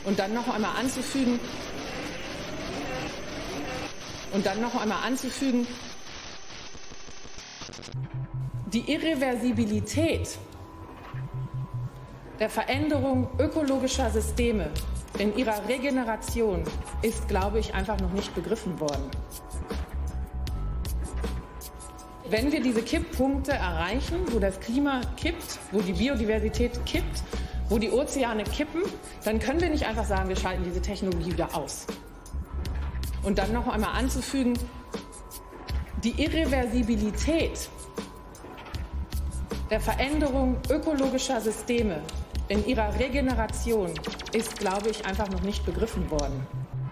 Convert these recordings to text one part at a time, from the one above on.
Und dann noch einmal anzufügen, die Irreversibilität der Veränderung ökologischer Systeme in ihrer Regeneration ist, glaube ich, einfach noch nicht begriffen worden. Wenn wir diese Kipppunkte erreichen, wo das Klima kippt, wo die Biodiversität kippt, wo die Ozeane kippen, dann können wir nicht einfach sagen, wir schalten diese Technologie wieder aus. Und dann noch einmal anzufügen, die Irreversibilität der Veränderung ökologischer Systeme in ihrer Regeneration ist, glaube ich, einfach noch nicht begriffen worden.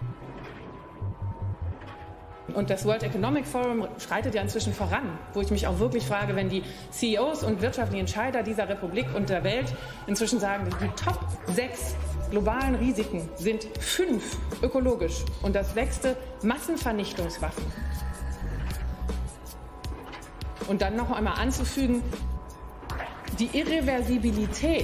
Und das World Economic Forum schreitet ja inzwischen voran, wo ich mich auch wirklich frage, wenn die CEOs und wirtschaftlichen Entscheider dieser Republik und der Welt inzwischen sagen, die Top 6 globalen Risiken sind 5 ökologisch und das 6. Massenvernichtungswaffen. Und dann noch einmal anzufügen, die Irreversibilität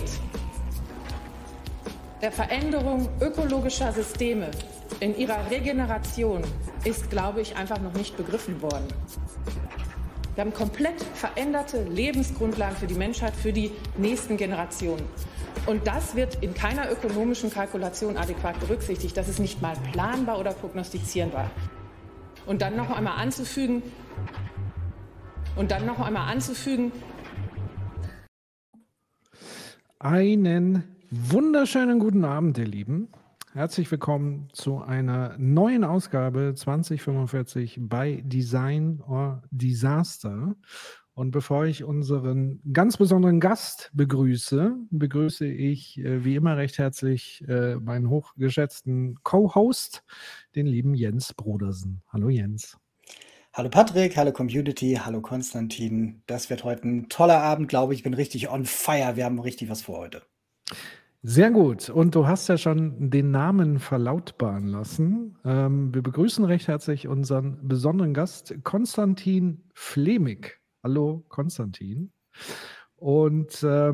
der Veränderung ökologischer Systeme in ihrer Regeneration ist, glaube ich, einfach noch nicht begriffen worden. Wir haben komplett veränderte Lebensgrundlagen für die Menschheit, für die nächsten Generationen. Und das wird in keiner ökonomischen Kalkulation adäquat berücksichtigt. Das ist nicht mal planbar oder prognostizierbar. Und dann noch einmal anzufügen, einen wunderschönen guten Abend, ihr Lieben. Herzlich willkommen zu einer neuen Ausgabe 2045 bei Design or Disaster. Und bevor ich unseren ganz besonderen Gast begrüße ich wie immer recht herzlich meinen hochgeschätzten Co-Host, den lieben Jens Brodersen. Hallo Jens. Hallo Patrick, hallo Community, hallo Konstantin. Das wird heute ein toller Abend, glaube ich. Ich bin richtig on fire. Wir haben richtig was vor heute. Sehr gut. Und du hast ja schon den Namen verlautbaren lassen. Wir begrüßen recht herzlich unseren besonderen Gast, Konstantin Flemig. Hallo Konstantin. Und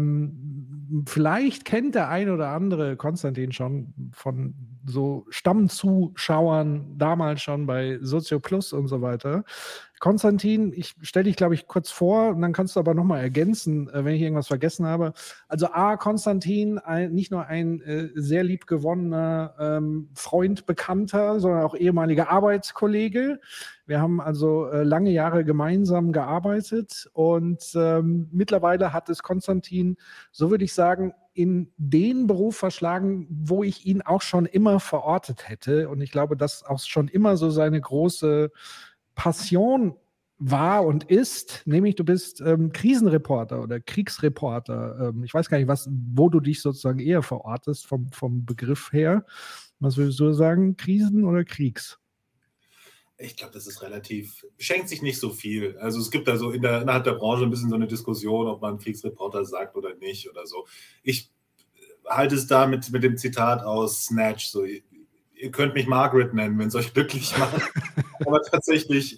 vielleicht kennt der ein oder andere Konstantin schon von so Stammzuschauern damals schon bei Sozio Plus und so weiter. Konstantin, ich stelle dich, glaube ich, kurz vor und dann kannst du aber nochmal ergänzen, wenn ich irgendwas vergessen habe. Also Konstantin, nicht nur ein sehr liebgewonnener Freund, Bekannter, sondern auch ehemaliger Arbeitskollege. Wir haben also lange Jahre gemeinsam gearbeitet und mittlerweile hat es Konstantin, so würde ich sagen, in den Beruf verschlagen, wo ich ihn auch schon immer verortet hätte. Und ich glaube, dass auch schon immer so seine große Passion war und ist, nämlich du bist Krisenreporter oder Kriegsreporter. Ich weiß gar nicht, wo du dich sozusagen eher verortest vom Begriff her. Was würdest du sagen, Krisen oder Kriegs? Ich glaube, das ist relativ, beschenkt sich nicht so viel. Also es gibt da so innerhalb der Branche ein bisschen so eine Diskussion, ob man Kriegsreporter sagt oder nicht oder so. Ich halte es da mit dem Zitat aus Snatch, so, ihr könnt mich Margaret nennen, wenn es euch glücklich macht. Aber tatsächlich,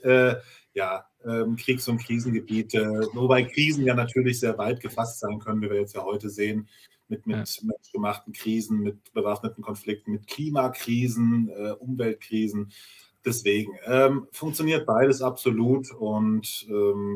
Kriegs- und Krisengebiete, wobei Krisen ja natürlich sehr weit gefasst sein können, wie wir jetzt ja heute sehen, mit menschgemachten Krisen, mit bewaffneten Konflikten, mit Klimakrisen, Umweltkrisen. Deswegen funktioniert beides absolut und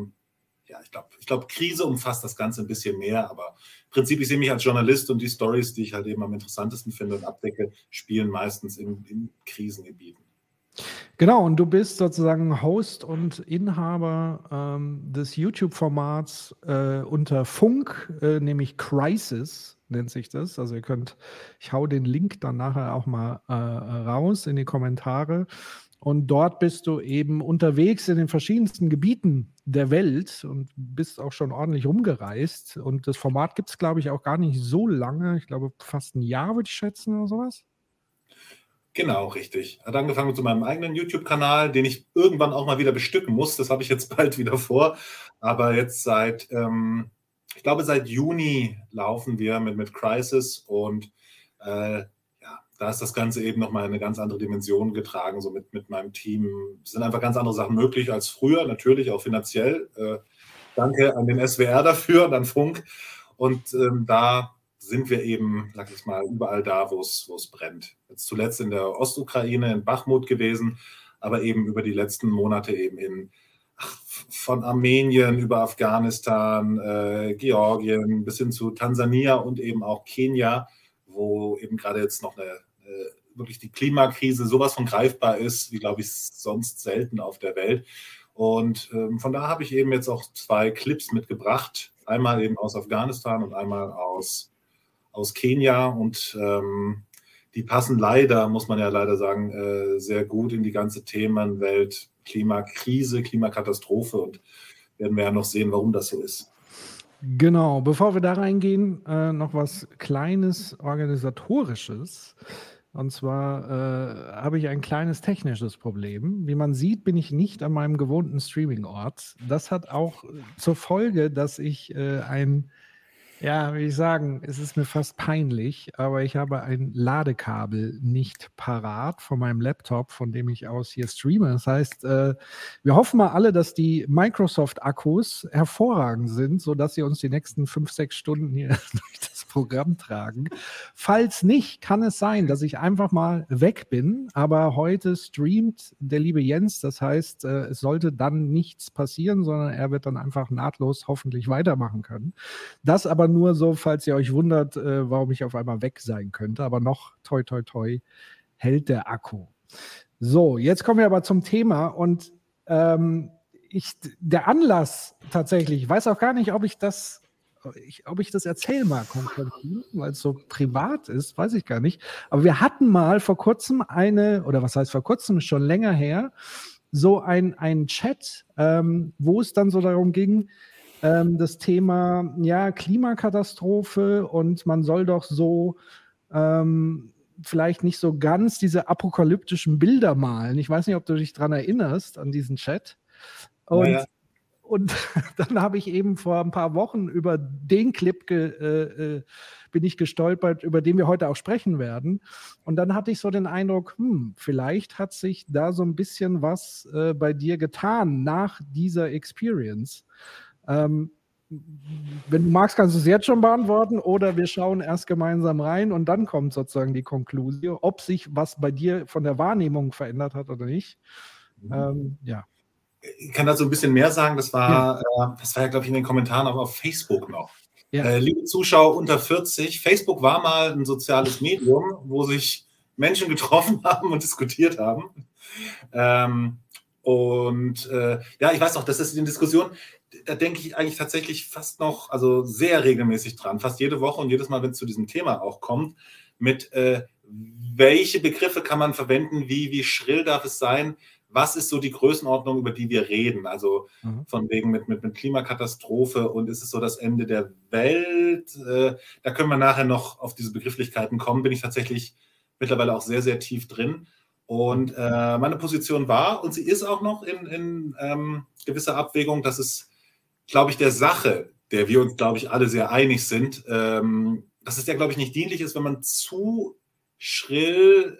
ich glaube, Krise umfasst das Ganze ein bisschen mehr, aber im Prinzip, ich sehe mich als Journalist und die Stories, die ich halt eben am interessantesten finde und abdecke, spielen meistens in Krisengebieten. Genau, und du bist sozusagen Host und Inhaber des YouTube-Formats unter Funk, nämlich Crisis nennt sich das. Also ich hau den Link dann nachher auch mal raus in die Kommentare. Und dort bist du eben unterwegs in den verschiedensten Gebieten der Welt und bist auch schon ordentlich rumgereist. Und das Format gibt es, glaube ich, auch gar nicht so lange. Ich glaube, fast ein Jahr, würde ich schätzen, oder sowas. Genau, richtig. Hat angefangen mit meinem eigenen YouTube-Kanal, den ich irgendwann auch mal wieder bestücken muss. Das habe ich jetzt bald wieder vor. Aber jetzt seit Juni laufen wir mit Crisis und da ist das Ganze eben nochmal eine ganz andere Dimension getragen, so mit meinem Team. Es sind einfach ganz andere Sachen möglich als früher, natürlich auch finanziell. Danke an den SWR dafür und an Funk. Und da sind wir eben, sag ich mal, überall da, wo es brennt. Jetzt zuletzt in der Ostukraine, in Bachmut gewesen, aber eben über die letzten Monate eben von Armenien über Afghanistan, Georgien bis hin zu Tansania und eben auch Kenia, wo eben gerade jetzt noch wirklich die Klimakrise sowas von greifbar ist, wie, glaube ich, sonst selten auf der Welt. Und von da habe ich eben jetzt auch 2 Clips mitgebracht. Einmal eben aus Afghanistan und einmal aus Kenia. Und die passen leider, muss man ja leider sagen, sehr gut in die ganze Themenwelt Klimakrise, Klimakatastrophe. Und werden wir ja noch sehen, warum das so ist. Genau, bevor wir da reingehen, noch was Kleines Organisatorisches. Und zwar habe ich ein kleines technisches Problem. Wie man sieht, bin ich nicht an meinem gewohnten Streaming-Ort. Das hat auch zur Folge, dass ich wie ich sagen, es ist mir fast peinlich, aber ich habe ein Ladekabel nicht parat von meinem Laptop, von dem ich aus hier streame. Das heißt, wir hoffen mal alle, dass die Microsoft-Akkus hervorragend sind, sodass sie uns die nächsten 5-6 Stunden hier durch das Programm tragen. Falls nicht, kann es sein, dass ich einfach mal weg bin, aber heute streamt der liebe Jens. Das heißt, es sollte dann nichts passieren, sondern er wird dann einfach nahtlos hoffentlich weitermachen können. Das aber nur so, falls ihr euch wundert, warum ich auf einmal weg sein könnte. Aber noch, toi, toi, toi, hält der Akku. So, jetzt kommen wir aber zum Thema. Und der Anlass tatsächlich, ich weiß auch gar nicht, ob ich das erzählen mag, weil es so privat ist, weiß ich gar nicht. Aber wir hatten mal vor kurzem was heißt vor kurzem, schon länger her, so ein Chat, wo es dann so darum ging, das Thema Klimakatastrophe und man soll doch so vielleicht nicht so ganz diese apokalyptischen Bilder malen. Ich weiß nicht, ob du dich daran erinnerst, an diesen Chat. Und dann habe ich eben vor ein paar Wochen über den Clip bin ich gestolpert, über den wir heute auch sprechen werden. Und dann hatte ich so den Eindruck, vielleicht hat sich da so ein bisschen was bei dir getan nach dieser Experience. Wenn du magst, kannst du es jetzt schon beantworten oder wir schauen erst gemeinsam rein und dann kommt sozusagen die Konklusion, ob sich was bei dir von der Wahrnehmung verändert hat oder nicht. Ich kann dazu ein bisschen mehr sagen. Das war ja, glaube ich, in den Kommentaren auch auf Facebook noch. Ja. Liebe Zuschauer unter 40, Facebook war mal ein soziales Medium, wo sich Menschen getroffen haben und diskutiert haben. Ich weiß auch, dass das in den Diskussionen, da denke ich eigentlich tatsächlich fast noch, also sehr regelmäßig dran, fast jede Woche und jedes Mal, wenn es zu diesem Thema auch kommt, mit welche Begriffe kann man verwenden, wie schrill darf es sein, was ist so die Größenordnung, über die wir reden, also von wegen mit Klimakatastrophe und ist es so das Ende der Welt, da können wir nachher noch auf diese Begrifflichkeiten kommen, bin ich tatsächlich mittlerweile auch sehr, sehr tief drin. Und meine Position war, und sie ist auch noch in gewisser Abwägung, dass es, glaube ich, der Sache, der wir uns, glaube ich, alle sehr einig sind, dass es ja, glaube ich, nicht dienlich ist, wenn man zu schrill,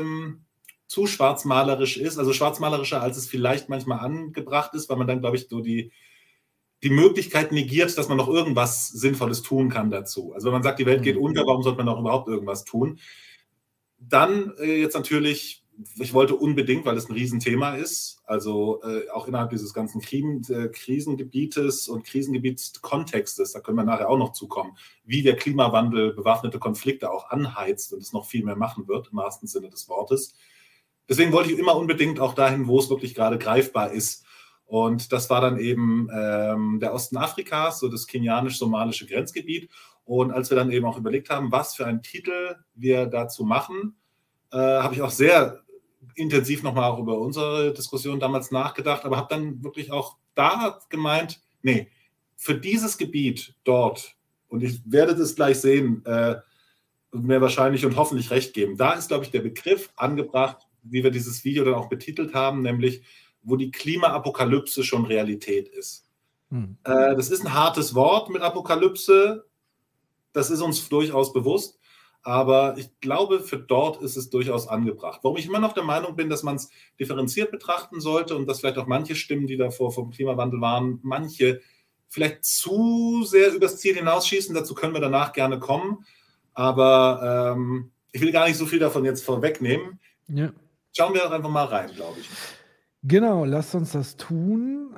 zu schwarzmalerisch ist, also schwarzmalerischer, als es vielleicht manchmal angebracht ist, weil man dann, glaube ich, so die Möglichkeit negiert, dass man noch irgendwas Sinnvolles tun kann dazu. Also wenn man sagt, die Welt geht unter, warum sollte man auch überhaupt irgendwas tun? Dann jetzt natürlich, ich wollte unbedingt, weil es ein Riesenthema ist, also auch innerhalb dieses ganzen Krisengebietes und Krisengebietskontextes, da können wir nachher auch noch zukommen, wie der Klimawandel bewaffnete Konflikte auch anheizt und es noch viel mehr machen wird, im wahrsten Sinne des Wortes. Deswegen wollte ich immer unbedingt auch dahin, wo es wirklich gerade greifbar ist. Und das war dann eben der Osten Afrikas, so das kenianisch-somalische Grenzgebiet. Und als wir dann eben auch überlegt haben, was für einen Titel wir dazu machen, habe ich auch sehr intensiv nochmal auch über unsere Diskussion damals nachgedacht, aber habe dann wirklich auch da gemeint, nee, für dieses Gebiet dort, und ich werde das gleich sehen, mir wahrscheinlich und hoffentlich recht geben, da ist, glaube ich, der Begriff angebracht, wie wir dieses Video dann auch betitelt haben, nämlich, wo die Klimaapokalypse schon Realität ist. Das ist ein hartes Wort mit Apokalypse, das ist uns durchaus bewusst, aber ich glaube, für dort ist es durchaus angebracht. Warum ich immer noch der Meinung bin, dass man es differenziert betrachten sollte und dass vielleicht auch manche Stimmen, die davor vom Klimawandel waren, manche vielleicht zu sehr übers Ziel hinausschießen. Dazu können wir danach gerne kommen. Aber ich will gar nicht so viel davon jetzt vorwegnehmen. Ja. Schauen wir doch einfach mal rein, glaube ich. Genau, lasst uns das tun.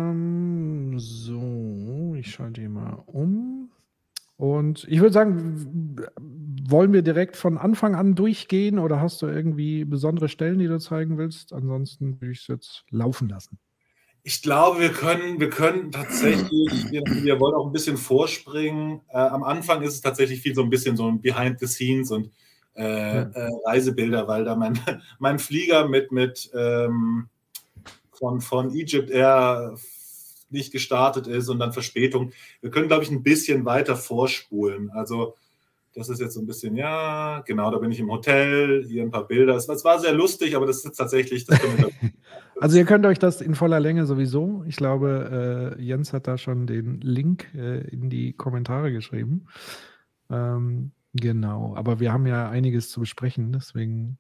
So, ich schalte hier mal um. Und ich würde sagen, wollen wir direkt von Anfang an durchgehen oder hast du irgendwie besondere Stellen, die du zeigen willst? Ansonsten würde ich es jetzt laufen lassen. Ich glaube, wir können tatsächlich, wir wollen auch ein bisschen vorspringen. Am Anfang ist es tatsächlich viel so ein bisschen so ein Behind the Scenes und Reisebilder, weil da mein Flieger von Egypt Air nicht gestartet ist und dann Verspätung. Wir können, glaube ich, ein bisschen weiter vorspulen. Also das ist jetzt so ein bisschen, ja, genau, da bin ich im Hotel, hier ein paar Bilder. Es war sehr lustig, aber das ist jetzt tatsächlich... Also ihr könnt euch das in voller Länge sowieso. Ich glaube, Jens hat da schon den Link in die Kommentare geschrieben. Genau, aber wir haben ja einiges zu besprechen, deswegen...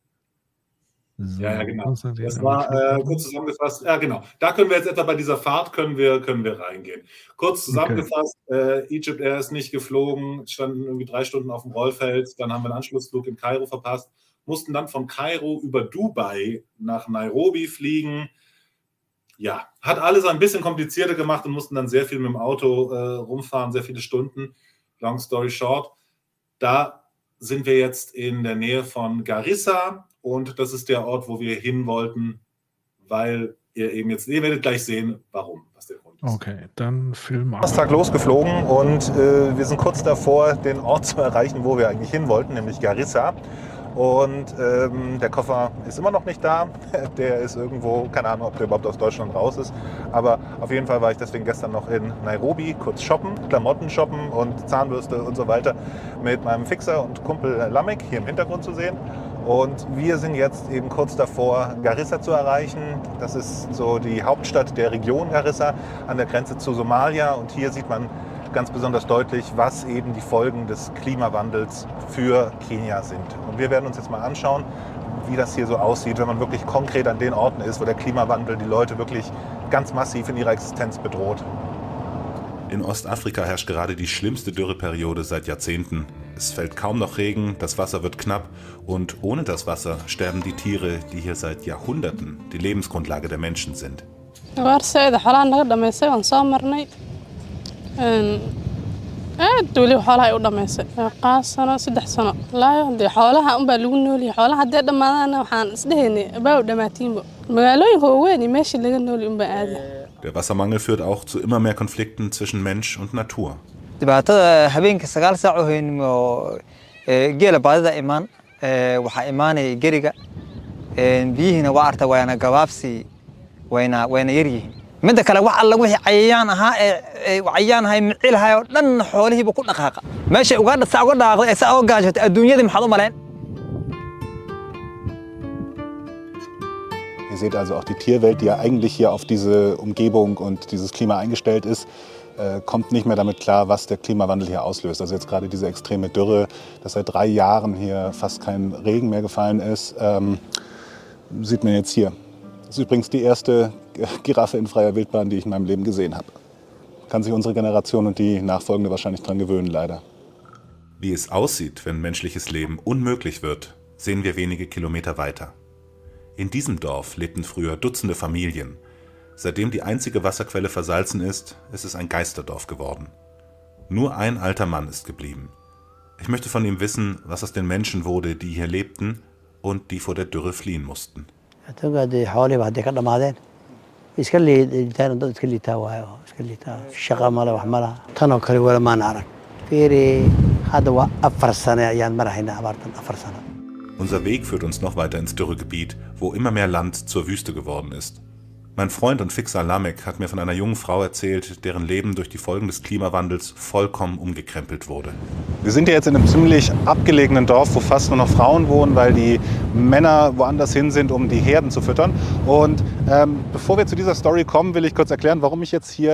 So, ja, genau. Das war kurz zusammengefasst. Ja, genau. Da können wir jetzt etwa bei dieser Fahrt können wir reingehen. Kurz zusammengefasst, Egypt Air ist nicht geflogen, standen irgendwie 3 Stunden auf dem Rollfeld, dann haben wir einen Anschlussflug in Kairo verpasst, mussten dann von Kairo über Dubai nach Nairobi fliegen. Ja, hat alles ein bisschen komplizierter gemacht und mussten dann sehr viel mit dem Auto rumfahren, sehr viele Stunden. Long story short, da sind wir jetzt in der Nähe von Garissa. Und das ist der Ort, wo wir hin wollten, weil ihr werdet gleich sehen, warum, was der Grund ist. Okay, dann Film ab. Donnerstag losgeflogen und wir sind kurz davor, den Ort zu erreichen, wo wir eigentlich hin wollten, nämlich Garissa. Und der Koffer ist immer noch nicht da. Der ist irgendwo, keine Ahnung, ob der überhaupt aus Deutschland raus ist. Aber auf jeden Fall war ich deswegen gestern noch in Nairobi, kurz shoppen, Klamotten shoppen und Zahnbürste und so weiter mit meinem Fixer und Kumpel Lamek hier im Hintergrund zu sehen. Und wir sind jetzt eben kurz davor, Garissa zu erreichen. Das ist so die Hauptstadt der Region Garissa an der Grenze zu Somalia. Und hier sieht man ganz besonders deutlich, was eben die Folgen des Klimawandels für Kenia sind. Und wir werden uns jetzt mal anschauen, wie das hier so aussieht, wenn man wirklich konkret an den Orten ist, wo der Klimawandel die Leute wirklich ganz massiv in ihrer Existenz bedroht. In Ostafrika herrscht gerade die schlimmste Dürreperiode seit Jahrzehnten. Es fällt kaum noch Regen, das Wasser wird knapp und ohne das Wasser sterben die Tiere, die hier seit Jahrhunderten die Lebensgrundlage der Menschen sind. Der Wassermangel führt auch zu immer mehr Konflikten zwischen Mensch und Natur. dhibaatada habeenkii 9 saac oo haynimo geela baadida imaan waxa imaanay geriga biyihina waa arta wayna gabaabsi wayna yaryihiin midda kale wax alla wixii cayayaan ahaa cayayaan hay micilahay oo dhan xoolihiiba ku dhaqaaqa meesha uga dhaaqdo ee saa oo gaajatay adduunyada maxad u maleen. Ihr seht also auch die Tierwelt, die ja eigentlich hier auf diese Umgebung und dieses Klima eingestellt ist, kommt nicht mehr damit klar, was der Klimawandel hier auslöst. Also jetzt gerade diese extreme Dürre, dass seit 3 Jahren hier fast kein Regen mehr gefallen ist, sieht man jetzt hier. Das ist übrigens die erste Giraffe in freier Wildbahn, die ich in meinem Leben gesehen habe. Kann sich unsere Generation und die nachfolgende wahrscheinlich dran gewöhnen, leider. Wie es aussieht, wenn menschliches Leben unmöglich wird, sehen wir wenige Kilometer weiter. In diesem Dorf lebten früher Dutzende Familien. Seitdem die einzige Wasserquelle versalzen ist, ist es ein Geisterdorf geworden. Nur ein alter Mann ist geblieben. Ich möchte von ihm wissen, was aus den Menschen wurde, die hier lebten und die vor der Dürre fliehen mussten. Unser Weg führt uns noch weiter ins Dürregebiet, wo immer mehr Land zur Wüste geworden ist. Mein Freund und Fixer Lamek hat mir von einer jungen Frau erzählt, deren Leben durch die Folgen des Klimawandels vollkommen umgekrempelt wurde. Wir sind ja jetzt in einem ziemlich abgelegenen Dorf, wo fast nur noch Frauen wohnen, weil die Männer woanders hin sind, um die Herden zu füttern. Und bevor wir zu dieser Story kommen, will ich kurz erklären, warum ich jetzt hier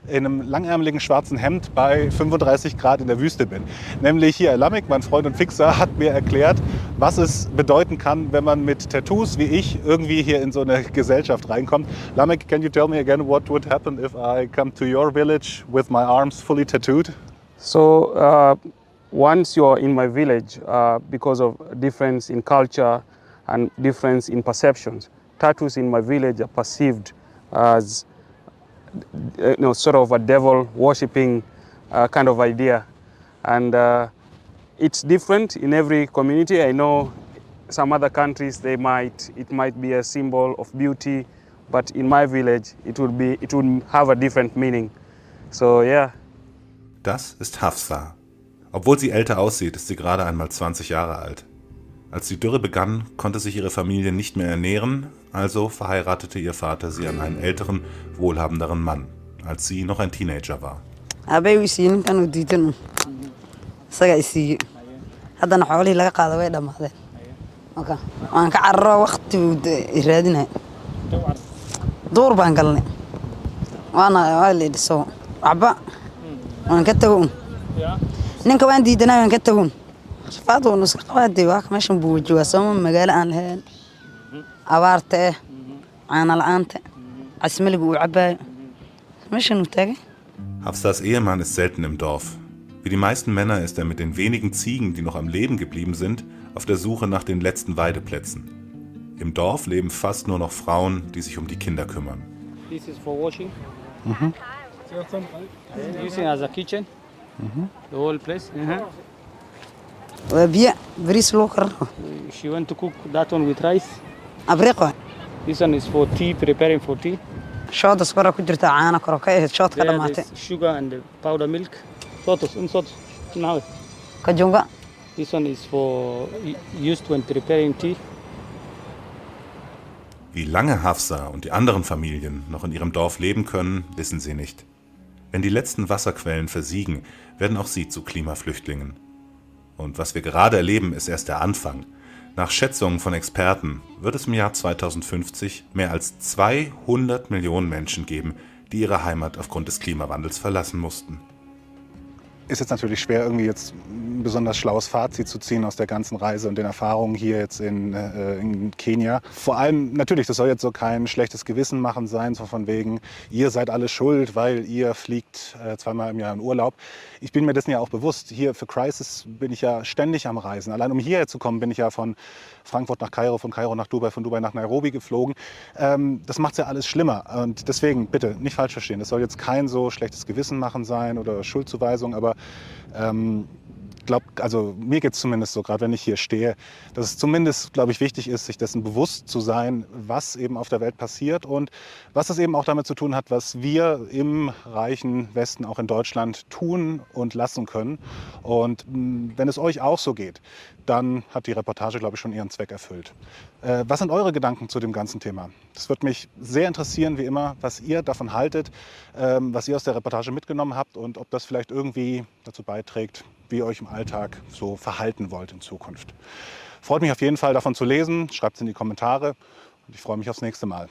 in einem langärmeligen schwarzen Hemd bei 35 Grad in der Wüste bin. Nämlich hier Lamek, mein Freund und Fixer, hat mir erklärt, was es bedeuten kann, wenn man mit Tattoos wie ich irgendwie hier in so eine Gesellschaft reinkommt. Lamek, can you tell me again what would happen if I come to your village with my arms fully tattooed? So once you're in my village, because of difference in culture and difference in perceptions, tattoos in my village are perceived as sort of a devil worshipping kind of idea. And it's different in every community. I know some other countries it might be a symbol of beauty, but in my village it would have a different meaning. So yeah. Das ist Hafsa. Obwohl sie älter aussieht, ist sie gerade einmal 20 Jahre alt. Als die Dürre begann, konnte sich ihre Familie nicht mehr ernähren, also verheiratete ihr Vater sie an einen älteren, wohlhabenderen Mann, als sie noch ein Teenager war. Aabay wuu siiyey ninkan uu diidan isaga isiiyey haddana xoolihii laga qaada way dhammaadeen marka waan ka cararo waqti uu raadinay duur baan galnay waa la dhiso waxba waan ka tago ninka waan diidanay waan ka tago shafaad oo nus qabaday waa meeshan buu joogaa soo magaalo aan lahayn abaarta caana la'aanta asmaliga uu cabaayo meeshan uu taagay. Hafsas Ehemann ist selten im Dorf. Wie die meisten Männer ist er mit den wenigen Ziegen, die noch am Leben geblieben sind, auf der Suche nach den letzten Weideplätzen. Im Dorf leben fast nur noch Frauen, die sich um die Kinder kümmern. This is for washing. Using as a kitchen. The whole place. Biyo bariis loo karro. She want to cook that one with rice. Abriqo. This one is for tea, preparing for tea. Shooda skora ku jirta caana koro ka ahayd shoodka dhamaatay. Sugar and the powder milk. Sotos. Now. Kajunga. This one is for used when preparing tea. Wie lange Hafsa und die anderen Familien noch in ihrem Dorf leben können, wissen sie nicht. Wenn die letzten Wasserquellen versiegen, werden auch sie zu Klimaflüchtlingen. Und was wir gerade erleben, ist erst der Anfang. Nach Schätzungen von Experten wird es im Jahr 2050 mehr als 200 Millionen Menschen geben, die ihre Heimat aufgrund des Klimawandels verlassen mussten. Ist jetzt natürlich schwer, irgendwie jetzt ein besonders schlaues Fazit zu ziehen aus der ganzen Reise und den Erfahrungen hier jetzt in Kenia. Vor allem, natürlich, das soll jetzt so kein schlechtes Gewissen machen sein, so von wegen, ihr seid alle schuld, weil ihr fliegt zweimal im Jahr in Urlaub. Ich bin mir dessen ja auch bewusst. Hier für Crisis bin ich ja ständig am Reisen. Allein um hierher zu kommen, bin ich ja von Frankfurt nach Kairo, von Kairo nach Dubai, von Dubai nach Nairobi geflogen. Das macht es ja alles schlimmer. Und deswegen, bitte, nicht falsch verstehen. Das soll jetzt kein so schlechtes Gewissen machen sein oder Schuldzuweisung, aber also mir geht es zumindest so, gerade wenn ich hier stehe, dass es zumindest, glaube ich, wichtig ist, sich dessen bewusst zu sein, was eben auf der Welt passiert und was es eben auch damit zu tun hat, was wir im reichen Westen, auch in Deutschland, tun und lassen können. Und wenn es euch auch so geht, dann hat die Reportage, glaube ich, schon ihren Zweck erfüllt. Was sind eure Gedanken zu dem ganzen Thema? Das würde mich sehr interessieren, wie immer, was ihr davon haltet, was ihr aus der Reportage mitgenommen habt und ob das vielleicht irgendwie dazu beiträgt, wie ihr euch im Alltag so verhalten wollt in Zukunft. Freut mich auf jeden Fall, davon zu lesen. Schreibt es in die Kommentare und ich freue mich aufs nächste Mal.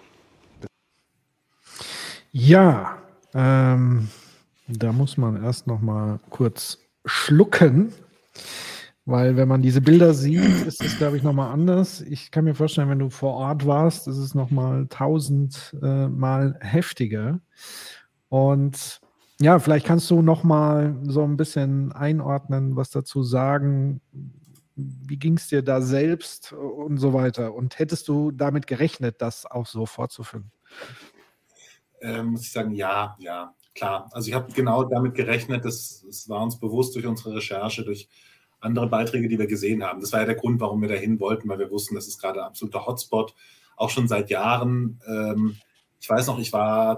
Ja, da muss man erst noch mal kurz schlucken, weil wenn man diese Bilder sieht, ist es, glaube ich, noch mal anders. Ich kann mir vorstellen, wenn du vor Ort warst, ist es noch mal 1000 Mal heftiger. Und ja, vielleicht kannst du noch mal so ein bisschen einordnen, was dazu sagen. Wie ging es dir da selbst und so weiter? Und hättest du damit gerechnet, das auch so fortzuführen? Muss ich sagen, ja, klar. Also ich habe genau damit gerechnet, das war uns bewusst durch unsere Recherche, durch andere Beiträge, die wir gesehen haben. Das war ja der Grund, warum wir dahin wollten, weil wir wussten, das ist gerade ein absoluter Hotspot, auch schon seit Jahren. Ich weiß noch,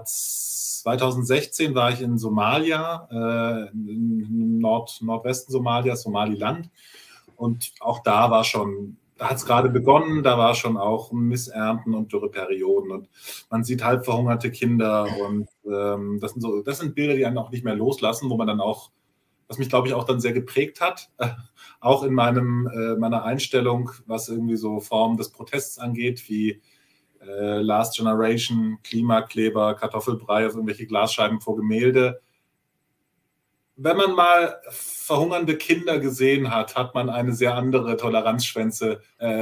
2016 war ich in Somalia, im Nordwesten Somalias, Somaliland. Und auch da war schon, da hat es gerade begonnen, da war schon auch Missernten und Dürreperioden. Und man sieht halb verhungerte Kinder. Und das sind Bilder, die einen auch nicht mehr loslassen, wo man dann auch, was mich, glaube ich, auch dann sehr geprägt hat, auch in meiner Einstellung, was irgendwie so Formen des Protests angeht, wie Last Generation, Klimakleber, Kartoffelbrei auf irgendwelche Glasscheiben vor Gemälde. Wenn man mal verhungernde Kinder gesehen hat, hat man eine sehr andere Toleranzschwelle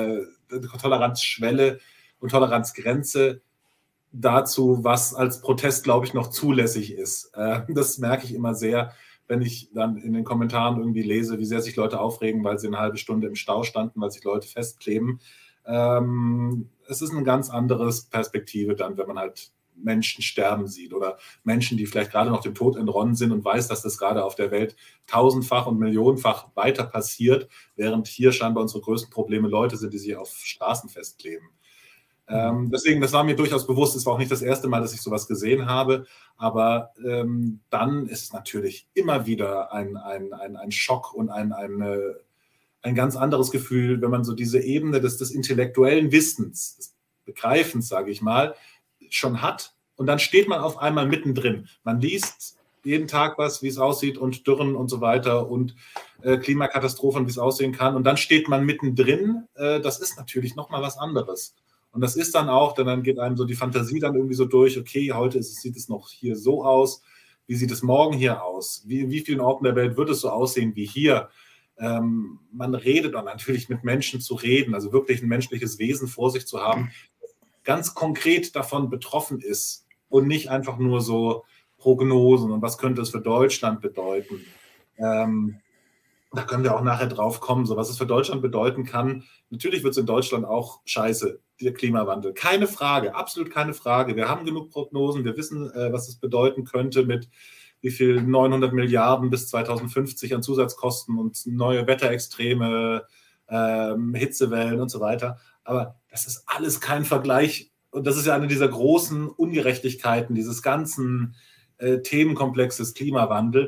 und Toleranzgrenze dazu, was als Protest, glaube ich, noch zulässig ist. Das merke ich immer sehr, wenn ich dann in den Kommentaren irgendwie lese, wie sehr sich Leute aufregen, weil sie eine halbe Stunde im Stau standen, weil sich Leute festkleben. Es ist eine ganz andere Perspektive dann, wenn man halt Menschen sterben sieht oder Menschen, die vielleicht gerade noch dem Tod entronnen sind und weiß, dass das gerade auf der Welt tausendfach und millionenfach weiter passiert, während hier scheinbar unsere größten Probleme Leute sind, die sich auf Straßen festkleben. Deswegen, das war mir durchaus bewusst, es war auch nicht das erste Mal, dass ich sowas gesehen habe, aber dann ist es natürlich immer wieder ein Schock und ein ganz anderes Gefühl, wenn man so diese Ebene des intellektuellen Wissens, des Begreifens, sage ich mal, schon hat und dann steht man auf einmal mittendrin. Man liest jeden Tag was, wie es aussieht und Dürren und so weiter und Klimakatastrophen, wie es aussehen kann und dann steht man mittendrin. Das ist natürlich nochmal was anderes. Und das ist dann auch, dann geht einem so die Fantasie dann irgendwie so durch, okay, heute sieht es noch hier so aus, wie sieht es morgen hier aus? Wie vielen Orten der Welt wird es so aussehen wie hier? Man redet dann natürlich mit Menschen zu reden, also wirklich ein menschliches Wesen vor sich zu haben, ganz konkret davon betroffen ist und nicht einfach nur so Prognosen und was könnte es für Deutschland bedeuten. Da können wir auch nachher drauf kommen, so was es für Deutschland bedeuten kann. Natürlich wird es in Deutschland auch scheiße, der Klimawandel. Keine Frage, absolut keine Frage. Wir haben genug Prognosen, wir wissen, was es bedeuten könnte mit wie viel 900 Milliarden bis 2050 an Zusatzkosten und neue Wetterextreme, Hitzewellen und so weiter. Aber das ist alles kein Vergleich. Und das ist ja eine dieser großen Ungerechtigkeiten dieses ganzen Themenkomplexes Klimawandel.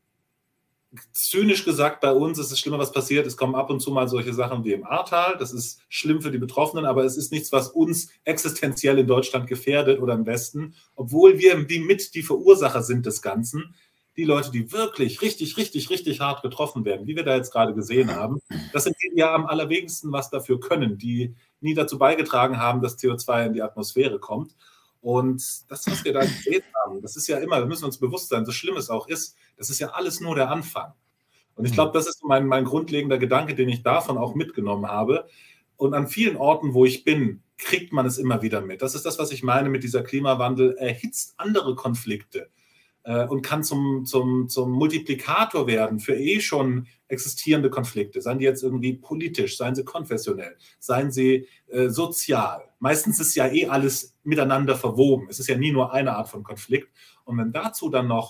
Zynisch gesagt, bei uns ist es schlimmer, was passiert. Es kommen ab und zu mal solche Sachen wie im Ahrtal. Das ist schlimm für die Betroffenen, aber es ist nichts, was uns existenziell in Deutschland gefährdet oder im Westen, obwohl wir mit die Verursacher sind des Ganzen. Die Leute, die wirklich richtig, richtig, richtig hart getroffen werden, wie wir da jetzt gerade gesehen haben, das sind die, die ja am allerwenigsten was dafür können, die nie dazu beigetragen haben, dass CO2 in die Atmosphäre kommt. Und das, was wir da gesehen haben, das ist ja immer, wir müssen uns bewusst sein, so schlimm es auch ist, das ist ja alles nur der Anfang. Und ich glaube, das ist mein grundlegender Gedanke, den ich davon auch mitgenommen habe. Und an vielen Orten, wo ich bin, kriegt man es immer wieder mit. Das ist das, was ich meine mit dieser Klimawandel, erhitzt andere Konflikte und kann zum Multiplikator werden für schon existierende Konflikte. Seien die jetzt irgendwie politisch, seien sie konfessionell, seien sie sozial. Meistens ist ja alles miteinander verwoben. Es ist ja nie nur eine Art von Konflikt. Und wenn dazu dann noch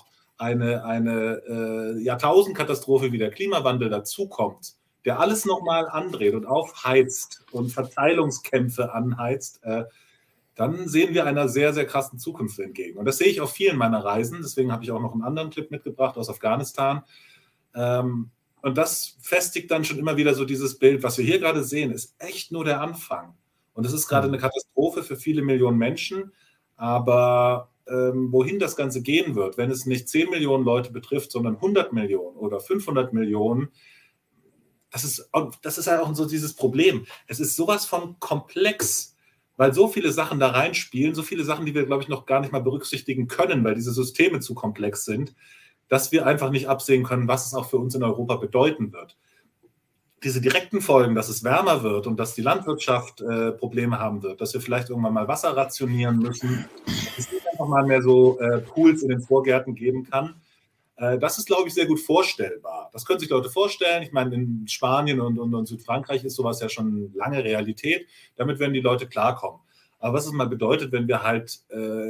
eine Jahrtausendkatastrophe wie der Klimawandel dazukommt, der alles nochmal andreht und aufheizt und Verteilungskämpfe anheizt, dann sehen wir einer sehr, sehr krassen Zukunft entgegen. Und das sehe ich auf vielen meiner Reisen. Deswegen habe ich auch noch einen anderen Clip mitgebracht aus Afghanistan. Und das festigt dann schon immer wieder so dieses Bild, was wir hier gerade sehen, ist echt nur der Anfang. Und es ist gerade eine Katastrophe für viele Millionen Menschen. Aber wohin das Ganze gehen wird, wenn es nicht 10 Millionen Leute betrifft, sondern 100 Millionen oder 500 Millionen, das ist ja auch so dieses Problem. Es ist sowas von komplex, weil so viele Sachen da reinspielen, so viele Sachen, die wir, glaube ich, noch gar nicht mal berücksichtigen können, weil diese Systeme zu komplex sind, dass wir einfach nicht absehen können, was es auch für uns in Europa bedeuten wird. Diese direkten Folgen, dass es wärmer wird und dass die Landwirtschaft Probleme haben wird, dass wir vielleicht irgendwann mal Wasser rationieren müssen, dass es nicht einfach mal mehr so Pools in den Vorgärten geben kann, das ist, glaube ich, sehr gut vorstellbar. Das können sich Leute vorstellen. Ich meine, in Spanien und Südfrankreich ist sowas ja schon lange Realität. Damit werden die Leute klarkommen. Aber was es mal bedeutet, wenn wir halt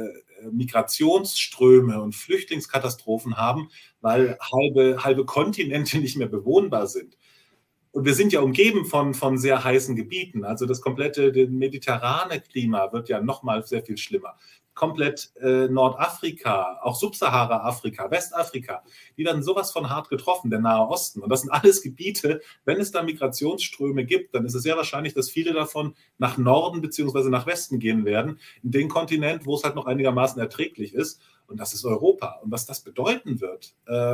Migrationsströme und Flüchtlingskatastrophen haben, weil halbe Kontinente nicht mehr bewohnbar sind. Und wir sind ja umgeben von sehr heißen Gebieten. Also das komplette mediterrane Klima wird ja nochmal sehr viel schlimmer. Komplett Nordafrika, auch Subsahara-Afrika, Westafrika, die werden sowas von hart getroffen, der Nahe Osten. Und das sind alles Gebiete, wenn es da Migrationsströme gibt, dann ist es sehr wahrscheinlich, dass viele davon nach Norden bzw. nach Westen gehen werden, in den Kontinent, wo es halt noch einigermaßen erträglich ist. Und das ist Europa. Und was das bedeuten wird,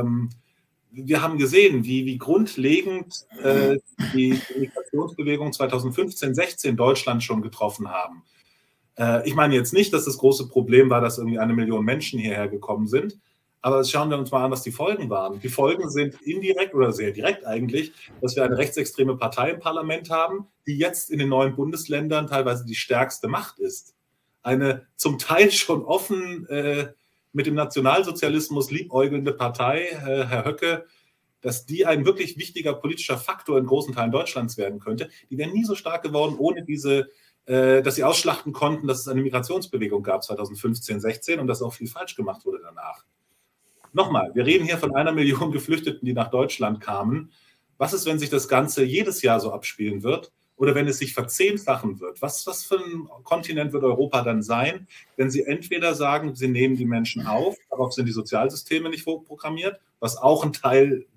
wir haben gesehen, wie grundlegend die Migrationsbewegung 2015, 16 Deutschland schon getroffen haben. Ich meine jetzt nicht, dass das große Problem war, dass irgendwie 1 Million Menschen hierher gekommen sind, aber schauen wir uns mal an, was die Folgen waren. Die Folgen sind indirekt oder sehr direkt eigentlich, dass wir eine rechtsextreme Partei im Parlament haben, die jetzt in den neuen Bundesländern teilweise die stärkste Macht ist. Eine zum Teil schon offen mit dem Nationalsozialismus liebäugelnde Partei, Herr Höcke, dass die ein wirklich wichtiger politischer Faktor in großen Teilen Deutschlands werden könnte. Die wären nie so stark geworden ohne dass sie ausschlachten konnten, dass es eine Migrationsbewegung gab 2015, 16 und dass auch viel falsch gemacht wurde danach. Nochmal, wir reden hier von 1 Million Geflüchteten, die nach Deutschland kamen. Was ist, wenn sich das Ganze jedes Jahr so abspielen wird oder wenn es sich verzehnfachen wird? Was für ein Kontinent wird Europa dann sein, wenn Sie entweder sagen, Sie nehmen die Menschen auf, darauf sind die Sozialsysteme nicht vorprogrammiert, was auch ein Teil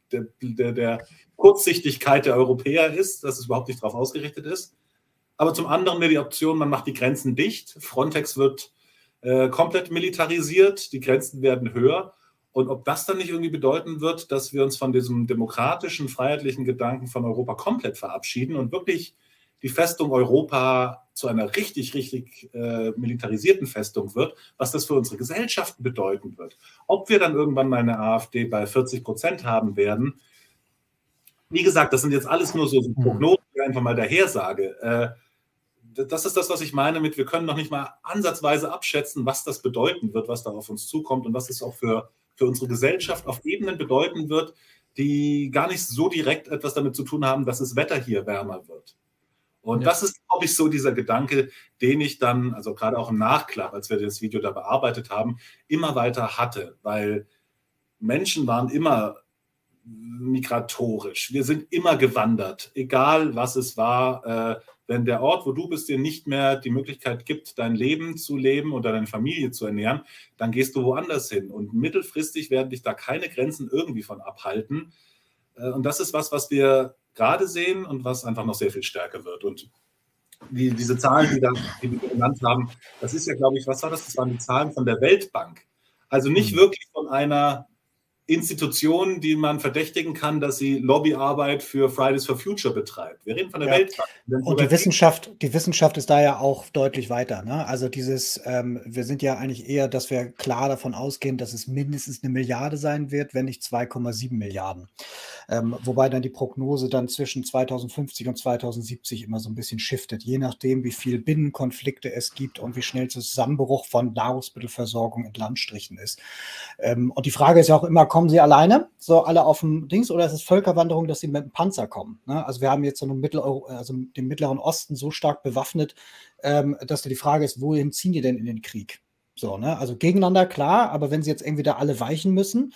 der Kurzsichtigkeit der Europäer ist, dass es überhaupt nicht darauf ausgerichtet ist. Aber zum anderen wäre die Option, man macht die Grenzen dicht, Frontex wird komplett militarisiert, die Grenzen werden höher. Und ob das dann nicht irgendwie bedeuten wird, dass wir uns von diesem demokratischen, freiheitlichen Gedanken von Europa komplett verabschieden und wirklich die Festung Europa zu einer richtig, richtig militarisierten Festung wird, was das für unsere Gesellschaften bedeuten wird. Ob wir dann irgendwann mal eine AfD bei 40% haben werden, wie gesagt, das sind jetzt alles nur so Prognosen, die ich einfach mal daher sage. Das ist das, was ich meine mit, wir können noch nicht mal ansatzweise abschätzen, was das bedeuten wird, was da auf uns zukommt und was es auch für unsere Gesellschaft auf Ebenen bedeuten wird, die gar nicht so direkt etwas damit zu tun haben, dass das Wetter hier wärmer wird. Und das ist, glaube ich, so dieser Gedanke, den ich dann, also gerade auch im Nachklapp, als wir das Video da bearbeitet haben, immer weiter hatte, weil Menschen waren immer migratorisch. Wir sind immer gewandert, egal was es war. Wenn der Ort, wo du bist, dir nicht mehr die Möglichkeit gibt, dein Leben zu leben oder deine Familie zu ernähren, dann gehst du woanders hin. Und mittelfristig werden dich da keine Grenzen irgendwie von abhalten. Und das ist was wir gerade sehen und was einfach noch sehr viel stärker wird. Und diese Zahlen, die wir genannt haben, das ist ja, glaube ich, was war das? Das waren die Zahlen von der Weltbank. Also nicht wirklich von einer Institution, die man verdächtigen kann, dass sie Lobbyarbeit für Fridays for Future betreibt. Wir reden von der Weltbank. Und die Wissenschaft ist da ja auch deutlich weiter. Ne? Also wir sind ja eigentlich eher, dass wir klar davon ausgehen, dass es mindestens 1 Milliarde sein wird, wenn nicht 2,7 Milliarden. Wobei dann die Prognose dann zwischen 2050 und 2070 immer so ein bisschen shiftet, je nachdem, wie viel Binnenkonflikte es gibt und wie schnell der Zusammenbruch von Nahrungsmittelversorgung in Landstrichen ist. Und die Frage ist ja auch immer, kommen sie alleine, so alle auf dem Dings, oder ist es Völkerwanderung, dass sie mit dem Panzer kommen? Ne? Also wir haben jetzt so den Mittleren Osten so stark bewaffnet, dass da die Frage ist, wohin ziehen die denn in den Krieg? So, ne? Also gegeneinander, klar, aber wenn sie jetzt irgendwie da alle weichen müssen,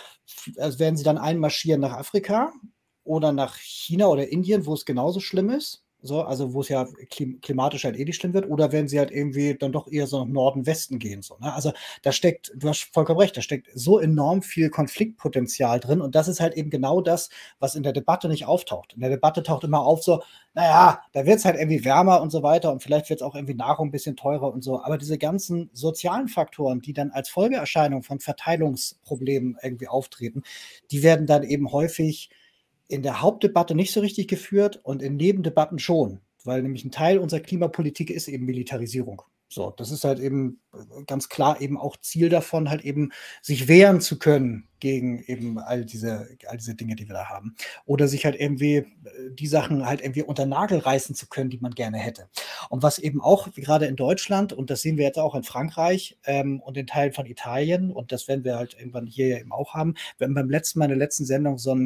also werden sie dann einmarschieren nach Afrika oder nach China oder Indien, wo es genauso schlimm ist. So, also wo es ja klimatisch halt nicht schlimm wird, oder werden sie halt irgendwie dann doch eher so nach Norden, Westen gehen. So, ne? Also da steckt, du hast vollkommen recht, da steckt so enorm viel Konfliktpotenzial drin, und das ist halt eben genau das, was in der Debatte nicht auftaucht. In der Debatte taucht immer auf so, naja, da wird es halt irgendwie wärmer und so weiter und vielleicht wird es auch irgendwie Nahrung ein bisschen teurer und so, aber diese ganzen sozialen Faktoren, die dann als Folgeerscheinung von Verteilungsproblemen irgendwie auftreten, die werden dann eben häufig in der Hauptdebatte nicht so richtig geführt und in Nebendebatten schon, weil nämlich ein Teil unserer Klimapolitik ist eben Militarisierung. So, das ist halt eben ganz klar eben auch Ziel davon, halt eben sich wehren zu können gegen eben all diese Dinge, die wir da haben. Oder sich halt irgendwie die Sachen halt irgendwie unter Nagel reißen zu können, die man gerne hätte. Und was eben auch gerade in Deutschland, und das sehen wir jetzt auch in Frankreich und in Teilen von Italien, und das werden wir halt irgendwann hier ja eben auch haben, wir haben beim letzten Mal in der letzten Sendung so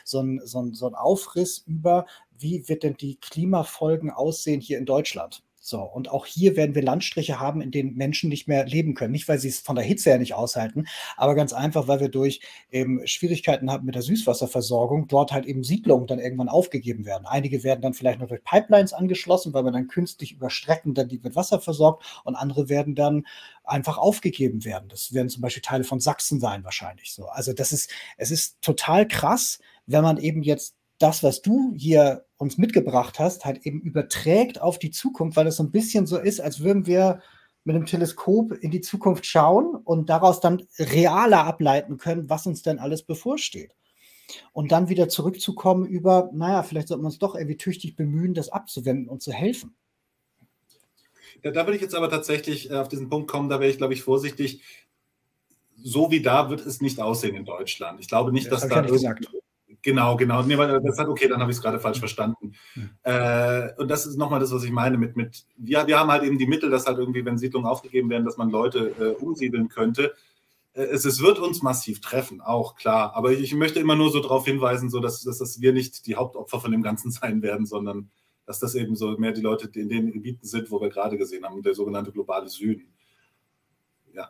einen Aufriss über, wie wird denn die Klimafolgen aussehen hier in Deutschland. So, und auch hier werden wir Landstriche haben, in denen Menschen nicht mehr leben können. Nicht, weil sie es von der Hitze her nicht aushalten, aber ganz einfach, weil wir durch Schwierigkeiten haben mit der Süßwasserversorgung dort halt eben Siedlungen dann irgendwann aufgegeben werden. Einige werden dann vielleicht noch durch Pipelines angeschlossen, weil man dann künstlich über Strecken dann die mit Wasser versorgt, und andere werden dann einfach aufgegeben werden. Das werden zum Beispiel Teile von Sachsen sein wahrscheinlich so. Also es ist total krass, wenn man eben jetzt das, was du hier uns mitgebracht hast, halt eben überträgt auf die Zukunft, weil das so ein bisschen so ist, als würden wir mit einem Teleskop in die Zukunft schauen und daraus dann realer ableiten können, was uns denn alles bevorsteht. Und dann wieder zurückzukommen über, naja, vielleicht sollten wir uns doch irgendwie tüchtig bemühen, das abzuwenden und zu helfen. Da würde ich jetzt aber tatsächlich auf diesen Punkt kommen, da wäre ich, glaube ich, vorsichtig. So wie da wird es nicht aussehen in Deutschland. Ich glaube nicht, Das dass habe ich da ja nicht gesagt. Genau. Nee, weil das hat, okay, dann habe ich es gerade falsch verstanden. Und das ist nochmal das, was ich meine wir haben halt eben die Mittel, dass halt irgendwie, wenn Siedlungen aufgegeben werden, dass man Leute umsiedeln könnte. Es wird uns massiv treffen, auch klar. Aber ich möchte immer nur so darauf hinweisen, so dass wir nicht die Hauptopfer von dem Ganzen sein werden, sondern dass das eben so mehr die Leute in den Gebieten sind, wo wir gerade gesehen haben, der sogenannte globale Süden. Ja.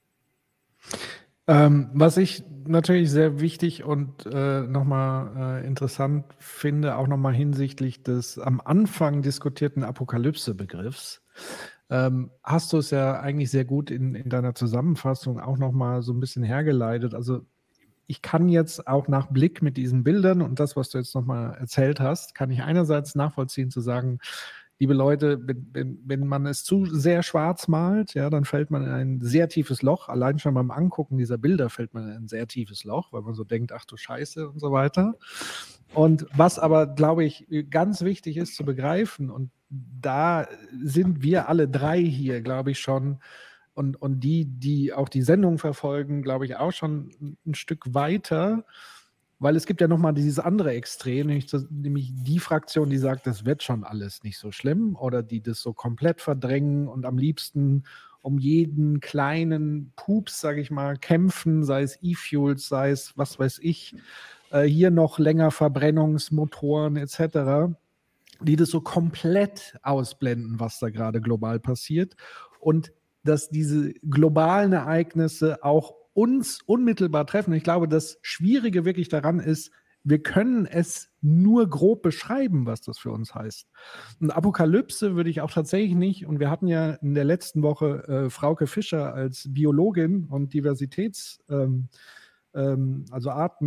Was ich natürlich sehr wichtig und nochmal interessant finde, auch nochmal hinsichtlich des am Anfang diskutierten Apokalypse-Begriffs, hast du es ja eigentlich sehr gut in deiner Zusammenfassung auch nochmal so ein bisschen hergeleitet. Also ich kann jetzt auch nach Blick mit diesen Bildern und das, was du jetzt nochmal erzählt hast, kann ich einerseits nachvollziehen zu sagen, liebe Leute, wenn man es zu sehr schwarz malt, ja, dann fällt man in ein sehr tiefes Loch. Allein schon beim Angucken dieser Bilder fällt man in ein sehr tiefes Loch, weil man so denkt, ach du Scheiße und so weiter. Und was aber, glaube ich, ganz wichtig ist zu begreifen, und da sind wir alle drei hier, glaube ich, schon, und die auch die Sendung verfolgen, glaube ich, auch schon ein Stück weiter, weil es gibt ja nochmal dieses andere Extrem, nämlich die Fraktion, die sagt, das wird schon alles nicht so schlimm oder die das so komplett verdrängen und am liebsten um jeden kleinen Pups, sage ich mal, kämpfen, sei es E-Fuels, sei es was weiß ich, hier noch länger Verbrennungsmotoren etc., die das so komplett ausblenden, was da gerade global passiert und dass diese globalen Ereignisse auch uns unmittelbar treffen. Ich glaube, das Schwierige wirklich daran ist, wir können es nur grob beschreiben, was das für uns heißt. Und Apokalypse würde ich auch tatsächlich nicht, und wir hatten ja in der letzten Woche Frauke Fischer als Biologin und also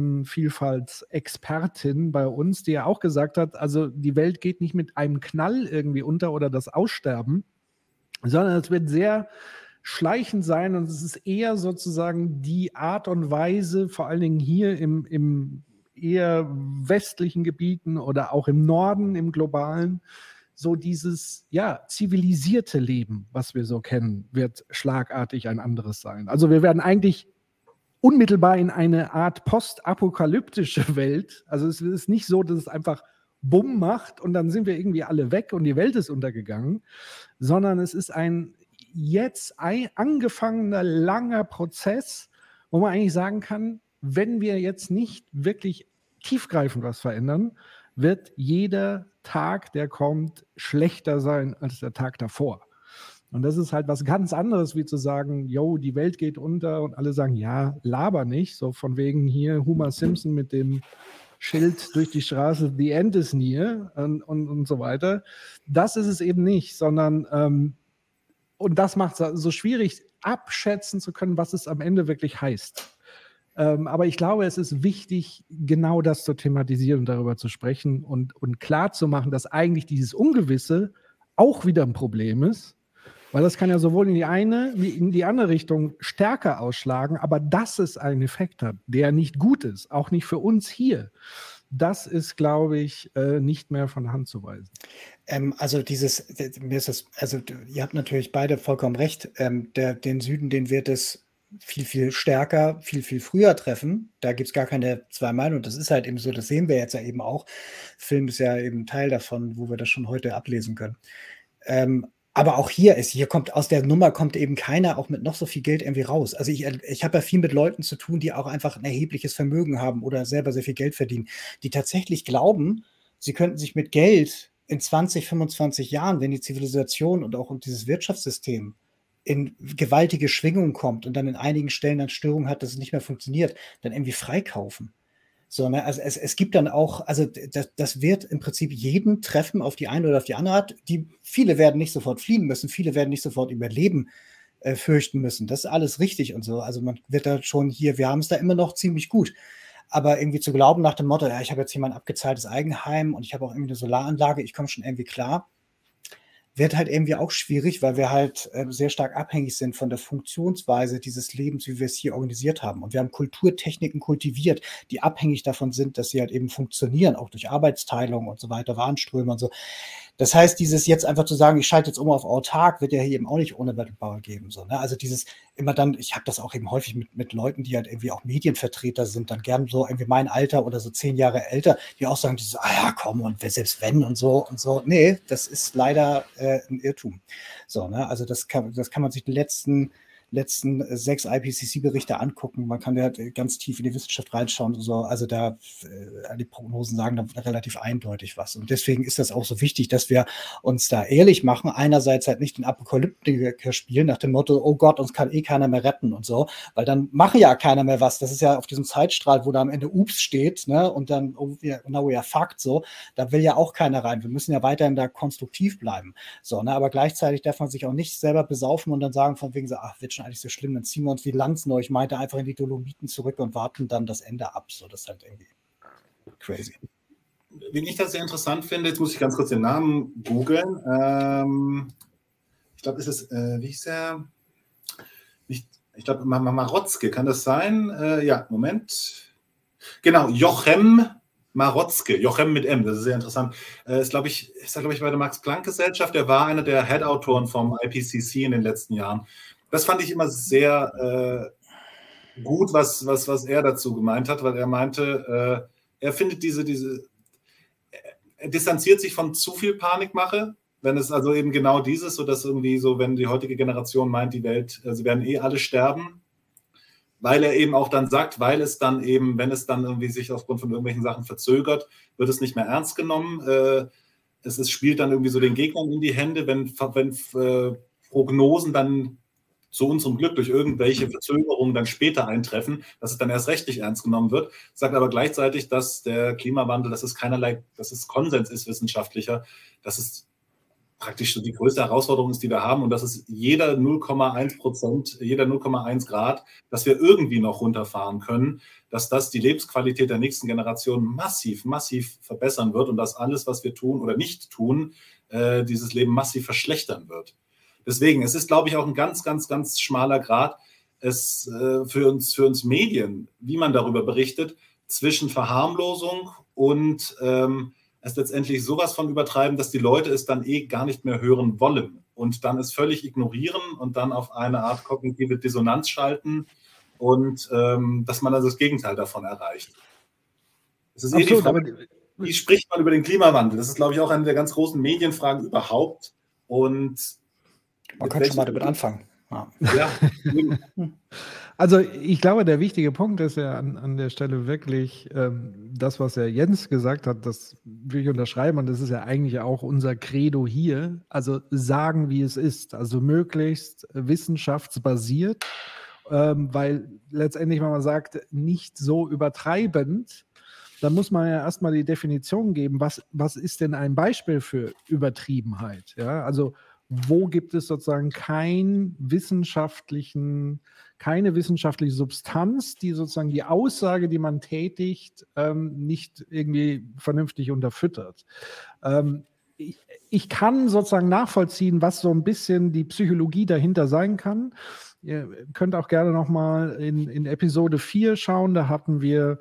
Artenvielfaltsexpertin bei uns, die ja auch gesagt hat, also die Welt geht nicht mit einem Knall irgendwie unter oder das Aussterben, sondern es wird sehr schleichend sein und es ist eher sozusagen die Art und Weise, vor allen Dingen hier im eher westlichen Gebieten oder auch im Norden, im globalen, so dieses zivilisierte Leben, was wir so kennen, wird schlagartig ein anderes sein. Also wir werden eigentlich unmittelbar in eine Art postapokalyptische Welt, also es ist nicht so, dass es einfach Bumm macht und dann sind wir irgendwie alle weg und die Welt ist untergegangen, sondern es ist ein jetzt angefangener langer Prozess, wo man eigentlich sagen kann, wenn wir jetzt nicht wirklich tiefgreifend was verändern, wird jeder Tag, der kommt, schlechter sein als der Tag davor. Und das ist halt was ganz anderes, wie zu sagen, yo, die Welt geht unter und alle sagen, ja, laber nicht, so von wegen hier Homer Simpson mit dem Schild durch die Straße, the end is near und so weiter. Das ist es eben nicht, sondern und das macht es so schwierig, abschätzen zu können, was es am Ende wirklich heißt. Aber ich glaube, es ist wichtig, genau das zu thematisieren und darüber zu sprechen und klar zu machen, dass eigentlich dieses Ungewisse auch wieder ein Problem ist, weil das kann ja sowohl in die eine wie in die andere Richtung stärker ausschlagen, aber dass es einen Effekt hat, der nicht gut ist, auch nicht für uns hier. Das ist, glaube ich, nicht mehr von der Hand zu weisen. Also ihr habt natürlich beide vollkommen recht. Den Süden, den wird es viel, viel stärker, viel, viel früher treffen. Da gibt es gar keine zwei Meinungen. Das ist halt eben so, das sehen wir jetzt ja eben auch. Film ist ja eben Teil davon, wo wir das schon heute ablesen können. Aber auch hier kommt aus der Nummer kommt eben keiner auch mit noch so viel Geld irgendwie raus. Also ich habe ja viel mit Leuten zu tun, die auch einfach ein erhebliches Vermögen haben oder selber sehr viel Geld verdienen, die tatsächlich glauben, sie könnten sich mit Geld in 20, 25 Jahren, wenn die Zivilisation und auch dieses Wirtschaftssystem in gewaltige Schwingungen kommt und dann in einigen Stellen dann Störungen hat, dass es nicht mehr funktioniert, dann irgendwie freikaufen. So, ne? Also es gibt dann auch, also das wird im Prinzip jeden treffen auf die eine oder auf die andere Art. Viele werden nicht sofort fliehen müssen, viele werden nicht sofort überleben fürchten müssen. Das ist alles richtig und so. Also man wird da schon hier, wir haben es da immer noch ziemlich gut. Aber irgendwie zu glauben nach dem Motto, ja, ich habe jetzt hier mein abgezahltes Eigenheim und ich habe auch irgendwie eine Solaranlage, ich komme schon irgendwie klar, wird halt irgendwie auch schwierig, weil wir halt sehr stark abhängig sind von der Funktionsweise dieses Lebens, wie wir es hier organisiert haben. Und wir haben Kulturtechniken kultiviert, die abhängig davon sind, dass sie halt eben funktionieren, auch durch Arbeitsteilung und so weiter, Warenströme und so. Das heißt, dieses jetzt einfach zu sagen, ich schalte jetzt auf autark, wird ja hier eben auch nicht unmittelbar geben. So, ne? Also dieses immer dann, ich habe das auch eben häufig mit Leuten, die halt irgendwie auch Medienvertreter sind, dann gern so irgendwie mein Alter oder so 10 Jahre älter, die auch sagen, dieses, ja komm, und selbst wenn und so und so. Nee, das ist leider ein Irrtum. So, ne? Also das kann man sich die letzten 6 IPCC-Berichte angucken. Man kann ja ganz tief in die Wissenschaft reinschauen und so. Also da die Prognosen sagen dann relativ eindeutig was. Und deswegen ist das auch so wichtig, dass wir uns da ehrlich machen. Einerseits halt nicht den Apokalyptiker spielen nach dem Motto, oh Gott, uns kann eh keiner mehr retten und so, weil dann mache ja keiner mehr was. Das ist ja auf diesem Zeitstrahl, wo da am Ende Ups steht, ne? Und dann oh, now we are fucked, so. Da will ja auch keiner rein. Wir müssen ja weiterhin da konstruktiv bleiben. So, ne? Aber gleichzeitig darf man sich auch nicht selber besaufen und dann sagen von wegen so, ach, wird schon eigentlich so schlimm, dann ziehen wir uns wie Lanzneuch meinte, einfach in die Dolomiten zurück und warten dann das Ende ab. So, das ist halt irgendwie crazy. Wen ich das sehr interessant finde, jetzt muss ich ganz kurz den Namen googeln. Ich glaube, ist es, wie hieß er? Ich glaube, Marotzke, kann das sein? Ja, Moment. Genau, Jochem Marotzke, Jochem mit M, das ist sehr interessant. Ist, glaube ich, bei der Max-Planck-Gesellschaft. Der war einer der Head-Autoren vom IPCC in den letzten Jahren. Das fand ich immer sehr gut, was er dazu gemeint hat, weil er meinte, er findet er distanziert sich von zu viel Panikmache, wenn es also eben genau dieses, so dass irgendwie so, wenn die heutige Generation meint, die Welt, sie werden eh alle sterben, weil er eben auch dann sagt, weil es dann eben, wenn es dann irgendwie sich aufgrund von irgendwelchen Sachen verzögert, wird es nicht mehr ernst genommen. Es spielt dann irgendwie so den Gegnern in die Hände, wenn Prognosen dann zu unserem Glück durch irgendwelche Verzögerungen dann später eintreffen, dass es dann erst recht nicht ernst genommen wird, sagt aber gleichzeitig, dass der Klimawandel, dass es Konsens ist wissenschaftlicher, dass es praktisch so die größte Herausforderung ist, die wir haben und dass es jeder 0,1%, jeder 0,1 Grad, dass wir irgendwie noch runterfahren können, dass das die Lebensqualität der nächsten Generation massiv, massiv verbessern wird und dass alles, was wir tun oder nicht tun, dieses Leben massiv verschlechtern wird. Deswegen, es ist, glaube ich, auch ein ganz, ganz, ganz schmaler Grad, für uns Medien, wie man darüber berichtet, zwischen Verharmlosung und es letztendlich sowas von übertreiben, dass die Leute es dann gar nicht mehr hören wollen und dann es völlig ignorieren und dann auf eine Art kognitive Dissonanz schalten und dass man also das Gegenteil davon erreicht. Es ist die Frage, wie spricht man über den Klimawandel? Das ist, glaube ich, auch eine der ganz großen Medienfragen überhaupt und man könnte schon mal damit anfangen. Ja. Also ich glaube, der wichtige Punkt ist ja an der Stelle wirklich das, was der Jens gesagt hat, das will ich unterschreiben und das ist ja eigentlich auch unser Credo hier, also sagen, wie es ist, also möglichst wissenschaftsbasiert, weil letztendlich, wenn man sagt, nicht so übertreibend, dann muss man ja erstmal die Definition geben, was ist denn ein Beispiel für Übertriebenheit, ja, also wo gibt es sozusagen keine wissenschaftliche Substanz, die sozusagen die Aussage, die man tätigt, nicht irgendwie vernünftig unterfüttert. Ich kann sozusagen nachvollziehen, was so ein bisschen die Psychologie dahinter sein kann. Ihr könnt auch gerne nochmal in Episode 4 schauen, da hatten wir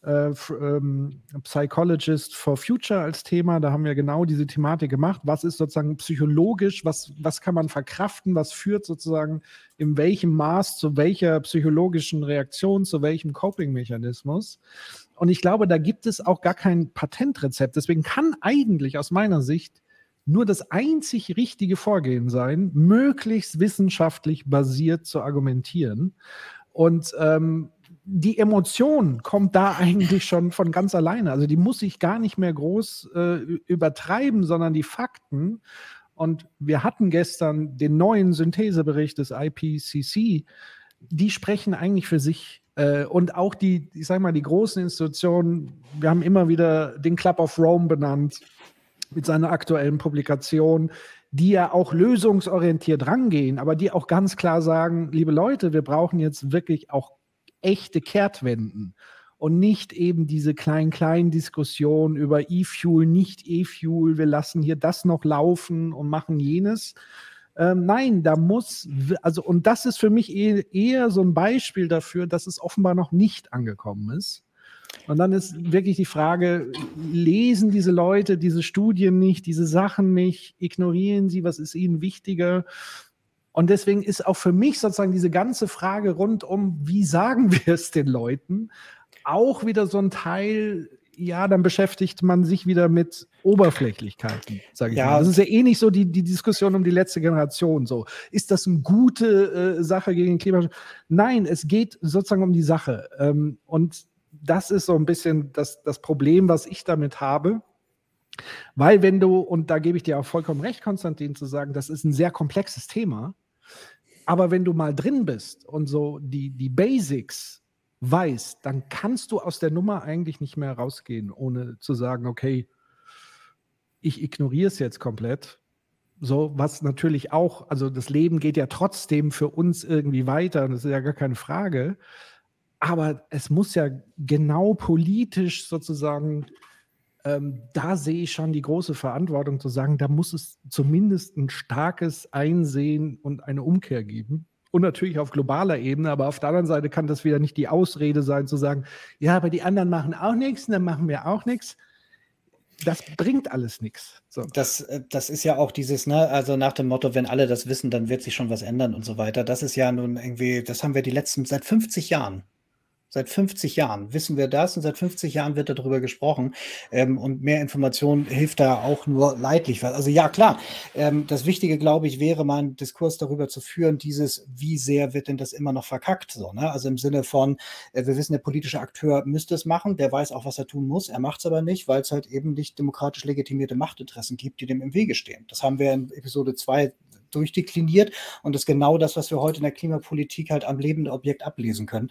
Psychologist for Future als Thema, da haben wir genau diese Thematik gemacht, was ist sozusagen psychologisch, was kann man verkraften, was führt sozusagen in welchem Maß zu welcher psychologischen Reaktion, zu welchem Coping-Mechanismus. Und ich glaube, da gibt es auch gar kein Patentrezept, deswegen kann eigentlich aus meiner Sicht nur das einzig richtige Vorgehen sein, möglichst wissenschaftlich basiert zu argumentieren. Und die Emotion kommt da eigentlich schon von ganz alleine. Also die muss ich gar nicht mehr groß übertreiben, sondern die Fakten. Und wir hatten gestern den neuen Synthesebericht des IPCC, die sprechen eigentlich für sich. Und auch die großen Institutionen, wir haben immer wieder den Club of Rome benannt, mit seiner aktuellen Publikation, die ja auch lösungsorientiert rangehen, aber die auch ganz klar sagen, liebe Leute, wir brauchen jetzt wirklich auch echte Kehrtwenden und nicht eben diese kleinen Diskussionen über E-Fuel, nicht E-Fuel, wir lassen hier das noch laufen und machen jenes. Nein, da muss, und das ist für mich eher so ein Beispiel dafür, dass es offenbar noch nicht angekommen ist. Und dann ist wirklich die Frage, lesen diese Leute diese Studien nicht, diese Sachen nicht, ignorieren sie, was ist ihnen wichtiger? Und deswegen ist auch für mich sozusagen diese ganze Frage rund um, wie sagen wir es den Leuten, auch wieder so ein Teil, ja, dann beschäftigt man sich wieder mit Oberflächlichkeiten, sage ich mal. Das ist ja eh nicht so die Diskussion um die letzte Generation. So, ist das eine gute Sache gegen den Klimaschutz? Nein, es geht sozusagen um die Sache. Und das ist so ein bisschen das Problem, was ich damit habe. Weil wenn du, und da gebe ich dir auch vollkommen recht, Konstantin, zu sagen, das ist ein sehr komplexes Thema, aber wenn du mal drin bist und so die Basics weißt, dann kannst du aus der Nummer eigentlich nicht mehr rausgehen, ohne zu sagen, okay, ich ignoriere es jetzt komplett. So, was natürlich auch, also das Leben geht ja trotzdem für uns irgendwie weiter, das ist ja gar keine Frage, aber es muss ja genau politisch sozusagen, da sehe ich schon die große Verantwortung zu sagen, da muss es zumindest ein starkes Einsehen und eine Umkehr geben. Und natürlich auf globaler Ebene, aber auf der anderen Seite kann das wieder nicht die Ausrede sein, zu sagen, ja, aber die anderen machen auch nichts, dann machen wir auch nichts. Das bringt alles nichts. So. Das ist ja auch dieses, ne, also nach dem Motto, wenn alle das wissen, dann wird sich schon was ändern und so weiter. Das ist ja nun irgendwie, das haben wir seit 50 Jahren. Seit 50 Jahren wissen wir das und seit 50 Jahren wird darüber gesprochen. Und mehr Information hilft da auch nur leidlich. Also ja, klar, das Wichtige, glaube ich, wäre mal einen Diskurs darüber zu führen, wie sehr wird denn das immer noch verkackt? So, ne? Also im Sinne von, wir wissen, der politische Akteur müsste es machen, der weiß auch, was er tun muss, er macht es aber nicht, weil es halt eben nicht demokratisch legitimierte Machtinteressen gibt, die dem im Wege stehen. Das haben wir in Episode 2 durchdekliniert und das ist genau das, was wir heute in der Klimapolitik halt am lebenden Objekt ablesen können.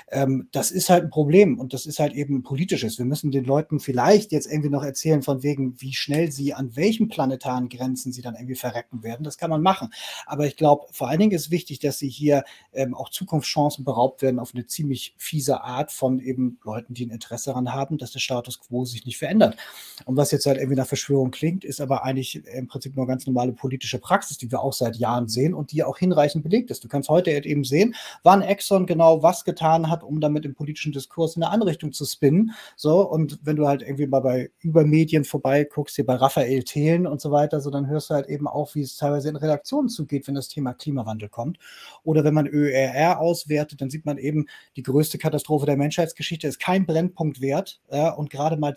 Das ist halt ein Problem und das ist halt eben ein politisches. Wir müssen den Leuten vielleicht jetzt irgendwie noch erzählen von wegen, wie schnell sie an welchen planetaren Grenzen sie dann irgendwie verrecken werden. Das kann man machen. Aber ich glaube, vor allen Dingen ist wichtig, dass sie hier auch Zukunftschancen beraubt werden auf eine ziemlich fiese Art von eben Leuten, die ein Interesse daran haben, dass der Status quo sich nicht verändert. Und was jetzt halt irgendwie nach Verschwörung klingt, ist aber eigentlich im Prinzip nur ganz normale politische Praxis, die wir auch seit Jahren sehen und die auch hinreichend belegt ist. Du kannst heute eben sehen, wann Exxon genau was getan hat, um damit im politischen Diskurs in eine andere Richtung zu spinnen. So, und wenn du halt irgendwie mal bei Übermedien vorbeiguckst, hier bei Raphael Thelen und so weiter, so dann hörst du halt eben auch, wie es teilweise in Redaktionen zugeht, wenn das Thema Klimawandel kommt. Oder wenn man ÖRR auswertet, dann sieht man eben, die größte Katastrophe der Menschheitsgeschichte ist kein Brennpunkt wert und gerade mal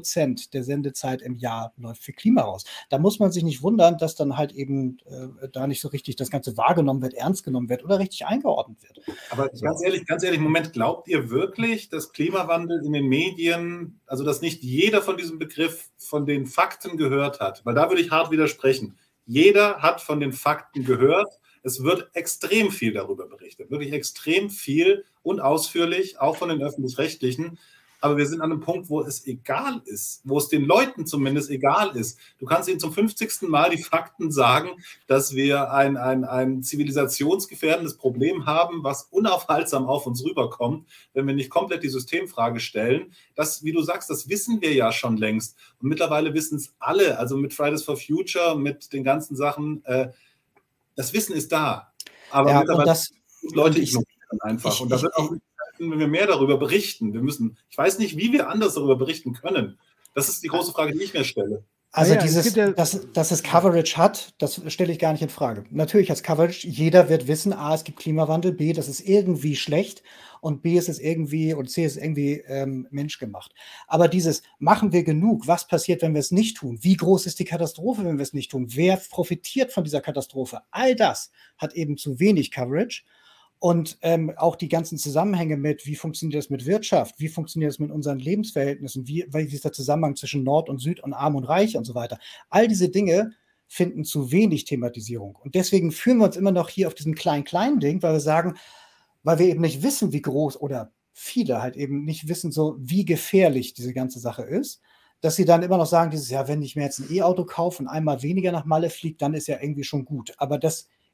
3% der Sendezeit im Jahr läuft für Klima raus. Da muss man sich nicht wundern, dass dann halt eben da nicht so richtig das Ganze wahrgenommen wird, ernst genommen wird oder richtig eingeordnet wird. Aber so. Ganz ehrlich, Moment, glaubt ihr wirklich, dass Klimawandel in den Medien, also dass nicht jeder von diesem Begriff von den Fakten gehört hat? Weil da würde ich hart widersprechen. Jeder hat von den Fakten gehört. Es wird extrem viel darüber berichtet, wirklich extrem viel und ausführlich, auch von den Öffentlich-Rechtlichen. Aber wir sind an einem Punkt, wo es egal ist, wo es den Leuten zumindest egal ist. Du kannst ihnen zum 50. Mal die Fakten sagen, dass wir ein zivilisationsgefährdendes Problem haben, was unaufhaltsam auf uns rüberkommt, wenn wir nicht komplett die Systemfrage stellen. Das, wie du sagst, das wissen wir ja schon längst. Und mittlerweile wissen es alle, also mit Fridays for Future, mit den ganzen Sachen, das Wissen ist da. Aber ja, mittlerweile das, Leute ignorieren einfach. Und da wird auch wenn wir mehr darüber berichten. Ich weiß nicht, wie wir anders darüber berichten können. Das ist die große Frage, die ich mir stelle. Also dass es Coverage hat, das stelle ich gar nicht in Frage. Natürlich hat es Coverage. Jeder wird wissen, A, es gibt Klimawandel, B, das ist irgendwie schlecht und B, ist es irgendwie und C, ist es irgendwie menschgemacht. Aber machen wir genug? Was passiert, wenn wir es nicht tun? Wie groß ist die Katastrophe, wenn wir es nicht tun? Wer profitiert von dieser Katastrophe? All das hat eben zu wenig Coverage. Und auch die ganzen Zusammenhänge mit, wie funktioniert das mit Wirtschaft, wie funktioniert das mit unseren Lebensverhältnissen, wie ist der Zusammenhang zwischen Nord und Süd und Arm und Reich und so weiter. All diese Dinge finden zu wenig Thematisierung. Und deswegen fühlen wir uns immer noch hier auf diesem kleinen Ding, weil wir eben nicht wissen, wie groß oder viele halt eben nicht wissen, so wie gefährlich diese ganze Sache ist, dass sie dann immer noch sagen, wenn ich mir jetzt ein E-Auto kaufe und einmal weniger nach Malle fliege, dann ist ja irgendwie schon gut. Aber das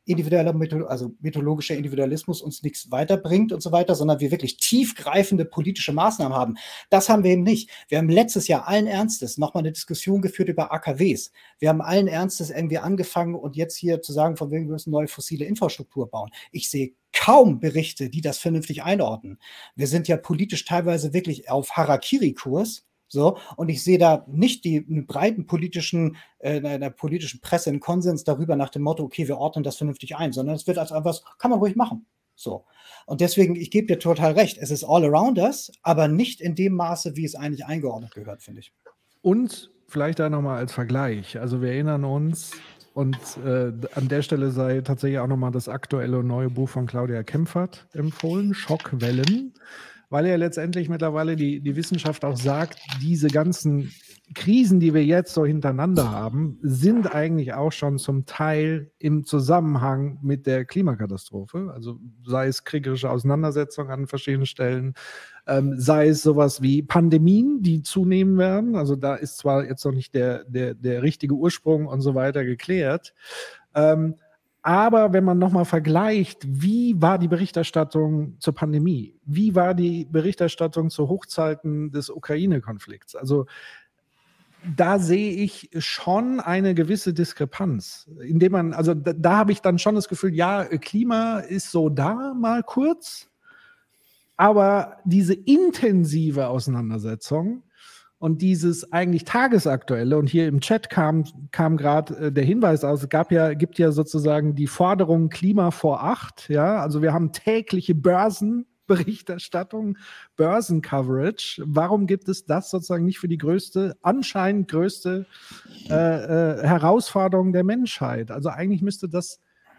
mythologischer Individualismus uns nichts weiterbringt und so weiter, sondern wir wirklich tiefgreifende politische Maßnahmen haben. Das haben wir eben nicht. Wir haben letztes Jahr allen Ernstes nochmal eine Diskussion geführt über AKWs. Wir haben allen Ernstes irgendwie angefangen und jetzt hier zu sagen, von wegen wir müssen neue fossile Infrastruktur bauen. Ich sehe kaum Berichte, die das vernünftig einordnen. Wir sind ja politisch teilweise wirklich auf Harakiri-Kurs. So, und ich sehe da nicht einen breiten politischen, einer politischen Presse einen Konsens darüber nach dem Motto, okay, wir ordnen das vernünftig ein, sondern es wird als etwas, kann man ruhig machen. So. Und deswegen, ich gebe dir total recht, es ist all around us, aber nicht in dem Maße, wie es eigentlich eingeordnet gehört, finde ich. Und vielleicht da nochmal als Vergleich. Also wir erinnern uns, und an der Stelle sei tatsächlich auch nochmal das aktuelle und neue Buch von Claudia Kempfert empfohlen, Schockwellen, weil ja letztendlich mittlerweile die Wissenschaft auch sagt, diese ganzen Krisen, die wir jetzt so hintereinander haben, sind eigentlich auch schon zum Teil im Zusammenhang mit der Klimakatastrophe. Also sei es kriegerische Auseinandersetzungen an verschiedenen Stellen, sei es sowas wie Pandemien, die zunehmen werden. Also da ist zwar jetzt noch nicht der richtige Ursprung und so weiter geklärt, aber wenn man nochmal vergleicht, wie war die Berichterstattung zur Pandemie? Wie war die Berichterstattung zu Hochzeiten des Ukraine-Konflikts? Also da sehe ich schon eine gewisse Diskrepanz, indem man, also da habe ich dann schon das Gefühl, ja, Klima ist so da mal kurz, aber diese intensive Auseinandersetzung und dieses eigentlich tagesaktuelle, und hier im Chat kam gerade der Hinweis aus, gibt ja sozusagen die Forderung Klima vor 8, ja, also wir haben tägliche Börsenberichterstattung, Börsencoverage. Warum gibt es das sozusagen nicht für die anscheinend größte Herausforderung der Menschheit? Also eigentlich müsste das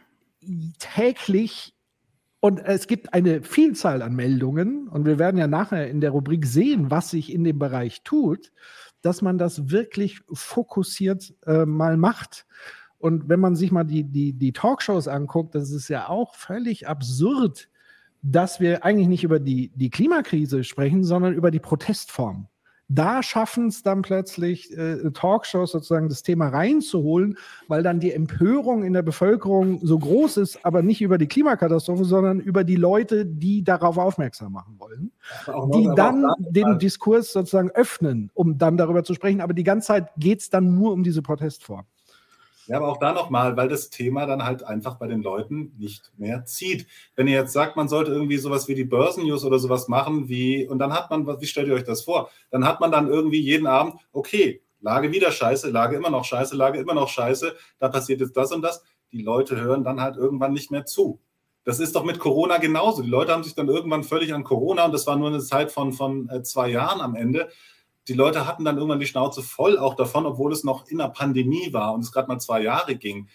täglich. Und es gibt eine Vielzahl an Meldungen, und wir werden ja nachher in der Rubrik sehen, was sich in dem Bereich tut, dass man das wirklich fokussiert mal macht. Und wenn man sich mal die Talkshows anguckt, das ist ja auch völlig absurd, dass wir eigentlich nicht über die Klimakrise sprechen, sondern über die Protestform. Da schaffen es dann plötzlich Talkshows sozusagen das Thema reinzuholen, weil dann die Empörung in der Bevölkerung so groß ist, aber nicht über die Klimakatastrophe, sondern über die Leute, die darauf aufmerksam machen wollen, die dann den Diskurs sozusagen öffnen, um dann darüber zu sprechen. Aber die ganze Zeit geht es dann nur um diese Protestform. Ja, aber auch da nochmal, weil das Thema dann halt einfach bei den Leuten nicht mehr zieht. Wenn ihr jetzt sagt, man sollte irgendwie sowas wie die Börsennews oder sowas machen, und dann hat man, wie stellt ihr euch das vor? Dann hat man dann irgendwie jeden Abend, okay, Lage wieder scheiße, Lage immer noch scheiße, Lage immer noch scheiße, da passiert jetzt das und das. Die Leute hören dann halt irgendwann nicht mehr zu. Das ist doch mit Corona genauso. Die Leute haben sich dann irgendwann völlig an Corona, und das war nur eine Zeit von 2 Jahren am Ende. Die Leute hatten dann irgendwann die Schnauze voll auch davon, obwohl es noch in der Pandemie war und es gerade mal 2 Jahre ging.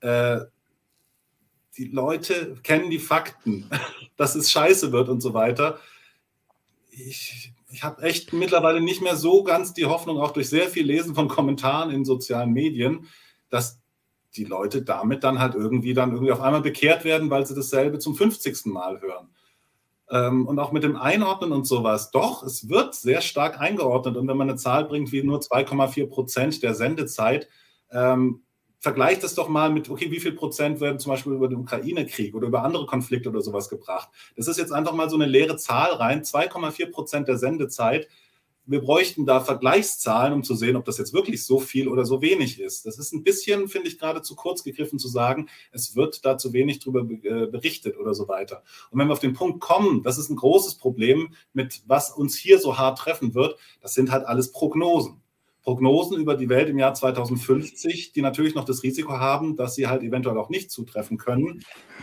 Die Leute kennen die Fakten, dass es scheiße wird und so weiter. Ich habe echt mittlerweile nicht mehr so ganz die Hoffnung, auch durch sehr viel Lesen von Kommentaren in sozialen Medien, dass die Leute damit dann halt irgendwie auf einmal bekehrt werden, weil sie dasselbe zum 50. Mal hören. Und auch mit dem Einordnen und sowas. Doch, es wird sehr stark eingeordnet. Und wenn man eine Zahl bringt wie nur 2,4% der Sendezeit, vergleicht das doch mal mit, okay, wie viel Prozent werden zum Beispiel über den Ukraine-Krieg oder über andere Konflikte oder sowas gebracht. Das ist jetzt einfach mal so eine leere Zahl rein, 2,4% der Sendezeit. Wir bräuchten da Vergleichszahlen, um zu sehen, ob das jetzt wirklich so viel oder so wenig ist. Das ist ein bisschen, finde ich, gerade zu kurz gegriffen zu sagen, es wird da zu wenig drüber berichtet oder so weiter. Und wenn wir auf den Punkt kommen, das ist ein großes Problem, mit was uns hier so hart treffen wird, das sind halt alles Prognosen. Prognosen über die Welt im Jahr 2050, die natürlich noch das Risiko haben, dass sie halt eventuell auch nicht zutreffen können.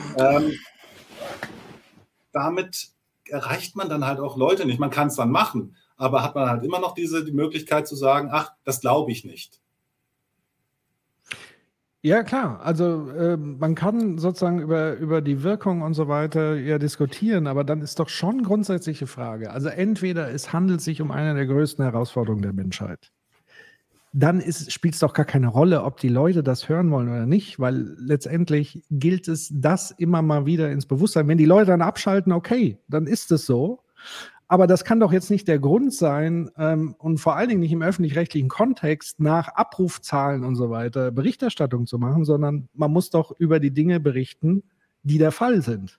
Damit erreicht man dann halt auch Leute nicht. Man kann es dann machen, aber hat man halt immer noch die Möglichkeit zu sagen, ach, das glaube ich nicht. Ja, klar. Also man kann sozusagen über die Wirkung und so weiter ja diskutieren, aber dann ist doch schon grundsätzliche Frage. Also entweder es handelt sich um eine der größten Herausforderungen der Menschheit. Dann spielt es doch gar keine Rolle, ob die Leute das hören wollen oder nicht, weil letztendlich gilt es, das immer mal wieder ins Bewusstsein. Wenn die Leute dann abschalten, okay, dann ist es so. Aber das kann doch jetzt nicht der Grund sein und vor allen Dingen nicht im öffentlich-rechtlichen Kontext nach Abrufzahlen und so weiter Berichterstattung zu machen, sondern man muss doch über die Dinge berichten, die der Fall sind.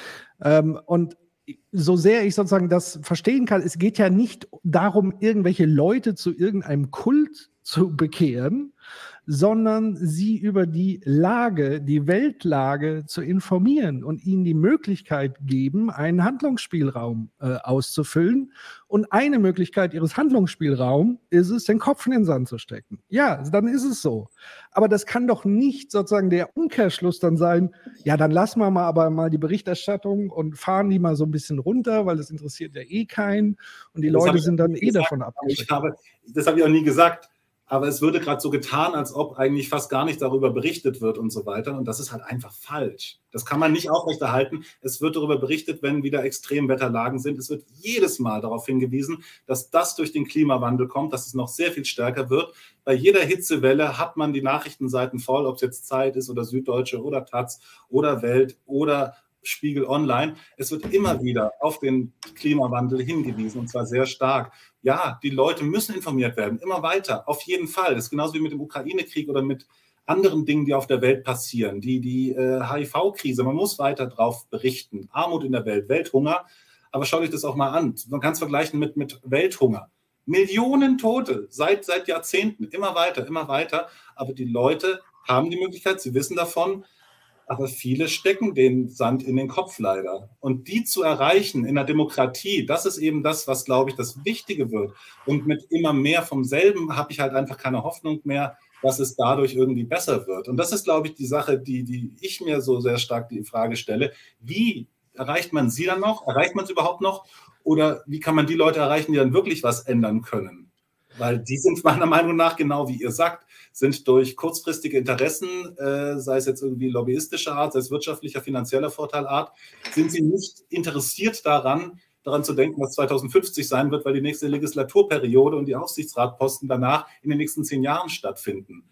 Und so sehr ich sozusagen das verstehen kann, es geht ja nicht darum, irgendwelche Leute zu irgendeinem Kult zu bekehren, sondern sie über die Lage, die Weltlage zu informieren und ihnen die Möglichkeit geben, einen Handlungsspielraum auszufüllen. Und eine Möglichkeit ihres Handlungsspielraums ist es, den Kopf in den Sand zu stecken. Ja, dann ist es so. Aber das kann doch nicht sozusagen der Umkehrschluss dann sein, ja, dann lassen wir aber mal die Berichterstattung und fahren die mal so ein bisschen runter, weil das interessiert ja eh keinen und die Leute sind dann eh davon abgeschreckt. Das habe ich auch nie gesagt. Aber es würde gerade so getan, als ob eigentlich fast gar nicht darüber berichtet wird und so weiter. Und das ist halt einfach falsch. Das kann man nicht aufrechterhalten. Es wird darüber berichtet, wenn wieder Extremwetterlagen sind. Es wird jedes Mal darauf hingewiesen, dass das durch den Klimawandel kommt, dass es noch sehr viel stärker wird. Bei jeder Hitzewelle hat man die Nachrichtenseiten voll, ob es jetzt Zeit ist oder Süddeutsche oder Taz oder Welt oder Spiegel Online. Es wird immer wieder auf den Klimawandel hingewiesen und zwar sehr stark. Ja, die Leute müssen informiert werden, immer weiter, auf jeden Fall. Das ist genauso wie mit dem Ukraine-Krieg oder mit anderen Dingen, die auf der Welt passieren. Die HIV-Krise, man muss weiter drauf berichten. Armut in der Welt, Welthunger. Aber schaut euch das auch mal an. Man kann es vergleichen mit Welthunger. Millionen Tote seit Jahrzehnten, immer weiter. Aber die Leute haben die Möglichkeit, sie wissen davon, aber viele stecken den Sand in den Kopf leider. Und die zu erreichen in der Demokratie, das ist eben das, was, glaube ich, das Wichtige wird. Und mit immer mehr vom selben habe ich halt einfach keine Hoffnung mehr, dass es dadurch irgendwie besser wird. Und das ist, glaube ich, die Sache, die ich mir so sehr stark die Frage stelle. Wie erreicht man sie dann noch? Erreicht man es überhaupt noch? Oder wie kann man die Leute erreichen, die dann wirklich was ändern können? Weil die sind meiner Meinung nach, genau wie ihr sagt, sind durch kurzfristige Interessen, sei es jetzt irgendwie lobbyistischer Art, sei es wirtschaftlicher, finanzieller Vorteilart, sind sie nicht interessiert daran zu denken, was 2050 sein wird, weil die nächste Legislaturperiode und die Aufsichtsratposten danach in den nächsten 10 Jahren stattfinden.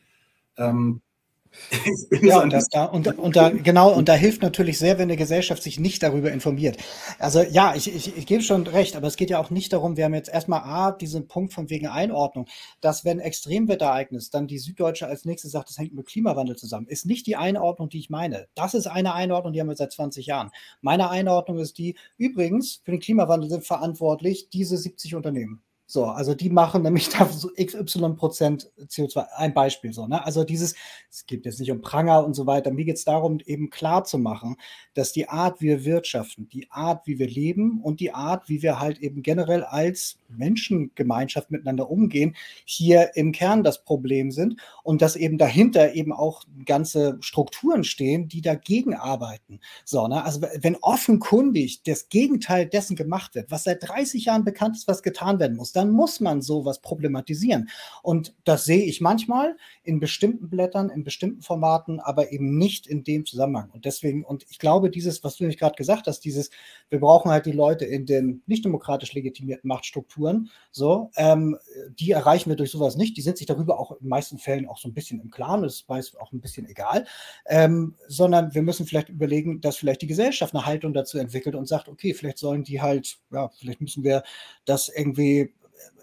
Und da hilft natürlich sehr, wenn eine Gesellschaft sich nicht darüber informiert. Also ja, ich gebe schon recht, aber es geht ja auch nicht darum, wir haben jetzt erstmal diesen Punkt von wegen Einordnung, dass wenn Extremwetterereignis dann die Süddeutsche als nächstes sagt, das hängt mit Klimawandel zusammen, ist nicht die Einordnung, die ich meine. Das ist eine Einordnung, die haben wir seit 20 Jahren. Meine Einordnung ist die, übrigens, für den Klimawandel sind verantwortlich diese 70 Unternehmen. So, also die machen nämlich da so XY% CO2, ein Beispiel so, ne? Also es geht jetzt nicht um Pranger und so weiter, mir geht es darum, eben klar zu machen, dass die Art, wie wir wirtschaften, die Art, wie wir leben und die Art, wie wir halt eben generell als Menschengemeinschaft miteinander umgehen, hier im Kern das Problem sind und dass eben dahinter eben auch ganze Strukturen stehen, die dagegen arbeiten. So, ne? Also wenn offenkundig das Gegenteil dessen gemacht wird, was seit 30 Jahren bekannt ist, was getan werden muss, dann muss man sowas problematisieren. Und das sehe ich manchmal in bestimmten Blättern, in bestimmten Formaten, aber eben nicht in dem Zusammenhang. Und deswegen, und ich glaube, dieses, was du nämlich gerade gesagt hast, wir brauchen halt die Leute in den nicht demokratisch legitimierten Machtstrukturen, so, die erreichen wir durch sowas nicht. Die sind sich darüber auch in den meisten Fällen auch so ein bisschen im Klaren, das ist auch ein bisschen egal, sondern wir müssen vielleicht überlegen, dass vielleicht die Gesellschaft eine Haltung dazu entwickelt und sagt, okay, vielleicht sollen die halt, ja, vielleicht müssen wir das irgendwie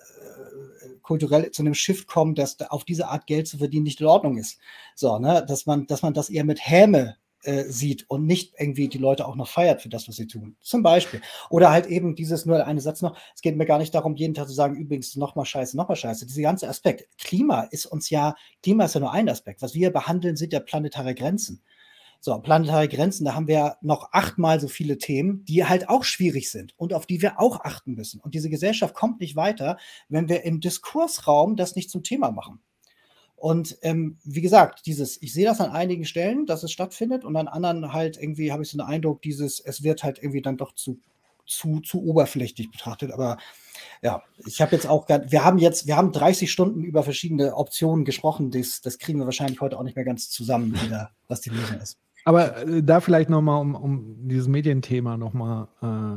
kulturell zu einem Shift kommen, dass auf diese Art Geld zu verdienen nicht in Ordnung ist. So, ne, dass man das eher mit Häme sieht und nicht irgendwie die Leute auch noch feiert für das, was sie tun. Zum Beispiel. Oder halt eben nur einen Satz noch, es geht mir gar nicht darum, jeden Tag zu sagen, übrigens nochmal Scheiße. Dieser ganze Aspekt. Klima ist ja nur ein Aspekt. Was wir behandeln, sind ja planetare Grenzen. So, planetare Grenzen, da haben wir noch 8-mal so viele Themen, die halt auch schwierig sind und auf die wir auch achten müssen. Und diese Gesellschaft kommt nicht weiter, wenn wir im Diskursraum das nicht zum Thema machen. Und wie gesagt, ich sehe das an einigen Stellen, dass es stattfindet und an anderen halt irgendwie habe ich so einen Eindruck, es wird halt irgendwie dann doch zu oberflächlich betrachtet. Aber ja, wir haben 30 Stunden über verschiedene Optionen gesprochen. Das kriegen wir wahrscheinlich heute auch nicht mehr ganz zusammen, was die Lösung ist. Aber da vielleicht nochmal, um dieses Medienthema nochmal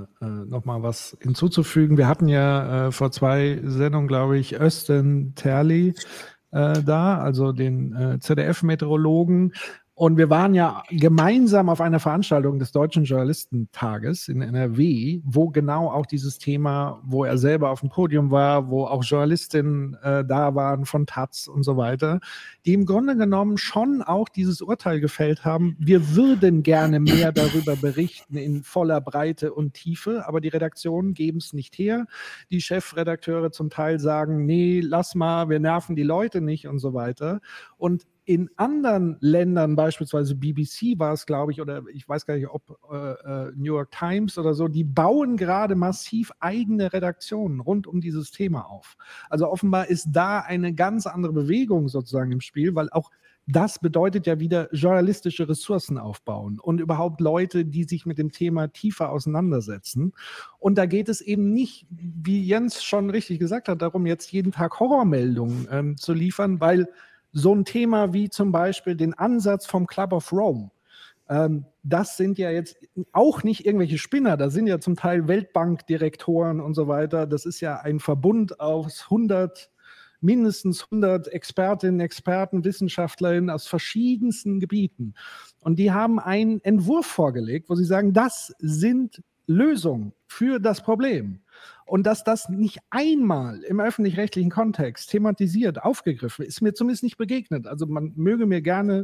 was hinzuzufügen. Wir hatten ja vor 2 Sendungen, glaube ich, Özden Terli da, also den ZDF-Meteorologen. Und wir waren ja gemeinsam auf einer Veranstaltung des Deutschen Journalistentages in NRW, wo genau auch dieses Thema, wo er selber auf dem Podium war, wo auch Journalistinnen da waren von taz und so weiter, die im Grunde genommen schon auch dieses Urteil gefällt haben, wir würden gerne mehr darüber berichten in voller Breite und Tiefe, aber die Redaktionen geben es nicht her. Die Chefredakteure zum Teil sagen, nee, lass mal, wir nerven die Leute nicht und so weiter. Und in anderen Ländern, beispielsweise BBC war es, glaube ich, oder ich weiß gar nicht, ob New York Times oder so, die bauen gerade massiv eigene Redaktionen rund um dieses Thema auf. Also offenbar ist da eine ganz andere Bewegung sozusagen im Spiel, weil auch das bedeutet ja wieder journalistische Ressourcen aufbauen und überhaupt Leute, die sich mit dem Thema tiefer auseinandersetzen. Und da geht es eben nicht, wie Jens schon richtig gesagt hat, darum, jetzt jeden Tag Horrormeldungen zu liefern, weil so ein Thema wie zum Beispiel den Ansatz vom Club of Rome, das sind ja jetzt auch nicht irgendwelche Spinner, da sind ja zum Teil Weltbankdirektoren und so weiter. Das ist ja ein Verbund aus mindestens 100 Expertinnen, Experten, Wissenschaftlerinnen aus verschiedensten Gebieten. Und die haben einen Entwurf vorgelegt, wo sie sagen, das sind Lösungen für das Problem. Und dass das nicht einmal im öffentlich-rechtlichen Kontext thematisiert, aufgegriffen, ist mir zumindest nicht begegnet. Also man möge mir gerne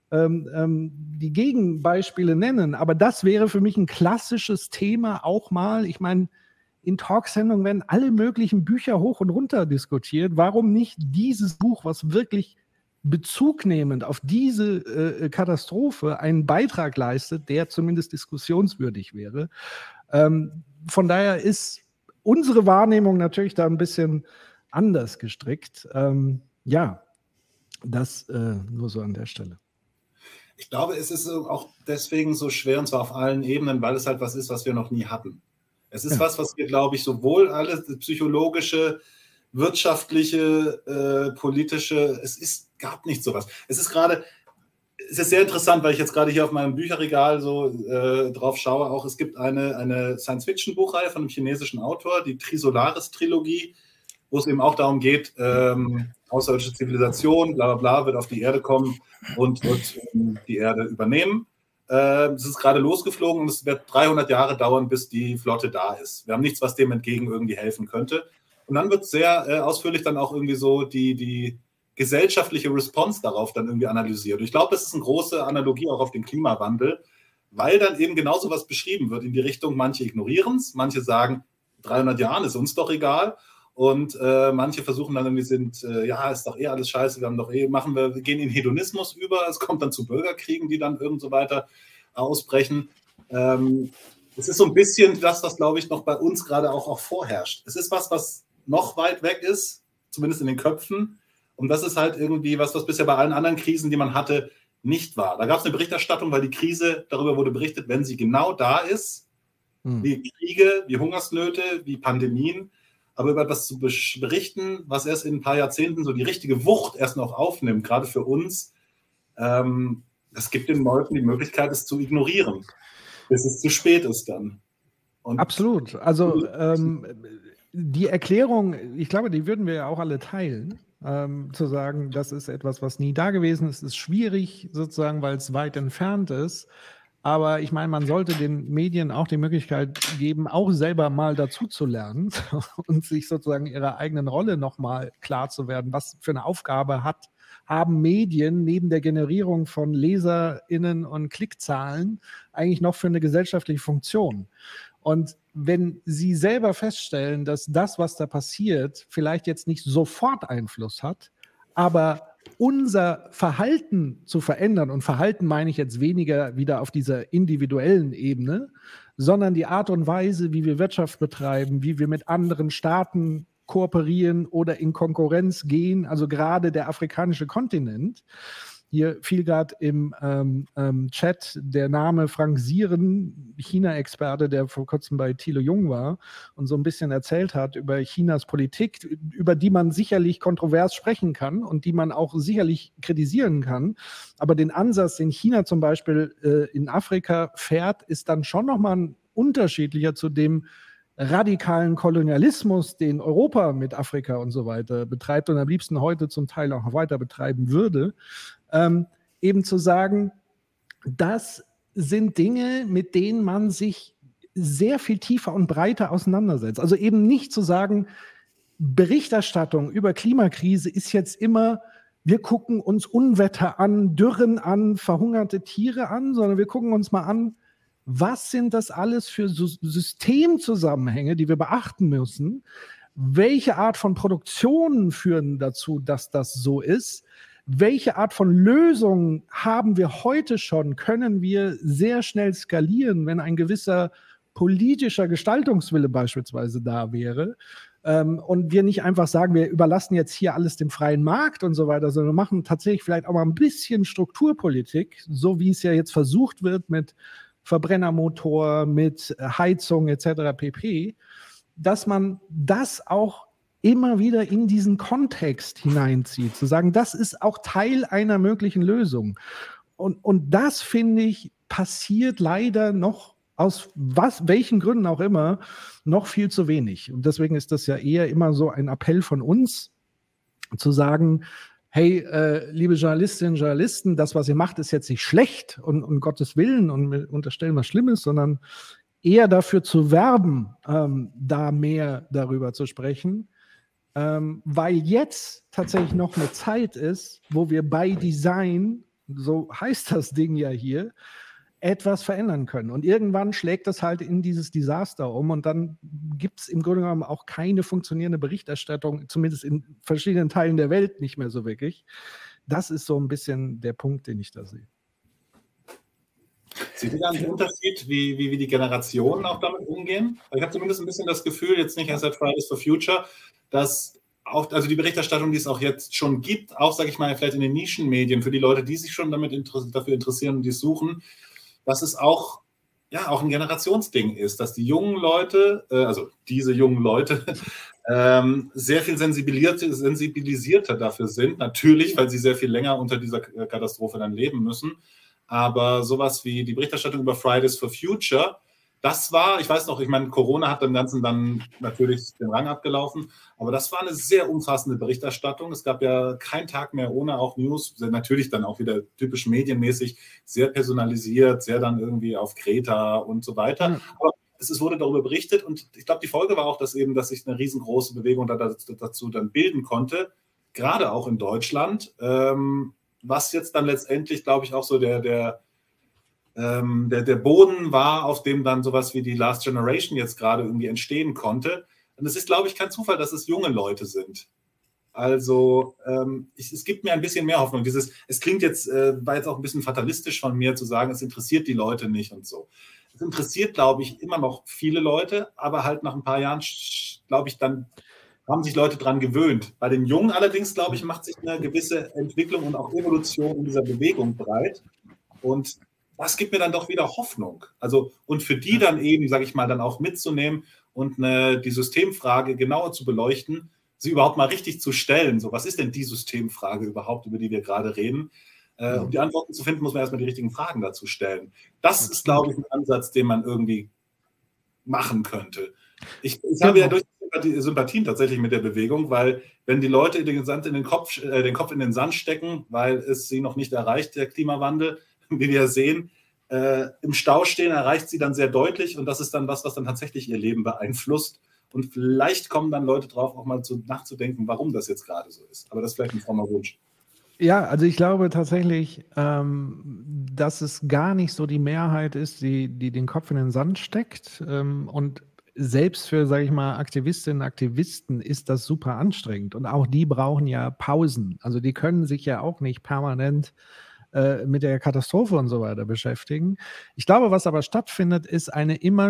die Gegenbeispiele nennen, aber das wäre für mich ein klassisches Thema auch mal. Ich meine, in Talksendungen werden alle möglichen Bücher hoch und runter diskutiert. Warum nicht dieses Buch, was wirklich bezugnehmend auf diese Katastrophe einen Beitrag leistet, der zumindest diskussionswürdig wäre? Von daher ist unsere Wahrnehmung natürlich da ein bisschen anders gestrickt. Ja, das nur so an der Stelle. Ich glaube, es ist auch deswegen so schwer, und zwar auf allen Ebenen, weil es halt was ist, was wir noch nie hatten. Es ist was wir, glaube ich, sowohl alles psychologische, wirtschaftliche, politische, gab nicht sowas. Es ist sehr interessant, weil ich jetzt gerade hier auf meinem Bücherregal so drauf schaue. Auch es gibt eine Science-Fiction-Buchreihe von einem chinesischen Autor, die Trisolaris-Trilogie, wo es eben auch darum geht, außerirdische Zivilisation, bla bla bla, wird auf die Erde kommen und wird die Erde übernehmen. Es ist gerade losgeflogen und es wird 300 Jahre dauern, bis die Flotte da ist. Wir haben nichts, was dem entgegen irgendwie helfen könnte. Und dann wird sehr ausführlich dann auch irgendwie so die gesellschaftliche Response darauf dann irgendwie analysiert. Und ich glaube, das ist eine große Analogie auch auf den Klimawandel, weil dann eben genauso was beschrieben wird in die Richtung, manche ignorieren es, manche sagen, 300 Jahren ist uns doch egal. Und manche versuchen dann irgendwie ist doch alles scheiße, wir gehen in Hedonismus über, es kommt dann zu Bürgerkriegen, die dann irgend so weiter ausbrechen. Es ist so ein bisschen das, was, glaube ich, noch bei uns gerade auch vorherrscht. Es ist was noch weit weg ist, zumindest in den Köpfen. Und das ist halt irgendwie was bisher bei allen anderen Krisen, die man hatte, nicht war. Da gab es eine Berichterstattung, weil die Krise, darüber wurde berichtet, wenn sie genau da ist, wie Kriege, wie Hungersnöte, wie Pandemien, aber über etwas zu berichten, was erst in ein paar Jahrzehnten so die richtige Wucht erst noch aufnimmt, gerade für uns, das gibt den Leuten die Möglichkeit, es zu ignorieren, bis es zu spät ist dann. Und absolut. Also die Erklärung, ich glaube, die würden wir ja auch alle teilen, zu sagen, das ist etwas, was nie da gewesen ist, ist schwierig sozusagen, weil es weit entfernt ist. Aber ich meine, man sollte den Medien auch die Möglichkeit geben, auch selber mal dazu zu lernen und sich sozusagen ihrer eigenen Rolle nochmal klar zu werden, was für eine Aufgabe haben Medien neben der Generierung von LeserInnen und Klickzahlen eigentlich noch für eine gesellschaftliche Funktion. Und wenn Sie selber feststellen, dass das, was da passiert, vielleicht jetzt nicht sofort Einfluss hat, aber unser Verhalten zu verändern, und Verhalten meine ich jetzt weniger wieder auf dieser individuellen Ebene, sondern die Art und Weise, wie wir Wirtschaft betreiben, wie wir mit anderen Staaten kooperieren oder in Konkurrenz gehen, also gerade der afrikanische Kontinent. Hier fiel gerade im Chat der Name Frank Sieren, China-Experte, der vor kurzem bei Thilo Jung war und so ein bisschen erzählt hat über Chinas Politik, über die man sicherlich kontrovers sprechen kann und die man auch sicherlich kritisieren kann. Aber den Ansatz, den China zum Beispiel in Afrika fährt, ist dann schon nochmal ein unterschiedlicher zu dem radikalen Kolonialismus, den Europa mit Afrika und so weiter betreibt und am liebsten heute zum Teil auch weiter betreiben würde. Eben zu sagen, das sind Dinge, mit denen man sich sehr viel tiefer und breiter auseinandersetzt. Also eben nicht zu sagen, Berichterstattung über Klimakrise ist jetzt immer, wir gucken uns Unwetter an, Dürren an, verhungerte Tiere an, sondern wir gucken uns mal an, was sind das alles für Systemzusammenhänge, die wir beachten müssen? Welche Art von Produktionen führen dazu, dass das so ist? Welche Art von Lösungen haben wir heute schon? Können wir sehr schnell skalieren, wenn ein gewisser politischer Gestaltungswille beispielsweise da wäre? Und wir nicht einfach sagen, wir überlassen jetzt hier alles dem freien Markt und so weiter, sondern wir machen tatsächlich vielleicht auch mal ein bisschen Strukturpolitik, so wie es ja jetzt versucht wird mit Verbrennermotor, mit Heizung etc. pp., dass man das auch immer wieder in diesen Kontext hineinzieht, zu sagen, das ist auch Teil einer möglichen Lösung. Und das, finde ich, passiert leider noch aus welchen Gründen auch immer, noch viel zu wenig. Und deswegen ist das ja eher immer so ein Appell von uns, zu sagen, hey, liebe Journalistinnen und Journalisten, das, was ihr macht, ist jetzt nicht schlecht und um Gottes Willen und wir unterstellen was Schlimmes, sondern eher dafür zu werben, da mehr darüber zu sprechen, weil jetzt tatsächlich noch eine Zeit ist, wo wir bei Design, so heißt das Ding ja hier, etwas verändern können. Und irgendwann schlägt das halt in dieses Desaster um und dann gibt es im Grunde genommen auch keine funktionierende Berichterstattung, zumindest in verschiedenen Teilen der Welt nicht mehr so wirklich. Das ist so ein bisschen der Punkt, den ich da sehe. Seht ihr da einen Unterschied, wie die Generationen auch damit umgehen? Ich habe zumindest ein bisschen das Gefühl, jetzt nicht erst seit Fridays for Future, dass auch, also die Berichterstattung, die es auch jetzt schon gibt, auch, sage ich mal, vielleicht in den Nischenmedien, für die Leute, die sich schon dafür interessieren und die es suchen, dass es auch ein Generationsding ist, dass die jungen Leute, also diese jungen Leute, sehr viel sensibilisierter dafür sind. Natürlich, weil sie sehr viel länger unter dieser Katastrophe dann leben müssen. Aber sowas wie die Berichterstattung über Fridays for Future, das war, ich weiß noch, ich meine, Corona hat dem Ganzen dann natürlich den Rang abgelaufen, aber das war eine sehr umfassende Berichterstattung. Es gab ja keinen Tag mehr ohne auch News, natürlich dann auch wieder typisch medienmäßig, sehr personalisiert, sehr dann irgendwie auf Kreta und so weiter. Mhm. Aber es wurde darüber berichtet und ich glaube, die Folge war auch, dass sich eine riesengroße Bewegung dazu dann bilden konnte, gerade auch in Deutschland, was jetzt dann letztendlich, glaube ich, auch so der Boden war, auf dem dann sowas wie die Last Generation jetzt gerade irgendwie entstehen konnte. Und es ist, glaube ich, kein Zufall, dass es junge Leute sind. Also es gibt mir ein bisschen mehr Hoffnung. Es klingt jetzt, war jetzt auch ein bisschen fatalistisch von mir zu sagen, es interessiert die Leute nicht und so. Es interessiert, glaube ich, immer noch viele Leute, aber halt nach ein paar Jahren, glaube ich, dann haben sich Leute dran gewöhnt. Bei den Jungen allerdings, glaube ich, macht sich eine gewisse Entwicklung und auch Evolution in dieser Bewegung breit. Und das gibt mir dann doch wieder Hoffnung. Also, und für die dann eben, sage ich mal, dann auch mitzunehmen und die Systemfrage genauer zu beleuchten, sie überhaupt mal richtig zu stellen. So, was ist denn die Systemfrage überhaupt, über die wir gerade reden? Um die Antworten zu finden, muss man erstmal die richtigen Fragen dazu stellen. Das ist, glaube ich, ein Ansatz, den man irgendwie machen könnte. Ich habe ja durch Sympathien tatsächlich mit der Bewegung, weil wenn die Leute den Kopf in den Sand stecken, weil es sie noch nicht erreicht, der Klimawandel, wie wir sehen, im Stau stehen, erreicht sie dann sehr deutlich und das ist dann was dann tatsächlich ihr Leben beeinflusst und vielleicht kommen dann Leute drauf, auch mal nachzudenken, warum das jetzt gerade so ist. Aber das ist vielleicht ein frommer Wunsch. Ja, also ich glaube tatsächlich, dass es gar nicht so die Mehrheit ist, die den Kopf in den Sand steckt und selbst für, sage ich mal, Aktivistinnen und Aktivisten ist das super anstrengend und auch die brauchen ja Pausen. Also die können sich ja auch nicht permanent mit der Katastrophe und so weiter beschäftigen. Ich glaube, was aber stattfindet, ist eine immer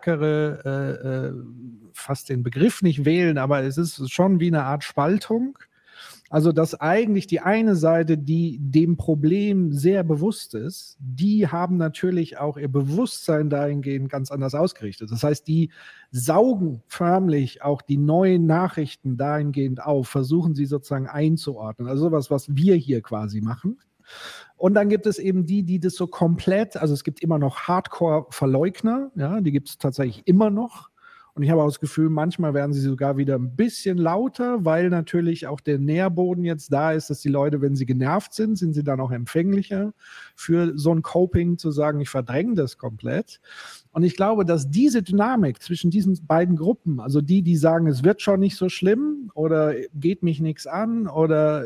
stärkere, fast den Begriff nicht wählen, aber es ist schon wie eine Art Spaltung. Also, dass eigentlich die eine Seite, die dem Problem sehr bewusst ist, die haben natürlich auch ihr Bewusstsein dahingehend ganz anders ausgerichtet. Das heißt, die saugen förmlich auch die neuen Nachrichten dahingehend auf, versuchen sie sozusagen einzuordnen. Also sowas, was wir hier quasi machen. Und dann gibt es eben die das so komplett, also es gibt immer noch Hardcore-Verleugner, ja, die gibt es tatsächlich immer noch. Und Und ich habe auch das Gefühl, manchmal werden sie sogar wieder ein bisschen lauter, weil natürlich auch der Nährboden jetzt da ist, dass die Leute, wenn sie genervt sind, sind sie dann auch empfänglicher für so ein Coping, zu sagen, ich verdränge das komplett. Und ich glaube, dass diese Dynamik zwischen diesen beiden Gruppen, also die sagen, es wird schon nicht so schlimm oder geht mich nichts an oder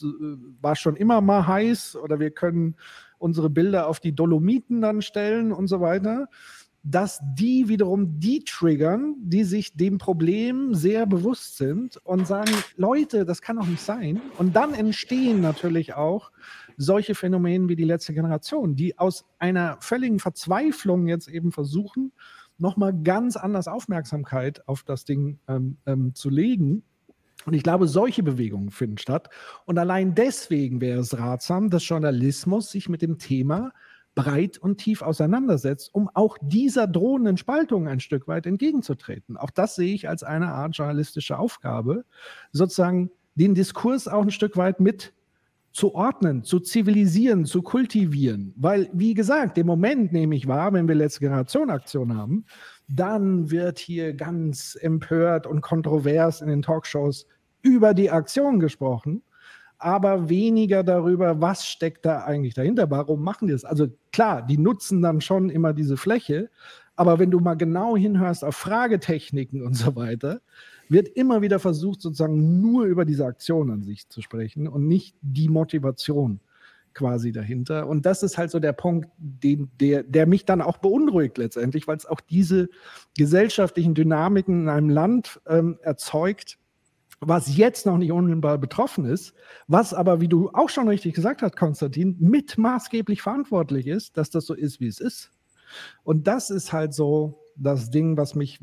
war schon immer mal heiß oder wir können unsere Bilder auf die Dolomiten dann stellen und so weiter, dass die wiederum die triggern, die sich dem Problem sehr bewusst sind und sagen, Leute, das kann doch nicht sein. Und dann entstehen natürlich auch solche Phänomene wie die letzte Generation, die aus einer völligen Verzweiflung jetzt eben versuchen, nochmal ganz anders Aufmerksamkeit auf das Ding zu legen. Und ich glaube, solche Bewegungen finden statt. Und allein deswegen wäre es ratsam, dass Journalismus sich mit dem Thema breit und tief auseinandersetzt, um auch dieser drohenden Spaltung ein Stück weit entgegenzutreten. Auch das sehe ich als eine Art journalistische Aufgabe, sozusagen den Diskurs auch ein Stück weit mit zu ordnen, zu zivilisieren, zu kultivieren. Weil, wie gesagt, im Moment nehme ich wahr, wenn wir letzte Generation Aktion haben, dann wird hier ganz empört und kontrovers in den Talkshows über die Aktion gesprochen, aber weniger darüber, was steckt da eigentlich dahinter, warum machen die das? Also klar, die nutzen dann schon immer diese Fläche, aber wenn du mal genau hinhörst auf Fragetechniken und so weiter, wird immer wieder versucht, sozusagen nur über diese Aktion an sich zu sprechen und nicht die Motivation quasi dahinter. Und das ist halt so der Punkt, der mich dann auch beunruhigt letztendlich, weil es auch diese gesellschaftlichen Dynamiken in einem Land erzeugt, was jetzt noch nicht unmittelbar betroffen ist, was aber, wie du auch schon richtig gesagt hast, Konstantin, mit maßgeblich verantwortlich ist, dass das so ist, wie es ist. Und das ist halt so das Ding, was mich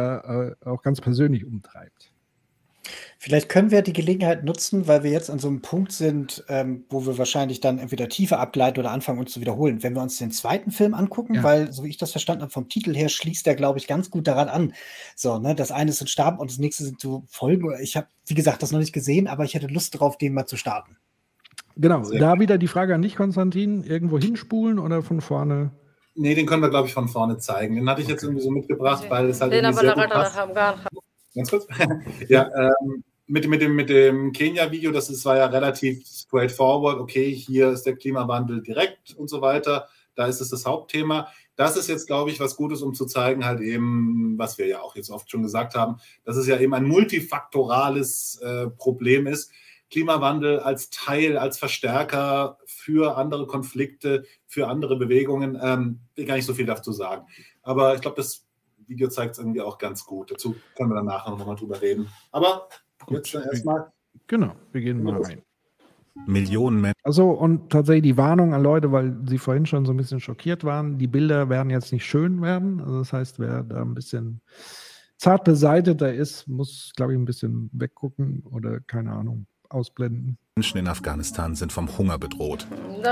da auch ganz persönlich umtreibt. Vielleicht können wir die Gelegenheit nutzen, weil wir jetzt an so einem Punkt sind, wo wir wahrscheinlich dann entweder tiefer abgleiten oder anfangen, uns zu wiederholen. Wenn wir uns den zweiten Film angucken, Ja. weil, so wie ich das verstanden habe, vom Titel her schließt der, glaube ich, ganz gut daran an. So, ne, das eine ist ein Stab und das nächste sind so Folgen. Ich habe, wie gesagt, das noch nicht gesehen, aber ich hätte Lust darauf, den mal zu starten. Genau, da wieder die Frage an dich, Konstantin, irgendwo hinspulen oder von vorne? Nee, den können wir, glaube ich, von vorne zeigen. Den hatte ich jetzt irgendwie so mitgebracht, weil es halt irgendwie sehr gut passt. Ganz kurz. Ja, mit dem Kenia-Video, war ja relativ straightforward. Okay, hier ist der Klimawandel direkt und so weiter. Da ist es das Hauptthema. Das ist jetzt, glaube ich, was Gutes, um zu zeigen, halt eben, was wir ja auch jetzt oft schon gesagt haben, dass es ja eben ein multifaktorales Problem ist. Klimawandel als Teil, als Verstärker für andere Konflikte, für andere Bewegungen. Will gar nicht so viel dazu sagen. Aber ich glaube, das Video zeigt es irgendwie auch ganz gut. Dazu können wir dann nachher nochmal drüber reden. Aber jetzt erstmal. Genau, wir gehen mal rein. Millionen Menschen. Also und tatsächlich die Warnung an Leute, weil sie vorhin schon so ein bisschen schockiert waren, die Bilder werden jetzt nicht schön werden. Also das heißt, wer da ein bisschen zart beseiteter ist, muss, glaube ich, ein bisschen weggucken oder, keine Ahnung, ausblenden. Menschen in Afghanistan sind vom Hunger bedroht.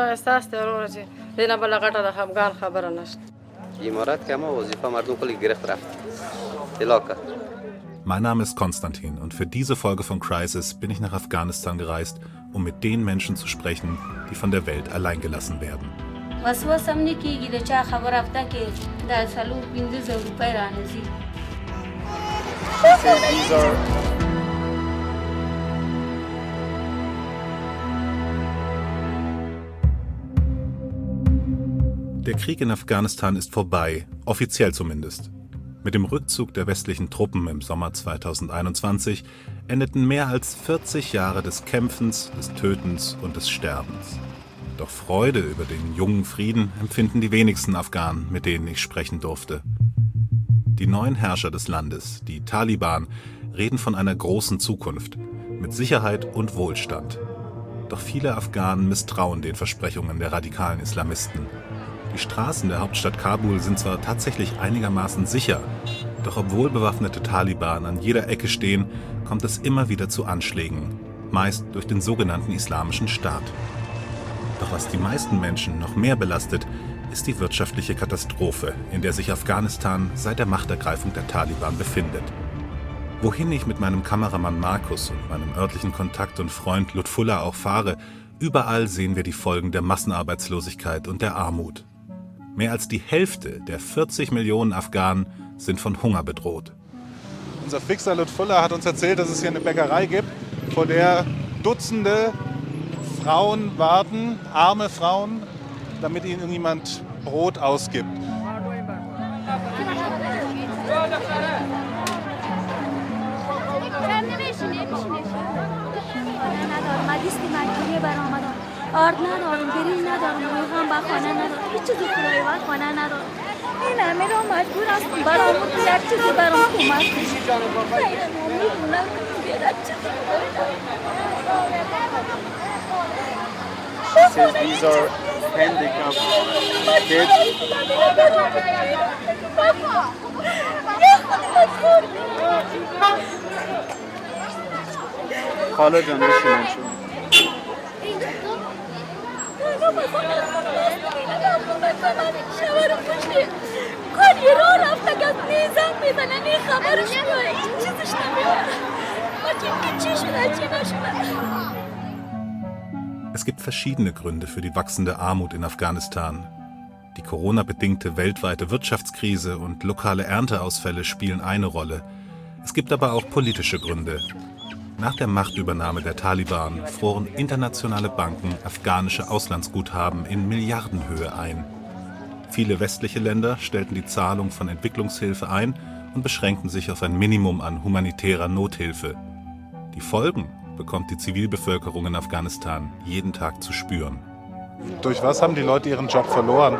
Mein Name ist Konstantin und für diese Folge von Crisis bin ich nach Afghanistan gereist, um mit den Menschen zu sprechen, die von der Welt allein gelassen werden. Der Krieg in Afghanistan ist vorbei, offiziell zumindest. Mit dem Rückzug der westlichen Truppen im Sommer 2021 endeten mehr als 40 Jahre des Kämpfens, des Tötens und des Sterbens. Doch Freude über den jungen Frieden empfinden die wenigsten Afghanen, mit denen ich sprechen durfte. Die neuen Herrscher des Landes, die Taliban, reden von einer großen Zukunft, mit Sicherheit und Wohlstand. Doch viele Afghanen misstrauen den Versprechungen der radikalen Islamisten. Die Straßen der Hauptstadt Kabul sind zwar tatsächlich einigermaßen sicher, doch obwohl bewaffnete Taliban an jeder Ecke stehen, kommt es immer wieder zu Anschlägen, meist durch den sogenannten Islamischen Staat. Doch was die meisten Menschen noch mehr belastet, ist die wirtschaftliche Katastrophe, in der sich Afghanistan seit der Machtergreifung der Taliban befindet. Wohin ich mit meinem Kameramann Markus und meinem örtlichen Kontakt und Freund Lutfullah auch fahre, überall sehen wir die Folgen der Massenarbeitslosigkeit und der Armut. Mehr als die Hälfte der 40 Millionen Afghanen sind von Hunger bedroht. unser Fixer Lutfullah hat uns erzählt, dass es hier eine Bäckerei gibt, vor der Dutzende Frauen warten, arme Frauen, damit ihnen irgendjemand Brot ausgibt. آرد ندارم، گریه ندارم، رویهم با خانه ندارم، هیچ چیزی خدای وقت خانه ندارم. این همه رو مجبور هستم برام یک چیزی برام کمک کنید. میدونم که بیاد چیزی She says these are handicapped kids. خاله جان بشینن شما. کاری را رفت اگر نیزم میزنن این خبرش میاره این چیزش نمیاره چی شده چی نشده. Es gibt verschiedene Gründe für die wachsende Armut in Afghanistan. Die Corona-bedingte weltweite Wirtschaftskrise und lokale Ernteausfälle spielen eine Rolle. Es gibt aber auch politische Gründe. Nach der Machtübernahme der Taliban froren internationale Banken afghanische Auslandsguthaben in Milliardenhöhe ein. Viele westliche Länder stellten die Zahlung von Entwicklungshilfe ein und beschränkten sich auf ein Minimum an humanitärer Nothilfe. Die Folgen bekommt die Zivilbevölkerung in Afghanistan jeden Tag zu spüren. Durch was haben die Leute ihren Job verloren?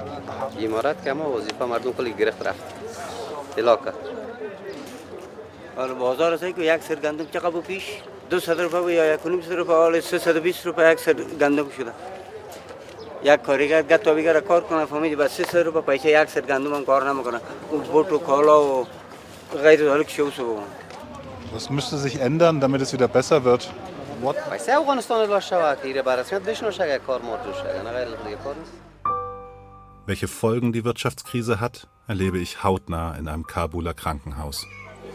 بازار است که یک سر گندم چقدر بود پیش 200 روپیه یا 1.5 روپیه حالا 320 روپیه یک سر گندم شده یک کارگر گتا بگیره کار کنه فهمیدی با 300 روپیه پیسه یک سر گندم هم کار نمیکنه اون بوت و کالا و غیر ذلك شو سو. Was müsste sich ändern, damit es wieder besser wird? What? پیسه افغانستان لا شوا که به رسمیت بشنو شگه کار مورد شگه نه غیر دیگه کار نیست. Welche Folgen die Wirtschaftskrise hat, erlebe ich hautnah in einem Kabuler Krankenhaus.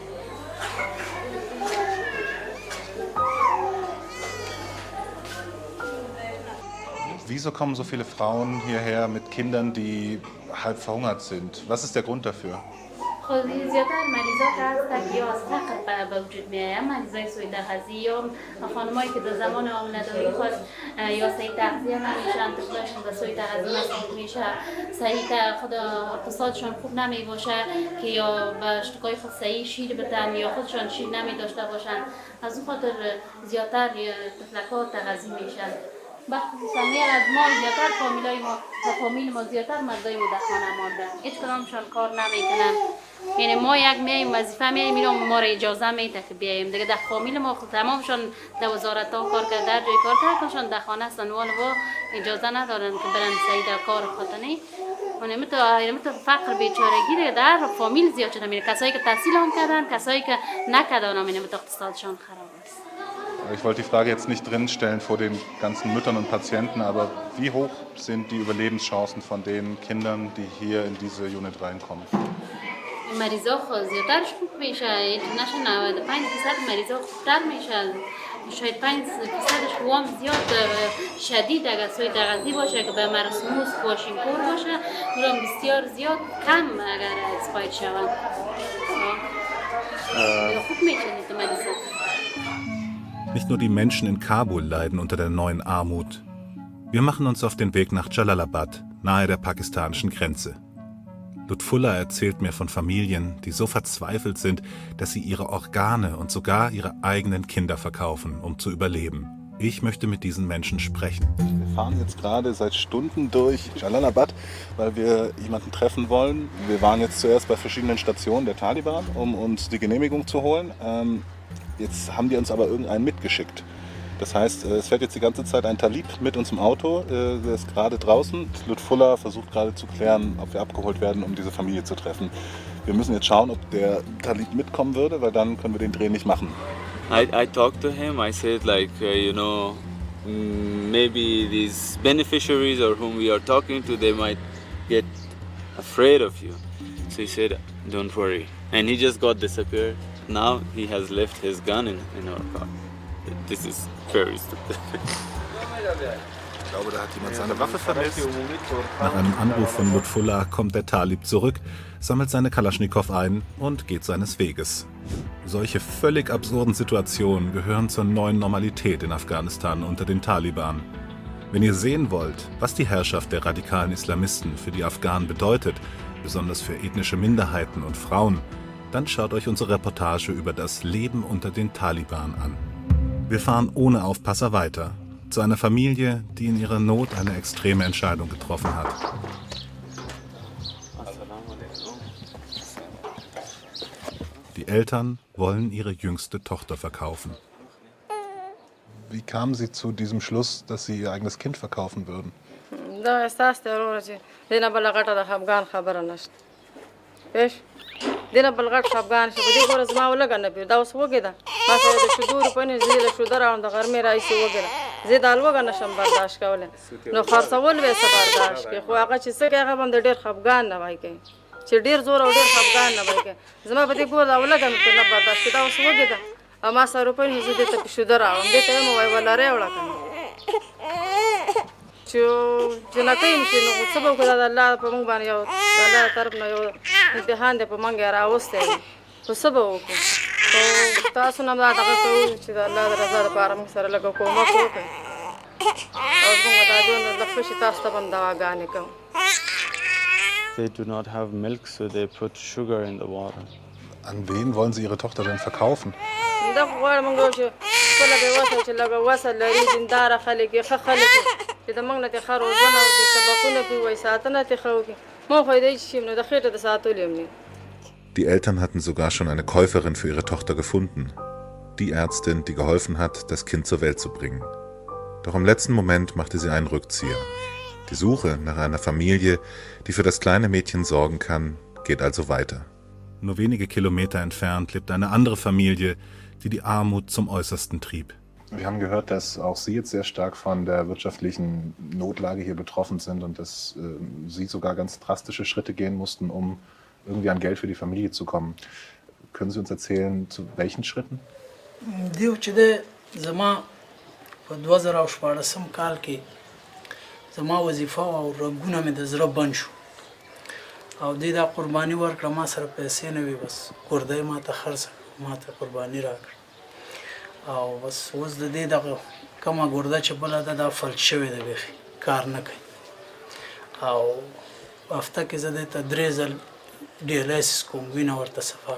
Wieso kommen so viele Frauen hierher mit Kindern, die halb verhungert sind? Was ist der Grund dafür? خب زیادتر مریضات هستن که از فقر به وجود میآید مریضای سوء تغذیه یا خانمایی که در زمان حامله‌داری خود یا صحیح تغذیه نمیشن طفلاشون به سوء تغذیه مسئول میشه صحیح خود اقتصادشون خوب نمی باشه که یا به اشتکای خود صحیح شیر بدن یا خودشان شیر نمی داشته باشن از اون خاطر زیادتر طفلک‌ها تغذیه میشن. بخصوصا از ما زیادتر فامیلای ما و فامیل ما زیادتر مردای او در خانه ماندن هیچ کدامشان کار نمیکنن. یعنی ما یک میایم وظیفه میایم اینا ما را اجازه میده که بیایم دیگه در فامیل ما خود تمامشان در وزارت ها کار کرده در جای کار ترکشان در خانه هستن ولی با اجازه ندارن که برن صحیح در کار خودنی و مت فقر بیچارگی دیگه در فامیل زیاد شده میره کسایی که تحصیل هم کردن کسایی که نکردن هم مت اقتصادشان خراب است. Ich wollte die Frage jetzt nicht drinstellen vor den ganzen Müttern und Patienten, aber wie hoch sind die Überlebenschancen von den Kindern, die hier in diese Unit reinkommen? مریضا زیادتر خوب میشه نشه 95% مریضا خوبتر میشه شاید 5% وام زیاد شدید اگر سوء تغذیه باشه که به مرسوموس باشینکور باشه اونم بسیار زیاد کم اگر اسپاید شوند خوب میشه مریضا. Nicht nur die Menschen in Kabul leiden unter der neuen Armut. Wir machen uns auf den Weg nach Jalalabad, nahe der pakistanischen Grenze. Lutfullah erzählt mir von Familien, die so verzweifelt sind, dass sie ihre Organe und sogar ihre eigenen Kinder verkaufen, um zu überleben. Ich möchte mit diesen Menschen sprechen. Wir fahren jetzt gerade seit Stunden durch Jalalabad, weil wir jemanden treffen wollen. Wir waren jetzt zuerst bei verschiedenen Stationen der Taliban, um uns die Genehmigung zu holen. Jetzt haben die uns aber irgendeinen mitgeschickt. Das heißt, es fährt jetzt die ganze Zeit ein Talib mit uns im Auto. Der ist gerade draußen. Lutfullah versucht gerade zu klären, ob wir abgeholt werden, um diese Familie zu treffen. Wir müssen jetzt schauen, ob der Talib mitkommen würde, weil dann können wir den Dreh nicht machen. I talked to him. I said maybe these beneficiaries or whom we are talking to, they might get afraid of you. So he said, don't worry. And he just got disappeared. Now he has left his gun in our car. This is very stupid. Ich glaube, da hat jemand seine Waffe vermisst. Nach einem Anruf von Lutfullah kommt der Talib zurück, sammelt seine Kalaschnikow ein und geht seines Weges. Solche völlig absurden Situationen gehören zur neuen Normalität in Afghanistan unter den Taliban. Wenn ihr sehen wollt, was die Herrschaft der radikalen Islamisten für die Afghanen bedeutet, besonders für ethnische Minderheiten und Frauen, dann schaut euch unsere Reportage über das Leben unter den Taliban an. Wir fahren ohne Aufpasser weiter, zu einer Familie, die in ihrer Not eine extreme Entscheidung getroffen hat. Die Eltern wollen ihre jüngste Tochter verkaufen. Wie kamen Sie zu diesem Schluss, dass Sie Ihr eigenes Kind verkaufen würden? دينا بلغت خفغان شو بدي غرز ما ولا قلنا بير داوس وقدا ما سوى الشدور بني زي الشدور عند غرمي رئيسي وقدا زي دال وقنا شم برداشت كوله نو خرص اول بس برداشت كي خو هغه چې څه هغه بم د ډیر خفغان نه وای کی چې ډیر زور او ډیر خفغان نه وای کی زما بدي ګور ولا قلنا ته برداشت داوس وقدا اما سره په نزي د ته شدور عند ته مو وای ولا ری ولا کنه چې جنکې مشي نو څه به خدای الله په موږ باندې یو الله طرف نه یو امتحان دې په موږ راوسته خو څه به وکړو او تاسو نه دا دغه کوو چې الله د رضا لپاره موږ سره لږ کومک وکړي او موږ دا جون د خوشي تاسو ته هم دواګانې کوو. They do not have milk, so they put sugar in the water. An wen wollen Sie Ihre Tochter denn verkaufen? دا غواړم موږ چې کله به وصل چې لږ وصل لري دیندار خلک ښه خلک چې د موږ نه ته خار وزنه او سبقونه په وای ساتنه ته خو کې مو خو دې چې نو د خېټه د ساتولې مې. Die Eltern hatten sogar schon eine Käuferin für ihre Tochter gefunden. Die Ärztin, die geholfen hat, das Kind zur Welt zu bringen. Doch im letzten Moment machte sie einen Rückzieher. Die Suche nach einer Familie, die für das kleine Mädchen sorgen kann, geht also weiter. Nur wenige Kilometer entfernt lebt eine andere Familie, die die Armut zum Äußersten trieb. Wir haben gehört, dass auch Sie jetzt sehr stark von der wirtschaftlichen Notlage hier betroffen sind und dass Sie sogar ganz drastische Schritte gehen mussten, um irgendwie an Geld für die Familie zu kommen. Können Sie uns erzählen, zu welchen Schritten? او دې دا قرباني ورکړه ما سره پیسې نه وي بس ګردای ما ته خرڅ ما ته قرباني راکړه او بس اوس د دې دغه کومه ګرده چې بله ده دا فلج شوې ده بیخي کار نه کوي او په هفته کې زه دې ته 3 ځل ډیالایسس کوم وینه ورته صفا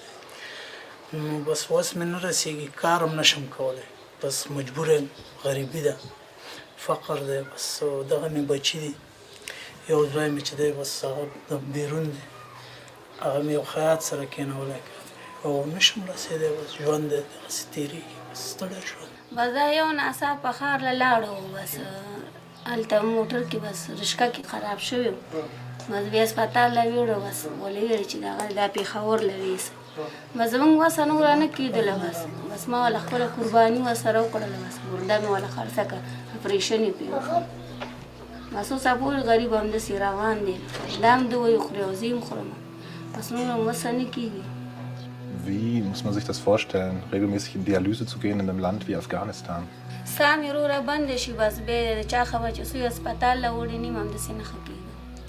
کوم نو بس اوس مې نه رسېږي کار هم نشم کولی بس مجبور یم غریبي ده فقر دی بس دغه مې بچي دي یو ځای مې چې دی بس هغه د بیرون دی هغه مې یو خیاط سره کېنولی او نشم رسېدی بس ژوند دی دغسې تېرېږي بس ستړی ژوند بس دا یو ناڅاپه ښار له لاړو بس هلته موټر کې بس رشکه کې خراب شوی بس بیا هسپتال له ویړو بس ولې ویل چې دغه دا پېښور له ویسه بس زموږ وسه نور نه کېدله بس ما وله خپله قرباني ورسره وکړله بس ګرده مې وله خرڅه کړه اپریشن یې پرې وکړ بس اوس پورې غریب همداسې روان دی دا هم ده وایي خوري او زه هم خورم بس نور هم وسه نه کېږي. Wie muss man sich das vorstellen, regelmäßig in Dialyse zu gehen in einem Land wie Afghanistan? ساه مې وروره بنده شي بس بیا د چا خبر چې څوی هسپتال له وړي نیم همداسې نه ښه کېږي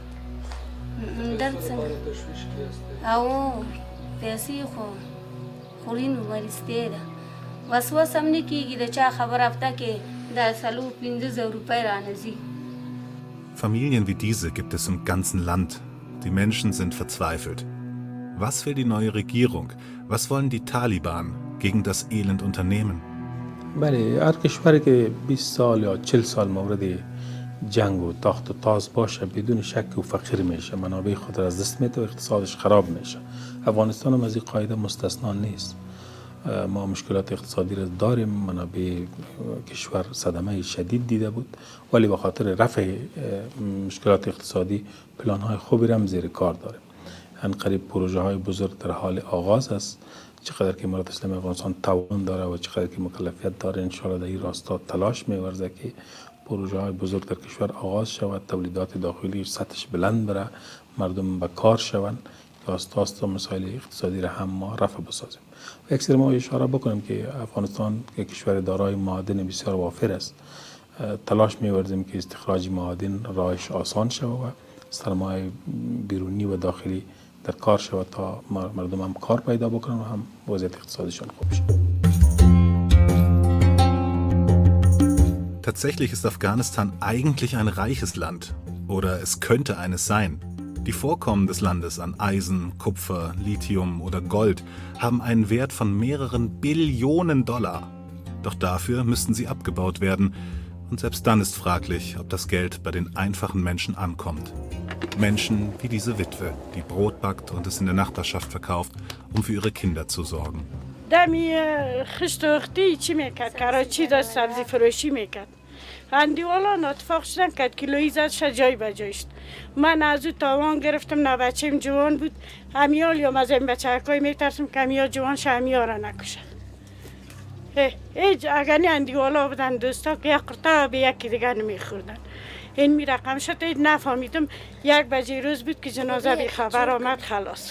درد څنګه او پیسې خو خوري نو مریضتې ده بس اوس هم نه کېږي د چا خبر هفته کې دا 4-5 روپۍ رانه ځي. Familien wie diese gibt es im ganzen Land. Die Menschen sind verzweifelt. Was will die neue Regierung? Was wollen die Taliban gegen das Elend unternehmen? بله هر کشوری که 20 سال یا 40 سال مورد جنگ و تاخت و تاز باشه بدون شک و فقیر میشه منابع خود را از دست میده و اقتصادش خراب میشه. افغانستان هم از این قاعده مستثنا نیست. ما مشکلات اقتصادی را داریم منابع کشور صدمه شدید دیده بود ولی به خاطر رفع مشکلات اقتصادی پلان های خوبی را هم زیر کار داریم. ان قریب پروژه های بزرگ در حال آغاز است. چقدر که امارات اسلامی افغانستان توان داره و چقدر که مکلفیت داره ان شاء الله در این راستا تلاش می‌ورزه که پروژه های بزرگ در کشور آغاز شود تولیدات داخلی سطحش بلند بره مردم به کار شوند که آستاست مسائل اقتصادی را هم ما رفع بسازیم. و اکثر ما اشاره بکنیم که افغانستان یک کشور دارای معادن بسیار وافر است تلاش می‌ورزیم که استخراج معادن راهش آسان شود و سرمایه بیرونی و داخلی در کار شود تا مردم هم کار پیدا بکنن و هم وضعیت اقتصادشون خوب شه. Tatsächlich ist Afghanistan eigentlich ein reiches Land. Oder es könnte eines sein. Die Vorkommen des Landes an Eisen, Kupfer, Lithium oder Gold haben einen Wert von mehreren Billionen $. Doch dafür müssten sie abgebaut werden. Und selbst dann ist fraglich, ob das Geld bei den einfachen Menschen ankommt. Menschen wie diese Witwe, die Brot backt und es in der Nachbarschaft verkauft, um für ihre Kinder zu sorgen. دمی خشتوختی چی میکرد؟ کراچی داشت سبزی فروشی میکرد. اندیوالا اتفاق شدن کرد کیلویی زد شد جای بجایشت. من از او تاوان گرفتم نه بچه‌م جوان بود. همیال یا از این بچه هکایی میترسم که همیا جوان شه همیا را نکشه. اگر نه اندیوالا بودن دوستا که یک قرطه به یکی دیگر نمیخوردن. این می رقم شد نفهمیدم 1 بجه روز بود که جنازه بی خبر آمد خلاص.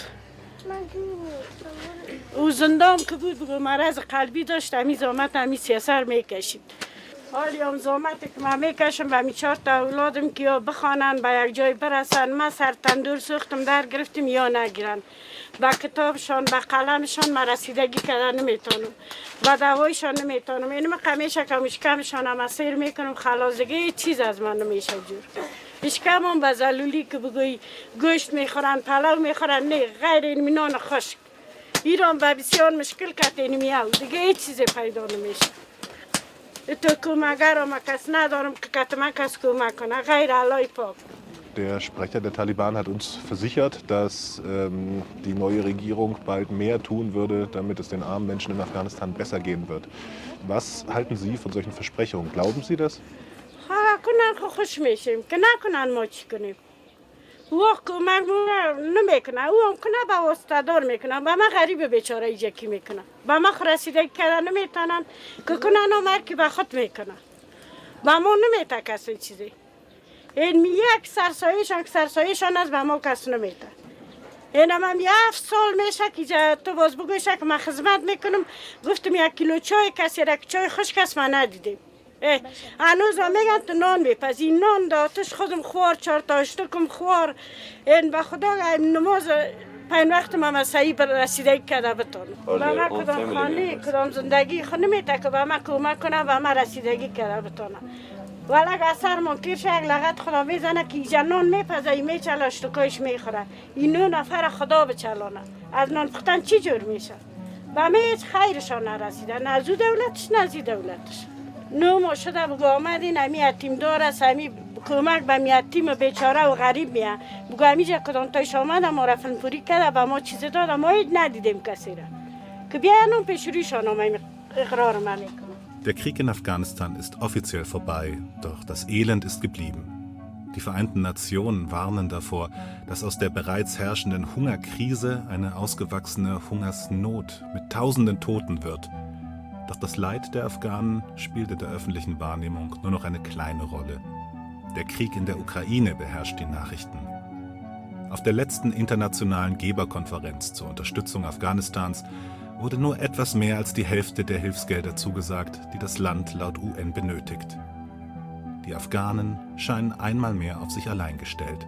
او زندان که بود بگو مرض قلبی داشت همی زامت همی 3 سر میکشید. حالی هم زامت که من میکشم به همی 4 تا اولادم که یا بخوانن به یک جای برسن من سر تندور سوختم در گرفتم یا نگیرن. با کتابشان با قلمشان من رسیدگی کردن نمیتونم و دوایشان نمیتونم اینم قمیشه که مشکمشان هم سیر میکنم خلاص دیگه چیز از من نمیشه جور مشکم هم به زلولی که بگوی گوشت میخورن پلو میخورن نه غیر این نان خشک ایران به بسیار مشکل کرد این میاو دیگه هیچ چیز پیدا نمیشه تو کمکگر هم کس ندارم که کتما کس کمک کنه غیر الله پاک. Der Sprecher der Taliban hat uns versichert, dass die neue Regierung bald mehr tun würde, damit es den armen Menschen in Afghanistan besser gehen wird. Was halten Sie von solchen Versprechungen? Glauben Sie das? این یک سرسایشان از به ما کس نمیده. این هم 7 سال میشه که تو باز بگویشه که من خدمت میکنم گفتم 1 کیلو چای کسی را که چای خوش کس من ندیدیم. هنوز هم میگن تو نان میپزی نان داتش خودم خوار 4 تا اشتکم خوار این به خدا نماز 5 وقت من صحیح رسیدگی کرده بتونم. به من کدام خانه کدام زندگی خود نمیده که به من کمک کنه به من رسیدگی کرده بتونم. ولی اگر سر منکر شه یک لغت خدا میزنه که اینجا نان میپزه میچله اشتکایش میخوره این 9 نفر خدا بچلانه از نان پختن چی جور میشه به من هیچ خیرشان نرسیده نه از او دولتش نه از دولتش نو ما شده بگو آمدین همی یتیم دار است همی کمک به یتیم بیچاره و غریب میه بگو همیجا کدام تایش آمده ما را فلمپوری کرده به ما چیز داده ما هیچ ندیدیم کسی را که بیاین اون پیش رویشان هم اقرار من میکنم. Der Krieg in Afghanistan ist offiziell vorbei, doch das Elend ist geblieben. Die Vereinten Nationen warnen davor, dass aus der bereits herrschenden Hungerkrise eine ausgewachsene Hungersnot mit tausenden Toten wird. Doch das Leid der Afghanen spielt in der öffentlichen Wahrnehmung nur noch eine kleine Rolle. Der Krieg in der Ukraine beherrscht die Nachrichten. Auf der letzten internationalen Geberkonferenz zur Unterstützung Afghanistans wurde nur etwas mehr als die Hälfte der Hilfsgelder zugesagt, die das Land laut UN benötigt. Die Afghanen scheinen einmal mehr auf sich allein gestellt.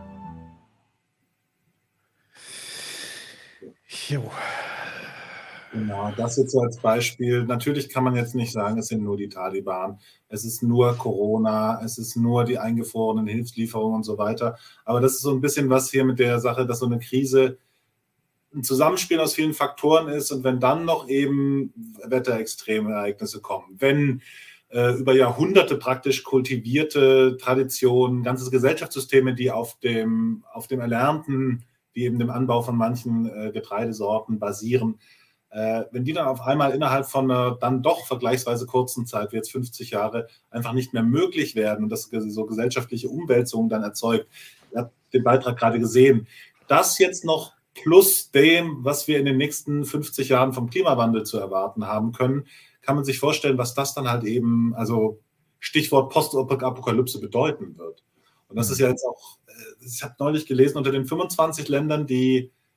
Jo. Genau, das jetzt so als Beispiel. Natürlich kann man jetzt nicht sagen, es sind nur die Taliban, es ist nur Corona, es ist nur die eingefrorenen Hilfslieferungen und so weiter. Aber das ist so ein bisschen was hier mit der Sache, dass so eine Krise ein Zusammenspiel aus vielen Faktoren ist und wenn dann noch eben wetterextreme Ereignisse kommen, wenn über Jahrhunderte praktisch kultivierte Traditionen, ganze Gesellschaftssysteme, die auf dem Erlernten, wie eben dem Anbau von manchen Getreidesorten basieren, wenn die dann auf einmal innerhalb von einer dann doch vergleichsweise kurzen Zeit, wie jetzt 50 Jahre, einfach nicht mehr möglich werden und das so gesellschaftliche Umwälzungen dann erzeugt, ihr habt den Beitrag gerade gesehen, das jetzt noch plus dem, was wir in den nächsten 50 Jahren vom Klimawandel zu erwarten haben können, kann man sich vorstellen, was das dann halt eben, also Stichwort Postapokalypse bedeuten wird. Und das ist ja jetzt auch, ich habe neulich gelesen, unter den 25 Ländern, die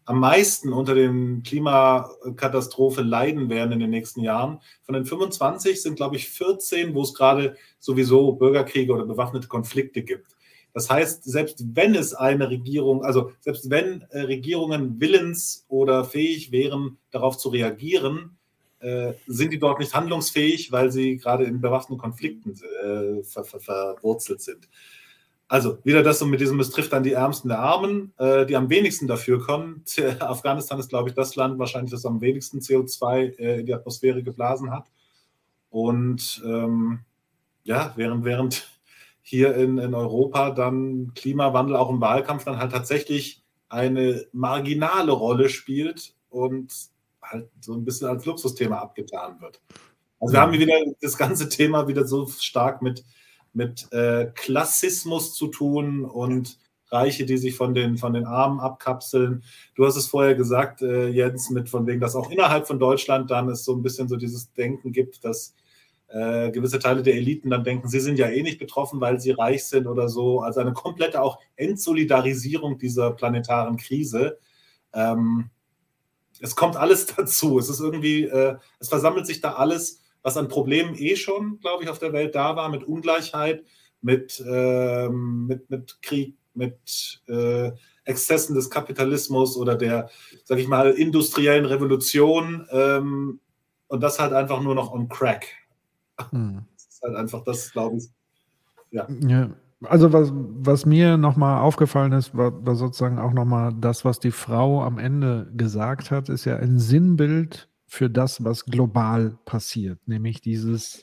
am meisten unter den Klimakatastrophe leiden werden in den nächsten Jahren. Von den 25 sind, glaube ich, 14, wo es gerade sowieso Bürgerkriege oder bewaffnete Konflikte gibt. Das heißt, selbst wenn es eine Regierung, also selbst wenn Regierungen willens oder fähig wären, darauf zu reagieren, sind die dort nicht handlungsfähig, weil sie gerade in bewaffneten Konflikten verwurzelt sind. Also wieder das so mit diesem, es trifft dann die Ärmsten der Armen, die am wenigsten dafür können. Afghanistan ist, glaube ich, das Land wahrscheinlich, das am wenigsten CO2 in die Atmosphäre geblasen hat. Und während hier in Europa dann Klimawandel auch im Wahlkampf dann halt tatsächlich eine marginale Rolle spielt und halt so ein bisschen als Luxusthema abgetan wird. Also wir haben wieder das ganze Thema wieder so stark mit Klassismus zu tun und Reiche, die sich von den Armen abkapseln. Du hast es vorher gesagt, Jens, von wegen, dass auch innerhalb von Deutschland dann es so ein bisschen so dieses Denken gibt, dass gewisse Teile der Eliten dann denken, sie sind ja eh nicht betroffen, weil sie reich sind oder so. Also eine komplette auch Entsolidarisierung dieser planetaren Krise. Es kommt alles dazu. Es ist irgendwie, es versammelt sich da alles, was an Problemen schon, glaube ich, auf der Welt da war, mit Ungleichheit, mit Krieg, mit Exzessen des Kapitalismus oder der, sage ich mal, industriellen Revolution und das halt einfach nur noch on crack. Das ist halt einfach das, glaube ich, ja. Also was mir nochmal aufgefallen ist, war sozusagen auch nochmal das, was die Frau am Ende gesagt hat, ist ja ein Sinnbild für das, was global passiert, nämlich dieses,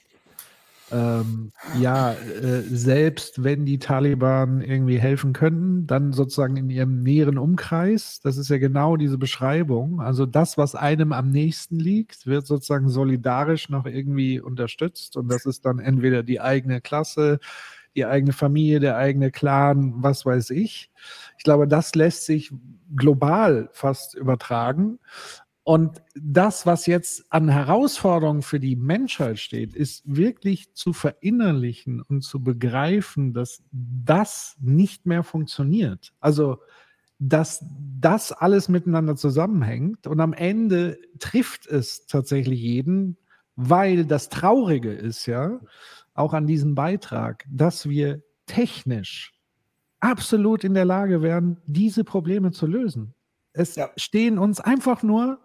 selbst wenn die Taliban irgendwie helfen könnten, dann sozusagen in ihrem näheren Umkreis, das ist ja genau diese Beschreibung, also das, was einem am nächsten liegt, wird sozusagen solidarisch noch irgendwie unterstützt und das ist dann entweder die eigene Klasse, die eigene Familie, der eigene Clan, was weiß ich. Ich glaube, das lässt sich global fast übertragen. Und das, was jetzt an Herausforderungen für die Menschheit steht, ist wirklich zu verinnerlichen und zu begreifen, dass das nicht mehr funktioniert. Also, dass das alles miteinander zusammenhängt und am Ende trifft es tatsächlich jeden, weil das Traurige ist ja auch an diesem Beitrag, dass wir technisch absolut in der Lage wären, diese Probleme zu lösen. Es stehen uns einfach nur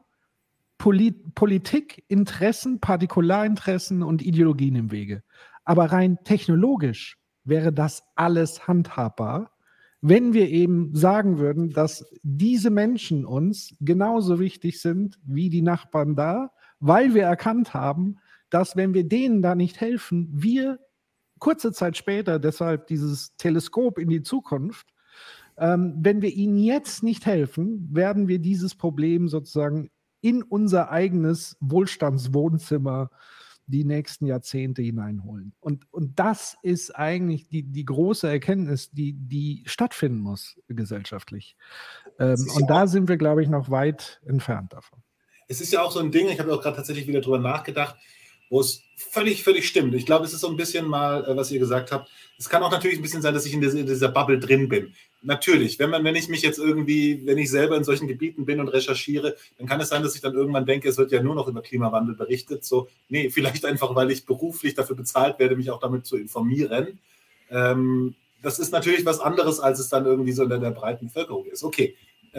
Politik, Interessen, Partikularinteressen und Ideologien im Wege. Aber rein technologisch wäre das alles handhabbar, wenn wir eben sagen würden, dass diese Menschen uns genauso wichtig sind wie die Nachbarn da, weil wir erkannt haben, dass wenn wir denen da nicht helfen, wir kurze Zeit später, deshalb dieses Teleskop in die Zukunft, wenn wir ihnen jetzt nicht helfen, werden wir dieses Problem sozusagen in unser eigenes Wohlstandswohnzimmer die nächsten Jahrzehnte hineinholen. Und das ist eigentlich die große Erkenntnis, die stattfinden muss gesellschaftlich. Und da sind wir, glaube ich, noch weit entfernt davon. Es ist ja auch so ein Ding, ich habe auch gerade tatsächlich wieder drüber nachgedacht, wo es völlig stimmt. Ich glaube, es ist so ein bisschen mal, was ihr gesagt habt. Es kann auch natürlich ein bisschen sein, dass ich in dieser Bubble drin bin. Natürlich, wenn ich mich jetzt irgendwie, wenn ich selber in solchen Gebieten bin und recherchiere, dann kann es sein, dass ich dann irgendwann denke, es wird ja nur noch über Klimawandel berichtet. So, nee, vielleicht einfach, weil ich beruflich dafür bezahlt werde, mich auch damit zu informieren. Das ist natürlich was anderes, als es dann irgendwie so in der breiten Bevölkerung ist. Okay.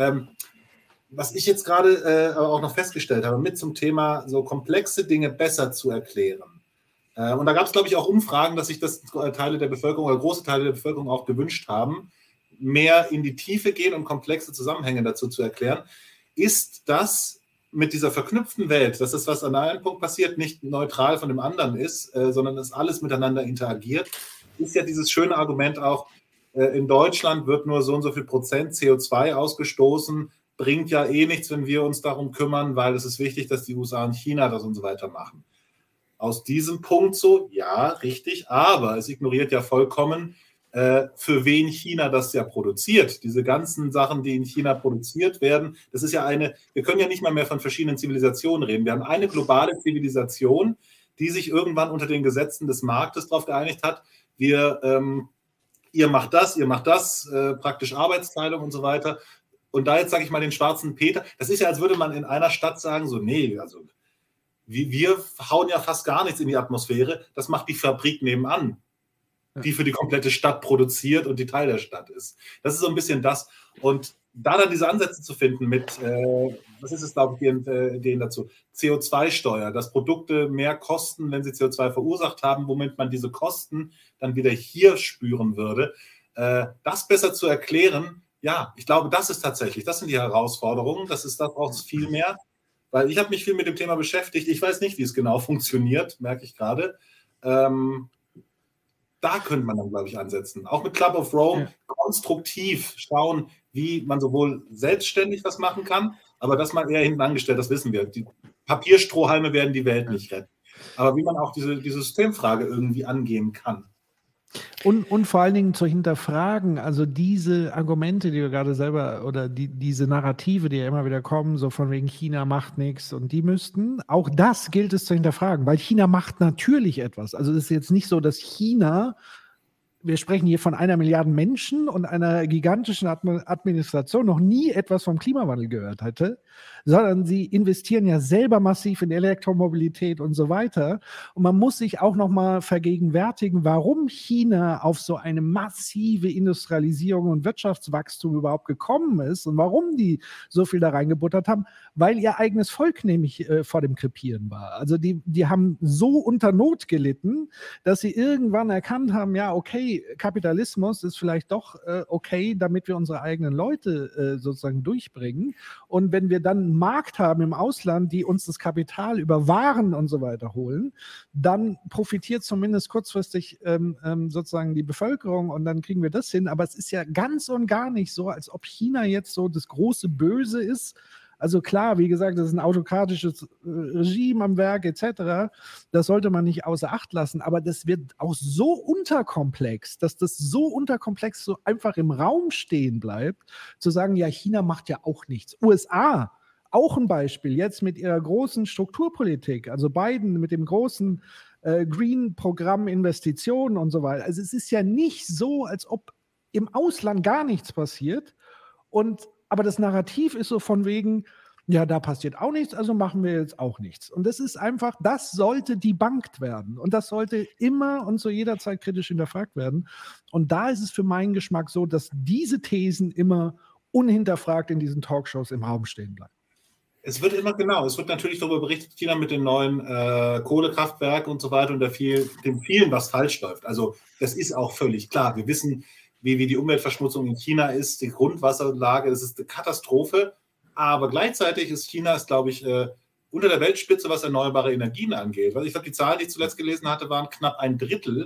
Was ich jetzt gerade auch noch festgestellt habe, mit zum Thema so komplexe Dinge besser zu erklären. Und da gab es, glaube ich, auch Umfragen, dass sich das Teile der Bevölkerung oder große Teile der Bevölkerung auch gewünscht haben, mehr in die Tiefe gehen und komplexe Zusammenhänge dazu zu erklären. Ist das mit dieser verknüpften Welt, dass das, was an einem Punkt passiert, nicht neutral von dem anderen ist, sondern dass alles miteinander interagiert, ist ja dieses schöne Argument auch, in Deutschland wird nur so und so viel Prozent CO2 ausgestoßen, bringt ja eh nichts, wenn wir uns darum kümmern, weil es ist wichtig, dass die USA und China das und so weiter machen. Aus diesem Punkt so, ja, richtig, aber es ignoriert ja vollkommen, für wen China das ja produziert. Diese ganzen Sachen, die in China produziert werden, das ist ja wir können ja nicht mal mehr von verschiedenen Zivilisationen reden. Wir haben eine globale Zivilisation, die sich irgendwann unter den Gesetzen des Marktes darauf geeinigt hat, ihr macht das, praktisch Arbeitsteilung und so weiter. und da jetzt, sage ich mal, den schwarzen Peter, das ist ja, als würde man in einer Stadt sagen, so, nee, also wir hauen ja fast gar nichts in die Atmosphäre, das macht die Fabrik nebenan, die für die komplette Stadt produziert und die Teil der Stadt ist. Das ist so ein bisschen das. Und da dann diese Ansätze zu finden mit, was ist es, glaube ich, denen dazu, CO2-Steuer, dass Produkte mehr kosten, wenn sie CO2 verursacht haben, womit man diese Kosten dann wieder hier spüren würde, das besser zu erklären, ja, ich glaube, das sind die Herausforderungen, das braucht es viel mehr, weil ich habe mich viel mit dem Thema beschäftigt, ich weiß nicht, wie es genau funktioniert, merke ich gerade. Da könnte man dann, glaube ich, ansetzen. Auch mit Club of Rome konstruktiv schauen, wie man sowohl selbstständig was machen kann, aber das mal eher hinten angestellt, das wissen wir. Die Papierstrohhalme werden die Welt nicht retten. Aber wie man auch diese Systemfrage irgendwie angehen kann. Und vor allen Dingen zu hinterfragen, also diese Argumente, die du gerade selber, oder diese Narrative, die ja immer wieder kommen, so von wegen China macht nichts und die müssten, auch das gilt es zu hinterfragen, weil China macht natürlich etwas. Also es ist jetzt nicht so, dass China, wir sprechen hier von 1 Milliarde Menschen und einer gigantischen Administration, noch nie etwas vom Klimawandel gehört hätte, sondern sie investieren ja selber massiv in Elektromobilität und so weiter. Und man muss sich auch noch mal vergegenwärtigen, warum China auf so eine massive Industrialisierung und Wirtschaftswachstum überhaupt gekommen ist und warum die so viel da reingebuttert haben, weil ihr eigenes Volk nämlich vor dem Krepieren war. Also die haben so unter Not gelitten, dass sie irgendwann erkannt haben, ja, okay, Kapitalismus ist vielleicht doch okay, damit wir unsere eigenen Leute sozusagen durchbringen. Und wenn wir dann einen Markt haben im Ausland, die uns das Kapital über Waren und so weiter holen, dann profitiert zumindest kurzfristig sozusagen die Bevölkerung und dann kriegen wir das hin. Aber es ist ja ganz und gar nicht so, als ob China jetzt so das große Böse ist. Also klar, wie gesagt, das ist ein autokratisches Regime am Werk etc. Das sollte man nicht außer Acht lassen. Aber das wird auch so unterkomplex, dass das so unterkomplex so einfach im Raum stehen bleibt, zu sagen, ja, China macht ja auch nichts. USA, auch ein Beispiel, jetzt mit ihrer großen Strukturpolitik, also Biden mit dem großen Green-Programm, Investitionen und so weiter. Also es ist ja nicht so, als ob im Ausland gar nichts passiert aber das Narrativ ist so von wegen, ja, da passiert auch nichts, also machen wir jetzt auch nichts. Und das ist einfach, das sollte debunked werden. Und das sollte immer und zu jeder Zeit kritisch hinterfragt werden. Und da ist es für meinen Geschmack so, dass diese Thesen immer unhinterfragt in diesen Talkshows im Raum stehen bleiben. Es wird natürlich darüber berichtet, China mit den neuen Kohlekraftwerken und so weiter und dem vielen, was falsch läuft. Also das ist auch völlig klar. Wir wissen, wie die Umweltverschmutzung in China ist, die Grundwasserlage, es ist eine Katastrophe. Aber gleichzeitig ist China, glaube ich, unter der Weltspitze, was erneuerbare Energien angeht. Weil ich glaube, die Zahlen, die ich zuletzt gelesen hatte, waren knapp 1/3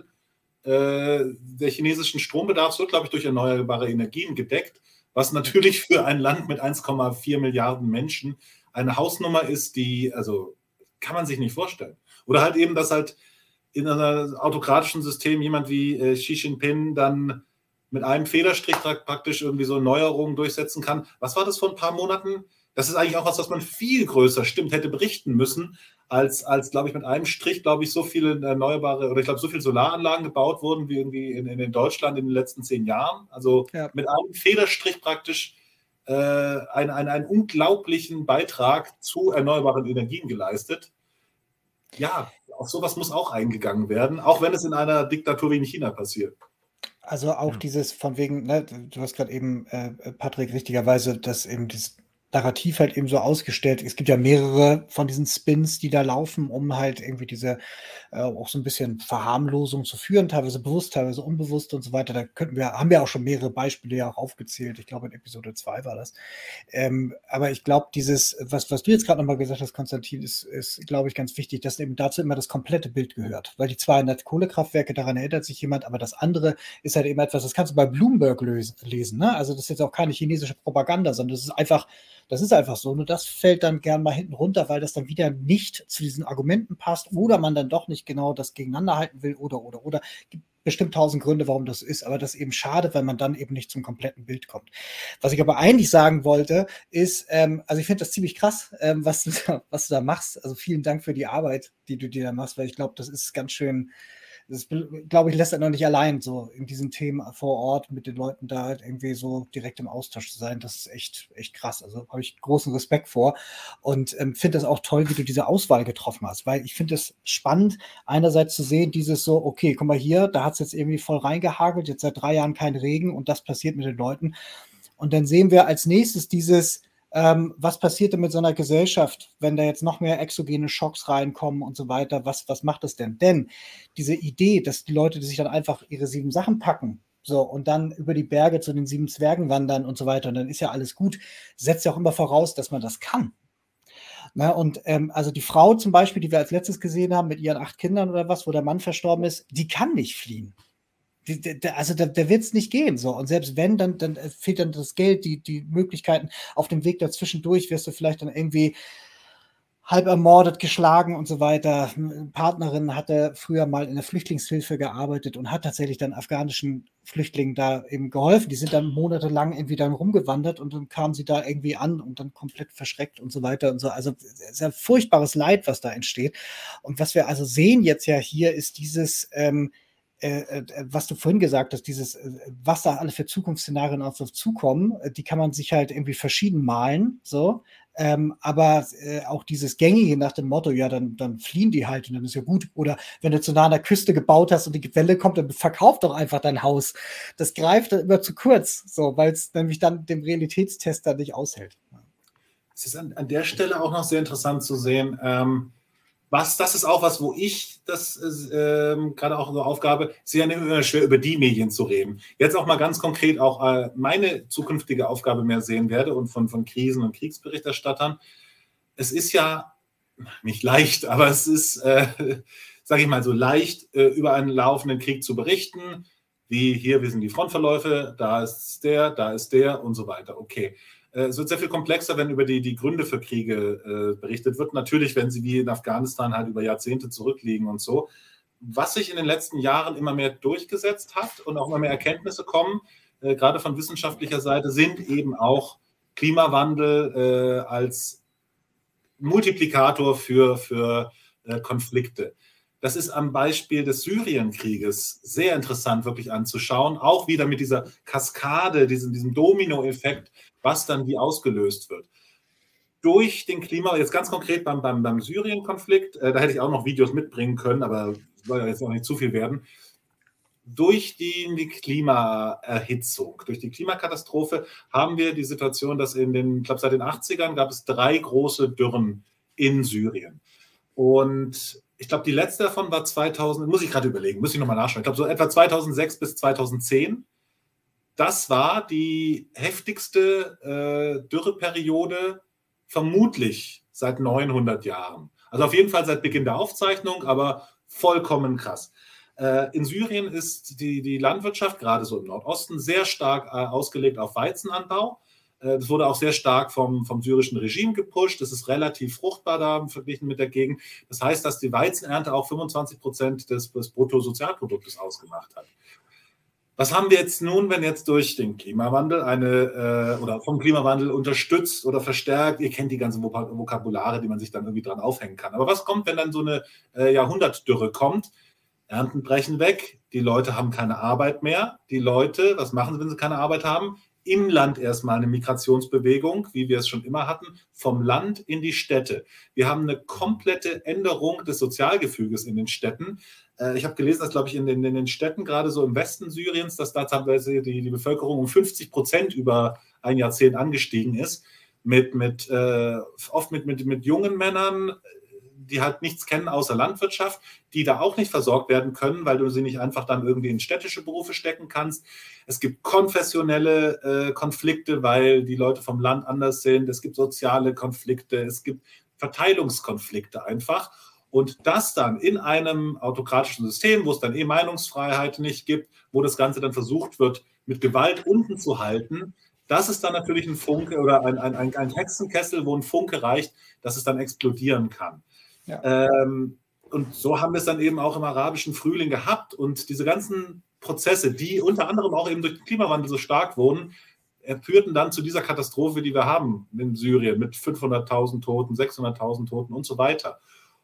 der chinesischen Strombedarfs wird, glaube ich, durch erneuerbare Energien gedeckt, was natürlich für ein Land mit 1,4 Milliarden Menschen eine Hausnummer ist, also kann man sich nicht vorstellen. Oder halt eben, dass halt in einem autokratischen System jemand wie Xi Jinping dann mit einem Federstrich praktisch irgendwie so Neuerungen durchsetzen kann. Was war das vor ein paar Monaten? Das ist eigentlich auch was man viel größer hätte berichten müssen, als glaube ich, mit einem Strich, glaube ich, so viele erneuerbare, oder ich glaube, so viele Solaranlagen gebaut wurden, wie irgendwie in Deutschland in den letzten 10 Jahren. Also mit einem Federstrich praktisch einen unglaublichen Beitrag zu erneuerbaren Energien geleistet. Ja, auf sowas muss auch eingegangen werden, auch wenn es in einer Diktatur wie in China passiert. Also auch dieses von wegen, ne, du hast gerade eben, Patrick, richtigerweise, dass eben das Narrativ halt eben so ausgestellt. Es gibt ja mehrere von diesen Spins, die da laufen, um halt irgendwie diese auch so ein bisschen Verharmlosung zu führen, teilweise bewusst, teilweise unbewusst und so weiter. Da haben wir auch schon mehrere Beispiele ja auch aufgezählt. Ich glaube, in Episode 2 war das. Aber ich glaube, dieses, was du jetzt gerade nochmal gesagt hast, Konstantin, ist, glaube ich, ganz wichtig, dass eben dazu immer das komplette Bild gehört. Weil die 200 Kohlekraftwerke, daran erinnert sich jemand, aber das andere ist halt eben etwas, das kannst du bei Bloomberg lesen. Ne? Also das ist jetzt auch keine chinesische Propaganda, sondern das ist einfach so. Nur das fällt dann gern mal hinten runter, weil das dann wieder nicht zu diesen Argumenten passt oder man dann doch nicht genau das gegeneinander halten will oder. Gibt bestimmt 1000 Gründe, warum das ist, aber das ist eben schade, weil man dann eben nicht zum kompletten Bild kommt. Was ich aber eigentlich sagen wollte, ist, also ich finde das ziemlich krass, was du da machst. Also vielen Dank für die Arbeit, die du dir da machst, weil ich glaube, das ist ganz schön das, glaube ich, lässt er noch nicht allein, so in diesen Themen vor Ort mit den Leuten da halt irgendwie so direkt im Austausch zu sein. Das ist echt krass. Also habe ich großen Respekt vor und finde das auch toll, wie du diese Auswahl getroffen hast, weil ich finde es spannend, einerseits zu sehen, dieses so, okay, guck mal hier, da hat es jetzt irgendwie voll reingehagelt, jetzt seit 3 Jahren kein Regen und das passiert mit den Leuten. Und dann sehen wir als nächstes dieses, was passiert denn mit so einer Gesellschaft, wenn da jetzt noch mehr exogene Schocks reinkommen und so weiter? Was macht das denn? Denn diese Idee, dass die Leute sich dann einfach ihre 7 Sachen packen, so, und dann über die Berge zu den 7 Zwergen wandern und so weiter, und dann ist ja alles gut, setzt ja auch immer voraus, dass man das kann. Na, und also die Frau zum Beispiel, die wir als letztes gesehen haben, mit ihren 8 Kindern oder was, wo der Mann verstorben ist, die kann nicht fliehen. Also da wird es nicht gehen. So. Und selbst wenn, dann fehlt dann das Geld, die Möglichkeiten. Auf dem Weg dazwischendurch wirst du vielleicht dann irgendwie halb ermordet, geschlagen und so weiter. Eine Partnerin hatte früher mal in der Flüchtlingshilfe gearbeitet und hat tatsächlich dann afghanischen Flüchtlingen da eben geholfen. Die sind dann monatelang irgendwie dann rumgewandert und dann kamen sie da irgendwie an und dann komplett verschreckt und so weiter und so. Also es ist ein furchtbares Leid, was da entsteht. Und was wir also sehen jetzt ja hier, ist dieses was du vorhin gesagt hast, dieses, was da alle für Zukunftsszenarien auf uns zukommen, die kann man sich halt irgendwie verschieden malen, so. Aber auch dieses Gängige nach dem Motto, ja, dann fliehen die halt und dann ist ja gut. Oder wenn du zu nah an der Küste gebaut hast und die Welle kommt, dann verkauf doch einfach dein Haus. Das greift dann immer zu kurz, so, weil es nämlich dann dem Realitätstest dann nicht aushält. Es ist an der Stelle auch noch sehr interessant zu sehen, das ist auch was, wo ich das gerade auch eine Aufgabe, ist ja immer schwer über die Medien zu reden. Jetzt auch mal ganz konkret auch meine zukünftige Aufgabe mehr sehen werde und von Krisen- und Kriegsberichterstattern. Es ist ja nicht leicht, aber es ist, sage ich mal, so leicht, über einen laufenden Krieg zu berichten, wie hier, wir sind die Frontverläufe, da ist der und so weiter. Okay. Es wird sehr viel komplexer, wenn über die Gründe für Kriege berichtet wird. Natürlich, wenn sie wie in Afghanistan halt über Jahrzehnte zurückliegen und so. Was sich in den letzten Jahren immer mehr durchgesetzt hat und auch immer mehr Erkenntnisse kommen, gerade von wissenschaftlicher Seite, sind eben auch Klimawandel als Multiplikator für Konflikte. Das ist am Beispiel des Syrienkrieges sehr interessant wirklich anzuschauen, auch wieder mit dieser Kaskade, diesem Dominoeffekt, was dann wie ausgelöst wird. Durch den jetzt ganz konkret beim Syrien-Konflikt, da hätte ich auch noch Videos mitbringen können, aber soll ja jetzt auch nicht zu viel werden. Durch die Klimaerhitzung, durch die Klimakatastrophe haben wir die Situation, dass ich glaube, seit den 80ern gab es 3 große Dürren in Syrien. Und ich glaube, die letzte davon war 2000, muss ich gerade überlegen, muss ich nochmal nachschauen. Ich glaube, so etwa 2006 bis 2010. Das war die heftigste Dürreperiode vermutlich seit 900 Jahren. Also auf jeden Fall seit Beginn der Aufzeichnung, aber vollkommen krass. In Syrien ist die Landwirtschaft, gerade so im Nordosten, sehr stark ausgelegt auf Weizenanbau. Das wurde auch sehr stark vom syrischen Regime gepusht. Das ist relativ fruchtbar da verglichen mit der Gegend. Das heißt, dass die Weizenernte auch 25% des Bruttosozialproduktes ausgemacht hat. Was haben wir jetzt nun, wenn jetzt durch den Klimawandel oder vom Klimawandel unterstützt oder verstärkt, ihr kennt die ganzen Vokabulare, die man sich dann irgendwie dran aufhängen kann. Aber was kommt, wenn dann so eine Jahrhundertdürre kommt? Ernten brechen weg, die Leute haben keine Arbeit mehr. Die Leute, was machen sie, wenn sie keine Arbeit haben? Im Land erstmal eine Migrationsbewegung, wie wir es schon immer hatten, vom Land in die Städte. Wir haben eine komplette Änderung des Sozialgefüges in den Städten. Ich habe gelesen, dass, glaube ich, in den Städten, gerade so im Westen Syriens, dass da teilweise die Bevölkerung um 50% über ein Jahrzehnt angestiegen ist, oft mit jungen Männern, die halt nichts kennen außer Landwirtschaft, die da auch nicht versorgt werden können, weil du sie nicht einfach dann irgendwie in städtische Berufe stecken kannst. Es gibt konfessionelle Konflikte, weil die Leute vom Land anders sind. Es gibt soziale Konflikte, es gibt Verteilungskonflikte einfach. Und das dann in einem autokratischen System, wo es dann Meinungsfreiheit nicht gibt, wo das Ganze dann versucht wird, mit Gewalt unten zu halten, das ist dann natürlich ein Funke oder ein Hexenkessel, wo ein Funke reicht, dass es dann explodieren kann. Ja. Und so haben wir es dann eben auch im arabischen Frühling gehabt. Und diese ganzen Prozesse, die unter anderem auch eben durch den Klimawandel so stark wurden, führten dann zu dieser Katastrophe, die wir haben in Syrien mit 500.000 Toten, 600.000 Toten und so weiter.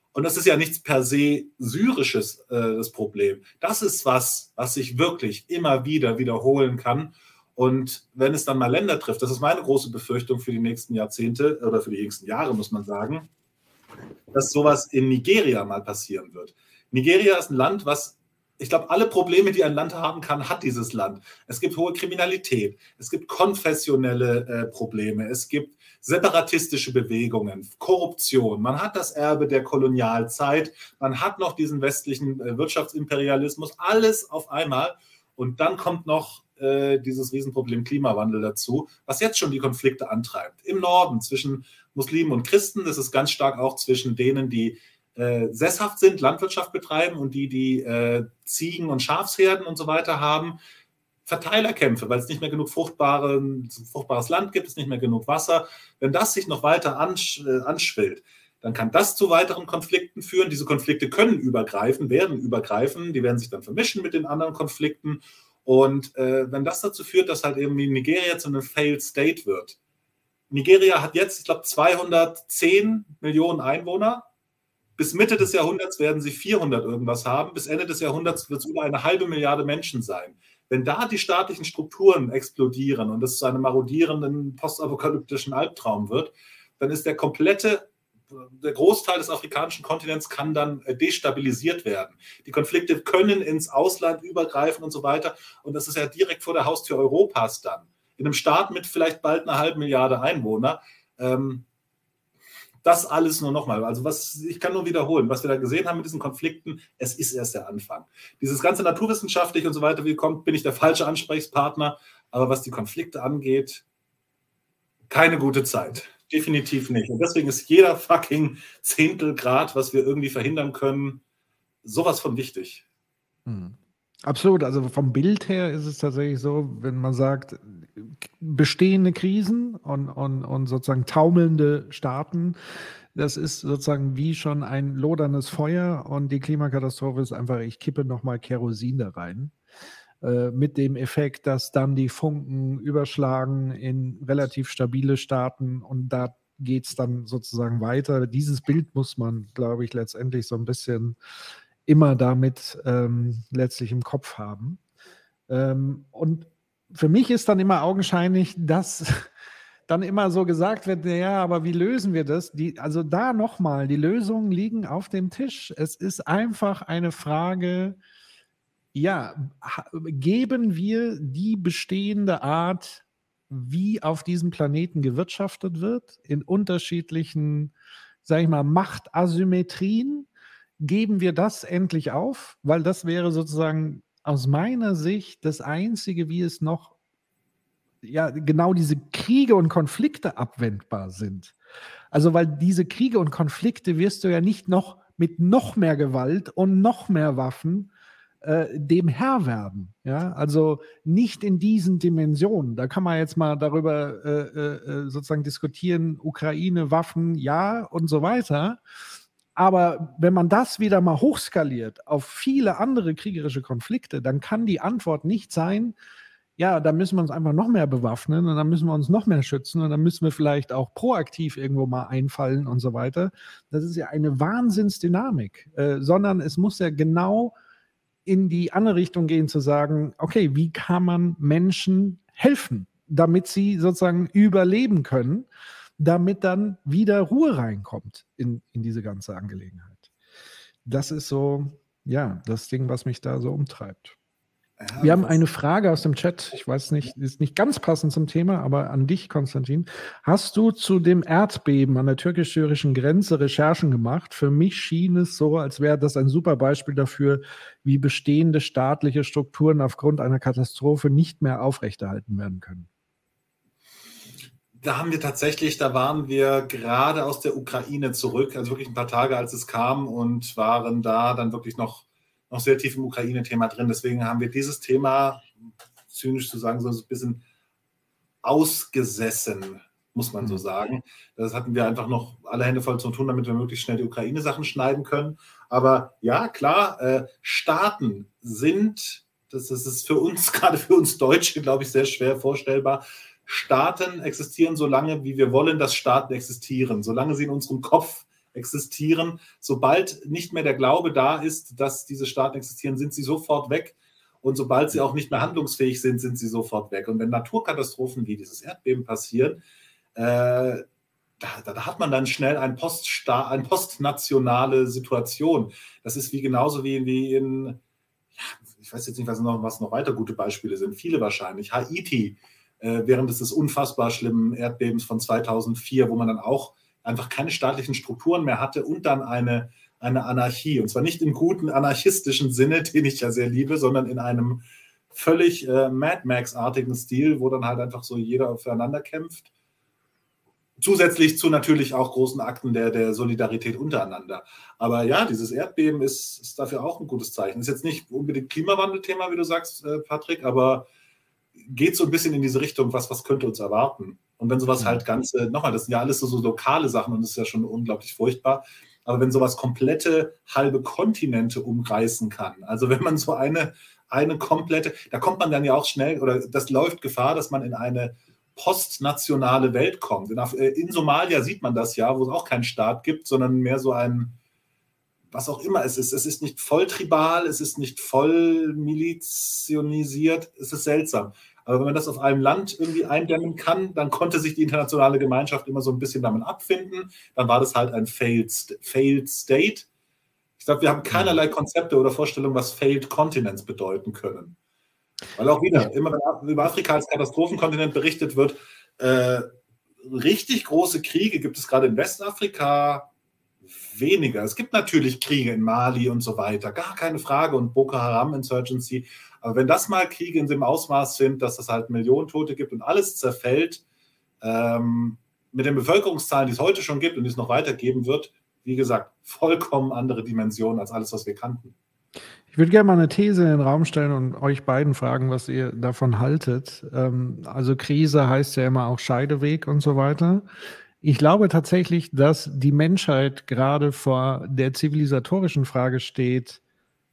Und das ist ja nichts per se Syrisches, das Problem. Das ist was sich wirklich immer wieder wiederholen kann. Und wenn es dann mal Länder trifft, das ist meine große Befürchtung für die nächsten Jahrzehnte oder für die nächsten Jahre, muss man sagen, dass sowas in Nigeria mal passieren wird. Nigeria ist ein Land, was, ich glaube, alle Probleme, die ein Land haben kann, hat dieses Land. Es gibt hohe Kriminalität, es gibt konfessionelle Probleme, es gibt separatistische Bewegungen, Korruption. Man hat das Erbe der Kolonialzeit, man hat noch diesen westlichen Wirtschaftsimperialismus, alles auf einmal. Und dann kommt noch dieses Riesenproblem Klimawandel dazu, was jetzt schon die Konflikte antreibt. Im Norden zwischen Muslimen und Christen, das ist ganz stark auch zwischen denen, die sesshaft sind, Landwirtschaft betreiben und die Ziegen- und Schafsherden und so weiter haben. Verteilerkämpfe, weil es nicht mehr genug fruchtbares Land gibt, es nicht mehr genug Wasser. Wenn das sich noch weiter anschwillt, dann kann das zu weiteren Konflikten führen. Diese Konflikte können werden übergreifen, die werden sich dann vermischen mit den anderen Konflikten. Und wenn das dazu führt, dass halt irgendwie Nigeria zu einem Failed State wird. Nigeria hat jetzt, ich glaube, 210 Millionen Einwohner. Bis Mitte des Jahrhunderts werden sie 400 irgendwas haben. Bis Ende des Jahrhunderts wird es über 500 Milliarden Menschen sein. Wenn da die staatlichen Strukturen explodieren und es zu einem marodierenden postapokalyptischen Albtraum wird, dann ist der Großteil des afrikanischen Kontinents kann dann destabilisiert werden. Die Konflikte können ins Ausland übergreifen und so weiter. Und das ist ja direkt vor der Haustür Europas dann. In einem Staat mit vielleicht bald 500 Milliarden Einwohner. Das alles nur nochmal. Also ich kann nur wiederholen, was wir da gesehen haben mit diesen Konflikten, es ist erst der Anfang. Dieses ganze naturwissenschaftlich und so weiter, wie kommt, bin ich der falsche Ansprechpartner. Aber was die Konflikte angeht, keine gute Zeit. Definitiv nicht. Und deswegen ist jeder fucking Zehntelgrad, was wir irgendwie verhindern können, sowas von wichtig. Absolut. Also vom Bild her ist es tatsächlich so, wenn man sagt, bestehende Krisen und sozusagen taumelnde Staaten, das ist sozusagen wie schon ein loderndes Feuer und die Klimakatastrophe ist einfach, ich kippe nochmal Kerosin da rein. Mit dem Effekt, dass dann die Funken überschlagen in relativ stabile Staaten und da geht es dann sozusagen weiter. Dieses Bild muss man, glaube ich, letztendlich so ein bisschen immer damit letztlich im Kopf haben. Und für mich ist dann immer augenscheinlich, dass dann immer so gesagt wird, ja, aber wie lösen wir das? Also da nochmal, die Lösungen liegen auf dem Tisch. Es ist einfach eine Frage, ja, geben wir die bestehende Art, wie auf diesem Planeten gewirtschaftet wird, in unterschiedlichen, sage ich mal, Machtasymmetrien, geben wir das endlich auf? Weil das wäre sozusagen aus meiner Sicht das Einzige, wie es noch, ja, genau diese Kriege und Konflikte abwendbar sind. Also, weil diese Kriege und Konflikte wirst du ja nicht noch mit noch mehr Gewalt und noch mehr Waffen dem Herr werden. Ja? Also nicht in diesen Dimensionen. Da kann man jetzt mal darüber sozusagen diskutieren, Ukraine, Waffen, ja und so weiter. Aber wenn man das wieder mal hochskaliert auf viele andere kriegerische Konflikte, dann kann die Antwort nicht sein, ja, da müssen wir uns einfach noch mehr bewaffnen und dann müssen wir uns noch mehr schützen und dann müssen wir vielleicht auch proaktiv irgendwo mal einfallen und so weiter. Das ist ja eine Wahnsinnsdynamik, sondern es muss ja genau in die andere Richtung gehen, zu sagen, okay, wie kann man Menschen helfen, damit sie sozusagen überleben können, damit dann wieder Ruhe reinkommt in diese ganze Angelegenheit. Das ist so, ja, das Ding, was mich da so umtreibt. Ja, wir haben eine Frage aus dem Chat, ich weiß nicht, ist nicht ganz passend zum Thema, aber an dich, Konstantin. Hast du zu dem Erdbeben an der türkisch-syrischen Grenze Recherchen gemacht? Für mich schien es so, als wäre das ein super Beispiel dafür, wie bestehende staatliche Strukturen aufgrund einer Katastrophe nicht mehr aufrechterhalten werden können. Da waren wir gerade aus der Ukraine zurück, also wirklich ein paar Tage, als es kam und waren da dann wirklich noch sehr tief im Ukraine-Thema drin. Deswegen haben wir dieses Thema, zynisch zu sagen, so ein bisschen ausgesessen, muss man so sagen. Das hatten wir einfach noch alle Hände voll zu tun, damit wir möglichst schnell die Ukraine-Sachen schneiden können. Aber ja, klar, Staaten sind, das ist für uns, gerade für uns Deutsche, glaube ich, sehr schwer vorstellbar. Staaten existieren so lange, wie wir wollen, dass Staaten existieren. Solange sie in unserem Kopf existieren. Sobald nicht mehr der Glaube da ist, dass diese Staaten existieren, sind sie sofort weg. Und sobald sie auch nicht mehr handlungsfähig sind, sind sie sofort weg. Und wenn Naturkatastrophen wie dieses Erdbeben passieren, da hat man dann schnell eine postnationale Situation. Das ist genauso wie in, ich weiß jetzt nicht, was noch weiter gute Beispiele sind, viele wahrscheinlich. Haiti, während des unfassbar schlimmen Erdbebens von 2004, wo man dann auch einfach keine staatlichen Strukturen mehr hatte und dann eine Anarchie. Und zwar nicht im guten anarchistischen Sinne, den ich ja sehr liebe, sondern in einem völlig Mad Max-artigen Stil, wo dann halt einfach so jeder füreinander kämpft. Zusätzlich zu natürlich auch großen Akten der Solidarität untereinander. Aber ja, dieses Erdbeben ist dafür auch ein gutes Zeichen. Ist jetzt nicht unbedingt Klimawandelthema, wie du sagst, Patrick, aber geht so ein bisschen in diese Richtung, was könnte uns erwarten. Und wenn sowas halt nochmal, das sind ja alles so lokale Sachen und das ist ja schon unglaublich furchtbar, aber wenn sowas komplette halbe Kontinente umreißen kann, also wenn man so eine komplette, da kommt man dann ja auch schnell, oder das läuft Gefahr, dass man in eine postnationale Welt kommt. In Somalia sieht man das ja, wo es auch keinen Staat gibt, sondern mehr so ein, was auch immer es ist. Es ist nicht voll tribal, es ist nicht voll militionisiert, es ist seltsam. Aber wenn man das auf einem Land irgendwie eindämmen kann, dann konnte sich die internationale Gemeinschaft immer so ein bisschen damit abfinden. Dann war das halt ein Failed State. Ich glaube, wir haben keinerlei Konzepte oder Vorstellungen, was Failed Continents bedeuten können. Weil auch wieder, immer wenn über Afrika als Katastrophenkontinent berichtet wird, richtig große Kriege gibt es gerade in Westafrika weniger. Es gibt natürlich Kriege in Mali und so weiter, gar keine Frage, und Boko Haram Insurgency. Aber wenn das mal Kriege in dem Ausmaß sind, dass es halt Millionen Tote gibt und alles zerfällt, mit den Bevölkerungszahlen, die es heute schon gibt und die es noch weitergeben wird, wie gesagt, vollkommen andere Dimensionen als alles, was wir kannten. Ich würde gerne mal eine These in den Raum stellen und euch beiden fragen, was ihr davon haltet. Also Krise heißt ja immer auch Scheideweg und so weiter. Ich glaube tatsächlich, dass die Menschheit gerade vor der zivilisatorischen Frage steht,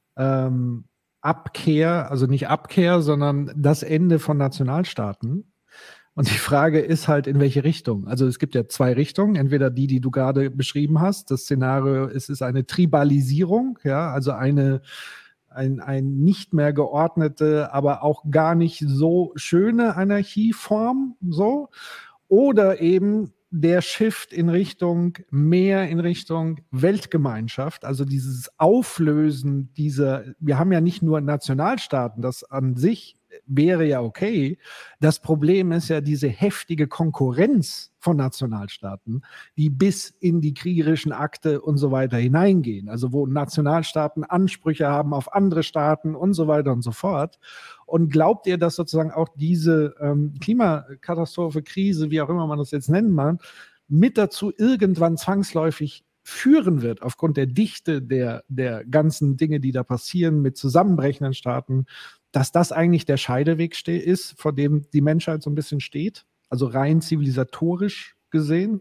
Abkehr, also nicht Abkehr, sondern das Ende von Nationalstaaten. Und die Frage ist halt, in welche Richtung. Also es gibt ja zwei Richtungen, entweder die du gerade beschrieben hast. Das Szenario ist eine Tribalisierung, ja, also ein nicht mehr geordnete, aber auch gar nicht so schöne Anarchieform, so. Oder eben der Shift in Richtung Weltgemeinschaft, also dieses Auflösen wir haben ja nicht nur Nationalstaaten, das an sich wäre ja okay. Das Problem ist ja diese heftige Konkurrenz von Nationalstaaten, die bis in die kriegerischen Akte und so weiter hineingehen. Also wo Nationalstaaten Ansprüche haben auf andere Staaten und so weiter und so fort. Und glaubt ihr, dass sozusagen auch diese Klimakatastrophe, Krise, wie auch immer man das jetzt nennen mag, mit dazu irgendwann zwangsläufig führen wird, aufgrund der Dichte der ganzen Dinge, die da passieren, mit zusammenbrechenden Staaten, dass das eigentlich der Scheideweg ist, vor dem die Menschheit so ein bisschen steht? Also rein zivilisatorisch gesehen?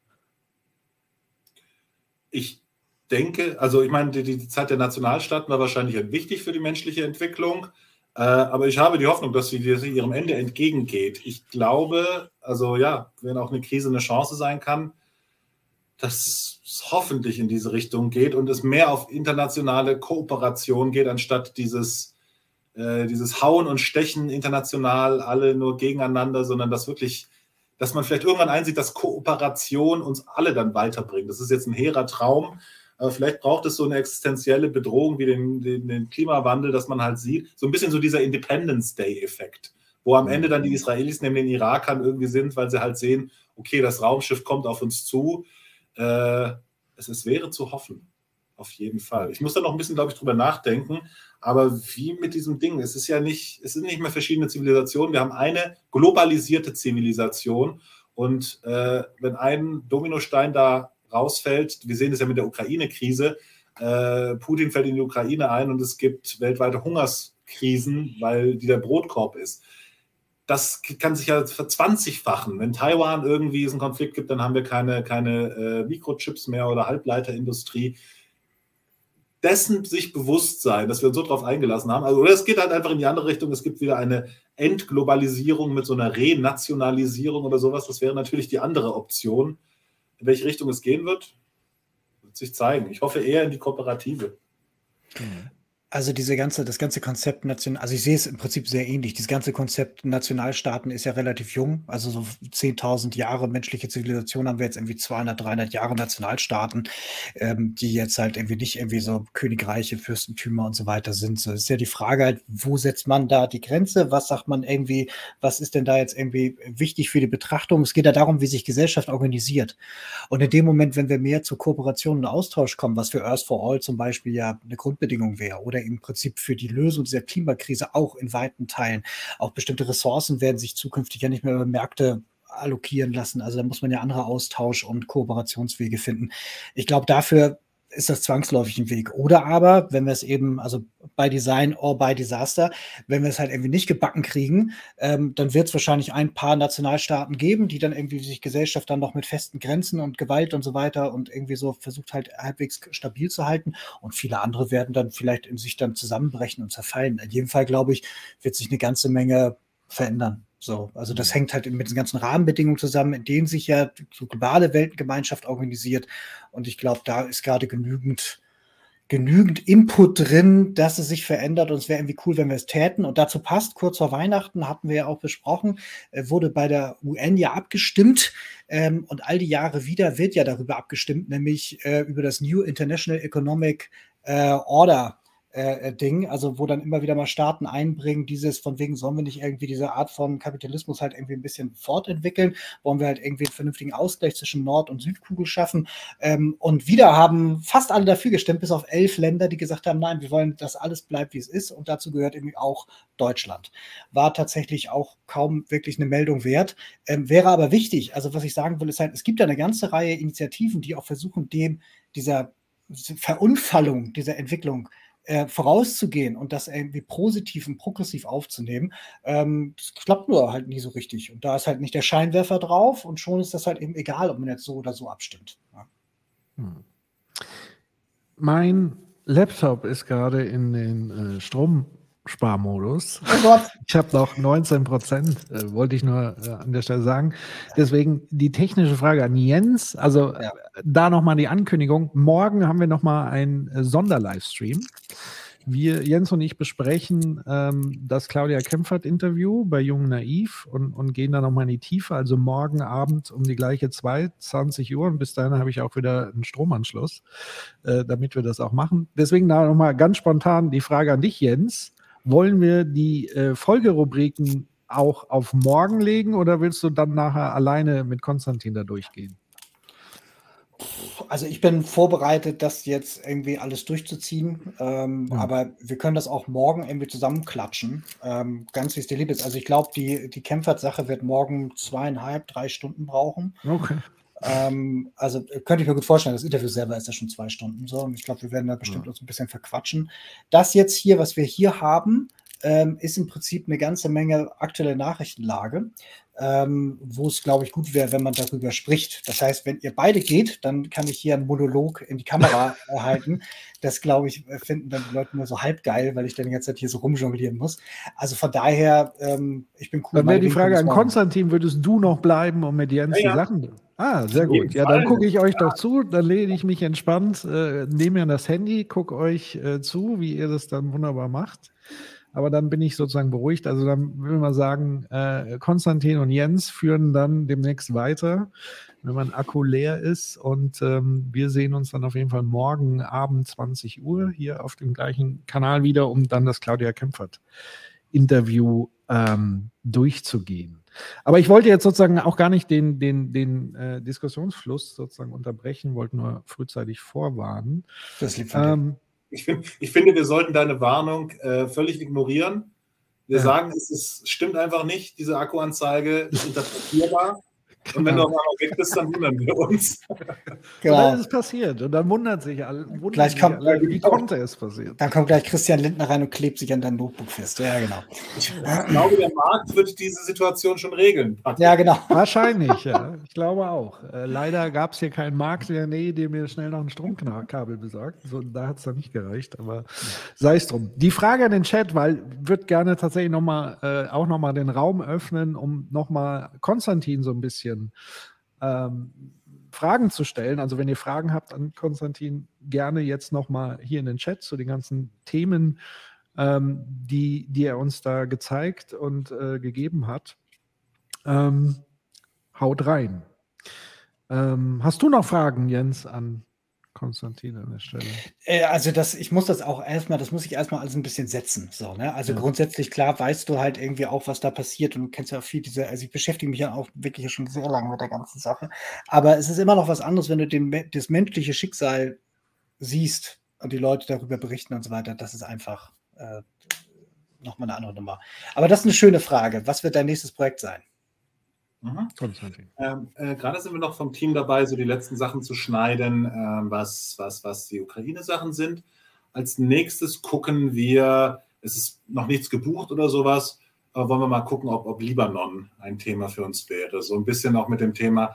Ich denke, also ich meine, die Zeit der Nationalstaaten war wahrscheinlich wichtig für die menschliche Entwicklung, aber ich habe die Hoffnung, dass sie ihrem Ende entgegengeht. Ich glaube, also ja, wenn auch eine Krise eine Chance sein kann, dass es hoffentlich in diese Richtung geht und es mehr auf internationale Kooperation geht, anstatt dieses Hauen und Stechen international, alle nur gegeneinander, sondern dass man vielleicht irgendwann einsieht, dass Kooperation uns alle dann weiterbringt. Das ist jetzt ein hehrer Traum, aber vielleicht braucht es so eine existenzielle Bedrohung wie den Klimawandel, dass man halt sieht, so ein bisschen so dieser Independence Day-Effekt, wo am Ende dann die Israelis neben den Irakern irgendwie sind, weil sie halt sehen, okay, das Raumschiff kommt auf uns zu. Es wäre zu hoffen, auf jeden Fall. Ich muss da noch ein bisschen, glaube ich, drüber nachdenken, aber wie mit diesem Ding, es sind nicht mehr verschiedene Zivilisationen, wir haben eine globalisierte Zivilisation und wenn ein Dominostein da rausfällt, wir sehen das ja mit der Ukraine-Krise, Putin fällt in die Ukraine ein und es gibt weltweite Hungerskrisen, weil die der Brotkorb ist. Das kann sich ja verzwanzigfachen. Wenn Taiwan irgendwie einen Konflikt gibt, dann haben wir keine Mikrochips mehr oder Halbleiterindustrie. Dessen sich bewusst sein, dass wir uns so drauf eingelassen haben. Also, oder es geht halt einfach in die andere Richtung. Es gibt wieder eine Entglobalisierung mit so einer Renationalisierung oder sowas. Das wäre natürlich die andere Option. In welche Richtung es gehen wird, Wird sich zeigen. Ich hoffe eher in die Kooperative. Also das ganze Konzept also ich sehe es im Prinzip sehr ähnlich. Dieses ganze Konzept Nationalstaaten ist ja relativ jung. Also so 10.000 Jahre menschliche Zivilisation haben wir jetzt irgendwie 200, 300 Jahre Nationalstaaten, die jetzt halt irgendwie nicht irgendwie so Königreiche, Fürstentümer und so weiter sind. So ist ja die Frage halt, wo setzt man da die Grenze? Was sagt man irgendwie, was ist denn da jetzt irgendwie wichtig für die Betrachtung? Es geht ja darum, wie sich Gesellschaft organisiert. Und in dem Moment, wenn wir mehr zur Kooperation und Austausch kommen, was für Earth for All zum Beispiel ja eine Grundbedingung wäre, oder im Prinzip für die Lösung dieser Klimakrise auch in weiten Teilen. Auch bestimmte Ressourcen werden sich zukünftig ja nicht mehr über Märkte allokieren lassen. Also da muss man ja andere Austausch- und Kooperationswege finden. Ich glaube, dafür ist das zwangsläufig ein Weg. Oder aber, wenn wir es eben, also by Design or by Disaster, wenn wir es halt irgendwie nicht gebacken kriegen, dann wird es wahrscheinlich ein paar Nationalstaaten geben, die dann irgendwie sich Gesellschaft dann noch mit festen Grenzen und Gewalt und so weiter und irgendwie so versucht halt halbwegs stabil zu halten. Und viele andere werden dann vielleicht in sich dann zusammenbrechen und zerfallen. In jedem Fall, glaube ich, wird sich eine ganze Menge verändern. So, also das hängt halt mit den ganzen Rahmenbedingungen zusammen, in denen sich ja die globale Weltgemeinschaft organisiert. Und ich glaube, da ist gerade genügend Input drin, dass es sich verändert. Und es wäre irgendwie cool, wenn wir es täten. Und dazu passt, kurz vor Weihnachten, hatten wir ja auch besprochen, wurde bei der UN ja abgestimmt. Und all die Jahre wieder wird ja darüber abgestimmt, nämlich über das New International Economic Order Ding, also wo dann immer wieder mal Staaten einbringen, dieses von wegen, sollen wir nicht irgendwie diese Art von Kapitalismus halt irgendwie ein bisschen fortentwickeln, wollen wir halt irgendwie einen vernünftigen Ausgleich zwischen Nord- und Südkugel schaffen, und wieder haben fast alle dafür gestimmt, bis auf 11 Länder, die gesagt haben, nein, wir wollen, dass alles bleibt, wie es ist, und dazu gehört irgendwie auch Deutschland. War tatsächlich auch kaum wirklich eine Meldung wert, wäre aber wichtig, also was ich sagen will, ist halt, es gibt ja eine ganze Reihe Initiativen, die auch versuchen, dieser Verunfallung dieser Entwicklung vorauszugehen und das irgendwie positiv und progressiv aufzunehmen. Das klappt nur halt nie so richtig. Und da ist halt nicht der Scheinwerfer drauf und schon ist das halt eben egal, ob man jetzt so oder so abstimmt. Ja. Mein Laptop ist gerade in den Stromsparmodus. Oh Gott. Ich habe noch 19%, wollte ich nur an der Stelle sagen. Deswegen die technische Frage an Jens. Also da nochmal die Ankündigung. Morgen haben wir nochmal einen Sonderlivestream. Wir, Jens und ich, besprechen das Claudia Kempfert-Interview bei Jung Naiv und gehen da nochmal in die Tiefe. Also morgen Abend um die gleiche 20 Uhr. Und bis dahin habe ich auch wieder einen Stromanschluss, damit wir das auch machen. Deswegen da nochmal ganz spontan die Frage an dich, Jens. Wollen wir die Folgerubriken auch auf morgen legen oder willst du dann nachher alleine mit Konstantin da durchgehen? Also ich bin vorbereitet, das jetzt irgendwie alles durchzuziehen, aber wir können das auch morgen irgendwie zusammenklatschen, ganz wie es dir lieb ist. Also ich glaube, die Kempfert-Sache wird morgen 2,5, 3 Stunden brauchen. Okay. Also könnte ich mir gut vorstellen, das Interview selber ist ja schon 2 Stunden so und ich glaube, wir werden da bestimmt uns ein bisschen verquatschen. Das jetzt hier, was wir hier haben, ist im Prinzip eine ganze Menge aktuelle Nachrichtenlage, wo es, glaube ich, gut wäre, wenn man darüber spricht. Das heißt, wenn ihr beide geht, dann kann ich hier einen Monolog in die Kamera halten. Das, glaube ich, finden dann die Leute nur so halb geil, weil ich dann die ganze Zeit hier so rumjonglieren muss. Also von daher, ich bin cool. Dann wäre die Frage an Konstantin, würdest du noch bleiben und mit Jens die Sachen... Ah, sehr gut. Ja, dann gucke ich euch doch zu, dann lehne ich mich entspannt, nehme mir das Handy, gucke euch zu, wie ihr das dann wunderbar macht. Aber dann bin ich sozusagen beruhigt. Also dann will man sagen, Konstantin und Jens führen dann demnächst weiter, wenn mein Akku leer ist. Und wir sehen uns dann auf jeden Fall morgen Abend 20 Uhr hier auf dem gleichen Kanal wieder, um dann das Claudia Kempfert-Interview durchzugehen. Aber ich wollte jetzt sozusagen auch gar nicht den Diskussionsfluss sozusagen unterbrechen, wollte nur frühzeitig vorwarnen. Das liegt von dir. Ich finde, wir sollten deine Warnung völlig ignorieren. Wir sagen, es stimmt einfach nicht, diese Akkuanzeige ist interpretierbar. Und wenn du auf einmal weg bist, dann wundern wir uns. Genau. Und dann ist es passiert. Und dann wundert sich alle, wie konnte es passieren. Dann kommt gleich Christian Lindner rein und klebt sich an dein Notebook fest. Ja, genau. Ich glaube, der Markt wird diese Situation schon regeln. Ja, genau. Wahrscheinlich, ja. Ich glaube auch. Leider gab es hier keinen Markt in der Nähe, der mir schnell noch ein Stromkabel besorgt. So, da hat es dann nicht gereicht, aber sei es drum. Die Frage an den Chat, weil ich würde gerne tatsächlich auch nochmal den Raum öffnen, um nochmal Konstantin so ein bisschen Fragen zu stellen. Also wenn ihr Fragen habt an Konstantin, gerne jetzt nochmal hier in den Chat zu den ganzen Themen, die er uns da gezeigt und gegeben hat. Haut rein. Hast du noch Fragen, Jens, an Konstantin an der Stelle? Also das muss ich erstmal alles ein bisschen setzen. So, ne? Also grundsätzlich, klar, weißt du halt irgendwie auch, was da passiert und du kennst ja auch viel also ich beschäftige mich ja auch wirklich schon sehr lange mit der ganzen Sache. Aber es ist immer noch was anderes, wenn du das menschliche Schicksal siehst und die Leute darüber berichten und so weiter. Das ist einfach nochmal eine andere Nummer. Aber das ist eine schöne Frage. Was wird dein nächstes Projekt sein? Gerade sind wir noch vom Team dabei, so die letzten Sachen zu schneiden, was die Ukraine-Sachen sind. Als nächstes gucken wir, es ist noch nichts gebucht oder sowas, aber wollen wir mal gucken, ob Libanon ein Thema für uns wäre. So ein bisschen auch mit dem Thema,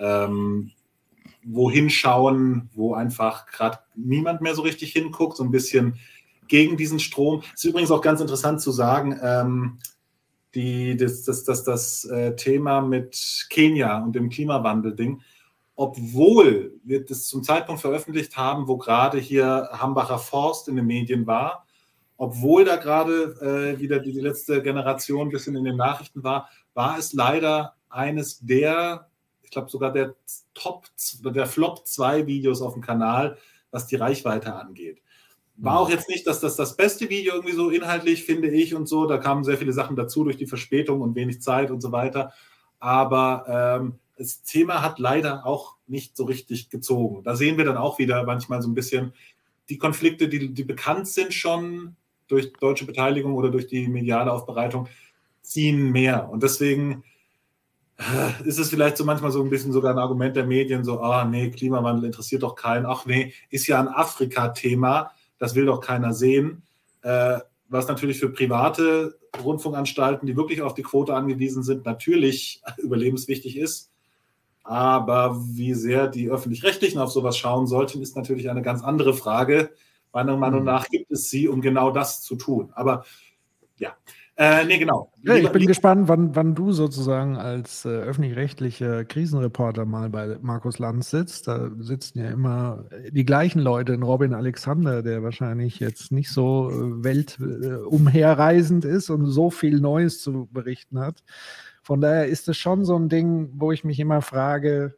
wohin schauen, wo einfach gerade niemand mehr so richtig hinguckt, so ein bisschen gegen diesen Strom. Es ist übrigens auch ganz interessant zu sagen, das Thema mit Kenia und dem Klimawandel-Ding, obwohl wir das zum Zeitpunkt veröffentlicht haben, wo gerade hier Hambacher Forst in den Medien war, obwohl da gerade wieder die letzte Generation ein bisschen in den Nachrichten war es leider eines ich glaube sogar der Flop 2 Videos auf dem Kanal, was die Reichweite angeht. War auch jetzt nicht, dass das beste Video irgendwie so inhaltlich, finde ich, und so. Da kamen sehr viele Sachen dazu durch die Verspätung und wenig Zeit und so weiter. Aber das Thema hat leider auch nicht so richtig gezogen. Da sehen wir dann auch wieder manchmal so ein bisschen die Konflikte, die bekannt sind schon durch deutsche Beteiligung oder durch die mediale Aufbereitung, ziehen mehr. Und deswegen ist es vielleicht so manchmal so ein bisschen sogar ein Argument der Medien, so, nee, Klimawandel interessiert doch keinen. Ach nee, ist ja ein Afrika-Thema. Das will doch keiner sehen, was natürlich für private Rundfunkanstalten, die wirklich auf die Quote angewiesen sind, natürlich überlebenswichtig ist. Aber wie sehr die Öffentlich-Rechtlichen auf sowas schauen sollten, ist natürlich eine ganz andere Frage. Meiner Meinung nach gibt es sie, um genau das zu tun. Aber ja, genau. Ja, ich bin gespannt, wann du sozusagen als öffentlich-rechtlicher Krisenreporter mal bei Markus Lanz sitzt. Da sitzen ja immer die gleichen Leute, ein Robin Alexander, der wahrscheinlich jetzt nicht so weltumherreisend ist und so viel Neues zu berichten hat. Von daher ist es schon so ein Ding, wo ich mich immer frage,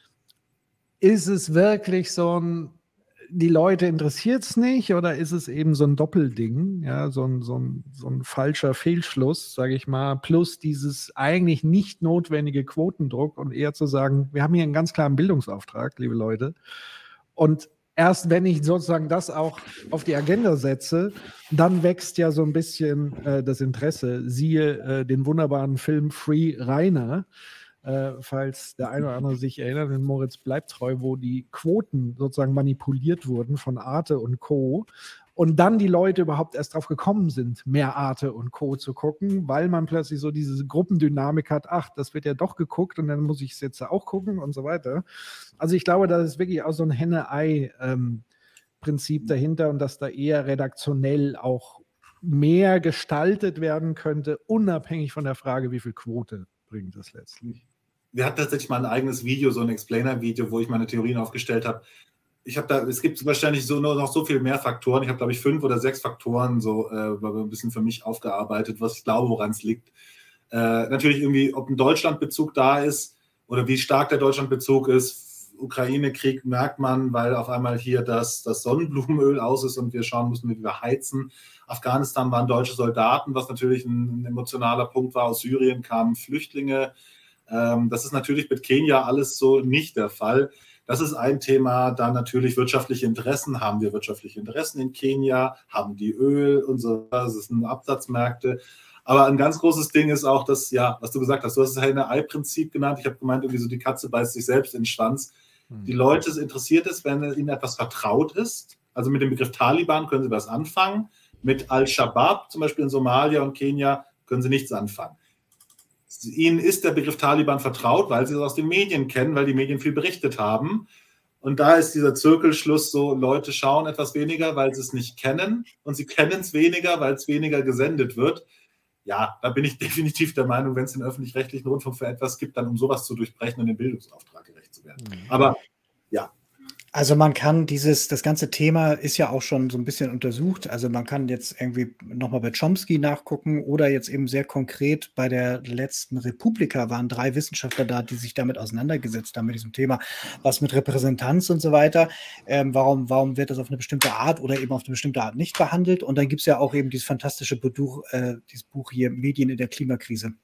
ist es wirklich so die Leute interessiert es nicht oder ist es eben so ein Doppelding, ja, so ein falscher Fehlschluss, sage ich mal, plus dieses eigentlich nicht notwendige Quotendruck und eher zu sagen, wir haben hier einen ganz klaren Bildungsauftrag, liebe Leute, und erst wenn ich sozusagen das auch auf die Agenda setze, dann wächst ja so ein bisschen das Interesse, siehe den wunderbaren Film Free Rainer, falls der eine oder andere sich erinnert, den Moritz bleibt treu, wo die Quoten sozusagen manipuliert wurden von Arte und Co. Und dann die Leute überhaupt erst drauf gekommen sind, mehr Arte und Co. zu gucken, weil man plötzlich so diese Gruppendynamik hat, ach, das wird ja doch geguckt und dann muss ich es jetzt auch gucken und so weiter. Also ich glaube, da ist wirklich auch so ein Henne-Ei-Prinzip dahinter und dass da eher redaktionell auch mehr gestaltet werden könnte, unabhängig von der Frage, wie viel Quote bringt das letztlich. Wir hatten tatsächlich mal ein eigenes Video, so ein Explainer-Video, wo ich meine Theorien aufgestellt habe. Es gibt wahrscheinlich noch so viel mehr Faktoren. Ich habe, glaube ich, 5 oder 6 Faktoren so ein bisschen für mich aufgearbeitet, was ich glaube, woran es liegt. Natürlich irgendwie, ob ein Deutschlandbezug da ist oder wie stark der Deutschlandbezug ist. Ukraine-Krieg merkt man, weil auf einmal hier das Sonnenblumenöl aus ist und wir schauen müssen, wie wir heizen. Afghanistan waren deutsche Soldaten, was natürlich ein emotionaler Punkt war. Aus Syrien kamen Flüchtlinge. Das ist natürlich mit Kenia alles so nicht der Fall. Das ist ein Thema. Dann natürlich wirtschaftliche Interessen. Haben wir wirtschaftliche Interessen in Kenia? Haben die Öl und so? Das sind Absatzmärkte. Aber ein ganz großes Ding ist auch das, ja, was du gesagt hast. Du hast das Henne-Ei-Prinzip genannt. Ich habe gemeint, irgendwie so die Katze beißt sich selbst in den Schwanz. Die Leute interessiert es, wenn ihnen etwas vertraut ist. Also mit dem Begriff Taliban können sie was anfangen. Mit Al-Shabaab, zum Beispiel in Somalia und Kenia, können sie nichts anfangen. Ihnen ist der Begriff Taliban vertraut, weil sie es aus den Medien kennen, weil die Medien viel berichtet haben. Und da ist dieser Zirkelschluss so, Leute schauen etwas weniger, weil sie es nicht kennen. Und sie kennen es weniger, weil es weniger gesendet wird. ja, da bin ich definitiv der Meinung, wenn es den öffentlich-rechtlichen Rundfunk für etwas gibt, dann um sowas zu durchbrechen und dem Bildungsauftrag gerecht zu werden. Aber ja. Also man kann das ganze Thema ist ja auch schon so ein bisschen untersucht. Also man kann jetzt irgendwie nochmal bei Chomsky nachgucken oder jetzt eben sehr konkret bei der letzten Republika waren 3 Wissenschaftler da, die sich damit auseinandergesetzt haben mit diesem Thema, was mit Repräsentanz und so weiter. Warum wird das auf eine bestimmte Art oder eben auf eine bestimmte Art nicht behandelt? Und dann gibt es ja auch eben dieses fantastische dieses Buch hier, Medien in der Klimakrise.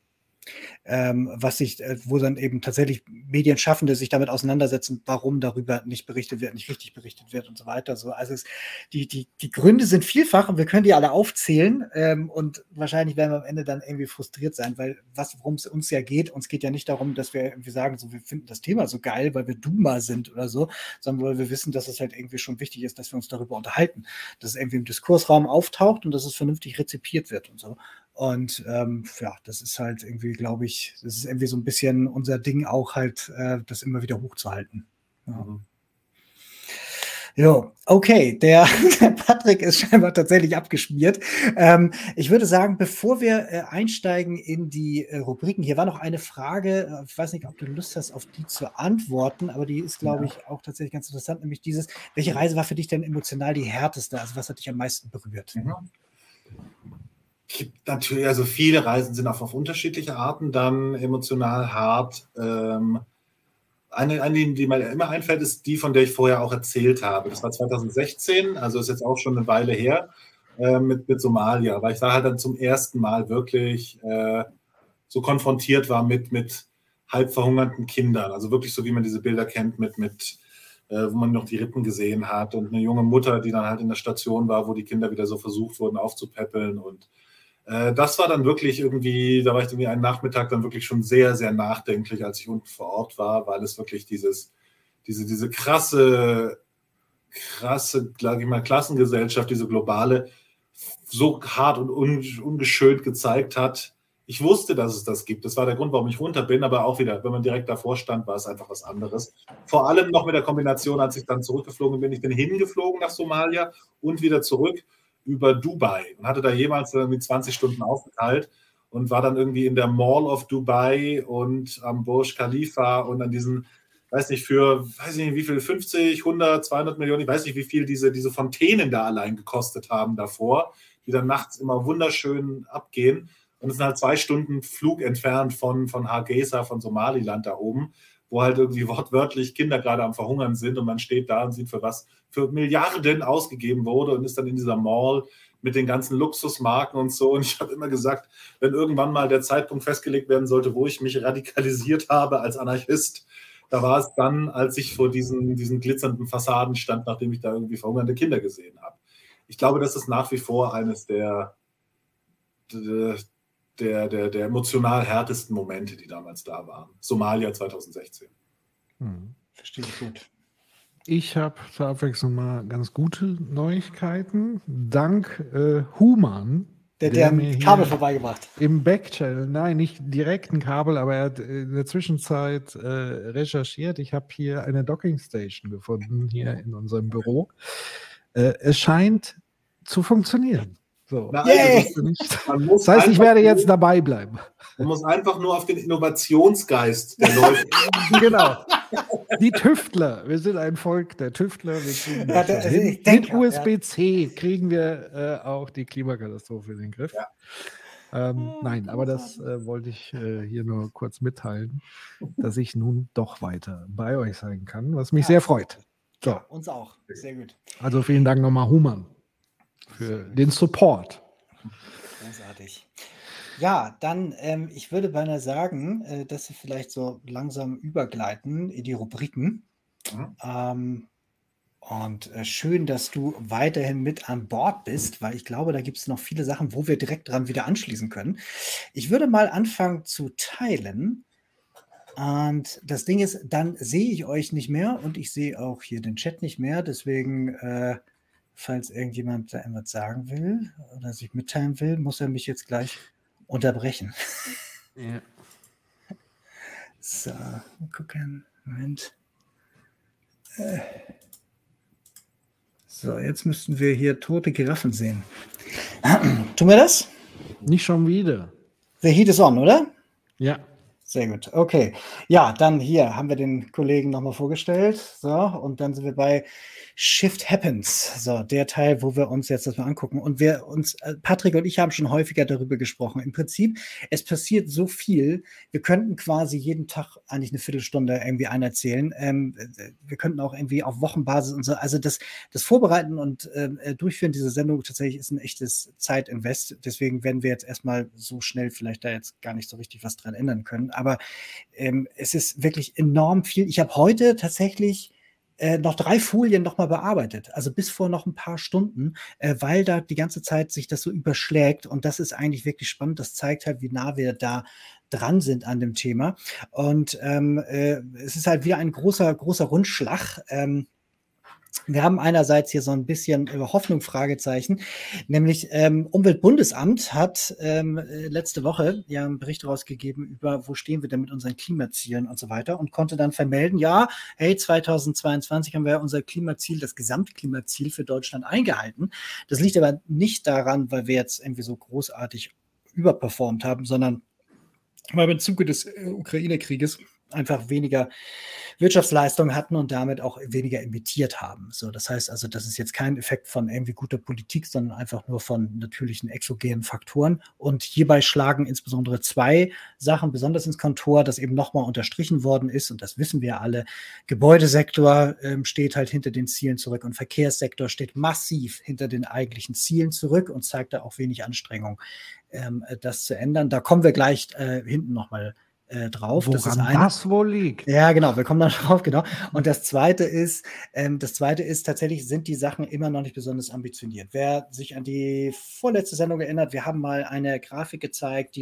Wo dann eben tatsächlich Medienschaffende sich damit auseinandersetzen, warum darüber nicht berichtet wird, nicht richtig berichtet wird und so weiter. Also die Gründe sind vielfach und wir können die alle aufzählen und wahrscheinlich werden wir am Ende dann irgendwie frustriert sein, weil worum es uns ja geht, uns geht ja nicht darum, dass wir irgendwie sagen, so, wir finden das Thema so geil, weil wir Duma sind oder so, sondern weil wir wissen, dass es halt irgendwie schon wichtig ist, dass wir uns darüber unterhalten, dass es irgendwie im Diskursraum auftaucht und dass es vernünftig rezipiert wird und so. Und das ist halt irgendwie, glaube ich, das ist irgendwie so ein bisschen unser Ding auch halt, das immer wieder hochzuhalten. Ja. Jo, okay, der Patrick ist scheinbar tatsächlich abgeschmiert. Ich würde sagen, bevor wir einsteigen in die Rubriken, hier war noch eine Frage, ich weiß nicht, ob du Lust hast, auf die zu antworten, aber die ist, glaube ich, auch tatsächlich ganz interessant, nämlich welche Reise war für dich denn emotional die härteste? Also was hat dich am meisten berührt? Gibt natürlich, also viele Reisen sind auch auf unterschiedliche Arten dann emotional hart. Eine, die mir immer einfällt, ist die, von der ich vorher auch erzählt habe. Das war 2016, also ist jetzt auch schon eine Weile her, mit Somalia. Aber ich da halt dann zum ersten Mal wirklich so konfrontiert war mit halb verhungerten Kindern. Also wirklich so, wie man diese Bilder kennt, wo man noch die Rippen gesehen hat und eine junge Mutter, die dann halt in der Station war, wo die Kinder wieder so versucht wurden aufzupäppeln. Und das war dann wirklich irgendwie, da war ich irgendwie einen Nachmittag dann wirklich schon sehr, sehr nachdenklich, als ich unten vor Ort war, weil es wirklich diese krasse, sage ich mal, Klassengesellschaft, diese globale, so hart und ungeschönt gezeigt hat. Ich wusste, dass es das gibt. Das war der Grund, warum ich runter bin, aber auch wieder, wenn man direkt davor stand, war es einfach was anderes. Vor allem noch mit der Kombination, als ich dann zurückgeflogen bin. Ich bin hingeflogen nach Somalia und wieder zurück über Dubai und hatte da jemals irgendwie 20 Stunden aufgeteilt und war dann irgendwie in der Mall of Dubai und am Burj Khalifa und an diesen, weiß nicht wie viel, 50, 100, 200 Millionen, ich weiß nicht, wie viel diese Fontänen da allein gekostet haben davor, die dann nachts immer wunderschön abgehen. Und es sind halt 2 Stunden Flug entfernt von Hargeisa, von Somaliland da oben, wo halt irgendwie wortwörtlich Kinder gerade am Verhungern sind und man steht da und sieht, für was für Milliarden ausgegeben wurde und ist dann in dieser Mall mit den ganzen Luxusmarken und so. Und ich habe immer gesagt, wenn irgendwann mal der Zeitpunkt festgelegt werden sollte, wo ich mich radikalisiert habe als Anarchist, da war es dann, als ich vor diesen glitzernden Fassaden stand, nachdem ich da irgendwie verhungernde Kinder gesehen habe. Ich glaube, das ist nach wie vor eines der emotional härtesten Momente, die damals da waren. Somalia 2016. Verstehe ich gut. Ich habe zur Abwechslung mal ganz gute Neuigkeiten. Dank Human. Der hat mir ein Kabel vorbeigebracht. Im Backchannel, nein, nicht direkt ein Kabel, aber er hat in der Zwischenzeit recherchiert. Ich habe hier eine Dockingstation gefunden, hier in unserem Büro. Es scheint zu funktionieren. So. Na, das heißt, ich werde jetzt dabei bleiben. Man muss einfach nur auf den Innovationsgeist der Leute. Genau. Die Tüftler. Wir sind ein Volk der Tüftler. Mit USB-C kriegen wir auch die Klimakatastrophe in den Griff. Ja. Nein, aber das wollte ich hier nur kurz mitteilen, dass ich nun doch weiter bei euch sein kann, was mich sehr freut. So. Ja, uns auch. Sehr gut. Also vielen Dank nochmal, Human, für den Support. Großartig. Ja, dann, ich würde beinahe sagen, dass wir vielleicht so langsam übergleiten in die Rubriken. Und schön, dass du weiterhin mit an Bord bist, weil ich glaube, da gibt es noch viele Sachen, wo wir direkt dran wieder anschließen können. Ich würde mal anfangen zu teilen. Und das Ding ist, dann sehe ich euch nicht mehr und ich sehe auch hier den Chat nicht mehr. Deswegen, falls irgendjemand da etwas sagen will oder sich mitteilen will, muss er mich jetzt gleich unterbrechen. Ja. So, mal gucken. Moment. So, jetzt müssten wir hier tote Giraffen sehen. Tun wir das? Nicht schon wieder. The Heat is on, oder? Ja. Sehr gut. Okay. Ja, dann hier haben wir den Kollegen nochmal vorgestellt. So, und dann sind wir bei Shift Happens. So, der Teil, wo wir uns jetzt das mal angucken. Und Patrick und ich haben schon häufiger darüber gesprochen. Im Prinzip, es passiert so viel. Wir könnten quasi jeden Tag eigentlich eine Viertelstunde irgendwie erzählen. Wir könnten auch irgendwie auf Wochenbasis und so. Also das Vorbereiten und Durchführen dieser Sendung tatsächlich ist ein echtes Zeitinvest. Deswegen werden wir jetzt erstmal so schnell vielleicht da jetzt gar nicht so richtig was dran ändern können. Aber es ist wirklich enorm viel. Ich habe heute tatsächlich noch 3 Folien nochmal bearbeitet, also bis vor noch ein paar Stunden, weil da die ganze Zeit sich das so überschlägt und das ist eigentlich wirklich spannend. Das zeigt halt, wie nah wir da dran sind an dem Thema und es ist halt wieder ein großer Rundschlag. Wir haben einerseits hier so ein bisschen Hoffnung, Fragezeichen, nämlich Umweltbundesamt hat letzte Woche ja einen Bericht rausgegeben über, wo stehen wir denn mit unseren Klimazielen und so weiter und konnte dann vermelden, ja, hey, 2022 haben wir unser Klimaziel, das Gesamtklimaziel für Deutschland eingehalten. Das liegt aber nicht daran, weil wir jetzt irgendwie so großartig überperformt haben, sondern weil wir im Zuge des Ukraine-Krieges einfach weniger Wirtschaftsleistung hatten und damit auch weniger emittiert haben. So, das heißt also, das ist jetzt kein Effekt von irgendwie guter Politik, sondern einfach nur von natürlichen exogenen Faktoren. Und hierbei schlagen insbesondere 2 Sachen besonders ins Kontor, das eben nochmal unterstrichen worden ist. Und das wissen wir alle. Gebäudesektor steht halt hinter den Zielen zurück und Verkehrssektor steht massiv hinter den eigentlichen Zielen zurück und zeigt da auch wenig Anstrengung, das zu ändern. Da kommen wir gleich hinten nochmal drauf. Woran das wohl liegt. Ja, genau, wir kommen dann drauf, genau. Und das Zweite ist tatsächlich, sind die Sachen immer noch nicht besonders ambitioniert. Wer sich an die vorletzte Sendung erinnert, wir haben mal eine Grafik gezeigt,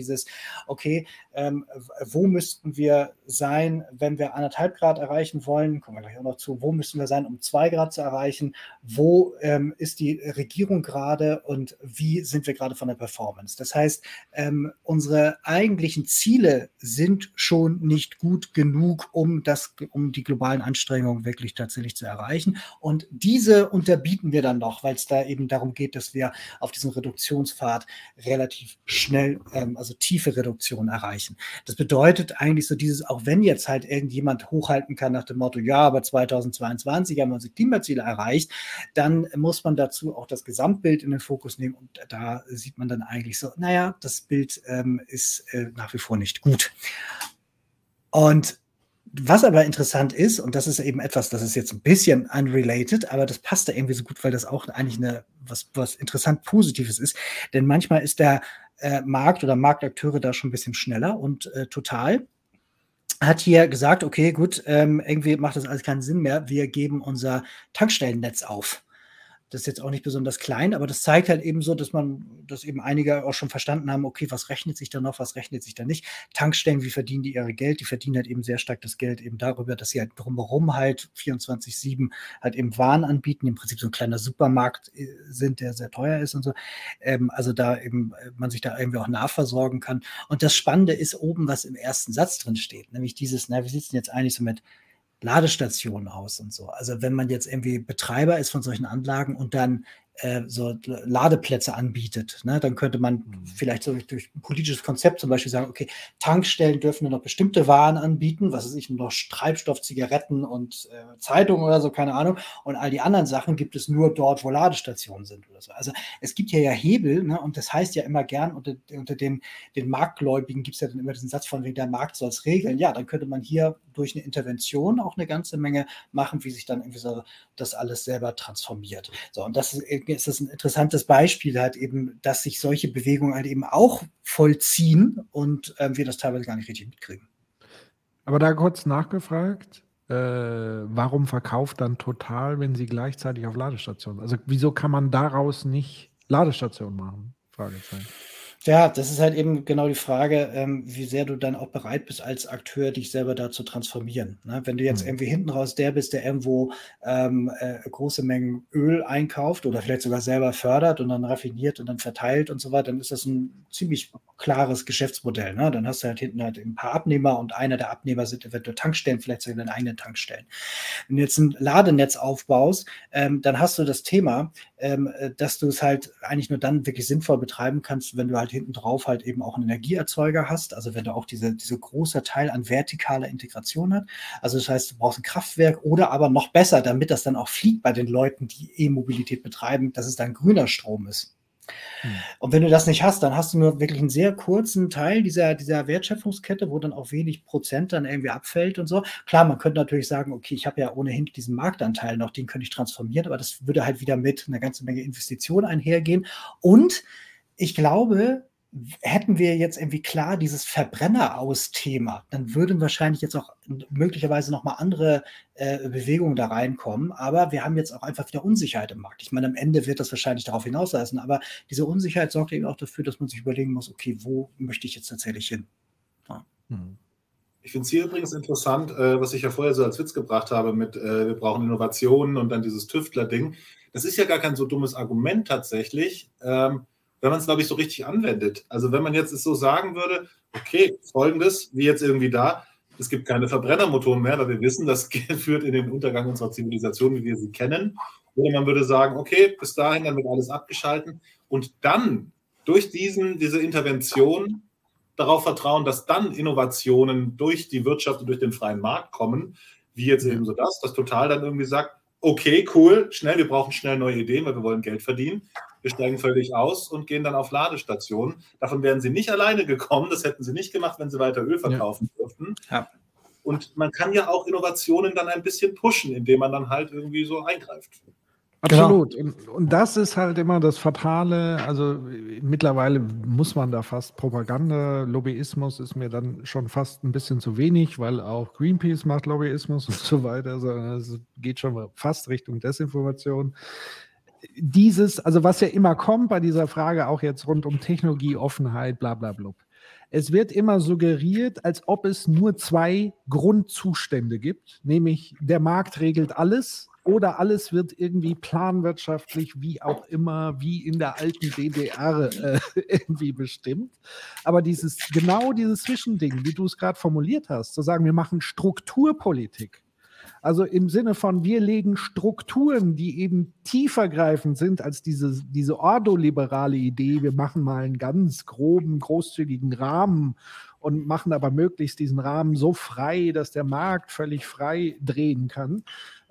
wo müssten wir sein, wenn wir 1,5 Grad erreichen wollen, kommen wir gleich auch noch zu, wo müssen wir sein, um 2 Grad zu erreichen, wo ist die Regierung gerade und wie sind wir gerade von der Performance. Das heißt, unsere eigentlichen Ziele sind schon nicht gut genug, um die globalen Anstrengungen wirklich tatsächlich zu erreichen. Und diese unterbieten wir dann noch, weil es da eben darum geht, dass wir auf diesem Reduktionspfad relativ schnell, also tiefe Reduktionen erreichen. Das bedeutet eigentlich so dieses, auch wenn jetzt halt irgendjemand hochhalten kann nach dem Motto, ja, aber 2022 haben wir unsere Klimaziele erreicht, dann muss man dazu auch das Gesamtbild in den Fokus nehmen und da sieht man dann eigentlich so, naja, das Bild ist nach wie vor nicht gut. Und was aber interessant ist, und das ist eben etwas, das ist jetzt ein bisschen unrelated, aber das passt da irgendwie so gut, weil das auch eigentlich was interessant Positives ist. Denn manchmal ist der Markt oder Marktakteure da schon ein bisschen schneller und Total hat hier gesagt, okay, gut, irgendwie macht das alles keinen Sinn mehr. Wir geben unser Tankstellennetz auf. Das ist jetzt auch nicht besonders klein, aber das zeigt halt eben so, dass eben einige auch schon verstanden haben, okay, was rechnet sich da noch, was rechnet sich da nicht. Tankstellen, wie verdienen die ihr Geld? Die verdienen halt eben sehr stark das Geld eben darüber, dass sie halt drumherum halt 24/7 halt eben Waren anbieten, im Prinzip so ein kleiner Supermarkt sind, der sehr teuer ist und so. Also da eben man sich da irgendwie auch nachversorgen kann. Und das Spannende ist oben, was im ersten Satz drin steht, nämlich dieses, wie sieht es denn jetzt eigentlich so mit Ladestationen aus und so. Also wenn man jetzt irgendwie Betreiber ist von solchen Anlagen und dann so Ladeplätze anbietet, ne, dann könnte man vielleicht so durch ein politisches Konzept zum Beispiel sagen, okay, Tankstellen dürfen nur noch bestimmte Waren anbieten, was weiß ich, nur noch Treibstoff, Zigaretten und Zeitungen oder so, keine Ahnung, und all die anderen Sachen gibt es nur dort, wo Ladestationen sind oder so. Also es gibt hier ja Hebel, ne, und das heißt ja immer gern, unter den Marktgläubigen gibt es ja dann immer diesen Satz von wegen, der Markt soll es regeln. Ja, dann könnte man hier durch eine Intervention auch eine ganze Menge machen, wie sich dann irgendwie so das alles selber transformiert. So, und das ist das ein interessantes Beispiel halt eben, dass sich solche Bewegungen halt eben auch vollziehen und wir das teilweise gar nicht richtig mitkriegen. Aber da kurz nachgefragt, warum verkauft dann Total, wenn sie gleichzeitig auf Ladestationen? Also wieso kann man daraus nicht Ladestationen machen? Fragezeichen. Ja, das ist halt eben genau die Frage, wie sehr du dann auch bereit bist, als Akteur dich selber da zu transformieren. Ne? Wenn du jetzt irgendwie hinten raus der bist, der irgendwo große Mengen Öl einkauft oder vielleicht sogar selber fördert und dann raffiniert und dann verteilt und so weiter, dann ist das ein ziemlich klares Geschäftsmodell. Ne? Dann hast du halt hinten halt ein paar Abnehmer und einer der Abnehmer sind eventuell Tankstellen, vielleicht sogar deine eigenen Tankstellen. Wenn du jetzt ein Ladenetz aufbaust, dann hast du das Thema, dass du es halt eigentlich nur dann wirklich sinnvoll betreiben kannst, wenn du halt hinten drauf halt eben auch einen Energieerzeuger hast, also wenn du auch diese große Teil an vertikaler Integration hast, also das heißt, du brauchst ein Kraftwerk oder aber noch besser, damit das dann auch fliegt bei den Leuten, die E-Mobilität betreiben, dass es dann grüner Strom ist. Und wenn du das nicht hast, dann hast du nur wirklich einen sehr kurzen Teil dieser Wertschöpfungskette, wo dann auch wenig Prozent dann irgendwie abfällt und so. Klar, man könnte natürlich sagen, okay, ich habe ja ohnehin diesen Marktanteil noch, den könnte ich transformieren, aber das würde halt wieder mit einer ganzen Menge Investitionen einhergehen. Und ich glaube, hätten wir jetzt irgendwie klar dieses Verbrenner-aus-Thema, dann würden wahrscheinlich jetzt auch möglicherweise nochmal andere Bewegungen da reinkommen. Aber wir haben jetzt auch einfach wieder Unsicherheit im Markt. Ich meine, am Ende wird das wahrscheinlich darauf hinauslaufen, aber diese Unsicherheit sorgt eben auch dafür, dass man sich überlegen muss, okay, wo möchte ich jetzt tatsächlich hin? Ja. Ich finde es hier übrigens interessant, was ich ja vorher so als Witz gebracht habe mit, wir brauchen Innovationen und dann dieses Tüftler-Ding. Das ist ja gar kein so dummes Argument tatsächlich, wenn man es, glaube ich, so richtig anwendet. Also wenn man jetzt es so sagen würde, okay, Folgendes, wie jetzt irgendwie da, es gibt keine Verbrennermotoren mehr, weil wir wissen, das führt in den Untergang unserer Zivilisation, wie wir sie kennen. Oder man würde sagen, okay, bis dahin, dann wird alles abgeschalten. Und dann durch diese Intervention darauf vertrauen, dass dann Innovationen durch die Wirtschaft und durch den freien Markt kommen, wie jetzt eben so das Total dann irgendwie sagt, okay, cool, schnell, wir brauchen schnell neue Ideen, weil wir wollen Geld verdienen. Wir steigen völlig aus und gehen dann auf Ladestationen. Davon wären sie nicht alleine gekommen. Das hätten sie nicht gemacht, wenn sie weiter Öl verkaufen dürften. Ja. Und man kann ja auch Innovationen dann ein bisschen pushen, indem man dann halt irgendwie so eingreift. Absolut. Genau. Und das ist halt immer das Fatale. Also mittlerweile muss man da fast Propaganda, Lobbyismus ist mir dann schon fast ein bisschen zu wenig, weil auch Greenpeace macht Lobbyismus und so weiter. Sondern es geht schon fast Richtung Desinformation. Also was ja immer kommt bei dieser Frage, auch jetzt rund um Technologieoffenheit, bla bla bla. Es wird immer suggeriert, als ob es nur 2 Grundzustände gibt, nämlich der Markt regelt alles oder alles wird irgendwie planwirtschaftlich, wie auch immer, wie in der alten DDR irgendwie bestimmt. Aber genau dieses Zwischending, wie du es gerade formuliert hast, zu sagen, wir machen Strukturpolitik. Also im Sinne von, wir legen Strukturen, die eben tiefergreifend sind als diese ordoliberale Idee, wir machen mal einen ganz groben, großzügigen Rahmen und machen aber möglichst diesen Rahmen so frei, dass der Markt völlig frei drehen kann.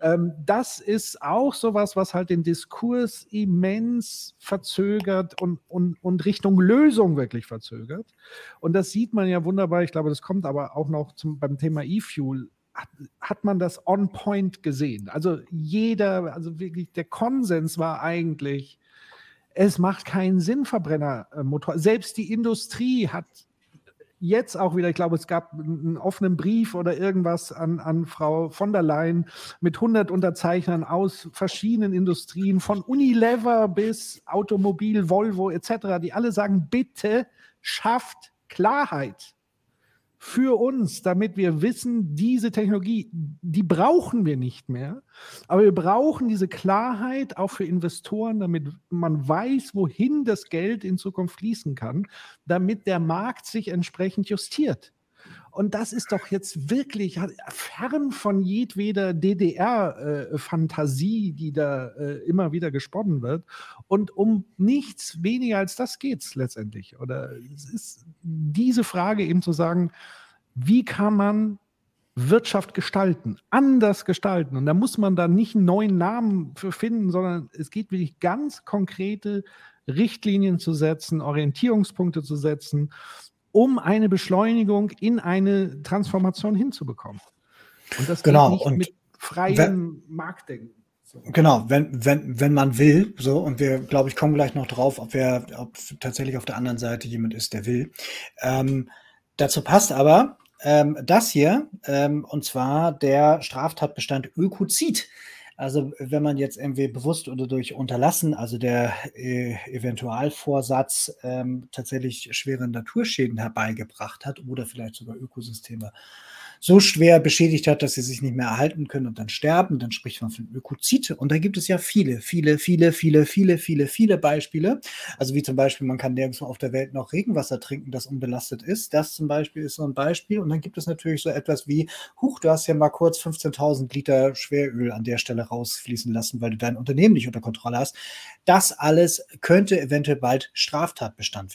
Das ist auch sowas, was halt den Diskurs immens verzögert und Richtung Lösung wirklich verzögert. Und das sieht man ja wunderbar, ich glaube, das kommt aber auch noch beim Thema E-Fuel, hat man das on point gesehen. Also wirklich der Konsens war eigentlich, es macht keinen Sinn, Verbrennermotor. Selbst die Industrie hat jetzt auch wieder, ich glaube, es gab einen offenen Brief oder irgendwas an Frau von der Leyen mit 100 Unterzeichnern aus verschiedenen Industrien, von Unilever bis Automobil, Volvo etc., die alle sagen, bitte schafft Klarheit für uns, damit wir wissen, diese Technologie, die brauchen wir nicht mehr. Aber wir brauchen diese Klarheit auch für Investoren, damit man weiß, wohin das Geld in Zukunft fließen kann, damit der Markt sich entsprechend justiert. Und das ist doch jetzt wirklich fern von jedweder DDR-Fantasie, die da immer wieder gesponnen wird. Und um nichts weniger als das geht es letztendlich. Oder es ist diese Frage eben zu sagen, wie kann man Wirtschaft gestalten, anders gestalten? Und da muss man da nicht einen neuen Namen für finden, sondern es geht wirklich ganz konkrete Richtlinien zu setzen, Orientierungspunkte zu setzen, um eine Beschleunigung in eine Transformation hinzubekommen. Und das geht nicht mit freiem Marktdenken. So. Genau, wenn man will, so, und wir, glaube ich, kommen gleich noch drauf, ob tatsächlich auf der anderen Seite jemand ist, der will. Dazu passt aber das hier, und zwar der Straftatbestand Ökozid. Also wenn man jetzt irgendwie bewusst oder durch Unterlassen, also der Eventualvorsatz tatsächlich schwere Naturschäden herbeigebracht hat oder vielleicht sogar Ökosysteme so schwer beschädigt hat, dass sie sich nicht mehr erhalten können und dann sterben, dann spricht man von Ökozid. Und da gibt es ja viele Beispiele. Also wie zum Beispiel, man kann nirgendwo auf der Welt noch Regenwasser trinken, das unbelastet ist. Das zum Beispiel ist so ein Beispiel. Und dann gibt es natürlich so etwas wie, du hast ja mal kurz 15.000 Liter Schweröl an der Stelle rausfließen lassen, weil du dein Unternehmen nicht unter Kontrolle hast. Das alles könnte eventuell bald Straftatbestand werden.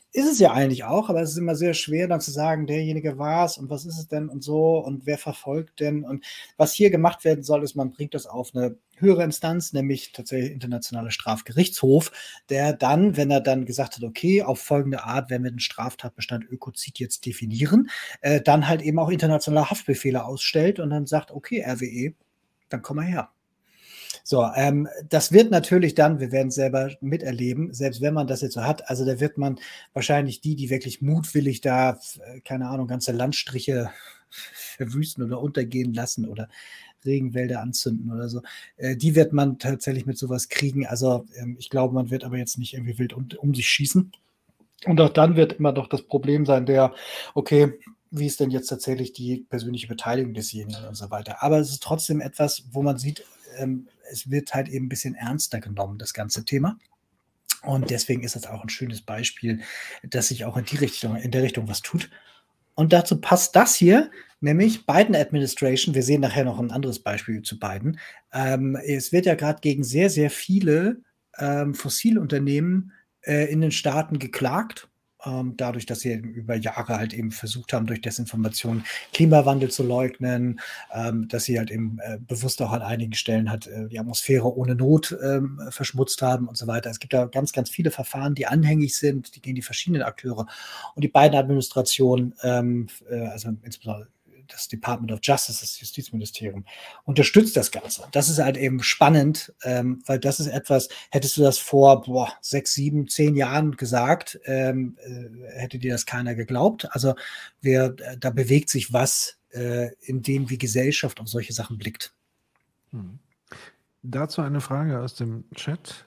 Ist es ja eigentlich auch, aber es ist immer sehr schwer, dann zu sagen, derjenige war es und was ist es denn und so und wer verfolgt denn. Und was hier gemacht werden soll, ist, man bringt das auf eine höhere Instanz, nämlich tatsächlich Internationaler Strafgerichtshof, der dann, wenn er dann gesagt hat, okay, auf folgende Art werden wir den Straftatbestand Ökozid jetzt definieren, dann halt eben auch internationale Haftbefehle ausstellt und dann sagt, okay, RWE, dann komm mal her. So, das wird natürlich dann, wir werden es selber miterleben, selbst wenn man das jetzt so hat, also da wird man wahrscheinlich die wirklich mutwillig da, keine Ahnung, ganze Landstriche verwüsten oder untergehen lassen oder Regenwälder anzünden oder so, die wird man tatsächlich mit sowas kriegen. Also ich glaube, man wird aber jetzt nicht irgendwie wild um sich schießen. Und auch dann wird immer doch das Problem sein, okay, wie ist denn jetzt tatsächlich die persönliche Beteiligung desjenigen und so weiter. Aber es ist trotzdem etwas, wo man sieht, es wird halt eben ein bisschen ernster genommen, das ganze Thema. Und deswegen ist das auch ein schönes Beispiel, dass sich auch in der Richtung was tut. Und dazu passt das hier, nämlich Biden Administration. Wir sehen nachher noch ein anderes Beispiel zu Biden. Es wird ja gerade gegen sehr, sehr viele Fossilunternehmen in den Staaten geklagt. Dadurch, dass sie über Jahre halt eben versucht haben, durch Desinformation Klimawandel zu leugnen, dass sie halt eben bewusst auch an einigen Stellen halt die Atmosphäre ohne Not verschmutzt haben und so weiter. Es gibt da ganz, ganz viele Verfahren, die anhängig sind, die gegen die verschiedenen Akteure. Und die beiden Administrationen, also insbesondere das Department of Justice, das Justizministerium, unterstützt das Ganze. Das ist halt eben spannend, weil das ist etwas, hättest du das vor 6, 7, 10 Jahren gesagt, hätte dir das keiner geglaubt. Also da bewegt sich was, in dem wie Gesellschaft auf solche Sachen blickt. Dazu eine Frage aus dem Chat.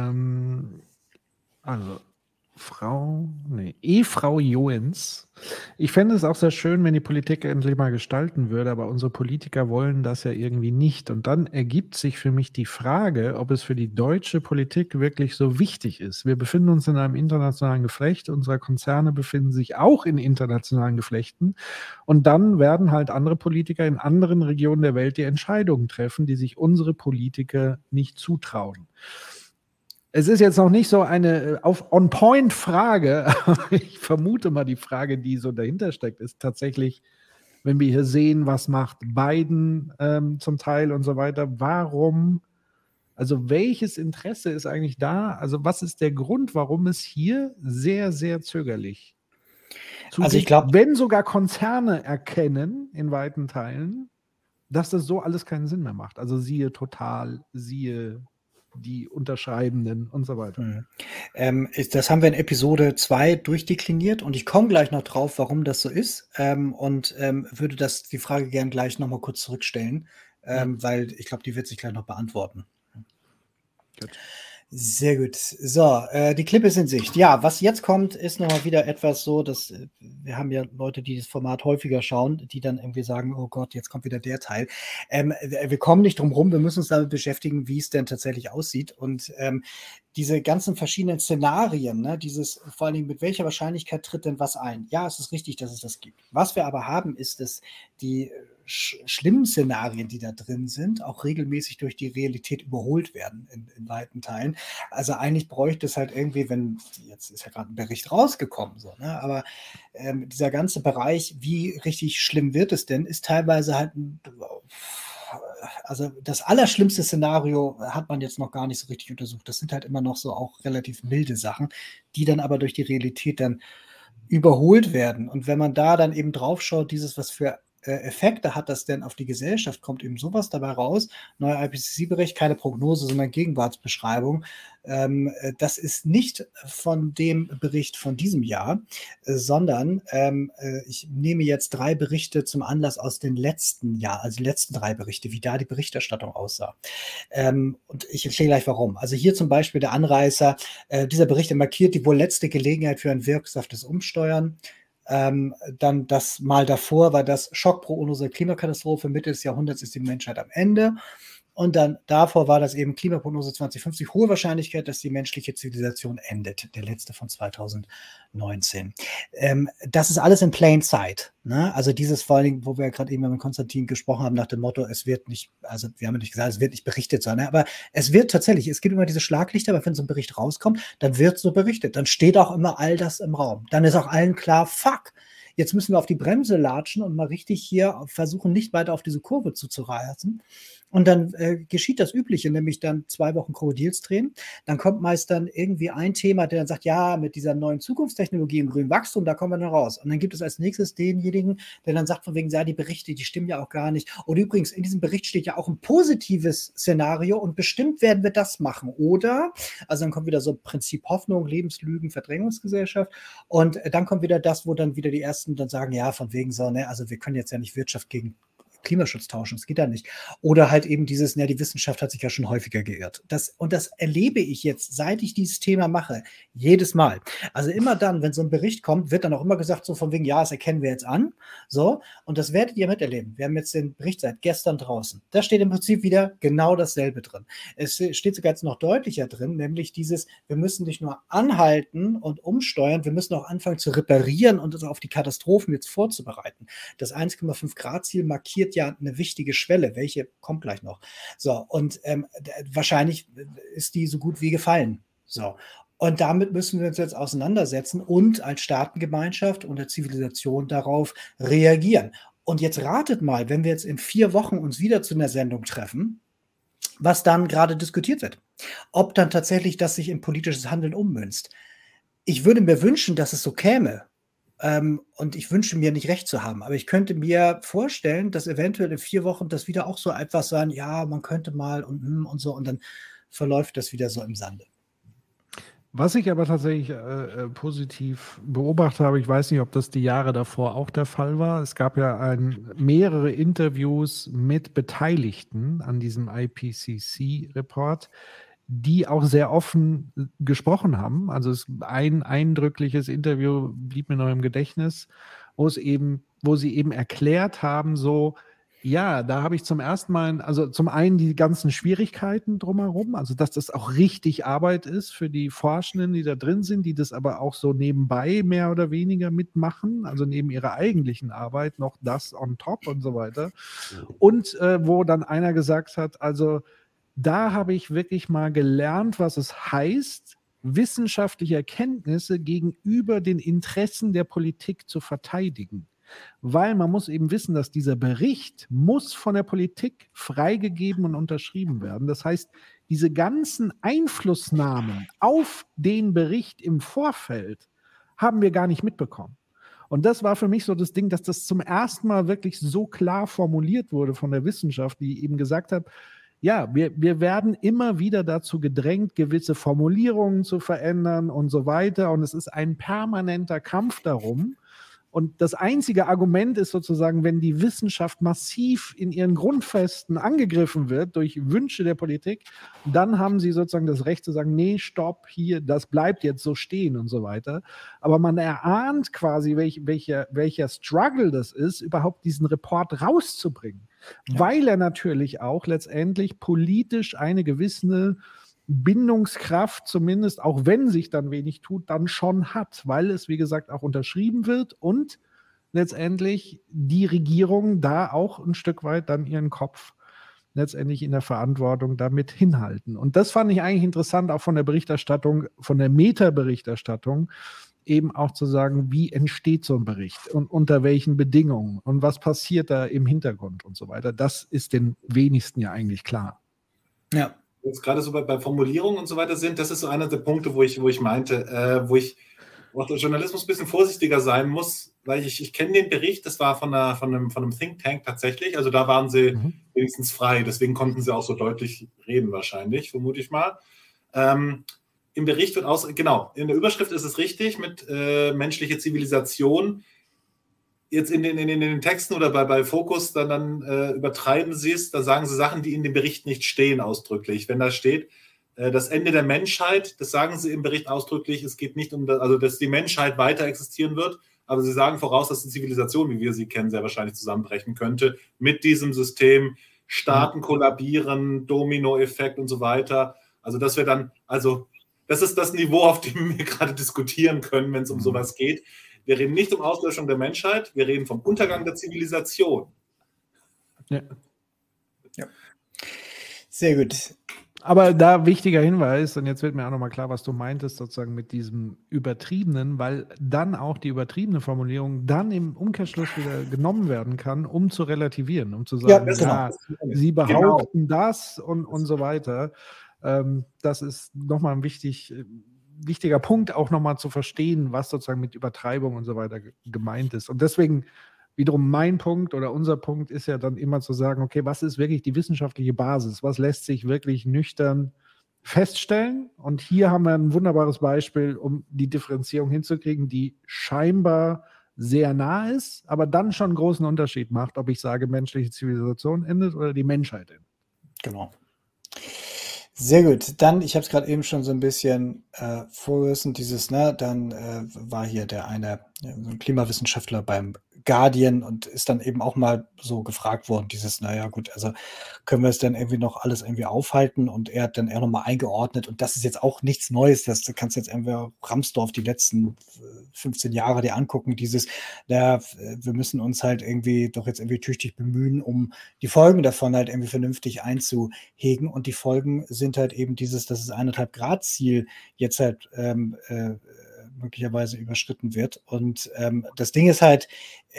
Frau Joens. Ich fände es auch sehr schön, wenn die Politik endlich mal gestalten würde, aber unsere Politiker wollen das ja irgendwie nicht. Und dann ergibt sich für mich die Frage, ob es für die deutsche Politik wirklich so wichtig ist. Wir befinden uns in einem internationalen Geflecht, unsere Konzerne befinden sich auch in internationalen Geflechten und dann werden halt andere Politiker in anderen Regionen der Welt die Entscheidungen treffen, die sich unsere Politiker nicht zutrauen. Es ist jetzt noch nicht so eine On-Point-Frage, aber ich vermute mal, die Frage, die so dahinter steckt, ist tatsächlich, wenn wir hier sehen, was macht Biden zum Teil und so weiter, welches Interesse ist eigentlich da? Also was ist der Grund, warum es hier sehr, sehr zögerlich zugeht? Also ich glaube, wenn sogar Konzerne erkennen in weiten Teilen, dass das so alles keinen Sinn mehr macht. Also siehe Total, siehe die Unterschreibenden und so weiter. Das haben wir in Episode 2 durchdekliniert und ich komme gleich noch drauf, warum das so ist und würde die Frage gern gleich nochmal kurz zurückstellen, weil ich glaube, die wird sich gleich noch beantworten. Gut. Sehr gut. So, die Clip ist in Sicht. Ja, was jetzt kommt, ist nochmal wieder etwas so, dass wir haben ja Leute, die das Format häufiger schauen, die dann irgendwie sagen, oh Gott, jetzt kommt wieder der Teil. Wir kommen nicht drum rum, wir müssen uns damit beschäftigen, wie es denn tatsächlich aussieht. Und diese ganzen verschiedenen Szenarien, ne, vor allen Dingen, mit welcher Wahrscheinlichkeit tritt denn was ein? Ja, es ist richtig, dass es das gibt. Was wir aber haben, ist, dass die schlimmen Szenarien, die da drin sind, auch regelmäßig durch die Realität überholt werden in weiten Teilen. Also eigentlich bräuchte es halt irgendwie, jetzt ist ja gerade ein Bericht rausgekommen, so, ne? Aber dieser ganze Bereich, wie richtig schlimm wird es denn, ist teilweise halt also das allerschlimmste Szenario hat man jetzt noch gar nicht so richtig untersucht. Das sind halt immer noch so auch relativ milde Sachen, die dann aber durch die Realität dann überholt werden. Und wenn man da dann eben drauf schaut, was für Effekte hat das denn auf die Gesellschaft, kommt eben sowas dabei raus. Neuer IPCC-Bericht, keine Prognose, sondern Gegenwartsbeschreibung. Das ist nicht von dem Bericht von diesem Jahr, sondern ich nehme jetzt 3 Berichte zum Anlass aus den letzten Jahr, also die letzten 3 Berichte, wie da die Berichterstattung aussah. Und ich erkläre gleich warum. Also hier zum Beispiel der Anreißer, dieser Bericht markiert die wohl letzte Gelegenheit für ein wirksaftes Umsteuern. Dann das Mal davor war das Schockprognose Klimakatastrophe, Mitte des Jahrhunderts ist die Menschheit am Ende. Und dann davor war das eben Klimaprognose 2050, hohe Wahrscheinlichkeit, dass die menschliche Zivilisation endet. Der letzte von 2019. Das ist alles in plain sight. Ne? Also dieses vor allen Dingen, wo wir gerade eben mit Konstantin gesprochen haben, nach dem Motto, es wird nicht, also wir haben ja nicht gesagt, es wird nicht berichtet sein, ne? Aber es wird tatsächlich, es gibt immer diese Schlaglichter, aber wenn so ein Bericht rauskommt, dann wird so berichtet. Dann steht auch immer all das im Raum. Dann ist auch allen klar, fuck, jetzt müssen wir auf die Bremse latschen und mal richtig hier versuchen, nicht weiter auf diese Kurve zuzureißen. Und dann geschieht das Übliche, nämlich dann 2 Wochen Krokodilstränen. Dann kommt meist dann irgendwie ein Thema, der dann sagt, ja, mit dieser neuen Zukunftstechnologie im grünen Wachstum, da kommen wir dann raus. Und dann gibt es als nächstes denjenigen, der dann sagt, von wegen, ja, die Berichte, die stimmen ja auch gar nicht. Und übrigens, in diesem Bericht steht ja auch ein positives Szenario und bestimmt werden wir das machen. Oder, also dann kommt wieder so Prinzip Hoffnung, Lebenslügen, Verdrängungsgesellschaft. Und dann kommt wieder das, wo dann wieder die Ersten dann sagen, ja, von wegen so, ne, also wir können jetzt ja nicht Wirtschaft gegen Klimaschutz tauschen, das geht ja nicht. Oder halt eben dieses, ne, die Wissenschaft hat sich ja schon häufiger geirrt. Und das erlebe ich jetzt, seit ich dieses Thema mache, jedes Mal. Also immer dann, wenn so ein Bericht kommt, wird dann auch immer gesagt, so von wegen, ja, das erkennen wir jetzt an. So, und das werdet ihr miterleben. Wir haben jetzt den Bericht seit gestern draußen. Da steht im Prinzip wieder genau dasselbe drin. Es steht sogar jetzt noch deutlicher drin, nämlich dieses, wir müssen nicht nur anhalten und umsteuern, wir müssen auch anfangen zu reparieren und uns auf die Katastrophen jetzt vorzubereiten. Das 1,5 Grad Ziel markiert ja eine wichtige Schwelle, welche kommt gleich noch. So, und wahrscheinlich ist die so gut wie gefallen. So. Und damit müssen wir uns jetzt auseinandersetzen und als Staatengemeinschaft und der Zivilisation darauf reagieren. Und jetzt ratet mal, wenn wir jetzt in 4 Wochen uns wieder zu einer Sendung treffen, was dann gerade diskutiert wird. Ob dann tatsächlich das sich in politisches Handeln ummünzt. Ich würde mir wünschen, dass es so käme. Und ich wünsche mir nicht recht zu haben, aber ich könnte mir vorstellen, dass eventuell in 4 Wochen das wieder auch so etwas sein, ja, man könnte mal und so, und dann verläuft das wieder so im Sande. Was ich aber tatsächlich positiv beobachtet habe, ich weiß nicht, ob das die Jahre davor auch der Fall war. Es gab ja mehrere Interviews mit Beteiligten an diesem IPCC-Report, die auch sehr offen gesprochen haben. Also ein eindrückliches Interview blieb mir noch im Gedächtnis, wo sie eben erklärt haben, so, ja, da habe ich zum ersten Mal, also zum einen die ganzen Schwierigkeiten drumherum, also dass das auch richtig Arbeit ist für die Forschenden, die da drin sind, die das aber auch so nebenbei mehr oder weniger mitmachen, also neben ihrer eigentlichen Arbeit noch das on top und so weiter. Und wo dann einer gesagt hat, also da habe ich wirklich mal gelernt, was es heißt, wissenschaftliche Erkenntnisse gegenüber den Interessen der Politik zu verteidigen. Weil man muss eben wissen, dass dieser Bericht muss von der Politik freigegeben und unterschrieben werden. Das heißt, diese ganzen Einflussnahmen auf den Bericht im Vorfeld haben wir gar nicht mitbekommen. Und das war für mich so das Ding, dass das zum ersten Mal wirklich so klar formuliert wurde von der Wissenschaft, die eben gesagt hat, ja, wir werden immer wieder dazu gedrängt, gewisse Formulierungen zu verändern und so weiter. Und es ist ein permanenter Kampf darum. Und das einzige Argument ist sozusagen, wenn die Wissenschaft massiv in ihren Grundfesten angegriffen wird durch Wünsche der Politik, dann haben sie sozusagen das Recht zu sagen, nee, stopp, hier, das bleibt jetzt so stehen und so weiter. Aber man erahnt quasi, welcher Struggle das ist, überhaupt diesen Report rauszubringen. Ja. Weil er natürlich auch letztendlich politisch eine gewisse Bindungskraft, zumindest auch wenn sich dann wenig tut, dann schon hat, weil es, wie gesagt, auch unterschrieben wird und letztendlich die Regierung da auch ein Stück weit dann ihren Kopf letztendlich in der Verantwortung damit hinhalten. Und das fand ich eigentlich interessant, auch von der Berichterstattung, von der Meta-Berichterstattung, eben auch zu sagen, wie entsteht so ein Bericht und unter welchen Bedingungen und was passiert da im Hintergrund und so weiter. Das ist den wenigsten ja eigentlich klar. Ja. Jetzt gerade so bei Formulierungen und so weiter sind, das ist so einer der Punkte, wo ich meinte, wo ich auch der Journalismus ein bisschen vorsichtiger sein muss, weil ich kenne den Bericht, das war von einem Think Tank tatsächlich, also da waren sie wenigstens frei, deswegen konnten sie auch so deutlich reden wahrscheinlich, vermute ich mal. Im Bericht wird genau, in der Überschrift ist es richtig mit menschliche Zivilisation. Jetzt in den Texten oder bei Fokus dann übertreiben sie es, da sagen sie Sachen, die in dem Bericht nicht stehen ausdrücklich. Wenn da steht, das Ende der Menschheit, das sagen sie im Bericht ausdrücklich, es geht nicht dass die Menschheit weiter existieren wird, aber sie sagen voraus, dass die Zivilisation, wie wir sie kennen, sehr wahrscheinlich zusammenbrechen könnte mit diesem System, Staaten kollabieren, Dominoeffekt und so weiter. Also dass wir dann, also das ist das Niveau, auf dem wir gerade diskutieren können, wenn es um sowas geht. Wir reden nicht um Auslöschung der Menschheit, wir reden vom Untergang der Zivilisation. Ja. Sehr gut. Aber da wichtiger Hinweis, und jetzt wird mir auch nochmal klar, was du meintest, sozusagen mit diesem Übertriebenen, weil dann auch die übertriebene Formulierung dann im Umkehrschluss wieder genommen werden kann, um zu relativieren, um zu sagen, ja, sie behaupten das und so weiter. Das ist nochmal ein wichtiger Punkt, auch nochmal zu verstehen, was sozusagen mit Übertreibung und so weiter gemeint ist. Und deswegen wiederum mein Punkt oder unser Punkt ist ja dann immer zu sagen, okay, was ist wirklich die wissenschaftliche Basis? Was lässt sich wirklich nüchtern feststellen? Und hier haben wir ein wunderbares Beispiel, um die Differenzierung hinzukriegen, die scheinbar sehr nah ist, aber dann schon einen großen Unterschied macht, ob ich sage, menschliche Zivilisation endet oder die Menschheit endet. Genau. Sehr gut. Dann, ich habe es gerade eben schon so ein bisschen vorgerissen, dann war hier der eine so ein Klimawissenschaftler beim Guardian und ist dann eben auch mal so gefragt worden, naja gut, also können wir es dann irgendwie noch alles irgendwie aufhalten? Und er hat dann eher nochmal eingeordnet und das ist jetzt auch nichts Neues, du kannst jetzt irgendwie Ramsdorf die letzten 15 Jahre dir angucken, wir müssen uns halt irgendwie doch jetzt irgendwie tüchtig bemühen, um die Folgen davon halt irgendwie vernünftig einzuhegen und die Folgen sind halt eben dass das 1,5 Grad Ziel jetzt halt möglicherweise überschritten wird. Und das Ding ist halt,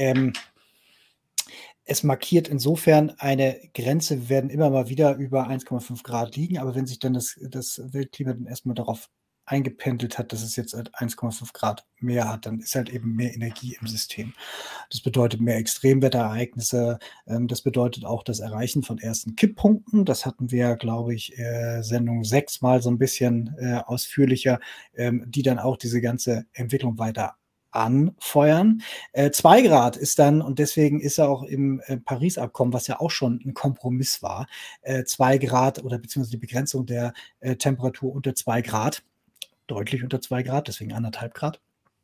es markiert insofern eine Grenze, wir werden immer mal wieder über 1,5 Grad liegen, aber wenn sich dann das Weltklima dann erstmal darauf eingependelt hat, dass es jetzt halt 1,5 Grad mehr hat, dann ist halt eben mehr Energie im System. Das bedeutet mehr Extremwetterereignisse, das bedeutet auch das Erreichen von ersten Kipppunkten. Das hatten wir, glaube ich, Sendung 6 mal so ein bisschen ausführlicher, die dann auch diese ganze Entwicklung weiter anfeuern. 2 Grad ist dann, und deswegen ist er auch im Paris-Abkommen, was ja auch schon ein Kompromiss war, 2 Grad oder beziehungsweise die Begrenzung der Temperatur unter 2 Grad, deutlich unter 2 Grad, deswegen 1,5 Grad,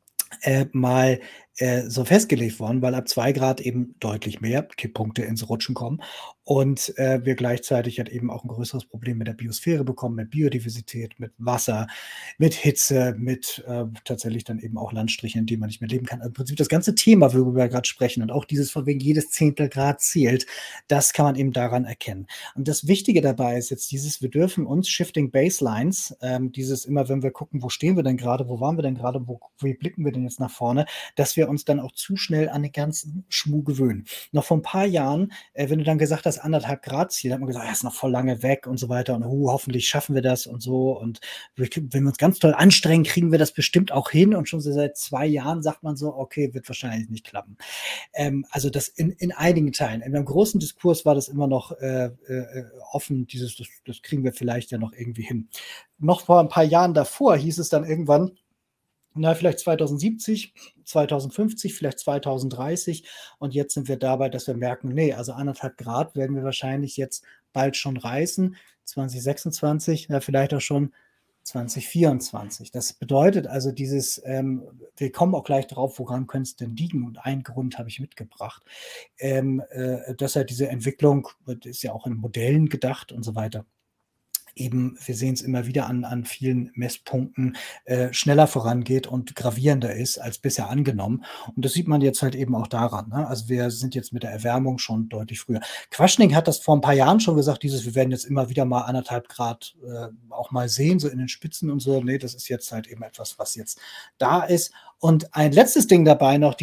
mal so festgelegt worden, weil ab 2 Grad eben deutlich mehr Kipppunkte ins Rutschen kommen und wir gleichzeitig halt eben auch ein größeres Problem mit der Biosphäre bekommen, mit Biodiversität, mit Wasser, mit Hitze, mit tatsächlich dann eben auch Landstrichen, in denen man nicht mehr leben kann. Also im Prinzip das ganze Thema, worüber wir gerade sprechen und auch dieses von wegen jedes Zehntel Grad zählt, das kann man eben daran erkennen. Und das Wichtige dabei ist jetzt wir dürfen uns Shifting Baselines, immer, wenn wir gucken, wo stehen wir denn gerade, wo waren wir denn gerade, wie blicken wir denn jetzt nach vorne, dass wir uns dann auch zu schnell an den ganzen Schmuh gewöhnen. Noch vor ein paar Jahren, wenn du dann gesagt hast, 1,5 Grad Ziel, hat man gesagt, ist noch voll lange weg und so weiter und hoffentlich schaffen wir das und so und wenn wir uns ganz toll anstrengen, kriegen wir das bestimmt auch hin und schon seit 2 Jahren sagt man so, okay, wird wahrscheinlich nicht klappen. Also das in einigen Teilen. In einem großen Diskurs war das immer noch offen, das kriegen wir vielleicht ja noch irgendwie hin. Noch vor ein paar Jahren davor hieß es dann irgendwann, vielleicht 2070, 2050, vielleicht 2030. Und jetzt sind wir dabei, dass wir merken, also 1,5 Grad werden wir wahrscheinlich jetzt bald schon reißen. 2026, vielleicht auch schon 2024. Das bedeutet also wir kommen auch gleich drauf, woran könnte es denn liegen? Und einen Grund habe ich mitgebracht, dass halt diese Entwicklung, das ist ja auch in Modellen gedacht und so weiter, eben, wir sehen es immer wieder an vielen Messpunkten, schneller vorangeht und gravierender ist als bisher angenommen. Und das sieht man jetzt halt eben auch daran. Ne? Also wir sind jetzt mit der Erwärmung schon deutlich früher. Quaschning hat das vor ein paar Jahren schon gesagt, wir werden jetzt immer wieder mal 1,5 Grad auch mal sehen, so in den Spitzen und so. Nee, das ist jetzt halt eben etwas, was jetzt da ist. Und ein letztes Ding dabei noch,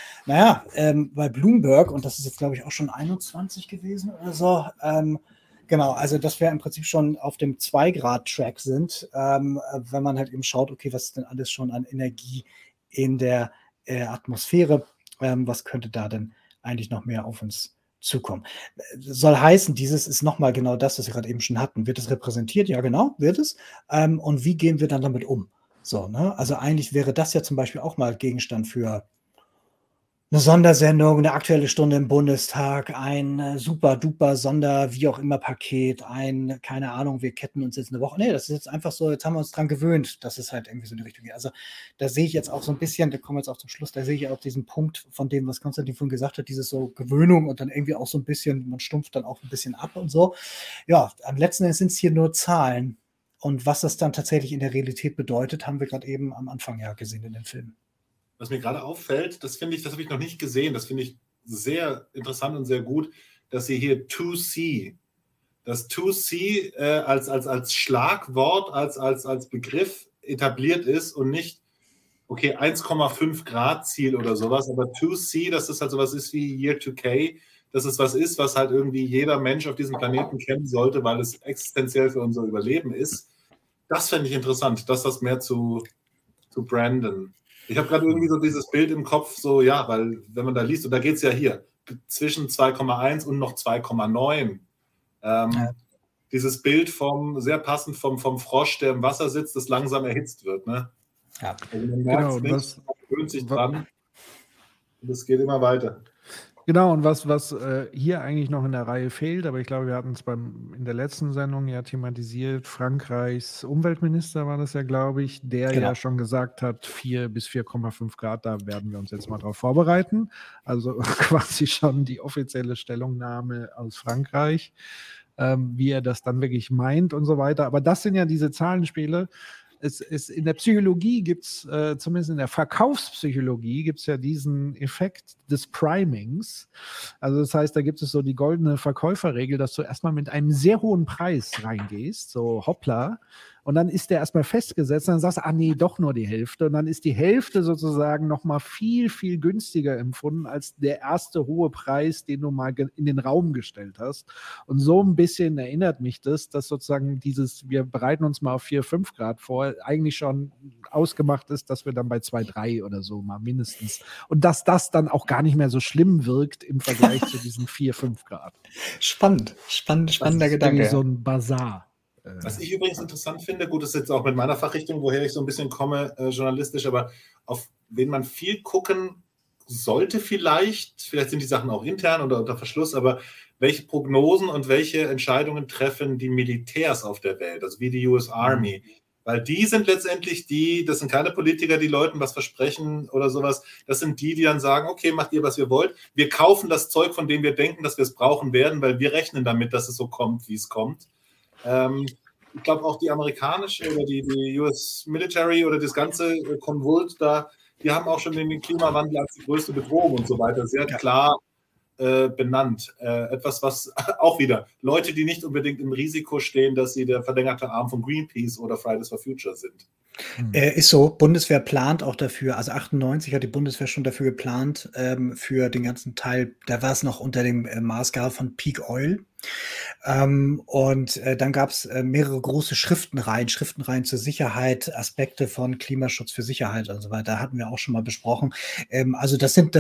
bei Bloomberg, und das ist jetzt, glaube ich, auch schon 21 gewesen oder so, genau, also dass wir im Prinzip schon auf dem 2-Grad-Track sind, wenn man halt eben schaut, okay, was ist denn alles schon an Energie in der Atmosphäre, was könnte da denn eigentlich noch mehr auf uns zukommen? Soll heißen, dieses ist nochmal genau das, was wir gerade eben schon hatten. Wird es repräsentiert? Ja, genau, wird es. Und wie gehen wir dann damit um? So, ne? Also eigentlich wäre das ja zum Beispiel auch mal Gegenstand für eine Sondersendung, eine Aktuelle Stunde im Bundestag, ein super-duper wie auch immer Paket, keine Ahnung, wir ketten uns jetzt eine Woche. Nee, das ist jetzt einfach so, jetzt haben wir uns dran gewöhnt, dass es halt irgendwie so in die Richtung geht. Also da sehe ich jetzt auch so ein bisschen, da kommen wir jetzt auch zum Schluss, da sehe ich auch diesen Punkt von dem, was Konstantin vorhin gesagt hat, dieses so Gewöhnung und dann irgendwie auch so ein bisschen, man stumpft dann auch ein bisschen ab und so. Ja, am letzten Ende sind es hier nur Zahlen. Und was das dann tatsächlich in der Realität bedeutet, haben wir gerade eben am Anfang ja gesehen in den Filmen. Was mir gerade auffällt, das habe ich noch nicht gesehen, das finde ich sehr interessant und sehr gut, dass Sie hier 2C, das 2C als Schlagwort, als Begriff etabliert ist und nicht, okay, 1,5 Grad Ziel oder sowas, aber 2C, dass das halt sowas ist wie Year 2K, dass es was ist, was halt irgendwie jeder Mensch auf diesem Planeten kennen sollte, weil es existenziell für unser Überleben ist. Das fände ich interessant, das mehr zu branden. Ich habe gerade irgendwie so dieses Bild im Kopf, so ja, weil wenn man da liest, und da geht es ja hier, zwischen 2,1 und noch 2,9. Dieses Bild sehr passend vom Frosch, der im Wasser sitzt, das langsam erhitzt wird. Ne? Ja. Also man merkt es nicht, man gewöhnt sich dran und es geht immer weiter. Genau, und was hier eigentlich noch in der Reihe fehlt, aber ich glaube, wir hatten es in der letzten Sendung ja thematisiert, Frankreichs Umweltminister war das ja, glaube ich, der ja schon gesagt hat, 4 bis 4,5 Grad, da werden wir uns jetzt mal drauf vorbereiten. Also quasi schon die offizielle Stellungnahme aus Frankreich, wie er das dann wirklich meint und so weiter. Aber das sind ja diese Zahlenspiele. In der Psychologie gibt es, zumindest in der Verkaufspsychologie, gibt es ja diesen Effekt des Primings. Also das heißt, da gibt es so die goldene Verkäuferregel, dass du erstmal mit einem sehr hohen Preis reingehst, so hoppla, und dann ist der erstmal festgesetzt, und dann sagst du, nee, doch nur die Hälfte. Und dann ist die Hälfte sozusagen nochmal viel, viel günstiger empfunden als der erste hohe Preis, den du mal in den Raum gestellt hast. Und so ein bisschen erinnert mich das, dass sozusagen wir bereiten uns mal auf 4, 5 Grad vor, eigentlich schon ausgemacht ist, dass wir dann bei 2, 3 oder so mal mindestens. Und dass das dann auch gar nicht mehr so schlimm wirkt im Vergleich zu diesen 4, 5 Grad. Spannender Gedanke. So ein Bazar. Was ich übrigens interessant finde, gut, das ist jetzt auch mit meiner Fachrichtung, woher ich so ein bisschen komme, journalistisch, aber auf wen man viel gucken sollte vielleicht sind die Sachen auch intern oder unter Verschluss, aber welche Prognosen und welche Entscheidungen treffen die Militärs auf der Welt, also wie die US Army, weil die sind letztendlich das sind keine Politiker, die Leuten was versprechen oder sowas, das sind die dann sagen, okay, macht ihr, was ihr wollt, wir kaufen das Zeug, von dem wir denken, dass wir es brauchen werden, weil wir rechnen damit, dass es so kommt, wie es kommt. Ich glaube auch die amerikanische oder die US Military oder das ganze Konvult da, die haben auch schon den Klimawandel als die größte Bedrohung und so weiter sehr klar benannt. Etwas, was auch wieder Leute, die nicht unbedingt im Risiko stehen, dass sie der verlängerte Arm von Greenpeace oder Fridays for Future sind. Ist so, Bundeswehr plant auch dafür, also 98 hat die Bundeswehr schon dafür geplant, für den ganzen Teil, da war es noch unter dem Maßgabe von Peak Oil. Und dann gab es mehrere große Schriftenreihen zur Sicherheit, Aspekte von Klimaschutz für Sicherheit und so weiter, hatten wir auch schon mal besprochen. Also das sind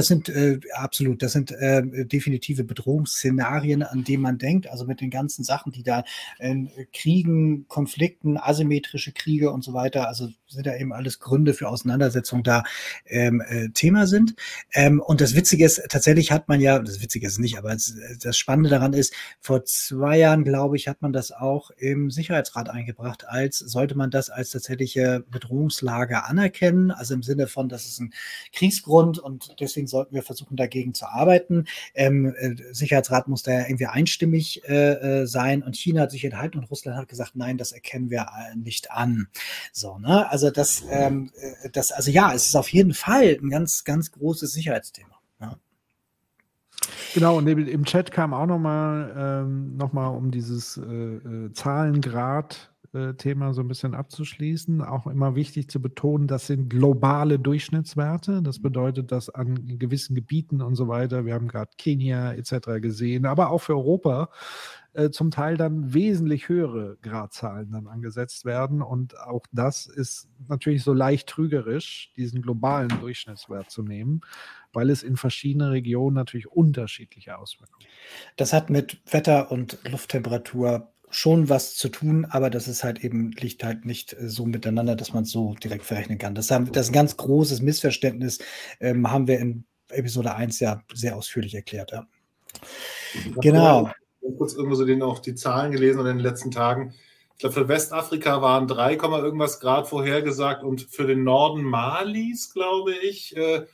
definitive Bedrohungsszenarien, an die man denkt, also mit den ganzen Sachen, die da in Kriegen, Konflikten, asymmetrische Kriege und so weiter, also sind da eben alles Gründe für Auseinandersetzungen da Thema sind. Und das Witzige ist, tatsächlich hat man ja, das Witzige ist nicht, aber das Spannende daran ist, vor 2 Jahren, glaube ich, hat man das auch im Sicherheitsrat eingebracht, sollte man das als tatsächliche Bedrohungslage anerkennen, also im Sinne von, das ist ein Kriegsgrund und deswegen sollten wir versuchen, dagegen zu arbeiten. Sicherheitsrat muss da ja irgendwie einstimmig sein und China hat sich enthalten und Russland hat gesagt, nein, das erkennen wir nicht an. So, ne? Also also ja, es ist auf jeden Fall ein ganz, ganz großes Sicherheitsthema. Ja. Genau, und im Chat kam auch nochmal um dieses Zahlengrad-Thema so ein bisschen abzuschließen. Auch immer wichtig zu betonen, das sind globale Durchschnittswerte. Das bedeutet, dass an gewissen Gebieten und so weiter, wir haben gerade Kenia etc. gesehen, aber auch für Europa zum Teil dann wesentlich höhere Gradzahlen dann angesetzt werden. Und auch das ist natürlich so leicht trügerisch, diesen globalen Durchschnittswert zu nehmen, weil es in verschiedenen Regionen natürlich unterschiedliche Auswirkungen hat. Das hat mit Wetter und Lufttemperatur schon was zu tun, aber das ist halt eben, liegt halt nicht so miteinander, dass man es so direkt verrechnen kann. Das ist ein ganz großes Missverständnis, haben wir in Episode 1 ja sehr ausführlich erklärt. Ja. Ich habe Genau. kurz irgendwo so auch die Zahlen gelesen in den letzten Tagen. Ich glaube, für Westafrika waren 3, irgendwas Grad vorhergesagt und für den Norden Malis, glaube ich,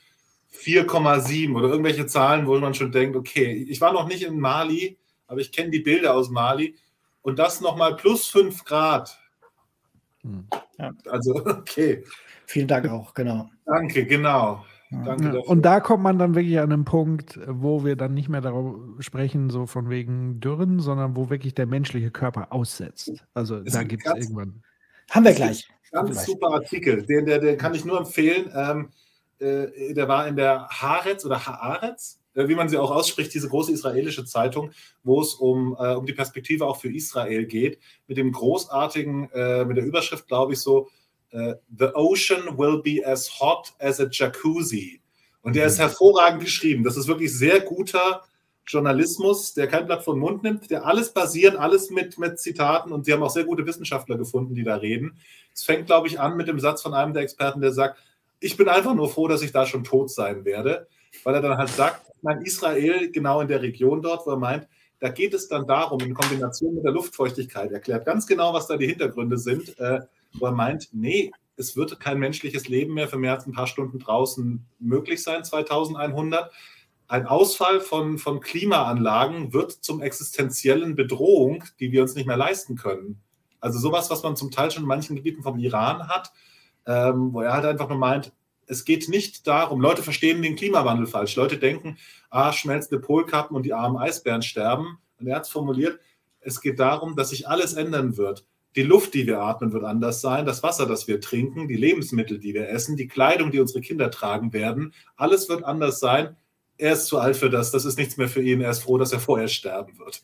4,7 oder irgendwelche Zahlen, wo man schon denkt, okay, ich war noch nicht in Mali, aber ich kenne die Bilder aus Mali und das nochmal plus 5 Grad. Ja. Also, okay. Vielen Dank auch, genau. Danke, genau. Danke Ja, dafür. und da kommt man dann wirklich an einen Punkt, wo wir dann nicht mehr darüber sprechen, so von wegen Dürren, sondern wo wirklich der menschliche Körper aussetzt. Also Es da gibt gibt es irgendwann. Haben wir gleich. Ganz super Artikel, den kann ich nur empfehlen. Der war in der Haaretz oder Haaretz, wie man sie auch ausspricht, diese große israelische Zeitung, wo es um die Perspektive auch für Israel geht, mit dem großartigen, mit der Überschrift, glaube ich, so, The Ocean will be as hot as a jacuzzi. Und der ist hervorragend geschrieben. Das ist wirklich sehr guter Journalismus, der kein Blatt vom Mund nimmt, der alles basiert, alles mit Zitaten, und sie haben auch sehr gute Wissenschaftler gefunden, die da reden. Es fängt, glaube ich, an mit dem Satz von einem der Experten, der sagt, ich bin einfach nur froh, dass ich da schon tot sein werde, weil er dann halt sagt, Israel, genau in der Region dort, wo er meint, da geht es dann darum, in Kombination mit der Luftfeuchtigkeit, erklärt ganz genau, was da die Hintergründe sind, wo er meint, nee, es wird kein menschliches Leben mehr für mehr als ein paar Stunden draußen möglich sein, 2100. Ein Ausfall von Klimaanlagen wird zum existenziellen Bedrohung, die wir uns nicht mehr leisten können. Also sowas, was man zum Teil schon in manchen Gebieten vom Iran hat, wo er halt einfach nur meint, es geht nicht darum, Leute verstehen den Klimawandel falsch. Leute denken, schmelzende Polkappen und die armen Eisbären sterben. Und er hat es formuliert, es geht darum, dass sich alles ändern wird. Die Luft, die wir atmen, wird anders sein. Das Wasser, das wir trinken, die Lebensmittel, die wir essen, die Kleidung, die unsere Kinder tragen werden, alles wird anders sein. Er ist zu alt für das. Das ist nichts mehr für ihn. Er ist froh, dass er vorher sterben wird.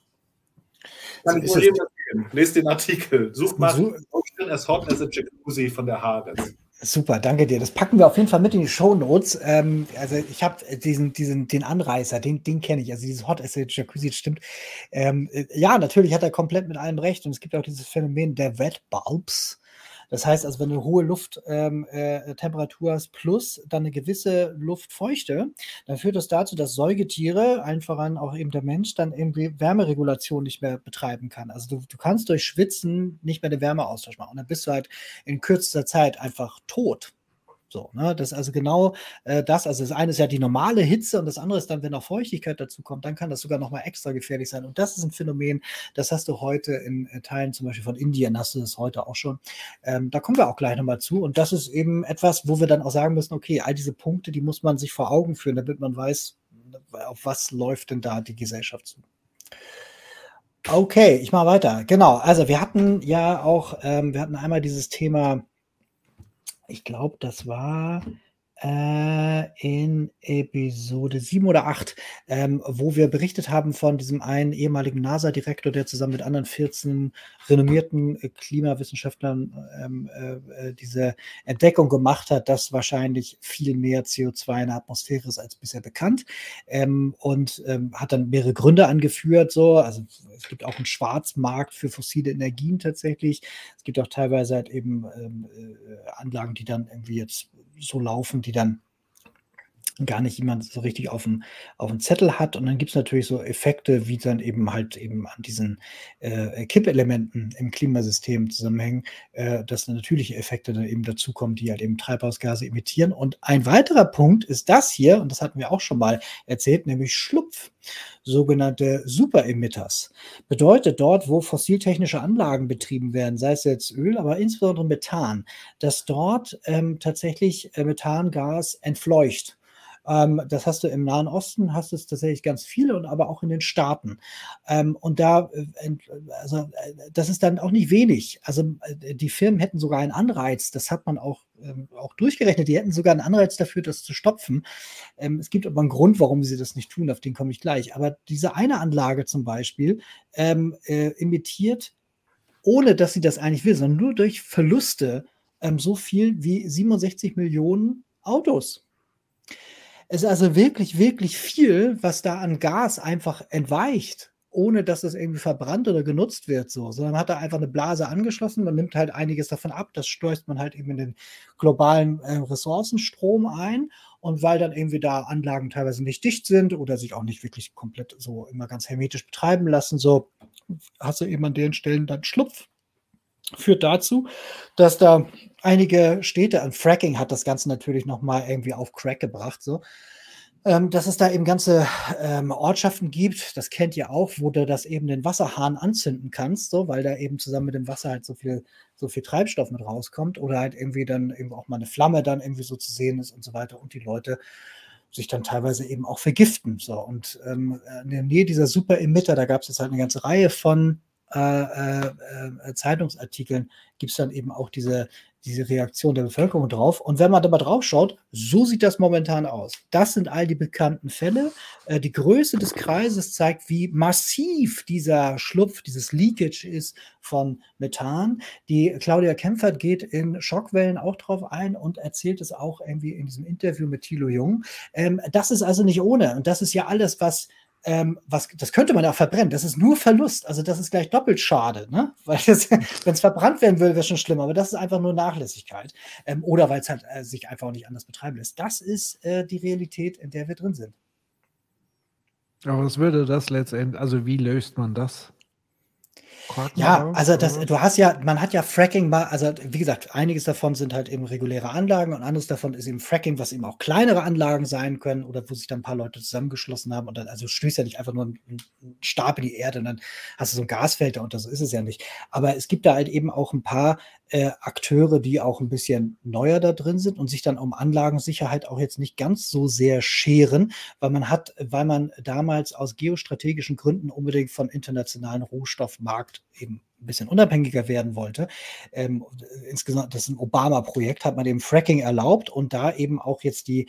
Kann ich nur jedem empfehlen. Lest den Artikel. Sucht mal Ocean as hot as a jacuzzi von der Haaretz. Super, danke dir. Das packen wir auf jeden Fall mit in die Shownotes. Also ich habe den Anreißer, den kenne ich. Also dieses Hot as a Jacuzzi, stimmt. Ja, natürlich hat er komplett mit allem recht. Und es gibt auch dieses Phänomen der Wet Bulbs. Das heißt also, wenn du eine hohe Lufttemperatur hast plus dann eine gewisse Luftfeuchte, dann führt das dazu, dass Säugetiere, allen voran auch eben der Mensch, dann irgendwie Wärmeregulation nicht mehr betreiben kann. Also du kannst durch Schwitzen nicht mehr den Wärmeaustausch machen. Und dann bist du halt in kürzester Zeit einfach tot. So, ne? Das ist also genau das. Also das eine ist ja die normale Hitze und das andere ist dann, wenn auch Feuchtigkeit dazu kommt, dann kann das sogar nochmal extra gefährlich sein. Und das ist ein Phänomen, das hast du heute in Teilen zum Beispiel von Indien, hast du das heute auch schon. Da kommen wir auch gleich nochmal zu. Und das ist eben etwas, wo wir dann auch sagen müssen, okay, all diese Punkte, die muss man sich vor Augen führen, damit man weiß, auf was läuft denn da die Gesellschaft zu. Okay, ich mache weiter. Genau, also wir hatten ja auch, wir hatten einmal dieses Thema, ich glaube, das war in Episode 7 oder 8, wo wir berichtet haben von diesem einen ehemaligen NASA-Direktor, der zusammen mit anderen 14 renommierten Klimawissenschaftlern diese Entdeckung gemacht hat, dass wahrscheinlich viel mehr CO2 in der Atmosphäre ist als bisher bekannt, und hat dann mehrere Gründe angeführt. So. Also es gibt auch einen Schwarzmarkt für fossile Energien tatsächlich. Es gibt auch teilweise halt eben Anlagen, die dann irgendwie jetzt so laufen, die dann gar nicht jemand so richtig auf dem Zettel hat. Und dann gibt es natürlich so Effekte, wie dann eben halt eben an diesen Kippelementen im Klimasystem zusammenhängen, dass natürliche Effekte dann eben dazukommen, die halt eben Treibhausgase emittieren. Und ein weiterer Punkt ist das hier, und das hatten wir auch schon mal erzählt, nämlich Schlupf, sogenannte Superemitters. Bedeutet dort, wo fossiltechnische Anlagen betrieben werden, sei es jetzt Öl, aber insbesondere Methan, dass dort tatsächlich Methangas entfleucht. Das hast du im Nahen Osten, hast du es tatsächlich ganz viele, und aber auch in den Staaten. Und da, also das ist dann auch nicht wenig. Also die Firmen hätten sogar einen Anreiz, das hat man auch durchgerechnet, die hätten sogar einen Anreiz dafür, das zu stopfen. Es gibt aber einen Grund, warum sie das nicht tun, auf den komme ich gleich. Aber diese eine Anlage zum Beispiel emittiert, ohne dass sie das eigentlich will, sondern nur durch Verluste so viel wie 67 Millionen Autos. Es ist also wirklich, wirklich viel, was da an Gas einfach entweicht, ohne dass es irgendwie verbrannt oder genutzt wird, so. Sondern man hat da einfach eine Blase angeschlossen, man nimmt halt einiges davon ab, das stößt man halt eben in den globalen Ressourcenstrom ein, Und weil dann irgendwie da Anlagen teilweise nicht dicht sind oder sich auch nicht wirklich komplett so immer ganz hermetisch betreiben lassen, so hast du eben an den Stellen dann Schlupf. Führt dazu, dass da einige Städte, und Fracking hat das Ganze natürlich nochmal irgendwie auf Crack gebracht, so, dass es da eben ganze Ortschaften gibt, das kennt ihr auch, wo du das eben den Wasserhahn anzünden kannst, so, weil da eben zusammen mit dem Wasser halt so viel Treibstoff mit rauskommt oder halt irgendwie dann eben auch mal eine Flamme dann irgendwie so zu sehen ist und so weiter und die Leute sich dann teilweise eben auch vergiften. So. Und in der Nähe dieser Super-Emitter, da gab es jetzt halt eine ganze Reihe von Zeitungsartikeln, gibt es dann eben auch diese Reaktion der Bevölkerung drauf. Und wenn man da mal drauf schaut, so sieht das momentan aus. Das sind all die bekannten Fälle. Die Größe des Kreises zeigt, wie massiv dieser Schlupf, dieses Leakage ist von Methan. Die Claudia Kempfert geht in Schockwellen auch drauf ein und erzählt es auch irgendwie in diesem Interview mit Thilo Jung. Das ist also nicht ohne. Und das ist ja alles, das könnte man ja auch verbrennen. Das ist nur Verlust. Also das ist gleich doppelt schade, ne? Weil wenn es verbrannt werden würde, wäre schon schlimmer. Aber das ist einfach nur Nachlässigkeit. Oder weil es halt sich einfach auch nicht anders betreiben lässt. Das ist die Realität, in der wir drin sind. Aber was würde das letztendlich, also wie löst man das? Ja, also man hat ja Fracking mal, also wie gesagt, einiges davon sind halt eben reguläre Anlagen und anderes davon ist eben Fracking, was eben auch kleinere Anlagen sein können oder wo sich dann ein paar Leute zusammengeschlossen haben und dann, also stößt ja nicht einfach nur ein Stab in die Erde und dann hast du so ein Gasfeld darunter, so ist es ja nicht. Aber es gibt da halt eben auch ein paar Akteure, die auch ein bisschen neuer da drin sind und sich dann um Anlagensicherheit auch jetzt nicht ganz so sehr scheren, weil man damals aus geostrategischen Gründen unbedingt vom internationalen Rohstoffmarkt eben ein bisschen unabhängiger werden wollte. Insgesamt, das ist ein Obama-Projekt, hat man dem Fracking erlaubt und da eben auch jetzt die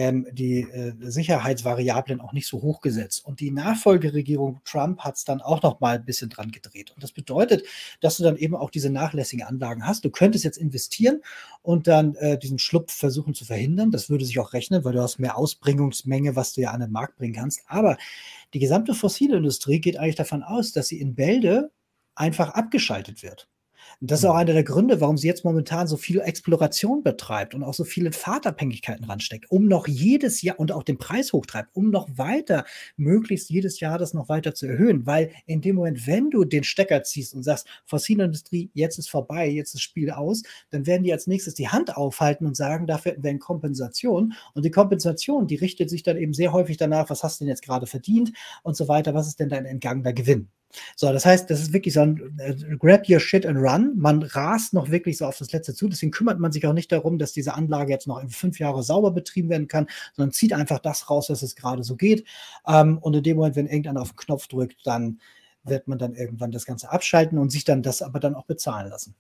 Sicherheitsvariablen auch nicht so hoch gesetzt. Und die Nachfolgeregierung Trump hat es dann auch noch mal ein bisschen dran gedreht. Und das bedeutet, dass du dann eben auch diese nachlässigen Anlagen hast. Du könntest jetzt investieren und dann diesen Schlupf versuchen zu verhindern. Das würde sich auch rechnen, weil du hast mehr Ausbringungsmenge, was du ja an den Markt bringen kannst. Aber die gesamte Fossilindustrie geht eigentlich davon aus, dass sie in Bälde einfach abgeschaltet wird. Und das ist auch einer der Gründe, warum sie jetzt momentan so viel Exploration betreibt und auch so viele Fahrtabhängigkeiten ransteckt, um noch jedes Jahr und auch den Preis hochtreibt, um noch weiter, möglichst jedes Jahr das noch weiter zu erhöhen. Weil in dem Moment, wenn du den Stecker ziehst und sagst, Fossilindustrie, jetzt ist vorbei, jetzt ist das Spiel aus, dann werden die als nächstes die Hand aufhalten und sagen, dafür hätten wir eine Kompensation. Und die Kompensation, die richtet sich dann eben sehr häufig danach, was hast du denn jetzt gerade verdient und so weiter, was ist denn dein entgangener Gewinn? So, das heißt, das ist wirklich so ein grab your shit and run. Man rast noch wirklich so auf das Letzte zu. Deswegen kümmert man sich auch nicht darum, dass diese Anlage jetzt noch in 5 Jahre sauber betrieben werden kann, sondern zieht einfach das raus, was es gerade so geht. Und in dem Moment, wenn irgendeiner auf den Knopf drückt, dann wird man dann irgendwann das Ganze abschalten und sich dann das aber dann auch bezahlen lassen.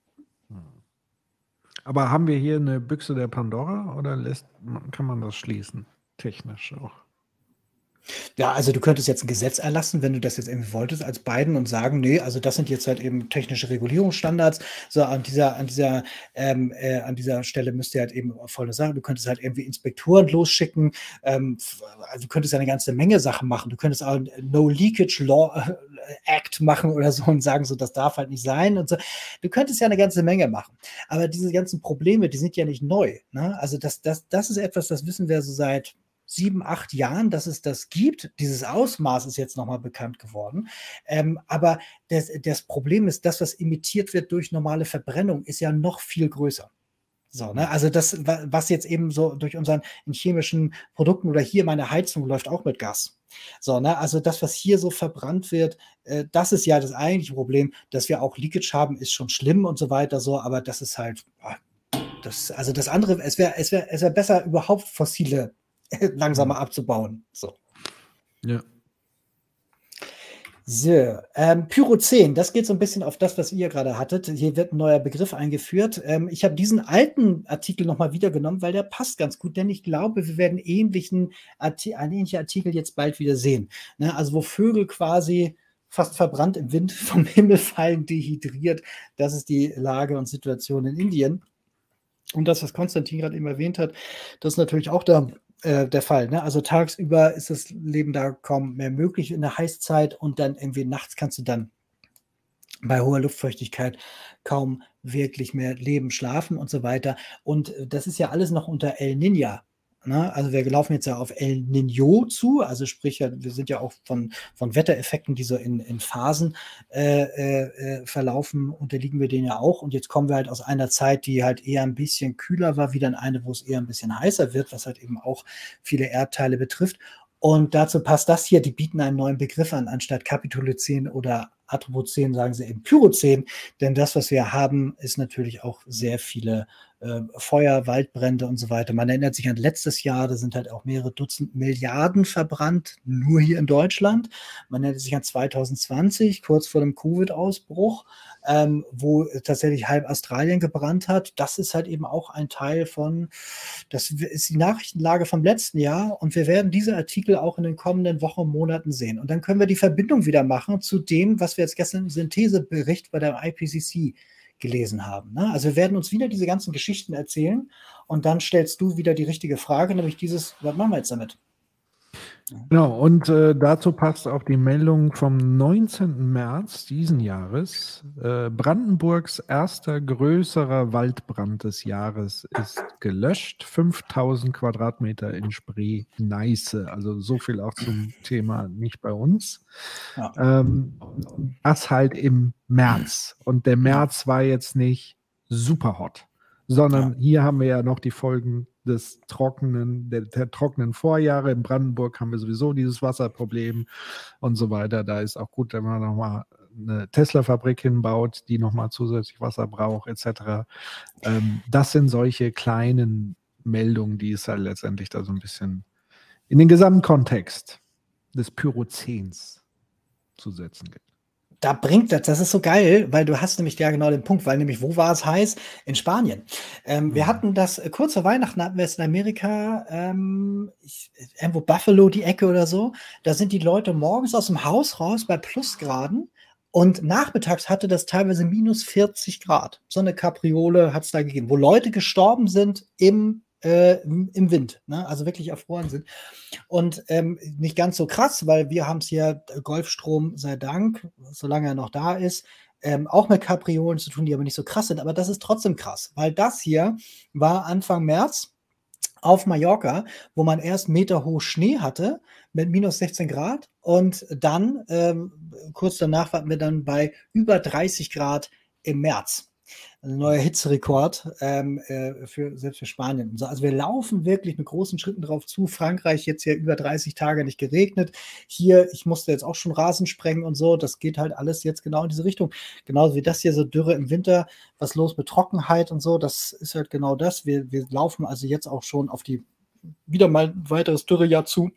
Aber haben wir hier eine Büchse der Pandora oder kann man das schließen? Technisch auch. Ja, also du könntest jetzt ein Gesetz erlassen, wenn du das jetzt irgendwie wolltest, als Biden und sagen, nee, also das sind jetzt halt eben technische Regulierungsstandards. So an dieser Stelle müsst ihr halt eben Folgendes sagen, du könntest halt irgendwie Inspektoren losschicken, also du könntest eine ganze Menge Sachen machen. Du könntest auch ein No Leakage Law Act machen oder so und sagen, so das darf halt nicht sein und so. Du könntest ja eine ganze Menge machen. Aber diese ganzen Probleme, die sind ja nicht neu. Ne? Also das ist etwas, das wissen wir so seit 7, 8 Jahren, dass es das gibt. Dieses Ausmaß ist jetzt nochmal bekannt geworden. Aber das Problem ist, das, was emittiert wird durch normale Verbrennung, ist ja noch viel größer. So, ne? Also das, was jetzt eben so durch unseren in chemischen Produkten oder hier meine Heizung läuft auch mit Gas. So, ne? Also das, was hier so verbrannt wird, das ist ja das eigentliche Problem. Dass wir auch Leakage haben, ist schon schlimm und so weiter, so, aber das ist halt, das andere, es wäre besser, überhaupt fossile langsamer abzubauen. So. Ja. So, Pyrozän, das geht so ein bisschen auf das, was ihr gerade hattet. Hier wird ein neuer Begriff eingeführt. Ich habe diesen alten Artikel nochmal wiedergenommen, weil der passt ganz gut, denn ich glaube, wir werden einen ähnlichen Artikel jetzt bald wieder sehen. Ne? Also wo Vögel quasi fast verbrannt im Wind vom Himmel fallen, dehydriert. Das ist die Lage und Situation in Indien. Und das, was Konstantin gerade eben erwähnt hat, das ist natürlich auch der Fall. Ne? Also tagsüber ist das Leben da kaum mehr möglich in der Heißzeit und dann irgendwie nachts kannst du dann bei hoher Luftfeuchtigkeit kaum wirklich mehr leben, schlafen und so weiter. Und das ist ja alles noch unter El Niño. Ne? Also wir laufen jetzt ja auf El Niño zu, also sprich, wir sind ja auch von Wettereffekten, die so in Phasen verlaufen, unterliegen wir denen ja auch. Und jetzt kommen wir halt aus einer Zeit, die halt eher ein bisschen kühler war, wieder in eine, wo es eher ein bisschen heißer wird, was halt eben auch viele Erdteile betrifft. Und dazu passt das hier, die bieten einen neuen Begriff an, anstatt Kapitolozän oder Anthropozän sagen sie eben Pyrozän, denn das, was wir haben, ist natürlich auch sehr viele Feuer, Waldbrände und so weiter. Man erinnert sich an letztes Jahr, da sind halt auch mehrere Dutzend Milliarden verbrannt, nur hier in Deutschland. Man erinnert sich an 2020, kurz vor dem Covid-Ausbruch, wo tatsächlich halb Australien gebrannt hat. Das ist halt eben auch ein Teil von, das ist die Nachrichtenlage vom letzten Jahr und wir werden diese Artikel auch in den kommenden Wochen und Monaten sehen. Und dann können wir die Verbindung wieder machen zu dem, was wir jetzt gestern im Synthesebericht bei der IPCC gelesen haben. Ne? Also wir werden uns wieder diese ganzen Geschichten erzählen und dann stellst du wieder die richtige Frage, nämlich dieses, was machen wir jetzt damit? Genau, und dazu passt auch die Meldung vom 19. März diesen Jahres. Brandenburgs erster größerer Waldbrand des Jahres ist gelöscht. 5000 Quadratmeter in Spree-Neiße. Also so viel auch zum Thema nicht bei uns. Ja. Das halt im März. Und der März war jetzt nicht super hot, sondern hier haben wir ja noch die Folgen des der trockenen Vorjahre. In Brandenburg haben wir sowieso dieses Wasserproblem und so weiter. Da ist auch gut, wenn man nochmal eine Tesla-Fabrik hinbaut, die nochmal zusätzlich Wasser braucht, etc. Das sind solche kleinen Meldungen, die es halt letztendlich da so ein bisschen in den Gesamtkontext des Pyrozäns zu setzen gibt. Da bringt das ist so geil, weil du hast nämlich ja genau den Punkt, weil nämlich, wo war es heiß? In Spanien. Wir hatten das kurz vor Weihnachten, hatten wir es in Amerika, irgendwo Buffalo, die Ecke oder so, da sind die Leute morgens aus dem Haus raus bei Plusgraden und nachmittags hatte das teilweise minus 40 Grad. So eine Kapriole hat es da gegeben, wo Leute gestorben sind im Wind, ne? Also wirklich erfroren sind. Und nicht ganz so krass, weil wir haben es hier, Golfstrom sei Dank, solange er noch da ist, auch mit Kapriolen zu tun, die aber nicht so krass sind. Aber das ist trotzdem krass, weil das hier war Anfang März auf Mallorca, wo man erst meterhoch Schnee hatte mit minus 16 Grad und dann kurz danach waren wir dann bei über 30 Grad im März. Ein neuer Hitzerekord selbst für Spanien. Also wir laufen wirklich mit großen Schritten drauf zu. Frankreich jetzt ja über 30 Tage nicht geregnet. Hier, ich musste jetzt auch schon Rasen sprengen und so. Das geht halt alles jetzt genau in diese Richtung. Genauso wie das hier so Dürre im Winter. Was los mit Trockenheit und so. Das ist halt genau das. Wir laufen also jetzt auch schon auf die wieder mal ein weiteres Dürrejahr zu.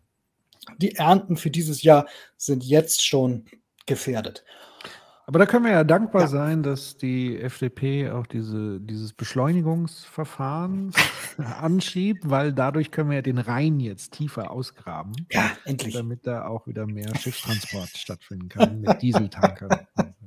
Die Ernten für dieses Jahr sind jetzt schon gefährdet. Aber da können wir ja dankbar sein, dass die FDP auch dieses Beschleunigungsverfahren anschiebt, weil dadurch können wir ja den Rhein jetzt tiefer ausgraben. Ja, endlich. Damit da auch wieder mehr Schiffstransport stattfinden kann mit Dieseltankern.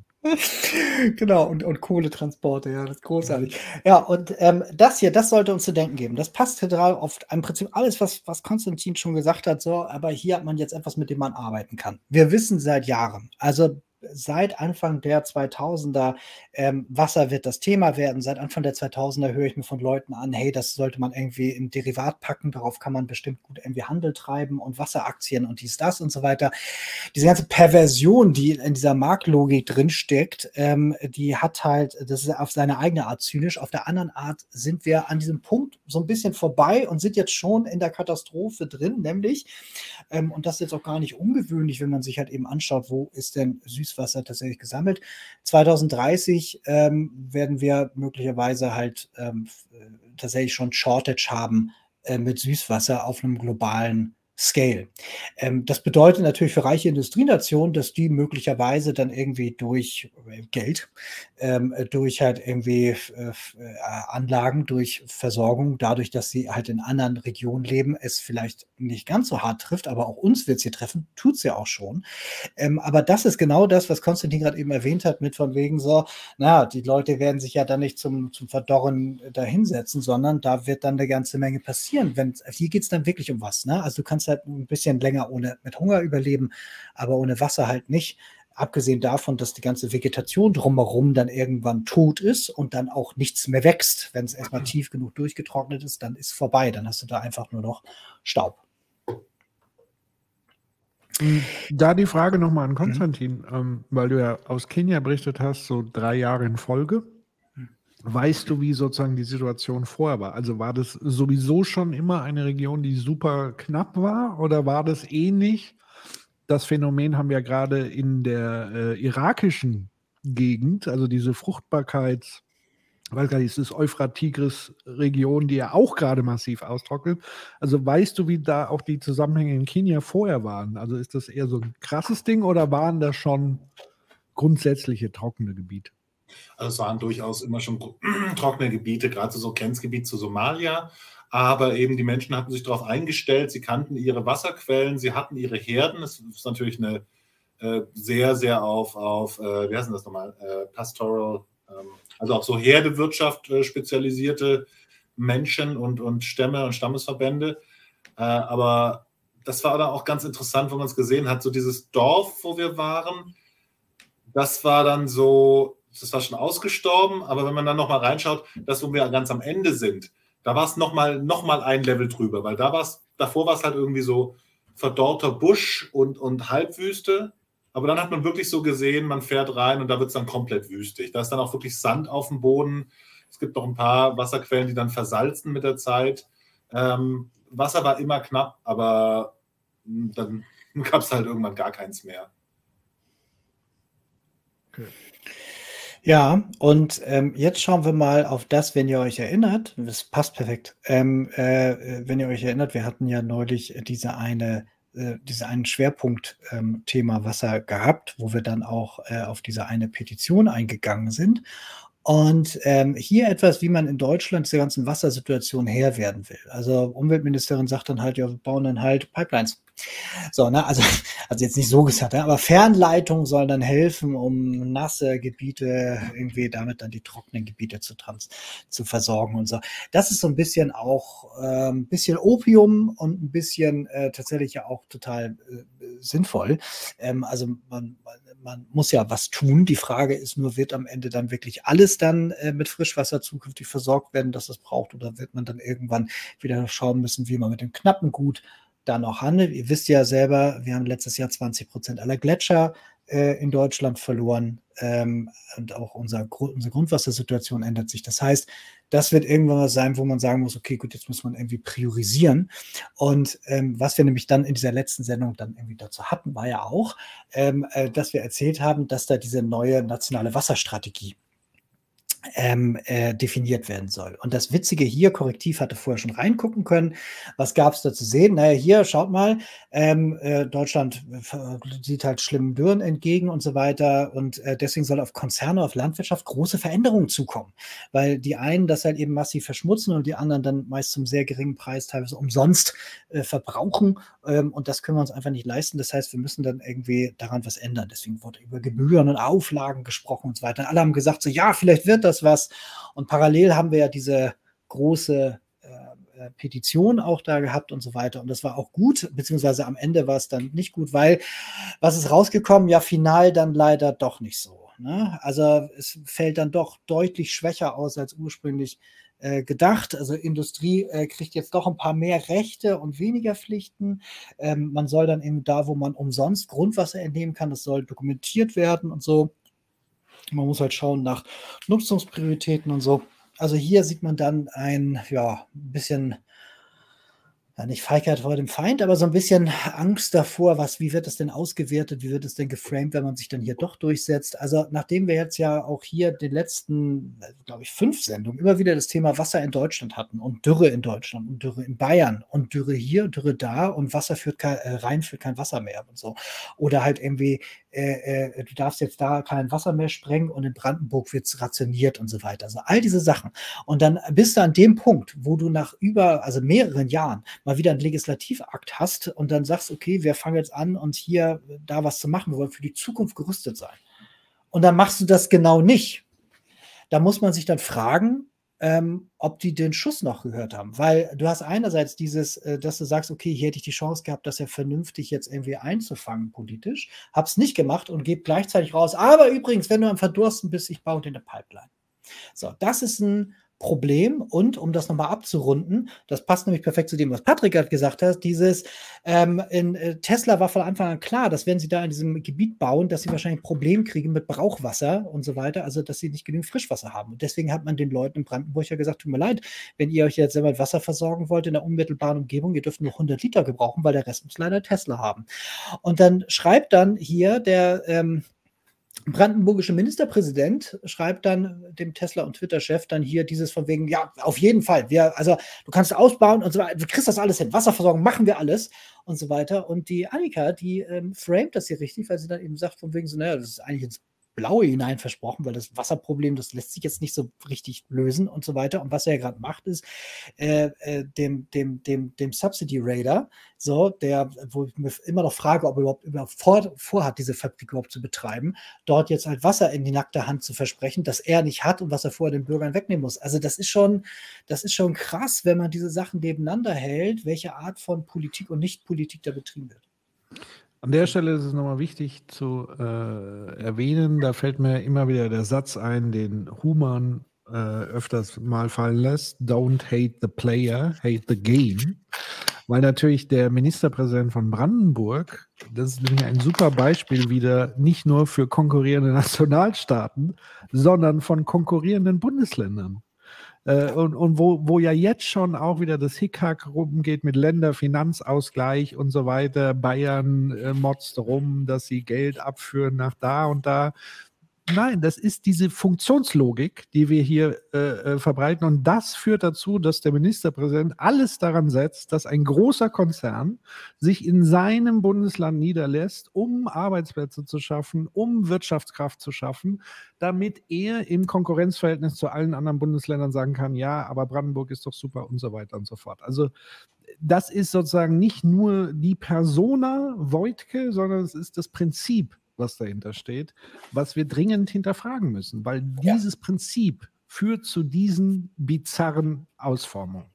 Genau, und Kohletransporte, ja, das ist großartig. Ja, und das hier, das sollte uns zu denken geben. Das passt total oft, im Prinzip alles, was Konstantin schon gesagt hat, so, aber hier hat man jetzt etwas, mit dem man arbeiten kann. Wir wissen seit Jahren, also seit Anfang der 2000er, Wasser wird das Thema werden. Seit Anfang der 2000er höre ich mir von Leuten an, hey, das sollte man irgendwie im Derivat packen, darauf kann man bestimmt gut irgendwie Handel treiben und Wasseraktien und dies, das und so weiter. Diese ganze Perversion, die in dieser Marktlogik drinsteckt, die hat halt, das ist auf seine eigene Art zynisch. Auf der anderen Art sind wir an diesem Punkt so ein bisschen vorbei und sind jetzt schon in der Katastrophe drin, nämlich, und das ist jetzt auch gar nicht ungewöhnlich, wenn man sich halt eben anschaut, wo ist denn Süßwasser tatsächlich gesammelt. 2030 werden wir möglicherweise halt tatsächlich schon Shortage haben mit Süßwasser auf einem globalen Scale. Das bedeutet natürlich für reiche Industrienationen, dass die möglicherweise dann irgendwie durch Geld, durch halt irgendwie Anlagen, durch Versorgung, dadurch, dass sie halt in anderen Regionen leben, es vielleicht nicht ganz so hart trifft, aber auch uns wird es hier treffen, tut es ja auch schon. Aber das ist genau das, was Konstantin gerade eben erwähnt hat, mit von wegen so, naja, die Leute werden sich ja dann nicht zum Verdorren da hinsetzen, sondern da wird dann eine ganze Menge passieren. Hier geht es dann wirklich um was, ne? Also du kannst halt ein bisschen länger mit Hunger überleben, aber ohne Wasser halt nicht. abgesehen davon, dass die ganze Vegetation drumherum dann irgendwann tot ist und dann auch nichts mehr wächst. Wenn es erstmal tief genug durchgetrocknet ist, dann ist vorbei. Dann hast du da einfach nur noch Staub. Da die Frage nochmal an Konstantin, weil du ja aus Kenia berichtet hast, so 3 Jahre in Folge. Weißt du, wie sozusagen die Situation vorher war? Also war das sowieso schon immer eine Region, die super knapp war, oder war das ähnlich? Das Phänomen haben wir gerade in der irakischen Gegend, also diese Fruchtbarkeits, weiß gar nicht, es ist Euphrat-Tigris-Region, die ja auch gerade massiv austrocknet. Also weißt du, wie da auch die Zusammenhänge in Kenia vorher waren? Also ist das eher so ein krasses Ding oder waren das schon grundsätzliche trockene Gebiete? Also es waren durchaus immer schon trockene Gebiete, gerade so Grenzgebiet zu Somalia. Aber eben die Menschen hatten sich darauf eingestellt, sie kannten ihre Wasserquellen, sie hatten ihre Herden. Es ist natürlich eine sehr, sehr auf wie heißt denn das nochmal, Pastoral, also auf so Herdewirtschaft spezialisierte Menschen und Stämme und Stammesverbände. Aber das war dann auch ganz interessant, wo man es gesehen hat, so dieses Dorf, wo wir waren, das war dann so, das war schon ausgestorben, aber wenn man dann nochmal reinschaut, das, wo wir ganz am Ende sind, da war es noch mal ein Level drüber, weil davor war es halt irgendwie so verdorrter Busch und Halbwüste, aber dann hat man wirklich so gesehen, man fährt rein und da wird es dann komplett wüstig. Da ist dann auch wirklich Sand auf dem Boden. Es gibt noch ein paar Wasserquellen, die dann versalzen mit der Zeit. Wasser war immer knapp, aber dann gab es halt irgendwann gar keins mehr. Okay. Ja, und jetzt schauen wir mal auf das, wenn ihr euch erinnert, das passt perfekt, wenn ihr euch erinnert, wir hatten ja neulich diesen einen Schwerpunkt-Thema Wasser gehabt, wo wir dann auch auf diese eine Petition eingegangen sind. Und hier etwas, wie man in Deutschland dieser ganzen Wassersituation Herr werden will. Also Umweltministerin sagt dann halt, ja, wir bauen dann halt Pipelines. So, ne, also jetzt nicht so gesagt, aber Fernleitungen sollen dann helfen, um nasse Gebiete irgendwie damit dann die trockenen Gebiete zu versorgen und so. Das ist so ein bisschen auch ein bisschen Opium und ein bisschen tatsächlich ja auch total sinnvoll. Also man muss ja was tun. Die Frage ist nur, wird am Ende dann wirklich alles dann mit Frischwasser zukünftig versorgt werden, das es braucht, oder wird man dann irgendwann wieder schauen müssen, wie man mit dem knappen Gut da noch handelt. Ihr wisst ja selber, wir haben letztes Jahr 20% aller Gletscher in Deutschland verloren und auch unsere Grundwassersituation ändert sich. Das heißt, das wird irgendwann was sein, wo man sagen muss, okay, gut, jetzt muss man irgendwie priorisieren. Und was wir nämlich dann in dieser letzten Sendung dann irgendwie dazu hatten, war ja auch, dass wir erzählt haben, dass da diese neue nationale Wasserstrategie definiert werden soll. Und das Witzige hier, Korrektiv hatte vorher schon reingucken können, was gab es da zu sehen? Naja, hier, schaut mal, Deutschland sieht halt schlimmen Dürren entgegen und so weiter und deswegen soll auf Konzerne, auf Landwirtschaft große Veränderungen zukommen, weil die einen das halt eben massiv verschmutzen und die anderen dann meist zum sehr geringen Preis teilweise umsonst verbrauchen und das können wir uns einfach nicht leisten. Das heißt, wir müssen dann irgendwie daran was ändern. Deswegen wurde über Gebühren und Auflagen gesprochen und so weiter. Und alle haben gesagt so, ja, vielleicht wird das was. Und parallel haben wir ja diese große Petition auch da gehabt und so weiter. Und das war auch gut, beziehungsweise am Ende war es dann nicht gut, weil was ist rausgekommen? Ja, final dann leider doch nicht so. Ne? Also es fällt dann doch deutlich schwächer aus als ursprünglich gedacht. Also Industrie kriegt jetzt doch ein paar mehr Rechte und weniger Pflichten. Man soll dann eben da, wo man umsonst Grundwasser entnehmen kann, das soll dokumentiert werden und so. Man muss halt schauen nach Nutzungsprioritäten und so. Also hier sieht man dann ein bisschen, ja nicht Feigheit vor dem Feind, aber so ein bisschen Angst davor, wie wird das denn ausgewertet, wie wird es denn geframed, wenn man sich dann hier doch durchsetzt. Also nachdem wir jetzt ja auch hier den letzten, glaube ich, 5 Sendungen immer wieder das Thema Wasser in Deutschland hatten und Dürre in Deutschland und Dürre in Bayern und Dürre hier, Dürre da und Wasser führt kein Wasser mehr und so. Oder halt irgendwie du darfst jetzt da kein Wasser mehr sprengen und in Brandenburg wird es rationiert und so weiter. Also all diese Sachen. Und dann bist du an dem Punkt, wo du nach mehreren Jahren mal wieder einen Legislativakt hast und dann sagst, okay, wir fangen jetzt an und hier da was zu machen, wir wollen für die Zukunft gerüstet sein. Und dann machst du das genau nicht. Da muss man sich dann fragen, ob die den Schuss noch gehört haben. Weil du hast einerseits dieses, dass du sagst, okay, hier hätte ich die Chance gehabt, das ja vernünftig jetzt irgendwie einzufangen politisch, hab's nicht gemacht und gebe gleichzeitig raus, aber übrigens, wenn du am Verdursten bist, ich baue dir eine Pipeline. So, das ist ein Problem und um das nochmal abzurunden, das passt nämlich perfekt zu dem, was Patrick gerade gesagt hat, dieses Tesla war von Anfang an klar, dass wenn sie da in diesem Gebiet bauen, dass sie wahrscheinlich ein Problem kriegen mit Brauchwasser und so weiter, also dass sie nicht genügend Frischwasser haben. Und deswegen hat man den Leuten in Brandenburg ja gesagt, tut mir leid, wenn ihr euch jetzt selber mit Wasser versorgen wollt in der unmittelbaren Umgebung, ihr dürft nur 100 Liter gebrauchen, weil der Rest muss leider Tesla haben. Und dann schreibt dann hier der brandenburgische Ministerpräsident schreibt dann dem Tesla- und Twitter-Chef dann hier dieses von wegen, ja, auf jeden Fall, also du kannst ausbauen und so weiter, du kriegst das alles hin, Wasserversorgung machen wir alles und so weiter. Und die Annika, die framet das hier richtig, weil sie dann eben sagt von wegen so, naja, das ist eigentlich ins Blaue hinein versprochen, weil das Wasserproblem, das lässt sich jetzt nicht so richtig lösen und so weiter. Und was er ja gerade macht, ist dem Subsidy Raider, so, wo ich mir immer noch frage, ob er überhaupt vorhat, diese Fabrik überhaupt zu betreiben, dort jetzt halt Wasser in die nackte Hand zu versprechen, das er nicht hat und was er vorher den Bürgern wegnehmen muss. Also das ist schon krass, wenn man diese Sachen nebeneinander hält, welche Art von Politik und Nicht-Politik da betrieben wird. An der Stelle ist es nochmal wichtig zu erwähnen, da fällt mir immer wieder der Satz ein, den Humann öfters mal fallen lässt, don't hate the player, hate the game, weil natürlich der Ministerpräsident von Brandenburg, das ist nämlich ein super Beispiel wieder, nicht nur für konkurrierende Nationalstaaten, sondern von konkurrierenden Bundesländern. Und wo ja jetzt schon auch wieder das Hickhack rumgeht mit Länderfinanzausgleich und so weiter. Bayern motzt rum, dass sie Geld abführen nach da und da. Nein, das ist diese Funktionslogik, die wir hier verbreiten. Und das führt dazu, dass der Ministerpräsident alles daran setzt, dass ein großer Konzern sich in seinem Bundesland niederlässt, um Arbeitsplätze zu schaffen, um Wirtschaftskraft zu schaffen, damit er im Konkurrenzverhältnis zu allen anderen Bundesländern sagen kann, ja, aber Brandenburg ist doch super und so weiter und so fort. Also das ist sozusagen nicht nur die Persona Voigtke, sondern es ist das Prinzip, was dahinter steht, was wir dringend hinterfragen müssen, weil dieses Prinzip führt zu diesen bizarren Ausformungen.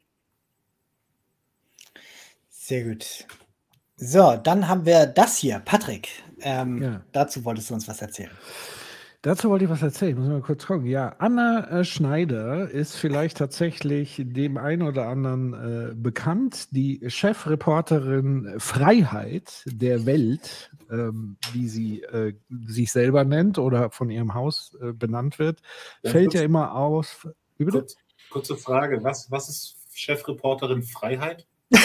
Sehr gut. So, dann haben wir das hier. Patrick, dazu wolltest du uns was erzählen. Dazu wollte ich was erzählen, muss mal kurz gucken. Ja, Anna Schneider ist vielleicht tatsächlich dem einen oder anderen bekannt, die Chefreporterin Freiheit der Welt, wie sie sich selber nennt oder von ihrem Haus benannt wird, fällt ja immer aus. Kurze Frage, was ist Chefreporterin Freiheit?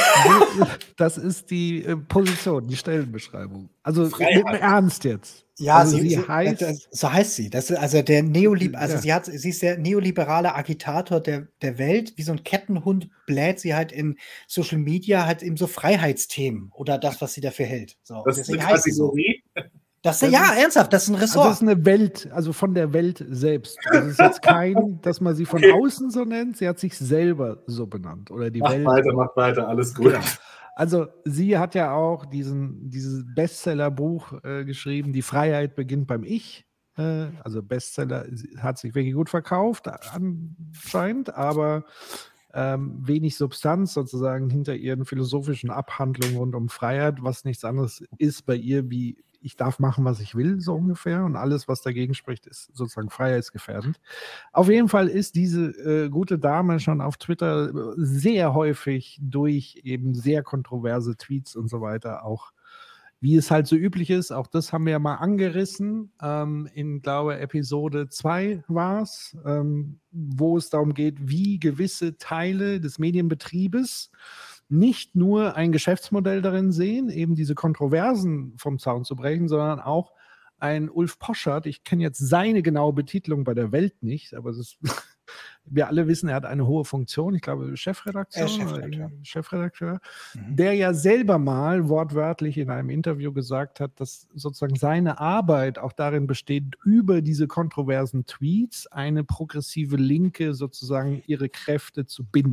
Das ist die Position, die Stellenbeschreibung. Also Freiheit. im Ernst jetzt. Ja, also sie heißt, so heißt sie. Das ist also sie ist der neoliberale Agitator der Welt. Wie so ein Kettenhund bläht sie halt in Social Media halt eben so Freiheitsthemen oder das, was sie dafür hält. So, das ist eine Kategorie. Ernsthaft, das ist ein Ressort. Das ist eine Welt, also von der Welt selbst. Das ist jetzt kein, dass man sie von außen so nennt, sie hat sich selber so benannt. Oder die Welt. Macht weiter, alles gut. Genau. Also sie hat ja auch dieses Bestsellerbuch geschrieben, Die Freiheit beginnt beim Ich. Also Bestseller hat sich wirklich gut verkauft, anscheinend, aber wenig Substanz sozusagen hinter ihren philosophischen Abhandlungen rund um Freiheit, was nichts anderes ist bei ihr wie ich darf machen, was ich will, so ungefähr. Und alles, was dagegen spricht, ist sozusagen freiheitsgefährdend. Auf jeden Fall ist diese gute Dame schon auf Twitter sehr häufig durch eben sehr kontroverse Tweets und so weiter auch, wie es halt so üblich ist, auch das haben wir ja mal angerissen, in, glaube ich, Episode 2 war es, wo es darum geht, wie gewisse Teile des Medienbetriebes nicht nur ein Geschäftsmodell darin sehen, eben diese Kontroversen vom Zaun zu brechen, sondern auch ein Ulf Poschardt, ich kenne jetzt seine genaue Betitelung bei der Welt nicht, aber wir alle wissen, er hat eine hohe Funktion, ich glaube Chefredakteur, der ja selber mal wortwörtlich in einem Interview gesagt hat, dass sozusagen seine Arbeit auch darin besteht, über diese kontroversen Tweets eine progressive Linke sozusagen ihre Kräfte zu binden.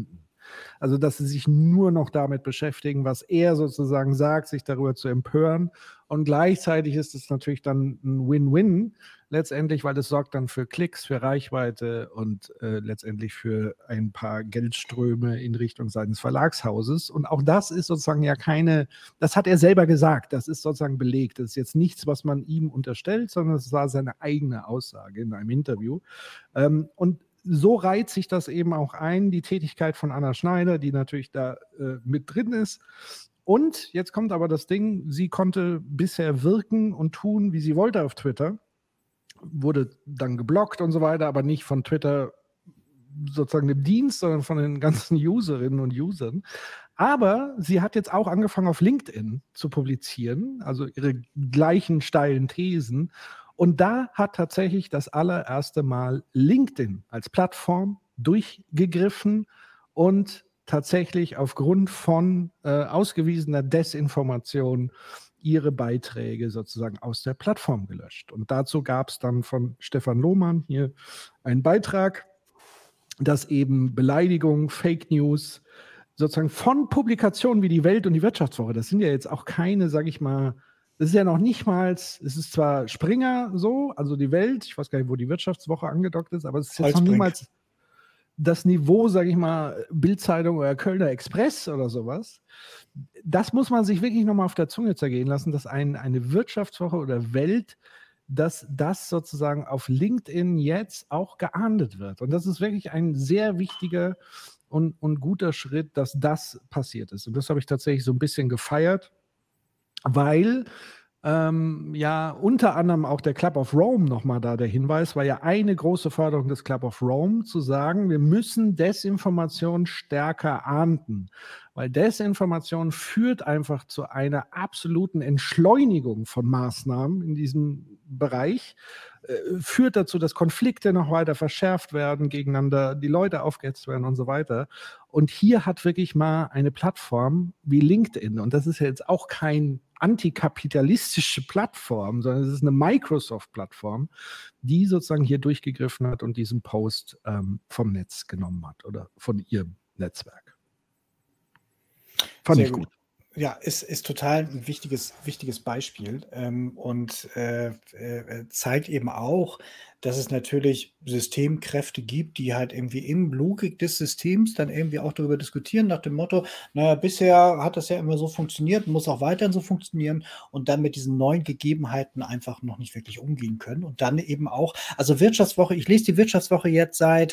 Also, dass sie sich nur noch damit beschäftigen, was er sozusagen sagt, sich darüber zu empören. Und gleichzeitig ist es natürlich dann ein Win-Win letztendlich, weil es sorgt dann für Klicks, für Reichweite und letztendlich für ein paar Geldströme in Richtung seines Verlagshauses. Und auch das ist sozusagen ja das hat er selber gesagt, das ist sozusagen belegt. Das ist jetzt nichts, was man ihm unterstellt, sondern es war seine eigene Aussage in einem Interview. Und so reiht sich das eben auch ein, die Tätigkeit von Anna Schneider, die natürlich da mit drin ist. Und jetzt kommt aber das Ding, sie konnte bisher wirken und tun, wie sie wollte auf Twitter, wurde dann geblockt und so weiter, aber nicht von Twitter sozusagen dem Dienst, sondern von den ganzen Userinnen und Usern. Aber sie hat jetzt auch angefangen, auf LinkedIn zu publizieren, also ihre gleichen steilen Thesen. Und da hat tatsächlich das allererste Mal LinkedIn als Plattform durchgegriffen und tatsächlich aufgrund von ausgewiesener Desinformation ihre Beiträge sozusagen aus der Plattform gelöscht. Und dazu gab es dann von Stefan Lohmann hier einen Beitrag, dass eben Beleidigung, Fake News sozusagen von Publikationen wie die Welt und die Wirtschaftswoche, das sind ja jetzt auch keine, sage ich mal, das ist ja noch nicht mal, es ist zwar Springer so, also die Welt, ich weiß gar nicht, wo die Wirtschaftswoche angedockt ist, aber es ist jetzt noch niemals das Niveau, sage ich mal, Bild-Zeitung oder Kölner Express oder sowas. Das muss man sich wirklich nochmal auf der Zunge zergehen lassen, dass eine Wirtschaftswoche oder Welt, dass das sozusagen auf LinkedIn jetzt auch geahndet wird. Und das ist wirklich ein sehr wichtiger und guter Schritt, dass das passiert ist. Und das habe ich tatsächlich so ein bisschen gefeiert, weil ja unter anderem auch der Club of Rome nochmal da der Hinweis, war ja eine große Forderung des Club of Rome, zu sagen, wir müssen Desinformation stärker ahnden, weil Desinformation führt einfach zu einer absoluten Entschleunigung von Maßnahmen in diesem Bereich, führt dazu, dass Konflikte noch weiter verschärft werden, gegeneinander die Leute aufgehetzt werden und so weiter. Und hier hat wirklich mal eine Plattform wie LinkedIn, und das ist ja jetzt auch kein antikapitalistische Plattform, sondern es ist eine Microsoft-Plattform, die sozusagen hier durchgegriffen hat und diesen Post vom Netz genommen hat oder von ihrem Netzwerk. Fand Sehr ich gut. Ja, ist total ein wichtiges Beispiel und zeigt eben auch, dass es natürlich Systemkräfte gibt, die halt irgendwie im Logik des Systems dann irgendwie auch darüber diskutieren, nach dem Motto, naja, bisher hat das ja immer so funktioniert, muss auch weiterhin so funktionieren, und dann mit diesen neuen Gegebenheiten einfach noch nicht wirklich umgehen können. Und dann eben auch, also Wirtschaftswoche, ich lese die Wirtschaftswoche jetzt seit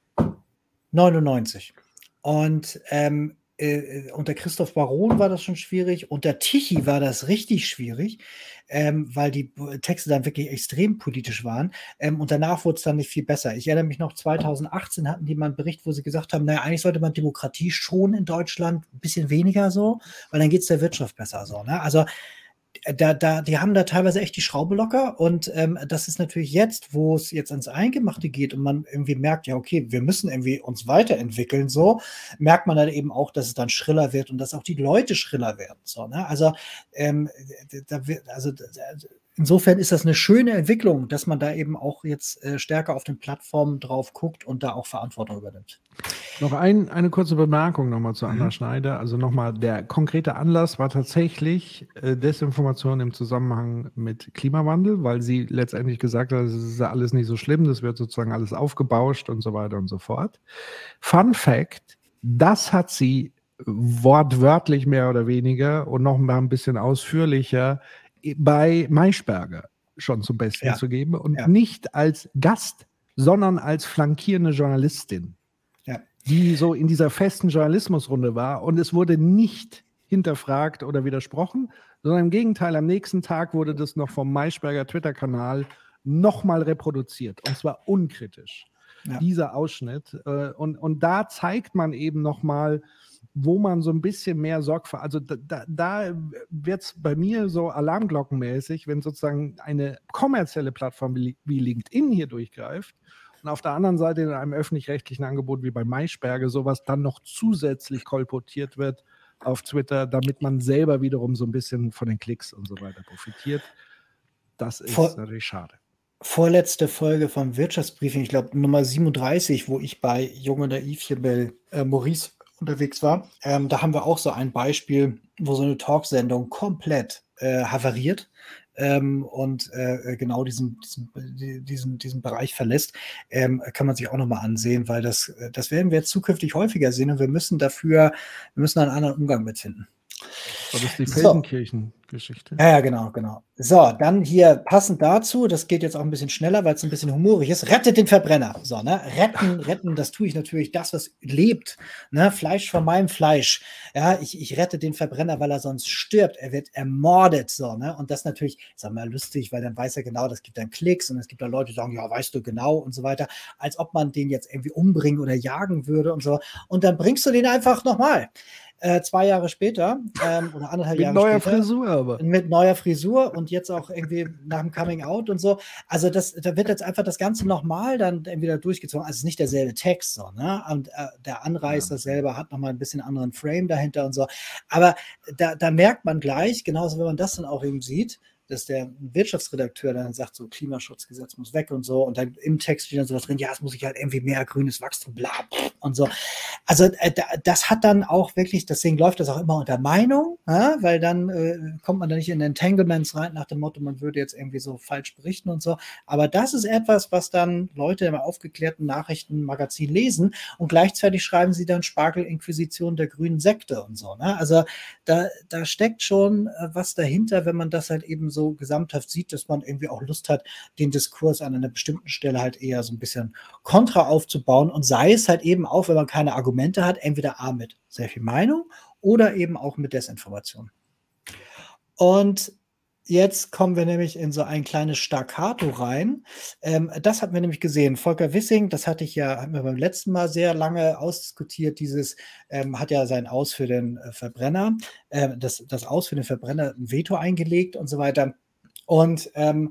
99 und unter Christoph Baron war das schon schwierig, unter Tichy war das richtig schwierig, weil die Texte dann wirklich extrem politisch waren, und danach wurde es dann nicht viel besser. Ich erinnere mich noch, 2018 hatten die mal einen Bericht, wo sie gesagt haben, naja, eigentlich sollte man Demokratie schon in Deutschland ein bisschen weniger so, weil dann geht es der Wirtschaft besser so, ne? Also die haben da teilweise echt die Schraube locker, und das ist natürlich jetzt, wo es jetzt ans Eingemachte geht und man irgendwie merkt, ja, okay, wir müssen irgendwie uns weiterentwickeln, so, merkt man dann eben auch, dass es dann schriller wird und dass auch die Leute schriller werden, so, ne? Also, insofern ist das eine schöne Entwicklung, dass man da eben auch jetzt stärker auf den Plattformen drauf guckt und da auch Verantwortung übernimmt. Noch eine kurze Bemerkung nochmal zu Anna Schneider. Also nochmal, der konkrete Anlass war tatsächlich Desinformation im Zusammenhang mit Klimawandel, weil sie letztendlich gesagt hat, es ist ja alles nicht so schlimm, das wird sozusagen alles aufgebauscht und so weiter und so fort. Fun Fact, das hat sie wortwörtlich mehr oder weniger und noch mal ein bisschen ausführlicher bei Maischberger schon zum Besten zu geben, und nicht als Gast, sondern als flankierende Journalistin, die so in dieser festen Journalismusrunde war, und es wurde nicht hinterfragt oder widersprochen, sondern im Gegenteil, am nächsten Tag wurde das noch vom Maischberger Twitter-Kanal nochmal reproduziert, und zwar unkritisch, dieser Ausschnitt. Und da zeigt man eben nochmal, wo man so ein bisschen mehr Sorgfalt, also da wird es bei mir so alarmglockenmäßig, wenn sozusagen eine kommerzielle Plattform wie LinkedIn hier durchgreift und auf der anderen Seite in einem öffentlich-rechtlichen Angebot wie bei Maischberger sowas dann noch zusätzlich kolportiert wird auf Twitter, damit man selber wiederum so ein bisschen von den Klicks und so weiter profitiert. Das ist natürlich schade. Vorletzte Folge vom Wirtschaftsbriefing, ich glaube Nummer 37, wo ich bei Jung und Naiv hier bei Maurice unterwegs war. Da haben wir auch so ein Beispiel, wo so eine Talksendung komplett havariert und genau diesen Bereich verlässt, kann man sich auch nochmal ansehen, weil das werden wir jetzt zukünftig häufiger sehen und wir müssen einen anderen Umgang mitfinden. Das ist die Feldenkirchen-Geschichte. Ja, genau. So, dann hier passend dazu, das geht jetzt auch ein bisschen schneller, weil es ein bisschen humorig ist. Rettet den Verbrenner. So, ne? Retten, das tue ich natürlich, das, was lebt. Ne? Fleisch von meinem Fleisch. Ja, ich rette den Verbrenner, weil er sonst stirbt. Er wird ermordet. So, ne? Und das natürlich, sag mal, lustig, weil dann weiß er genau, das gibt dann Klicks und es gibt dann Leute, die sagen, ja, weißt du genau und so weiter. Als ob man den jetzt irgendwie umbringen oder jagen würde und so. Und dann bringst du den einfach nochmal. 2 Jahre später oder 1,5 Jahre später. Mit neuer Frisur aber. Mit neuer Frisur und jetzt auch irgendwie nach dem Coming Out und so. Also da wird jetzt einfach das Ganze nochmal dann wieder durchgezogen. Also es ist nicht derselbe Text, so, ne? Und der Anreißer selber hat nochmal ein bisschen anderen Frame dahinter und so. Aber da merkt man gleich, genauso wenn man das dann auch eben sieht, dass der Wirtschaftsredakteur dann sagt, so Klimaschutzgesetz muss weg und so und dann im Text steht dann sowas drin, ja, es muss sich halt irgendwie mehr grünes Wachstum, bla, und so. Also das hat dann auch wirklich, deswegen läuft das auch immer unter Meinung, ja, weil dann kommt man da nicht in Entanglements rein nach dem Motto, man würde jetzt irgendwie so falsch berichten und so. Aber das ist etwas, was dann Leute im aufgeklärten Nachrichtenmagazin lesen und gleichzeitig schreiben sie dann Spargel-Inquisition der grünen Sekte und so. Ne? Also da steckt schon was dahinter, wenn man das halt eben so gesamthaft sieht, dass man irgendwie auch Lust hat, den Diskurs an einer bestimmten Stelle halt eher so ein bisschen kontra aufzubauen und sei es halt eben auch, wenn man keine Argumente hat, entweder A mit sehr viel Meinung oder eben auch mit Desinformation. Und jetzt kommen wir nämlich in so ein kleines Staccato rein. Das hatten wir nämlich gesehen. Volker Wissing, das hatten wir beim letzten Mal sehr lange ausdiskutiert, hat ja sein Aus für den Verbrenner, das Aus für den Verbrenner ein Veto eingelegt und so weiter. Und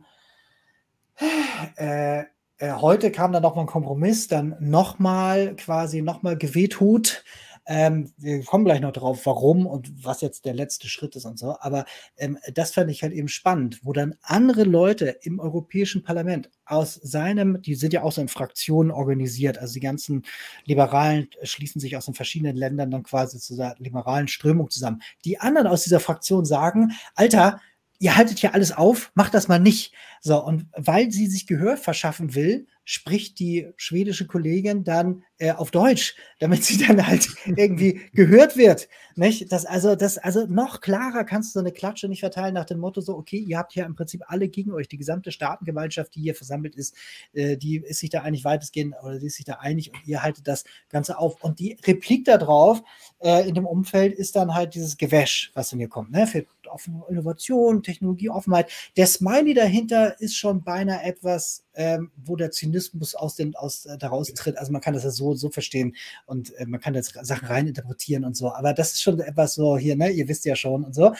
heute kam dann nochmal ein Kompromiss, dann nochmal gewehtut. Wir kommen gleich noch drauf, warum und was jetzt der letzte Schritt ist und so. Aber das fand ich halt eben spannend, wo dann andere Leute im Europäischen Parlament die sind ja auch so in Fraktionen organisiert, also die ganzen Liberalen schließen sich aus den verschiedenen Ländern dann quasi zu der liberalen Strömung zusammen. Die anderen aus dieser Fraktion sagen, Alter, ihr haltet hier alles auf, macht das mal nicht. So, und weil sie sich Gehör verschaffen will, spricht die schwedische Kollegin dann auf Deutsch, damit sie dann halt irgendwie gehört wird. Nicht? Also noch klarer kannst du so eine Klatsche nicht verteilen nach dem Motto so, okay, ihr habt hier im Prinzip alle gegen euch, die gesamte Staatengemeinschaft, die hier versammelt ist, die ist sich da eigentlich weitestgehend oder die ist sich da einig und ihr haltet das Ganze auf. Und die Replik darauf in dem Umfeld ist dann halt dieses Gewäsch, was dann hier kommt, ne? Für Innovation, Technologieoffenheit. Der Smiley dahinter ist schon beinahe etwas, wo der Zynismus daraus tritt. Also man kann das ja so verstehen und man kann jetzt Sachen reininterpretieren und so. Aber das ist schon etwas so hier, ne? Ihr wisst ja schon und so.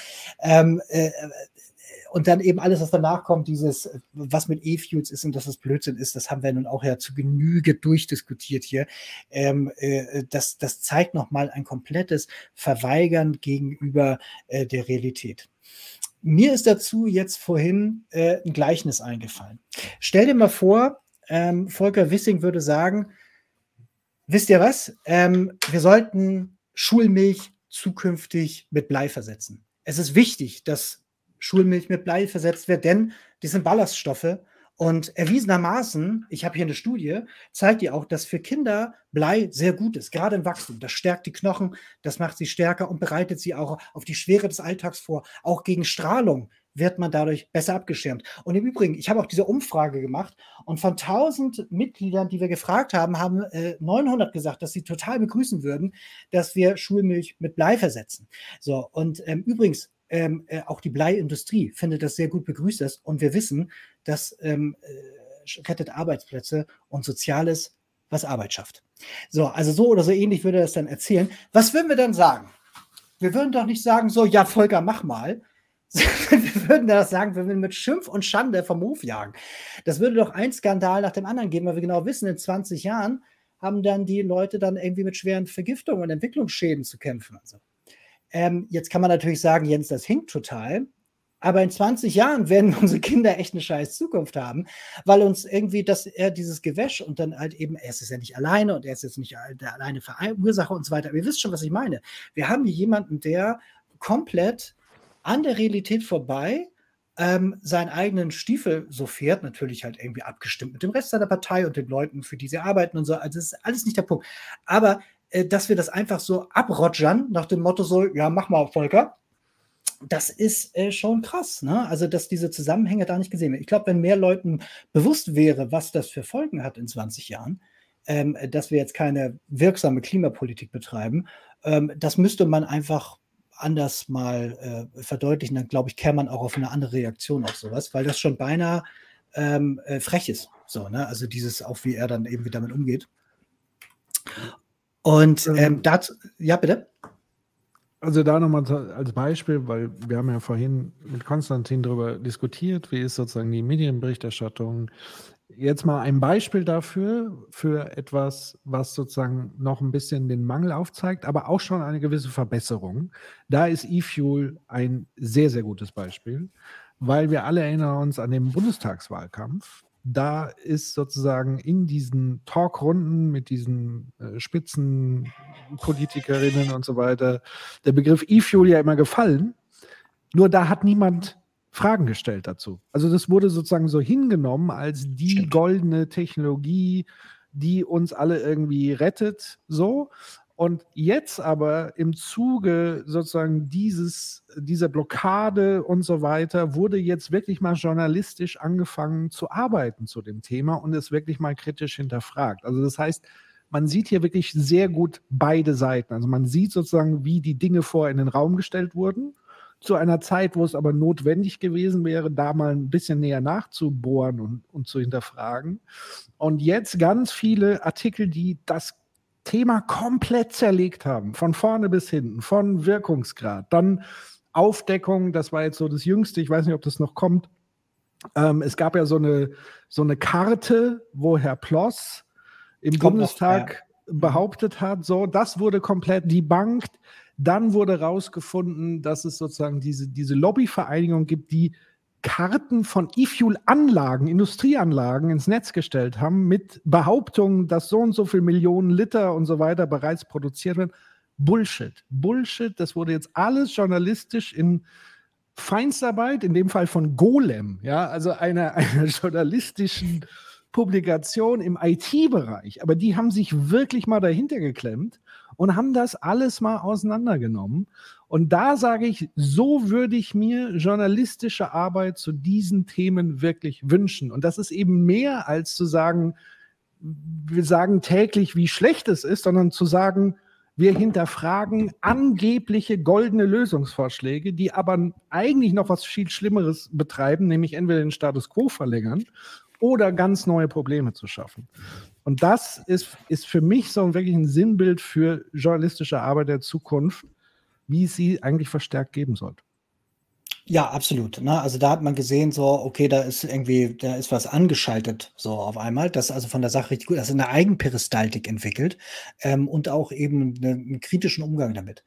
Und dann eben alles, was danach kommt, was mit E-Fuels ist und dass das Blödsinn ist, das haben wir nun auch ja zu Genüge durchdiskutiert hier. Das zeigt nochmal ein komplettes Verweigern gegenüber der Realität. Mir ist dazu jetzt vorhin ein Gleichnis eingefallen. Stell dir mal vor, Volker Wissing würde sagen, wisst ihr was? Wir sollten Schulmilch zukünftig mit Blei versetzen. Es ist wichtig, dass Schulmilch mit Blei versetzt wird, denn die sind Ballaststoffe und erwiesenermaßen, ich habe hier eine Studie, zeigt die auch, dass für Kinder Blei sehr gut ist, gerade im Wachstum. Das stärkt die Knochen, das macht sie stärker und bereitet sie auch auf die Schwere des Alltags vor. Auch gegen Strahlung wird man dadurch besser abgeschirmt. Und im Übrigen, ich habe auch diese Umfrage gemacht und von 1000 Mitgliedern, die wir gefragt haben, haben 900 gesagt, dass sie total begrüßen würden, dass wir Schulmilch mit Blei versetzen. So, und übrigens, auch die Bleiindustrie findet das sehr gut, begrüßt das. Und wir wissen, dass rettet Arbeitsplätze und Soziales, was Arbeit schafft. So, also so oder so ähnlich würde er das dann erzählen. Was würden wir dann sagen? Wir würden doch nicht sagen so, ja, Volker, mach mal. Wir würden das sagen, wir würden mit Schimpf und Schande vom Hof jagen. Das würde doch ein Skandal nach dem anderen geben, weil wir genau wissen, in 20 Jahren haben dann die Leute dann irgendwie mit schweren Vergiftungen und Entwicklungsschäden zu kämpfen. Also, jetzt kann man natürlich sagen, Jens, das hinkt total. Aber in 20 Jahren werden unsere Kinder echt eine scheiß Zukunft haben, weil uns irgendwie dieses Gewäsch und dann halt eben, er ist ja nicht alleine und er ist jetzt nicht der alleine Verursacher und so weiter. Aber ihr wisst schon, was ich meine. Wir haben hier jemanden, der komplett an der Realität vorbei seinen eigenen Stiefel so fährt, natürlich halt irgendwie abgestimmt mit dem Rest seiner Partei und den Leuten, für die sie arbeiten und so. Also das ist alles nicht der Punkt. Aber dass wir das einfach so abrogern nach dem Motto so, ja, mach mal, Volker, das ist schon krass, ne? Also, dass diese Zusammenhänge da nicht gesehen werden. Ich glaube, wenn mehr Leuten bewusst wäre, was das für Folgen hat in 20 Jahren, dass wir jetzt keine wirksame Klimapolitik betreiben, das müsste man einfach anders mal verdeutlichen. Dann, glaube ich, käme man auch auf eine andere Reaktion auf sowas, weil das schon beinahe frech ist. So, ne? Also dieses, auch wie er dann eben damit umgeht. Und dazu, ja, bitte? Also da nochmal als Beispiel, weil wir haben ja vorhin mit Konstantin darüber diskutiert, wie ist sozusagen die Medienberichterstattung. Jetzt mal ein Beispiel dafür, für etwas, was sozusagen noch ein bisschen den Mangel aufzeigt, aber auch schon eine gewisse Verbesserung. Da ist eFuel ein sehr, sehr gutes Beispiel, weil wir alle erinnern uns an den Bundestagswahlkampf. Da ist sozusagen in diesen Talkrunden mit diesen Spitzenpolitikerinnen und so weiter der Begriff eFuel ja immer gefallen. Nur da hat niemand Fragen gestellt dazu. Also das wurde sozusagen so hingenommen als die goldene Technologie, die uns alle irgendwie rettet, so. Und jetzt aber im Zuge sozusagen dieser Blockade und so weiter wurde jetzt wirklich mal journalistisch angefangen zu arbeiten zu dem Thema und es wirklich mal kritisch hinterfragt. Also das heißt, man sieht hier wirklich sehr gut beide Seiten. Also man sieht sozusagen, wie die Dinge vorher in den Raum gestellt wurden, zu einer Zeit, wo es aber notwendig gewesen wäre, da mal ein bisschen näher nachzubohren und zu hinterfragen. Und jetzt ganz viele Artikel, die das Thema komplett zerlegt haben, von vorne bis hinten, von Wirkungsgrad, dann Aufdeckung, das war jetzt so das Jüngste, ich weiß nicht, ob das noch kommt. Es gab ja so eine Karte, wo Herr Ploss im Bundestag behauptet hat, so, das wurde komplett debunked. Dann wurde herausgefunden, dass es sozusagen diese Lobbyvereinigung gibt, die Karten von eFuel-Anlagen, Industrieanlagen ins Netz gestellt haben mit Behauptungen, dass so und so viel Millionen Liter und so weiter bereits produziert werden. Bullshit. Das wurde jetzt alles journalistisch in Feinstarbeit, in dem Fall von Golem, ja, also einer journalistischen Publikation im IT-Bereich. Aber die haben sich wirklich mal dahinter geklemmt und haben das alles mal auseinandergenommen. Und da sage ich, so würde ich mir journalistische Arbeit zu diesen Themen wirklich wünschen. Und das ist eben mehr als zu sagen, wir sagen täglich, wie schlecht es ist, sondern zu sagen, wir hinterfragen angebliche goldene Lösungsvorschläge, die aber eigentlich noch was viel Schlimmeres betreiben, nämlich entweder den Status quo verlängern oder ganz neue Probleme zu schaffen. Und das ist für mich so wirklich ein Sinnbild für journalistische Arbeit der Zukunft, wie es sie eigentlich verstärkt geben sollte. Ja, absolut. Ne? Also da hat man gesehen, so, okay, da ist was angeschaltet, so auf einmal. Das ist also von der Sache richtig gut. Also eine Eigenperistaltik entwickelt und auch eben einen kritischen Umgang damit.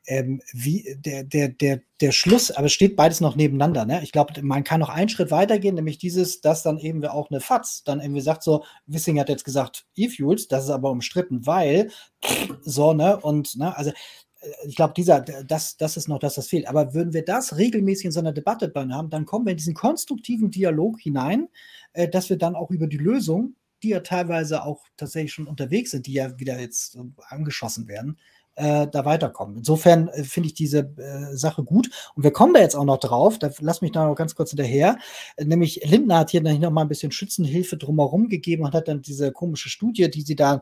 Wie der Schluss, aber steht beides noch nebeneinander. Ne? Ich glaube, man kann noch einen Schritt weitergehen, nämlich dass dann eben auch eine FAZ dann irgendwie sagt, so, Wissing hat jetzt gesagt, eFuels, das ist aber umstritten, weil so, ne, und, ne, also ich glaube, das ist noch das fehlt. Aber würden wir das regelmäßig in so einer Debatte haben, dann kommen wir in diesen konstruktiven Dialog hinein, dass wir dann auch über die Lösung, die ja teilweise auch tatsächlich schon unterwegs sind, die ja wieder jetzt angeschossen werden, da weiterkommen. Insofern finde ich diese Sache gut. Und wir kommen da jetzt auch noch drauf, lass mich da noch ganz kurz hinterher, nämlich Lindner hat hier noch mal ein bisschen Schützenhilfe drumherum gegeben und hat dann diese komische Studie, die sie da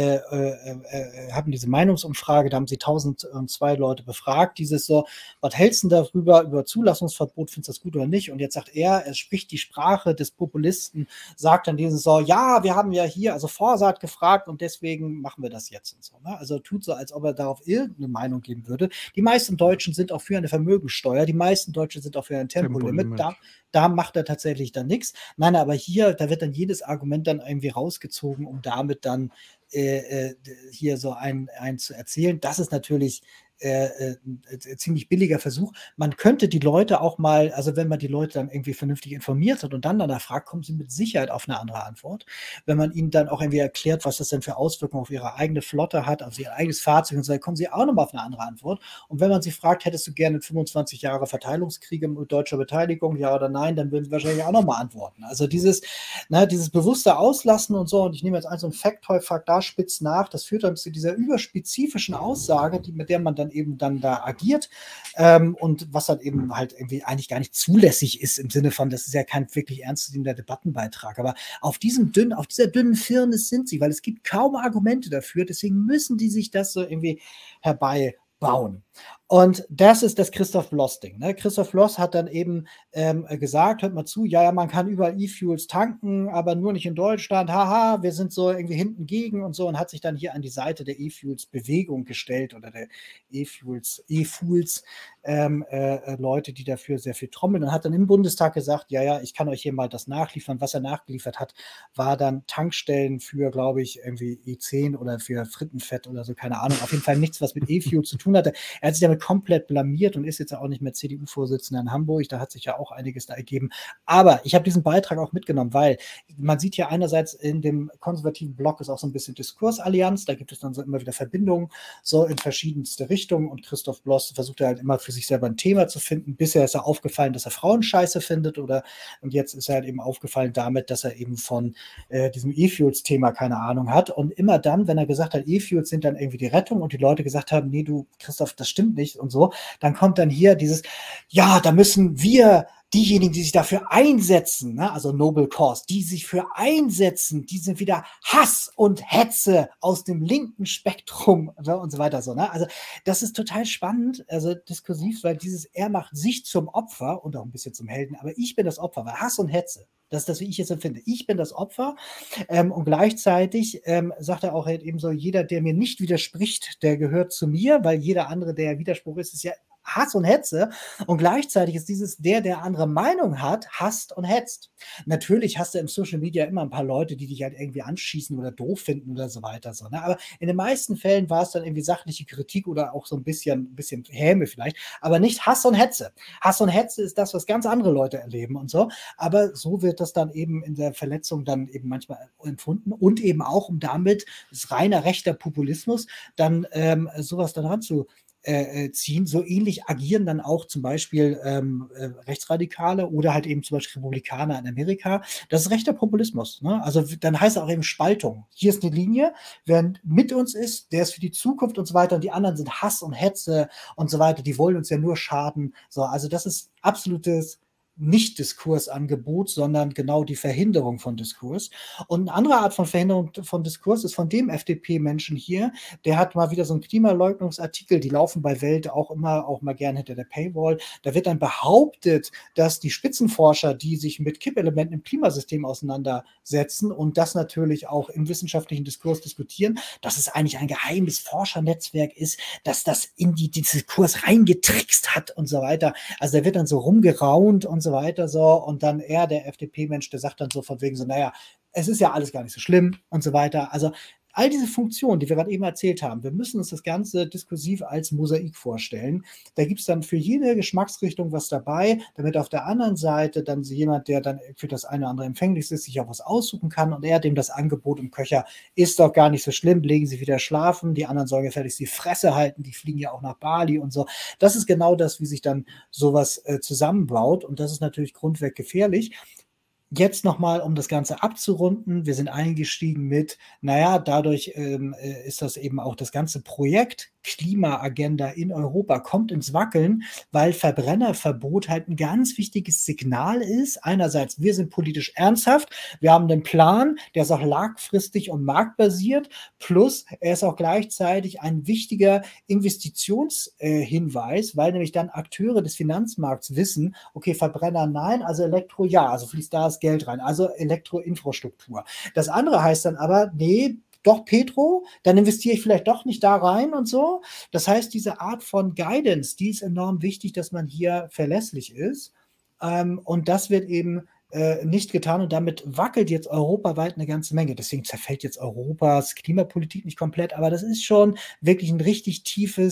haben, diese Meinungsumfrage, da haben sie 1002 Leute befragt, dieses so, was hältst du darüber, über Zulassungsverbot, findest du das gut oder nicht? Und jetzt sagt er spricht die Sprache des Populisten, sagt dann dieses so, ja, wir haben ja hier, also Forsa gefragt und deswegen machen wir das jetzt und so. Ne? Also tut so, als ob er darauf irgendeine Meinung geben würde. Die meisten Deutschen sind auch für eine Vermögensteuer, die meisten Deutschen sind auch für ein Tempolimit. Da macht er tatsächlich dann nichts. Nein, aber hier, da wird dann jedes Argument dann irgendwie rausgezogen, um damit dann hier so ein zu erzählen. Das ist natürlich ziemlich billiger Versuch. Man könnte die Leute auch mal, also wenn man die Leute dann irgendwie vernünftig informiert hat und dann danach fragt, kommen sie mit Sicherheit auf eine andere Antwort. Wenn man ihnen dann auch irgendwie erklärt, was das denn für Auswirkungen auf ihre eigene Flotte hat, auf ihr eigenes Fahrzeug und so, dann kommen sie auch nochmal auf eine andere Antwort. Und wenn man sie fragt, hättest du gerne 25 Jahre Verteilungskriege mit deutscher Beteiligung, ja oder nein, dann würden sie wahrscheinlich auch nochmal antworten. Also dieses bewusste Auslassen und so, und ich nehme jetzt so ein Factoid, frag da spitz nach, das führt dann zu dieser überspezifischen Aussage, mit der man dann eben dann da agiert, und was dann eben halt irgendwie eigentlich gar nicht zulässig ist im Sinne von, das ist ja kein wirklich ernstzunehmender Debattenbeitrag, aber auf dieser dünnen Firnis sind sie, weil es gibt kaum Argumente dafür, deswegen müssen die sich das so irgendwie herbeibauen. Und das ist das Christoph Bloss-Ding. Ne? Christoph Bloss hat dann eben gesagt, hört mal zu, ja, man kann überall E-Fuels tanken, aber nur nicht in Deutschland, haha, wir sind so irgendwie hinten gegen und so, und hat sich dann hier an die Seite der E-Fuels-Bewegung gestellt oder der E-Fuels Leute, die dafür sehr viel trommeln, und hat dann im Bundestag gesagt, ja, ich kann euch hier mal das nachliefern. Was er nachgeliefert hat, war dann Tankstellen für, glaube ich, irgendwie E10 oder für Frittenfett oder so, keine Ahnung, auf jeden Fall nichts, was mit E-Fuel zu tun hatte. Er hat sich damit komplett blamiert und ist jetzt auch nicht mehr CDU-Vorsitzender in Hamburg. Da hat sich ja auch einiges da ergeben. Aber ich habe diesen Beitrag auch mitgenommen, weil man sieht ja einerseits in dem konservativen Block ist auch so ein bisschen Diskursallianz. Da gibt es dann so immer wieder Verbindungen so in verschiedenste Richtungen, und Christoph Bloss versucht halt immer für sich selber ein Thema zu finden. Bisher ist er aufgefallen, dass er Frauen scheiße findet, und jetzt ist er halt eben aufgefallen damit, dass er eben von diesem E-Fuels-Thema keine Ahnung hat. Und immer dann, wenn er gesagt hat, E-Fuels sind dann irgendwie die Rettung, und die Leute gesagt haben, nee, du Christoph, das stimmt nicht und so, dann kommt dann hier dieses, ja, da müssen wir, diejenigen, die sich dafür einsetzen, ne, also Noble Cause, die sich für einsetzen, die sind wieder Hass und Hetze aus dem linken Spektrum, ne, und so weiter. So, ne? Also das ist total spannend, also diskursiv, weil er macht sich zum Opfer und auch ein bisschen zum Helden, aber ich bin das Opfer, weil Hass und Hetze, das ist das, wie ich es empfinde. Ich bin das Opfer, und gleichzeitig sagt er auch halt eben so, jeder, der mir nicht widerspricht, der gehört zu mir, weil jeder andere, der Widerspruch ist ja Hass und Hetze, und gleichzeitig ist dieses, der andere Meinung hat, hasst und hetzt. Natürlich hast du im Social Media immer ein paar Leute, die dich halt irgendwie anschießen oder doof finden oder so weiter. So, ne? Aber in den meisten Fällen war es dann irgendwie sachliche Kritik oder auch so ein bisschen Häme vielleicht, aber nicht Hass und Hetze. Hass und Hetze ist das, was ganz andere Leute erleben und so, aber so wird das dann eben in der Verletzung dann eben manchmal empfunden, und eben auch, um damit, das ist reiner rechter Populismus, dann sowas dann ranzuziehen. So ähnlich agieren dann auch zum Beispiel Rechtsradikale oder halt eben zum Beispiel Republikaner in Amerika. Das ist rechter Populismus. Ne? Also dann heißt es auch eben Spaltung. Hier ist eine Linie, wer mit uns ist, der ist für die Zukunft und so weiter, und die anderen sind Hass und Hetze und so weiter, die wollen uns ja nur schaden. So, also das ist absolutes Nicht-Diskursangebot, sondern genau die Verhinderung von Diskurs. Und eine andere Art von Verhinderung von Diskurs ist von dem FDP-Menschen hier, der hat mal wieder so einen Klimaleugnungsartikel, die laufen bei Welt auch mal gerne hinter der Paywall. Da wird dann behauptet, dass die Spitzenforscher, die sich mit Kippelementen im Klimasystem auseinandersetzen und das natürlich auch im wissenschaftlichen Diskurs diskutieren, dass es eigentlich ein geheimes Forschernetzwerk ist, dass das in die Diskurs reingetrickst hat und so weiter. Also da wird dann so rumgeraunt und so weiter, so, und dann der FDP-Mensch, der sagt dann so von wegen so, naja, es ist ja alles gar nicht so schlimm und so weiter. Also all diese Funktionen, die wir gerade eben erzählt haben, wir müssen uns das Ganze diskursiv als Mosaik vorstellen. Da gibt es dann für jede Geschmacksrichtung was dabei, damit auf der anderen Seite dann jemand, der dann für das eine oder andere empfänglich ist, sich auch was aussuchen kann, und dem das Angebot im Köcher ist doch gar nicht so schlimm, legen Sie wieder schlafen, die anderen sollen gefälligst die Fresse halten, die fliegen ja auch nach Bali und so. Das ist genau das, wie sich dann sowas zusammenbaut, und das ist natürlich grundweg gefährlich. Jetzt nochmal, um das Ganze abzurunden, wir sind eingestiegen mit, naja, dadurch ist das eben auch das ganze Projekt Klimaagenda in Europa kommt ins Wackeln, weil Verbrennerverbot halt ein ganz wichtiges Signal ist. Einerseits, wir sind politisch ernsthaft, wir haben einen Plan, der ist auch langfristig und marktbasiert, plus er ist auch gleichzeitig ein wichtiger Investitionshinweis, weil nämlich dann Akteure des Finanzmarkts wissen, okay, Verbrenner nein, also Elektro ja, also fließt da das Geld rein, also Elektroinfrastruktur. Das andere heißt dann aber, nee, doch Petro, dann investiere ich vielleicht doch nicht da rein und so. Das heißt, diese Art von Guidance, die ist enorm wichtig, dass man hier verlässlich ist. Und das wird eben nicht getan und damit wackelt jetzt europaweit eine ganze Menge. Deswegen zerfällt jetzt Europas Klimapolitik nicht komplett, aber das ist schon wirklich ein richtig tiefer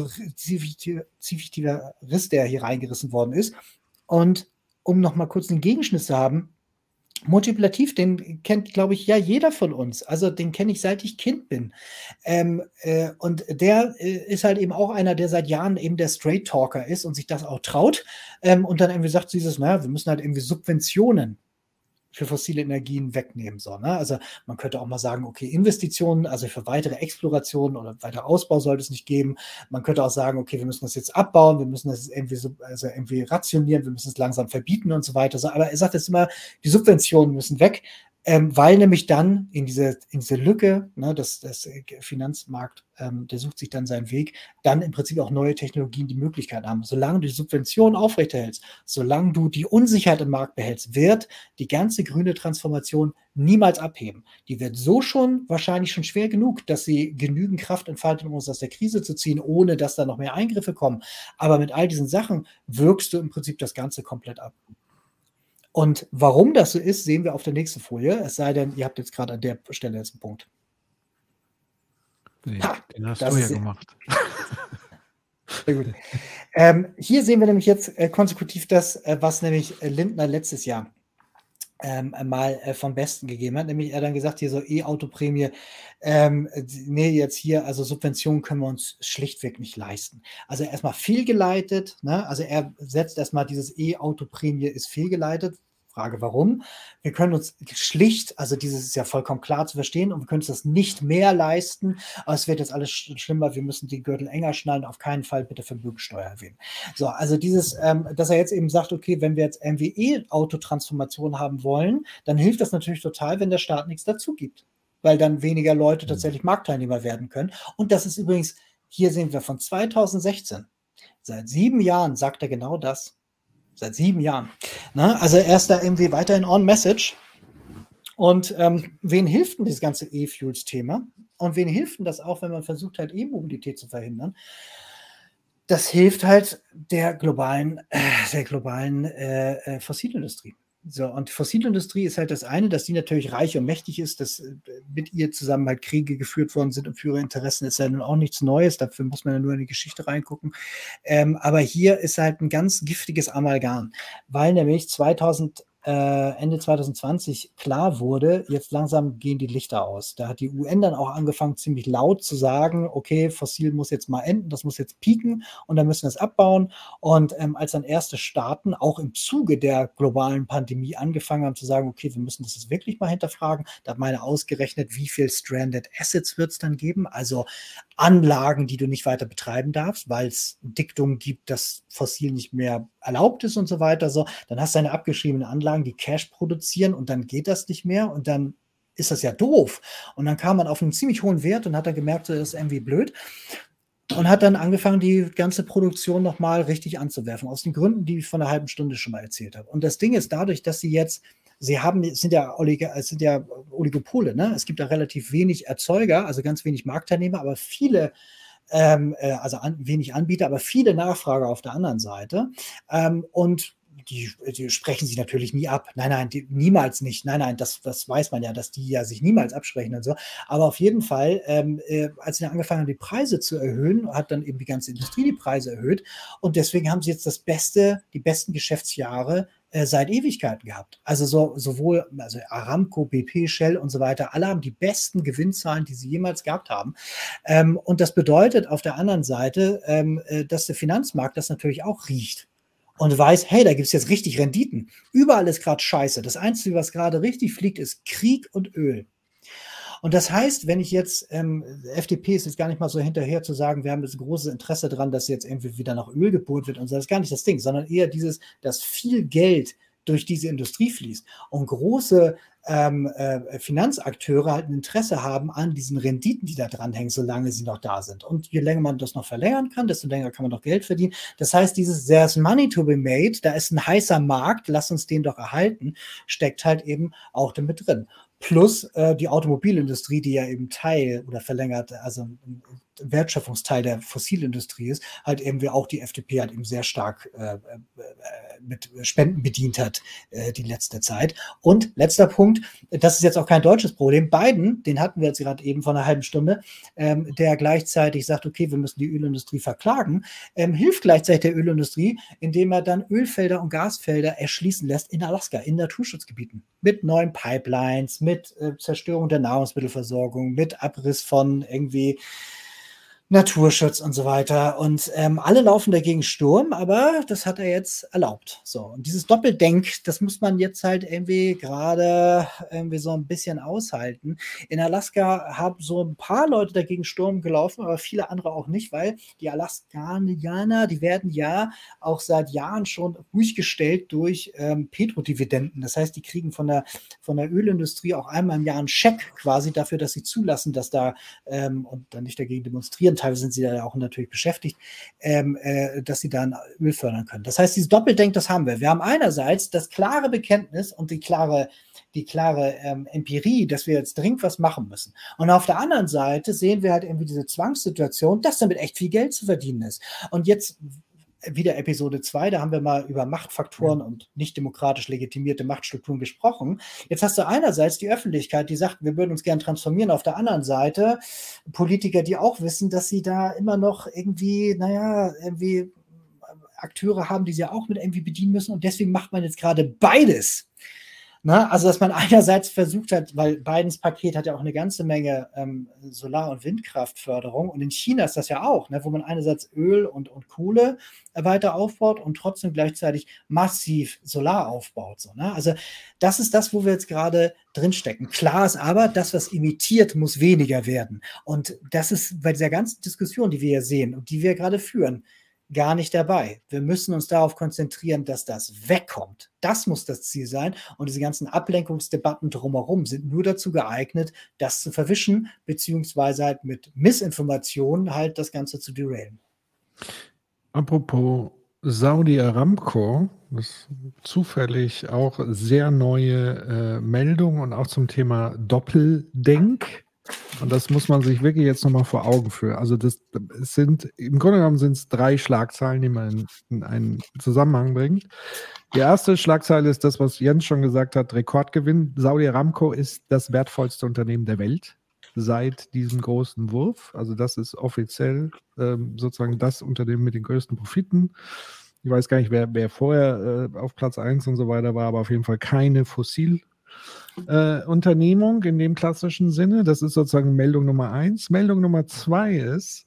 Riss, der hier reingerissen worden ist. Und um noch mal kurz einen Gegenschnitt zu haben, Multiplikativ, den kennt, glaube ich, ja jeder von uns. Also den kenne ich, seit ich Kind bin. Und der ist halt eben auch einer, der seit Jahren eben der Straight Talker ist und sich das auch traut. Und dann irgendwie sagt naja, wir müssen halt irgendwie Subventionen für fossile Energien wegnehmen. So, ne? Also man könnte auch mal sagen, okay, Investitionen, also für weitere Exploration oder weiter Ausbau sollte es nicht geben. Man könnte auch sagen, okay, wir müssen das jetzt abbauen, wir müssen das irgendwie rationieren, wir müssen es langsam verbieten und so weiter. So, aber er sagt jetzt immer, die Subventionen müssen weg, weil nämlich dann in diese Lücke, ne, das Finanzmarkt, der sucht sich dann seinen Weg, dann im Prinzip auch neue Technologien die Möglichkeit haben. Solange du die Subventionen aufrechterhältst, solange du die Unsicherheit im Markt behältst, wird die ganze grüne Transformation niemals abheben. Die wird so wahrscheinlich schon schwer genug, dass sie genügend Kraft entfaltet, um uns aus der Krise zu ziehen, ohne dass da noch mehr Eingriffe kommen. Aber mit all diesen Sachen wirkst du im Prinzip das Ganze komplett ab. Und warum das so ist, sehen wir auf der nächsten Folie. Es sei denn, ihr habt jetzt gerade an der Stelle jetzt einen Punkt. Nee, den hast du ja gemacht. Sehr gut. Hier sehen wir nämlich jetzt konsekutiv das, was nämlich Lindner letztes Jahr mal vom Besten gegeben hat. Nämlich er hat dann gesagt, hier so E-Auto-Prämie, nee, jetzt hier, also Subventionen können wir uns schlichtweg nicht leisten. Also erstmal fehlgeleitet, ne? Also er setzt erstmal dieses E-Auto-Prämie ist fehlgeleitet. Frage, warum? Wir können uns schlicht, also dieses ist ja vollkommen klar zu verstehen und wir können uns das nicht mehr leisten, aber es wird jetzt alles schlimmer, wir müssen die Gürtel enger schnallen, auf keinen Fall bitte Vermögensteuer erhöhen. So, also dieses, dass er jetzt eben sagt, okay, wenn wir jetzt E-Auto-Transformation haben wollen, dann hilft das natürlich total, wenn der Staat nichts dazu gibt, weil dann weniger Leute tatsächlich Marktteilnehmer werden können. Und das ist übrigens, hier sehen wir von 2016, seit 7 Jahren sagt er genau das. Seit 7 Jahren. Ne? Also er ist da irgendwie weiterhin on message. Und wen hilft denn das ganze E-Fuels-Thema? Und wen hilft denn das auch, wenn man versucht halt E-Mobilität zu verhindern? Das hilft halt der globalen Fossilindustrie. So, und die Fossilindustrie ist halt das eine, dass die natürlich reich und mächtig ist, dass mit ihr zusammen halt Kriege geführt worden sind und für ihre Interessen ist ja nun auch nichts Neues, dafür muss man ja nur in die Geschichte reingucken. Aber hier ist halt ein ganz giftiges Amalgam, weil nämlich Ende 2020 klar wurde, jetzt langsam gehen die Lichter aus. Da hat die UN dann auch angefangen, ziemlich laut zu sagen, okay, Fossil muss jetzt mal enden, das muss jetzt pieken und dann müssen wir es abbauen. Und als dann erste Staaten auch im Zuge der globalen Pandemie angefangen haben zu sagen, okay, wir müssen das jetzt wirklich mal hinterfragen, da hat meine ausgerechnet, wie viel Stranded Assets wird es dann geben, also Anlagen, die du nicht weiter betreiben darfst, weil es ein Diktum gibt, dass Fossil nicht mehr erlaubt ist und so weiter. So, dann hast du deine abgeschriebenen Anlagen, die Cash produzieren und dann geht das nicht mehr und dann ist das ja doof. Und dann kam man auf einen ziemlich hohen Wert und hat dann gemerkt, das ist irgendwie blöd. Und hat dann angefangen, die ganze Produktion nochmal richtig anzuwerfen, aus den Gründen, die ich vor einer halben Stunde schon mal erzählt habe. Und das Ding ist dadurch, dass es sind ja Oligopole, ne? Es gibt da relativ wenig Erzeuger, also ganz wenig Marktteilnehmer, aber viele, wenig Anbieter, aber viele Nachfrager auf der anderen Seite. Und die sprechen sich natürlich nie ab. Nein, niemals nicht. Nein, das weiß man ja, dass die ja sich niemals absprechen und so. Aber auf jeden Fall, als sie dann angefangen haben, die Preise zu erhöhen, hat dann eben die ganze Industrie die Preise erhöht. Und deswegen haben sie jetzt die besten Geschäftsjahre seit Ewigkeiten gehabt. Also sowohl Aramco, BP, Shell und so weiter, alle haben die besten Gewinnzahlen, die sie jemals gehabt haben. Und das bedeutet auf der anderen Seite, dass der Finanzmarkt das natürlich auch riecht und weiß, hey, da gibt es jetzt richtig Renditen. Überall ist gerade Scheiße. Das Einzige, was gerade richtig fliegt, ist Krieg und Öl. Und das heißt, wenn ich jetzt, FDP ist jetzt gar nicht mal so hinterher zu sagen, wir haben das große Interesse daran, dass jetzt irgendwie wieder nach Öl gebohrt wird und so, das ist gar nicht das Ding, sondern eher dass viel Geld durch diese Industrie fließt und große Finanzakteure halt ein Interesse haben an diesen Renditen, die da dranhängen, solange sie noch da sind. Und je länger man das noch verlängern kann, desto länger kann man noch Geld verdienen. Das heißt, there's money to be made, da ist ein heißer Markt, lass uns den doch erhalten, steckt halt eben auch damit drin. Plus die Automobilindustrie, die ja eben Teil oder verlängert, also Wertschöpfungsteil der Fossilindustrie ist, halt eben wie auch die FDP halt eben sehr stark mit Spenden bedient hat die letzte Zeit. Und letzter Punkt, das ist jetzt auch kein deutsches Problem, Biden, den hatten wir jetzt gerade eben vor einer halben Stunde, der gleichzeitig sagt, okay, wir müssen die Ölindustrie verklagen, hilft gleichzeitig der Ölindustrie, indem er dann Ölfelder und Gasfelder erschließen lässt in Alaska, in Naturschutzgebieten, mit neuen Pipelines, mit Zerstörung der Nahrungsmittelversorgung, mit Abriss von irgendwie Naturschutz und so weiter. Und alle laufen dagegen Sturm, aber das hat er jetzt erlaubt. So, und dieses Doppeldenk, das muss man jetzt halt irgendwie gerade irgendwie so ein bisschen aushalten. In Alaska haben so ein paar Leute dagegen Sturm gelaufen, aber viele andere auch nicht, weil die Alaskanianer, die werden ja auch seit Jahren schon ruhig gestellt durch Petrodividenden. Das heißt, die kriegen von der Ölindustrie auch einmal im Jahr einen Scheck quasi dafür, dass sie zulassen, dass da und dann nicht dagegen demonstrieren, teilweise sind sie da auch natürlich beschäftigt, dass sie dann Öl fördern können. Das heißt, dieses Doppeldenk, das haben wir. Wir haben einerseits das klare Bekenntnis und die klare Empirie, dass wir jetzt dringend was machen müssen. Und auf der anderen Seite sehen wir halt irgendwie diese Zwangssituation, dass damit echt viel Geld zu verdienen ist. Und jetzt wieder Episode 2, da haben wir mal über Machtfaktoren und nicht demokratisch legitimierte Machtstrukturen gesprochen. Jetzt hast du einerseits die Öffentlichkeit, die sagt, wir würden uns gern transformieren. Auf der anderen Seite Politiker, die auch wissen, dass sie da immer noch irgendwie, irgendwie Akteure haben, die sie auch mit irgendwie bedienen müssen. Und deswegen macht man jetzt gerade beides. Also, dass man einerseits versucht hat, weil Bidens Paket hat ja auch eine ganze Menge Solar- und Windkraftförderung und in China ist das ja auch, wo man einerseits Öl und Kohle weiter aufbaut und trotzdem gleichzeitig massiv Solar aufbaut. Also, das ist das, wo wir jetzt gerade drinstecken. Klar ist aber, das, was imitiert, muss weniger werden. Und das ist bei dieser ganzen Diskussion, die wir hier sehen und die wir gerade führen, gar nicht dabei. Wir müssen uns darauf konzentrieren, dass das wegkommt. Das muss das Ziel sein. Und diese ganzen Ablenkungsdebatten drumherum sind nur dazu geeignet, das zu verwischen, beziehungsweise halt mit Missinformationen halt das Ganze zu derailen. Apropos Saudi Aramco, das ist zufällig auch sehr neue Meldung und auch zum Thema Doppeldenk. Und das muss man sich wirklich jetzt nochmal vor Augen führen. Also im Grunde genommen sind es 3 Schlagzeilen, die man in einen Zusammenhang bringt. Die erste Schlagzeile ist das, was Jens schon gesagt hat, Rekordgewinn. Saudi Aramco ist das wertvollste Unternehmen der Welt seit diesem großen Wurf. Also das ist offiziell sozusagen das Unternehmen mit den größten Profiten. Ich weiß gar nicht, wer vorher auf Platz 1 und so weiter war, aber auf jeden Fall keine Unternehmung in dem klassischen Sinne. Das ist sozusagen Meldung Nummer 1. Meldung Nummer 2 ist,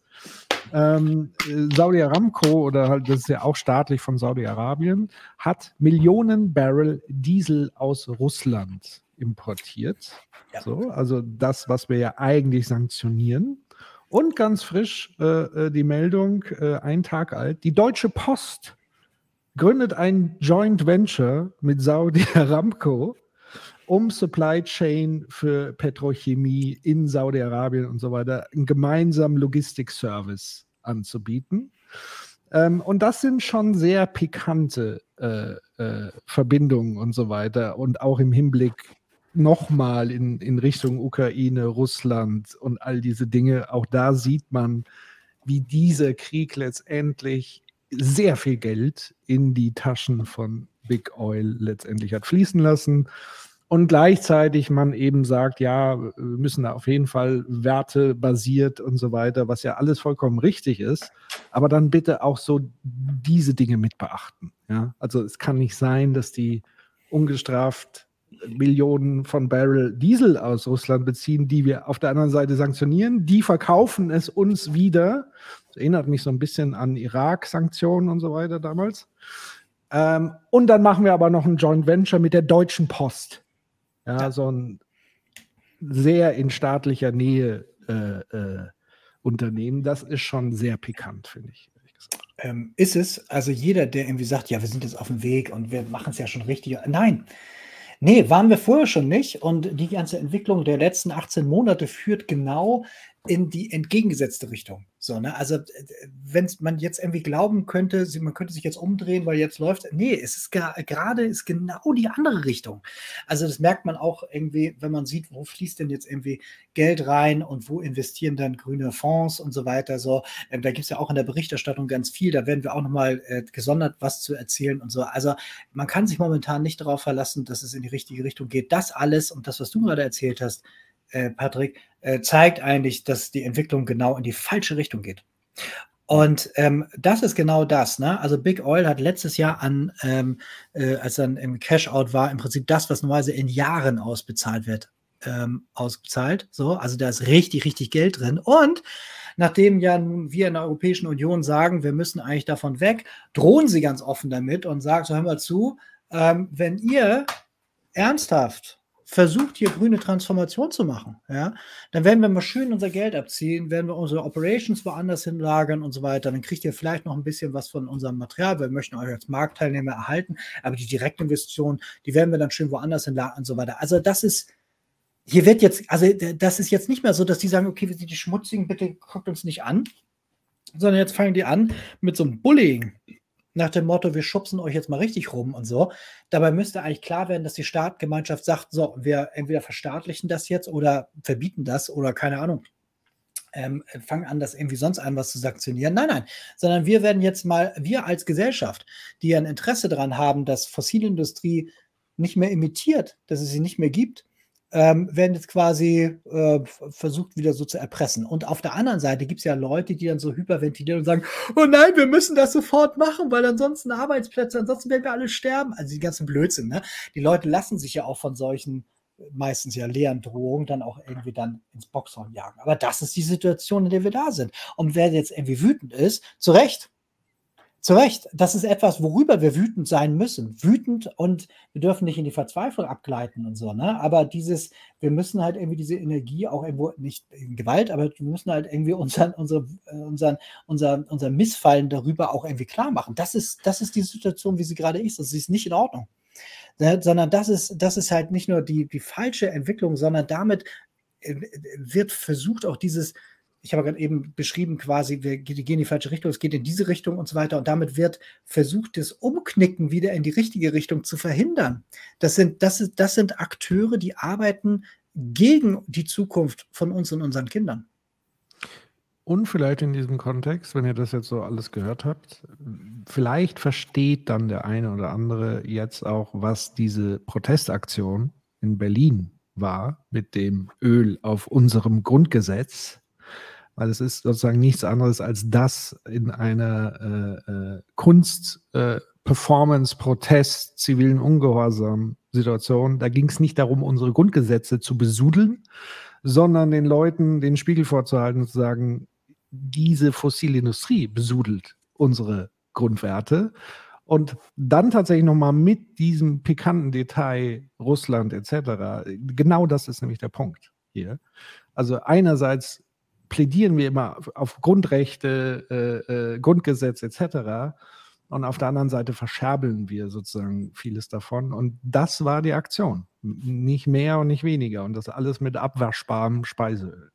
Saudi Aramco, oder halt, das ist ja auch staatlich von Saudi-Arabien, hat Millionen Barrel Diesel aus Russland importiert. Ja. So, also das, was wir ja eigentlich sanktionieren. Und ganz frisch die Meldung, ein Tag alt, die Deutsche Post gründet ein Joint Venture mit Saudi Aramco, um Supply Chain für Petrochemie in Saudi-Arabien und so weiter einen gemeinsamen Logistikservice anzubieten. Und das sind schon sehr pikante Verbindungen und so weiter. Und auch im Hinblick nochmal in Richtung Ukraine, Russland und all diese Dinge. Auch da sieht man, wie dieser Krieg letztendlich sehr viel Geld in die Taschen von Big Oil letztendlich hat fließen lassen. Und gleichzeitig man eben sagt, ja, wir müssen da auf jeden Fall wertebasiert und so weiter, was ja alles vollkommen richtig ist, aber dann bitte auch so diese Dinge mit beachten. Ja? Also es kann nicht sein, dass die ungestraft Millionen von Barrel Diesel aus Russland beziehen, die wir auf der anderen Seite sanktionieren. Die verkaufen es uns wieder. Das erinnert mich so ein bisschen an Irak-Sanktionen und so weiter damals. Und dann machen wir aber noch ein Joint Venture mit der Deutschen Post. Ja, so ein sehr in staatlicher Nähe Unternehmen. Das ist schon sehr pikant, finde ich. Ist es, also jeder, der irgendwie sagt, ja, wir sind jetzt auf dem Weg und wir machen es ja schon richtig. Nein, waren wir vorher schon nicht. Und die ganze Entwicklung der letzten 18 Monate führt genau in die entgegengesetzte Richtung. So, ne? Also, wenn man jetzt irgendwie glauben könnte, man könnte sich jetzt umdrehen, weil jetzt läuft, nee, es ist gerade ist genau die andere Richtung. Also, das merkt man auch irgendwie, wenn man sieht, wo fließt denn jetzt irgendwie Geld rein und wo investieren dann grüne Fonds und so weiter. So, da gibt es ja auch in der Berichterstattung ganz viel. Da werden wir auch nochmal gesondert was zu erzählen und so. Also, man kann sich momentan nicht darauf verlassen, dass es in die richtige Richtung geht. Das alles und das, was du gerade erzählt hast, Patrick, zeigt eigentlich, dass die Entwicklung genau in die falsche Richtung geht. Und das ist genau das. Ne? Also Big Oil hat letztes Jahr als dann im Cash-Out war, im Prinzip das, was normalerweise in Jahren ausbezahlt wird, ausgezahlt. So, also da ist richtig, richtig Geld drin. Und nachdem ja nun wir in der Europäischen Union sagen, wir müssen eigentlich davon weg, drohen sie ganz offen damit und sagen, so hör mal zu, wenn ihr ernsthaft versucht, hier grüne Transformation zu machen, ja, dann werden wir mal schön unser Geld abziehen, werden wir unsere Operations woanders hinlagern und so weiter, dann kriegt ihr vielleicht noch ein bisschen was von unserem Material, wir möchten euch als Marktteilnehmer erhalten, aber die Direktinvestitionen, die werden wir dann schön woanders hinlagern und so weiter. Also das ist, hier wird jetzt, also das ist jetzt nicht mehr so, dass die sagen, okay, wir sind die Schmutzigen, bitte guckt uns nicht an, sondern jetzt fangen die an mit so einem Bullying. Nach dem Motto, wir schubsen euch jetzt mal richtig rum und so. Dabei müsste eigentlich klar werden, dass die Staatengemeinschaft sagt, so, wir entweder verstaatlichen das jetzt oder verbieten das oder keine Ahnung, fangen an, das irgendwie sonst was zu sanktionieren. Nein, sondern wir werden jetzt mal, wir als Gesellschaft, die ja ein Interesse daran haben, dass Fossilindustrie nicht mehr emittiert, dass es sie nicht mehr gibt, werden jetzt quasi versucht, wieder so zu erpressen. Und auf der anderen Seite gibt es ja Leute, die dann so hyperventilieren und sagen, oh nein, wir müssen das sofort machen, weil ansonsten Arbeitsplätze, ansonsten werden wir alle sterben. Also die ganzen Blödsinn, ne? Die Leute lassen sich ja auch von solchen meistens ja leeren Drohungen dann auch irgendwie dann ins Boxhorn jagen. Aber das ist die Situation, in der wir da sind. Und wer jetzt irgendwie wütend ist, zu Recht, das ist etwas, worüber wir wütend sein müssen. Wütend, und wir dürfen nicht in die Verzweiflung abgleiten und so, ne? Aber wir müssen halt irgendwie diese Energie auch irgendwo, nicht in Gewalt, aber wir müssen halt irgendwie unser Missfallen darüber auch irgendwie klar machen. Das ist die Situation, wie sie gerade ist. Das ist nicht in Ordnung. Sondern das ist halt nicht nur die falsche Entwicklung, sondern damit wird versucht auch dieses, ich habe gerade eben beschrieben, quasi, wir gehen in die falsche Richtung, es geht in diese Richtung und so weiter. Und damit wird versucht, das Umknicken wieder in die richtige Richtung zu verhindern. Das sind Akteure, die arbeiten gegen die Zukunft von uns und unseren Kindern. Und vielleicht in diesem Kontext, wenn ihr das jetzt so alles gehört habt, vielleicht versteht dann der eine oder andere jetzt auch, was diese Protestaktion in Berlin war mit dem Öl auf unserem Grundgesetz. Weil es ist sozusagen nichts anderes als das in einer Kunst-, Protest, zivilen Ungehorsam-Situation. Da ging es nicht darum, unsere Grundgesetze zu besudeln, sondern den Leuten den Spiegel vorzuhalten und zu sagen, diese fossile Industrie besudelt unsere Grundwerte. Und dann tatsächlich nochmal mit diesem pikanten Detail Russland etc. Genau das ist nämlich der Punkt hier. Also einerseits plädieren wir immer auf Grundrechte, Grundgesetz etc. Und auf der anderen Seite verscherbeln wir sozusagen vieles davon. Und das war die Aktion. Nicht mehr und nicht weniger. Und das alles mit abwaschbarem Speiseöl.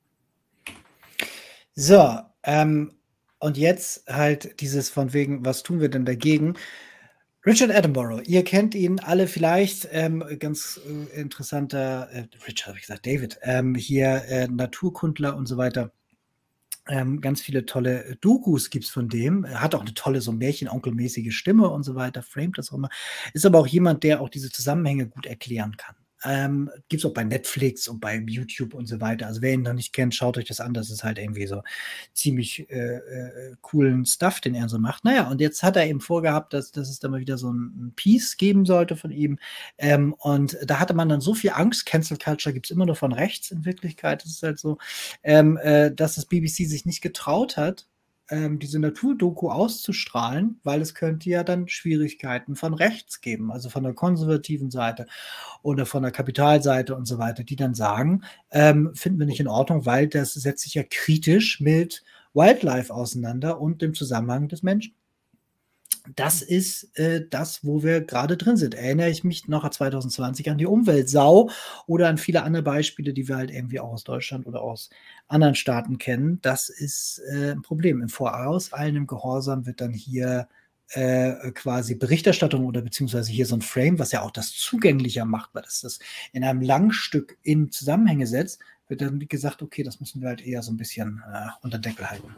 So, und jetzt halt dieses von wegen, was tun wir denn dagegen? Richard Attenborough, ihr kennt ihn alle vielleicht, ganz interessanter, Richard habe ich gesagt, David, hier Naturkundler und so weiter. Ganz viele tolle Dokus gibt es von dem. Er hat auch eine tolle, so Märchen-Onkel-mäßige Stimme und so weiter, framet das auch immer. Ist aber auch jemand, der auch diese Zusammenhänge gut erklären kann. Gibt es auch bei Netflix und bei YouTube und so weiter. Also wer ihn noch nicht kennt, schaut euch das an. Das ist halt irgendwie so ziemlich coolen Stuff, den er so macht. Naja, und jetzt hat er eben vorgehabt, dass es da mal wieder so ein Piece geben sollte von ihm. Und da hatte man dann so viel Angst. Cancel Culture gibt es immer nur von rechts in Wirklichkeit. Das ist halt so, dass das BBC sich nicht getraut hat, diese Naturdoku auszustrahlen, weil es könnte ja dann Schwierigkeiten von rechts geben, also von der konservativen Seite oder von der Kapitalseite und so weiter, die dann sagen, finden wir nicht in Ordnung, weil das setzt sich ja kritisch mit Wildlife auseinander und dem Zusammenhang des Menschen. das ist das, wo wir gerade drin sind. Erinnere ich mich noch an 2020 an die Umweltsau oder an viele andere Beispiele, die wir halt irgendwie auch aus Deutschland oder aus anderen Staaten kennen. Das ist ein Problem. Im vorauseilendem Gehorsam wird dann hier quasi Berichterstattung oder beziehungsweise hier so ein Frame, was ja auch das zugänglicher macht, weil das in einem langen Stück in Zusammenhänge setzt, wird dann gesagt, okay, das müssen wir halt eher so ein bisschen unter den Deckel halten.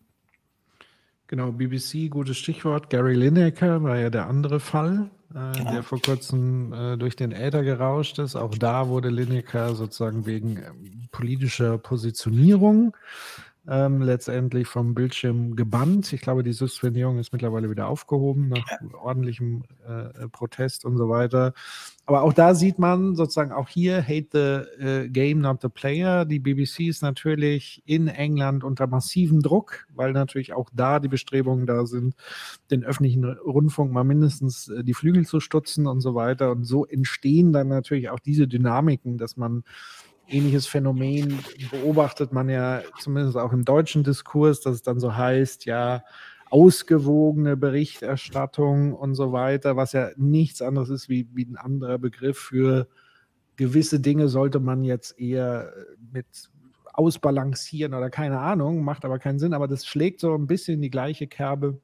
Genau, BBC, gutes Stichwort. Gary Lineker war ja der andere Fall, der vor kurzem durch den Äther gerauscht ist. Auch da wurde Lineker sozusagen wegen politischer Positionierung letztendlich vom Bildschirm gebannt. Ich glaube, die Suspendierung ist mittlerweile wieder aufgehoben nach ordentlichem Protest und so weiter. Aber auch da sieht man sozusagen auch hier, hate the game, not the player. Die BBC ist natürlich in England unter massivem Druck, weil natürlich auch da die Bestrebungen da sind, den öffentlichen Rundfunk mal mindestens die Flügel zu stutzen und so weiter. Und so entstehen dann natürlich auch diese Dynamiken, dass man ähnliches Phänomen beobachtet man ja zumindest auch im deutschen Diskurs, dass es dann so heißt, ja, ausgewogene Berichterstattung und so weiter, was ja nichts anderes ist wie ein anderer Begriff für gewisse Dinge sollte man jetzt eher mit ausbalancieren oder keine Ahnung, macht aber keinen Sinn, aber das schlägt so ein bisschen in die gleiche Kerbe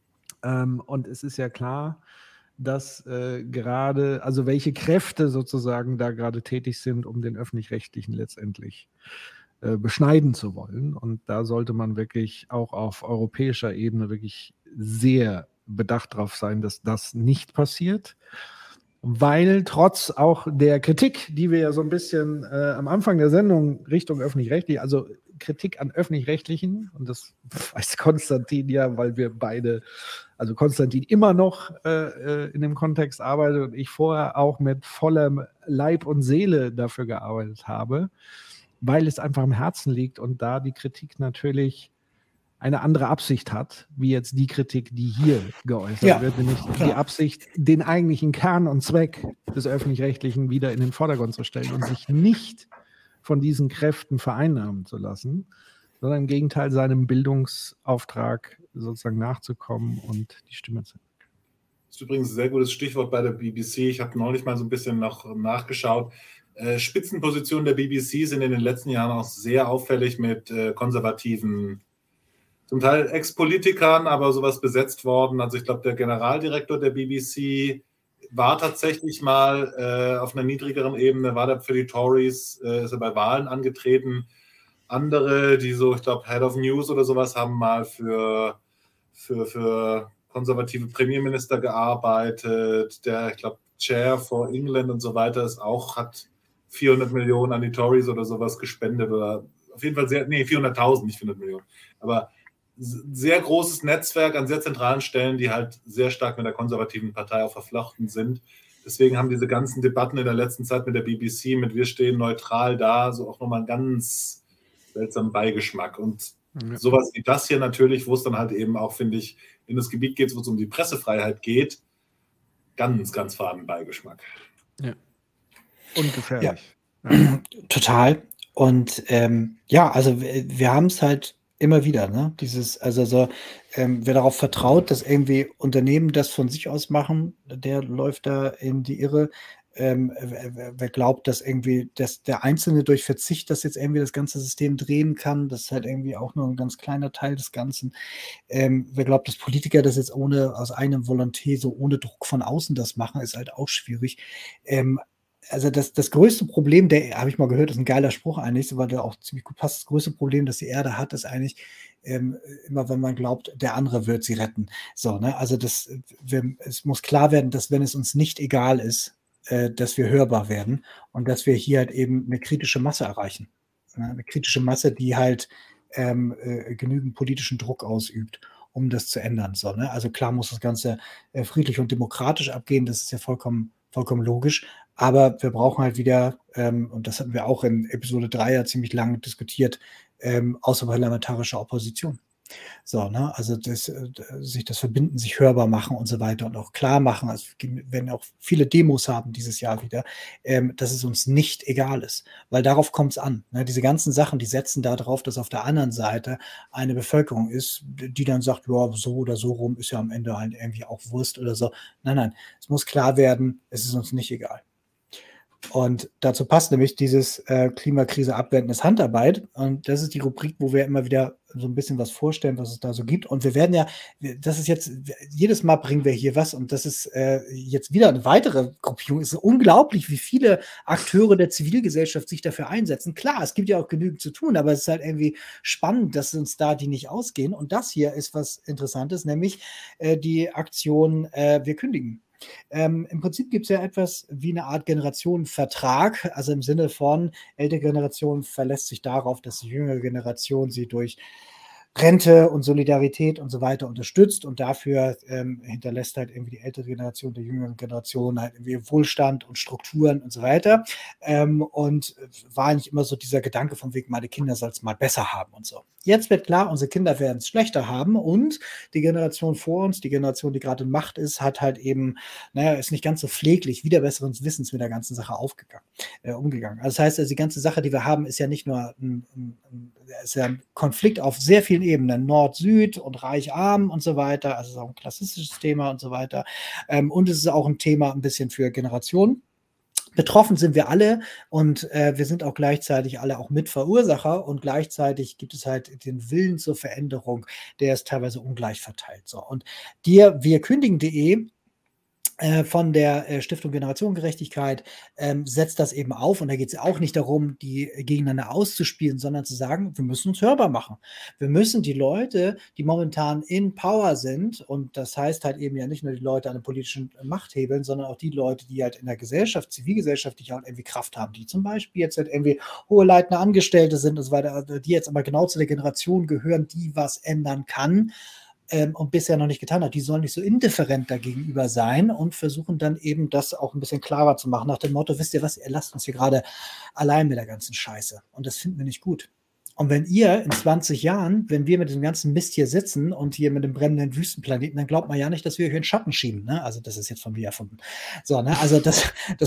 und es ist ja klar, dass gerade, also welche Kräfte sozusagen da gerade tätig sind, um den Öffentlich-Rechtlichen letztendlich beschneiden zu wollen. Und da sollte man wirklich auch auf europäischer Ebene wirklich sehr bedacht darauf sein, dass das nicht passiert. Weil trotz auch der Kritik, die wir ja so ein bisschen am Anfang der Sendung Richtung Öffentlich-Rechtlich, also Kritik an Öffentlich-Rechtlichen, und das weiß Konstantin ja, weil wir beide, also Konstantin immer noch in dem Kontext arbeitet und ich vorher auch mit vollem Leib und Seele dafür gearbeitet habe, weil es einfach am Herzen liegt und da die Kritik natürlich eine andere Absicht hat, wie jetzt die Kritik, die hier geäußert wird, nämlich die Absicht, den eigentlichen Kern und Zweck des Öffentlich-Rechtlichen wieder in den Vordergrund zu stellen und sich nicht von diesen Kräften vereinnahmen zu lassen, sondern im Gegenteil seinem Bildungsauftrag sozusagen nachzukommen und die Stimme zu. Das ist übrigens ein sehr gutes Stichwort bei der BBC. Ich habe neulich mal so ein bisschen noch nachgeschaut. Spitzenpositionen der BBC sind in den letzten Jahren auch sehr auffällig mit konservativen, zum Teil Ex-Politikern, aber sowas besetzt worden. Also ich glaube, der Generaldirektor der BBC war tatsächlich mal auf einer niedrigeren Ebene, war da für die Tories, ist er bei Wahlen angetreten. Andere, die so, ich glaube, Head of News oder sowas, haben mal für konservative Premierminister gearbeitet. Der, ich glaube, Chair for England und so weiter hat 400 Millionen an die Tories oder sowas gespendet oder auf jeden Fall 400.000, nicht 400 Millionen. Aber sehr großes Netzwerk an sehr zentralen Stellen, die halt sehr stark mit der konservativen Partei auch verflochten sind. Deswegen haben diese ganzen Debatten in der letzten Zeit mit der BBC, mit wir stehen neutral da, so auch nochmal einen ganz seltsamen Beigeschmack. Und sowas wie das hier natürlich, wo es dann halt eben auch, finde ich, in das Gebiet geht, wo es um die Pressefreiheit geht, ganz, ganz faden Beigeschmack. Ja. Und gefährlich. Ja. Total. Und also wir haben es halt immer wieder, ne? Wer darauf vertraut, dass irgendwie Unternehmen das von sich aus machen, der läuft da in die Irre. Wer glaubt, dass der Einzelne durch Verzicht das jetzt irgendwie das ganze System drehen kann, das ist halt irgendwie auch nur ein ganz kleiner Teil des Ganzen. Wer glaubt, dass Politiker das jetzt aus eigenem Volonté, so ohne Druck von außen das machen, ist halt auch schwierig. Also das größte Problem, habe ich mal gehört, ist ein geiler Spruch eigentlich, weil der auch ziemlich gut passt. Das größte Problem, das die Erde hat, ist eigentlich immer, wenn man glaubt, der andere wird sie retten. So, ne? Also es muss klar werden, dass wenn es uns nicht egal ist, dass wir hörbar werden und dass wir hier halt eben eine kritische Masse erreichen. Ne? Eine kritische Masse, die halt genügend politischen Druck ausübt, um das zu ändern. So, ne? Also klar muss das Ganze friedlich und demokratisch abgehen, das ist ja vollkommen logisch, aber wir brauchen halt wieder, und das hatten wir auch in Episode 3 ja ziemlich lange diskutiert, außerparlamentarische Opposition. So, ne? Also sich das verbinden, sich hörbar machen und so weiter und auch klar machen. Also wir werden auch viele Demos haben dieses Jahr wieder, dass es uns nicht egal ist, weil darauf kommt es an. Ne? Diese ganzen Sachen, die setzen darauf, dass auf der anderen Seite eine Bevölkerung ist, die dann sagt, ja, so oder so rum ist ja am Ende halt irgendwie auch Wurst oder so. Nein, es muss klar werden, es ist uns nicht egal. Und dazu passt nämlich dieses Klimakrise abwendendes Handarbeit. Und das ist die Rubrik, wo wir immer wieder so ein bisschen was vorstellen, was es da so gibt. Und wir werden ja, das ist jetzt, jedes Mal bringen wir hier was. Und das ist jetzt wieder eine weitere Gruppierung. Es ist unglaublich, wie viele Akteure der Zivilgesellschaft sich dafür einsetzen. Klar, es gibt ja auch genügend zu tun, aber es ist halt irgendwie spannend, dass uns da die nicht ausgehen. Und das hier ist was Interessantes, nämlich die Aktion Wir kündigen. Im Prinzip gibt es ja etwas wie eine Art Generationenvertrag, also im Sinne von, ältere Generation verlässt sich darauf, dass die jüngere Generation sie durch Rente und Solidarität und so weiter unterstützt und dafür hinterlässt halt irgendwie die ältere Generation der jüngeren Generation halt irgendwie Wohlstand und Strukturen und so weiter. Und war eigentlich immer so dieser Gedanke von wegen, meine Kinder soll es mal besser haben und so. Jetzt wird klar, unsere Kinder werden es schlechter haben und die Generation vor uns, die Generation, die gerade in Macht ist, hat halt eben, ist nicht ganz so pfleglich, wieder besseren Wissens mit der ganzen Sache umgegangen. Also das heißt, also die ganze Sache, die wir haben, ist ja nicht nur ist ja ein Konflikt auf sehr vielen Ebenen, Nord-Süd und Reich-Arm und so weiter, also es ist auch ein klassisches Thema und so weiter. Und es ist auch ein Thema ein bisschen für Generationen. Betroffen sind wir alle und wir sind auch gleichzeitig alle auch Mitverursacher und gleichzeitig gibt es halt den Willen zur Veränderung, der ist teilweise ungleich verteilt. So. Und wirkündigen.de von der Stiftung Generationengerechtigkeit setzt das eben auf und da geht es auch nicht darum, die gegeneinander auszuspielen, sondern zu sagen, wir müssen uns hörbar machen. Wir müssen die Leute, die momentan in Power sind und das heißt halt eben ja nicht nur die Leute an den politischen Machthebeln, sondern auch die Leute, die halt in der Gesellschaft, zivilgesellschaftlich halt irgendwie Kraft haben, die zum Beispiel jetzt halt irgendwie hohe leitende Angestellte sind und so weiter, die jetzt aber genau zu der Generation gehören, die was ändern kann, und bisher noch nicht getan hat, die sollen nicht so indifferent dagegenüber sein und versuchen dann eben das auch ein bisschen klarer zu machen, nach dem Motto, wisst ihr was, ihr lasst uns hier gerade allein mit der ganzen Scheiße und das finden wir nicht gut. Und wenn ihr in 20 Jahren, wenn wir mit dem ganzen Mist hier sitzen und hier mit dem brennenden Wüstenplaneten, dann glaubt man ja nicht, dass wir hier in Schatten schieben. Ne? Also das ist jetzt von mir erfunden. So, ne? Also das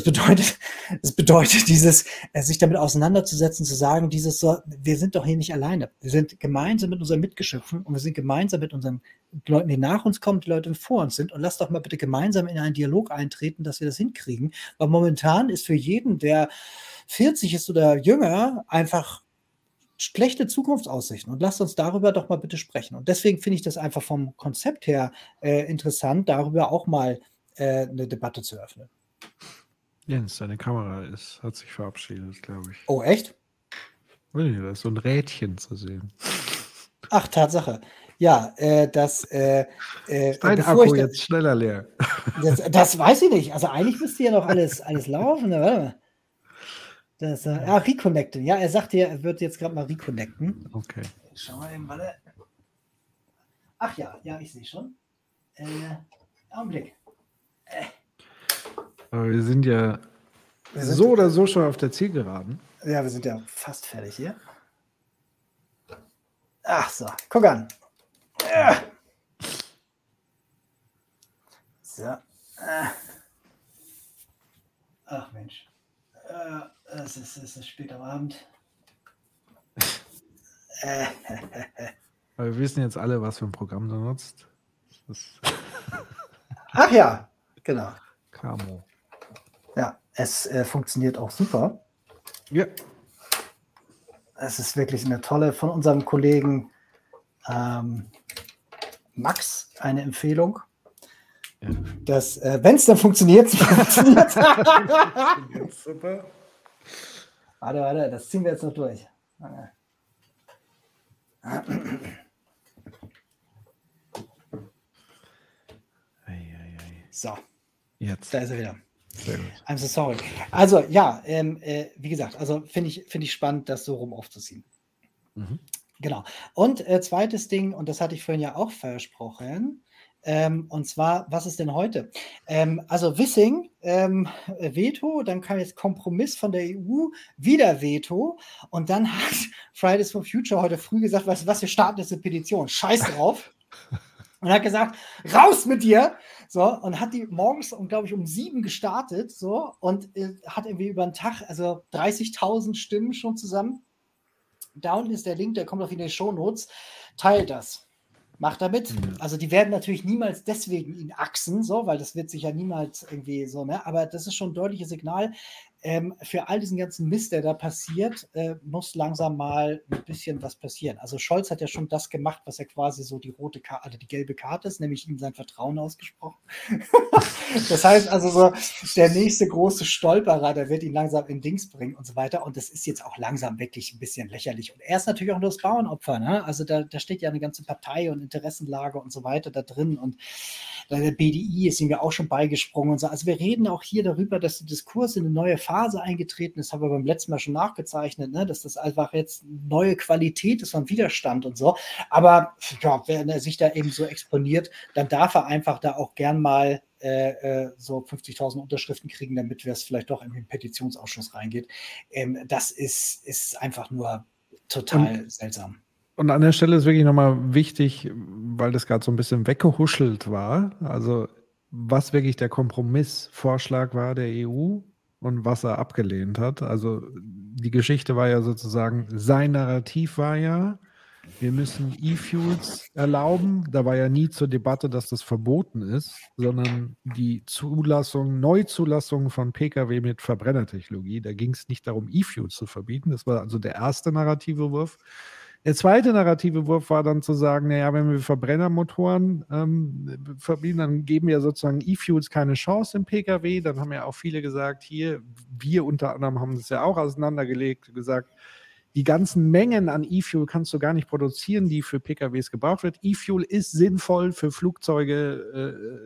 bedeutet dieses, sich damit auseinanderzusetzen, zu sagen, dieses so, wir sind doch hier nicht alleine. Wir sind gemeinsam mit unseren Mitgeschöpfen und wir sind gemeinsam mit unseren Leuten, die nach uns kommen, die Leute, die vor uns sind. Und lasst doch mal bitte gemeinsam in einen Dialog eintreten, dass wir das hinkriegen. Weil momentan ist für jeden, der 40 ist oder jünger, einfach schlechte Zukunftsaussichten und lasst uns darüber doch mal bitte sprechen. Und deswegen finde ich das einfach vom Konzept her interessant, darüber auch mal eine Debatte zu öffnen. Jens, deine Kamera hat sich verabschiedet, glaube ich. Oh, echt? Da ist so ein Rädchen zu sehen. Ach, Tatsache. Ja, ist dein Akku jetzt schneller leer? Das weiß ich nicht. Also eigentlich müsste ja noch alles laufen. Warte mal. Reconnecten. Ja, er sagte ja, er wird jetzt gerade mal reconnecten. Okay. Schauen wir eben, warte. Ach ja, ich sehe schon. Augenblick. Aber wir sind ja so oder so schon auf der Zielgeraden. Ja, wir sind ja fast fertig hier. Ach so, guck an. So. Ach Mensch. Es ist spät am Abend. Aber wir wissen jetzt alle, was für ein Programm du nutzt. Ach ja, genau. Camo. Ja, es funktioniert auch super. Ja. Es ist wirklich eine tolle, von unserem Kollegen Max, eine Empfehlung. Ja. Dass, wenn es dann funktioniert, funktioniert. Super. Warte, das ziehen wir jetzt noch durch. So. Jetzt. Da ist er wieder. Sehr gut. I'm so sorry. Also, ja, wie gesagt, also finde ich spannend, das so rum aufzuziehen. Mhm. Genau. Und zweites Ding, und das hatte ich vorhin ja auch versprochen, Und zwar, was ist denn heute? Also Wissing, Veto, dann kam jetzt Kompromiss von der EU, wieder Veto. Und dann hat Fridays for Future heute früh gesagt, weißt du was, wir starten jetzt eine Petition. Scheiß drauf. Und hat gesagt, raus mit dir! So, und hat die morgens, glaube ich, um 7 gestartet, so, und hat irgendwie über den Tag, also 30.000 Stimmen schon zusammen. Da unten ist der Link, der kommt auf in den Shownotes. Teilt das. Macht damit. Also die werden natürlich niemals deswegen ihn axen, so, weil das wird sich ja niemals irgendwie so, ne? Aber das ist schon ein deutliches Signal. Für all diesen ganzen Mist, der da passiert, muss langsam mal ein bisschen was passieren. Also Scholz hat ja schon das gemacht, was ja quasi so die rote Karte, also die gelbe Karte ist, nämlich ihm sein Vertrauen ausgesprochen. Das heißt also so, der nächste große Stolperer, der wird ihn langsam in Dings bringen und so weiter. Und das ist jetzt auch langsam wirklich ein bisschen lächerlich. Und er ist natürlich auch nur das Bauernopfer, ne? Also da steht ja eine ganze Partei und Interessenlage und so weiter da drin. Und der BDI ist ihm ja auch schon beigesprungen und so. Also wir reden auch hier darüber, dass der Diskurs in eine neue Phase eingetreten ist, haben wir beim letzten Mal schon nachgezeichnet, ne? Dass das einfach jetzt neue Qualität ist von Widerstand und so. Aber ja, wenn er sich da eben so exponiert, dann darf er einfach da auch gern mal so 50.000 Unterschriften kriegen, damit wir es vielleicht doch in den Petitionsausschuss reingeht. Das ist einfach nur total seltsam. Und an der Stelle ist wirklich nochmal wichtig, weil das gerade so ein bisschen weggehuschelt war, also was wirklich der Kompromissvorschlag war der EU und was er abgelehnt hat. Also die Geschichte war ja sozusagen, sein Narrativ war ja, wir müssen E-Fuels erlauben. Da war ja nie zur Debatte, dass das verboten ist, sondern die Neuzulassung von Pkw mit Verbrennertechnologie. Da ging es nicht darum, E-Fuels zu verbieten. Das war also der erste narrative Wurf. Der zweite narrative Wurf war dann zu sagen, naja, wenn wir Verbrennermotoren verbieten, dann geben ja sozusagen E-Fuels keine Chance im Pkw. Dann haben ja auch viele gesagt, hier, wir unter anderem haben das ja auch auseinandergelegt, gesagt, die ganzen Mengen an E-Fuel kannst du gar nicht produzieren, die für PKWs gebraucht wird. E-Fuel ist sinnvoll für Flugzeuge,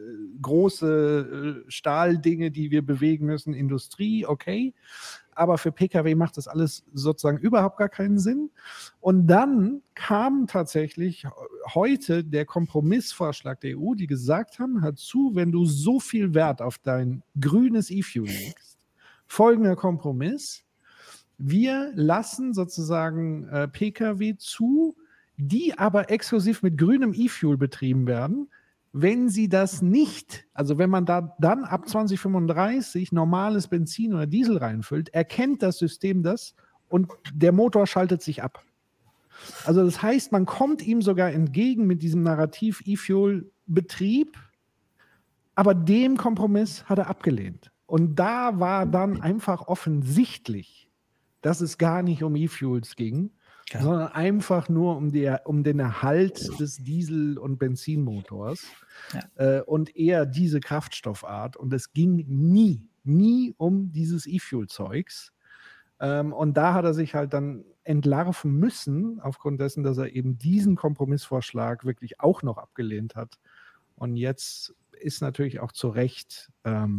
große Stahldinge, die wir bewegen müssen, Industrie, okay. Aber für PKW macht das alles sozusagen überhaupt gar keinen Sinn. Und dann kam tatsächlich heute der Kompromissvorschlag der EU, die gesagt haben, hör zu, wenn du so viel Wert auf dein grünes E-Fuel legst, folgender Kompromiss: Wir lassen sozusagen Pkw zu, die aber exklusiv mit grünem E-Fuel betrieben werden. Wenn sie das nicht, also wenn man da dann ab 2035 normales Benzin oder Diesel reinfüllt, erkennt das System das und der Motor schaltet sich ab. Also das heißt, man kommt ihm sogar entgegen mit diesem Narrativ E-Fuel-Betrieb, aber dem Kompromiss hat er abgelehnt. Und da war dann einfach offensichtlich, dass es gar nicht um E-Fuels ging, sondern einfach nur um den Erhalt des Diesel- und Benzinmotors und eher diese Kraftstoffart. Und es ging nie um dieses E-Fuel-Zeugs. Und da hat er sich halt dann entlarven müssen, aufgrund dessen, dass er eben diesen Kompromissvorschlag wirklich auch noch abgelehnt hat. Und jetzt ist natürlich auch zu Recht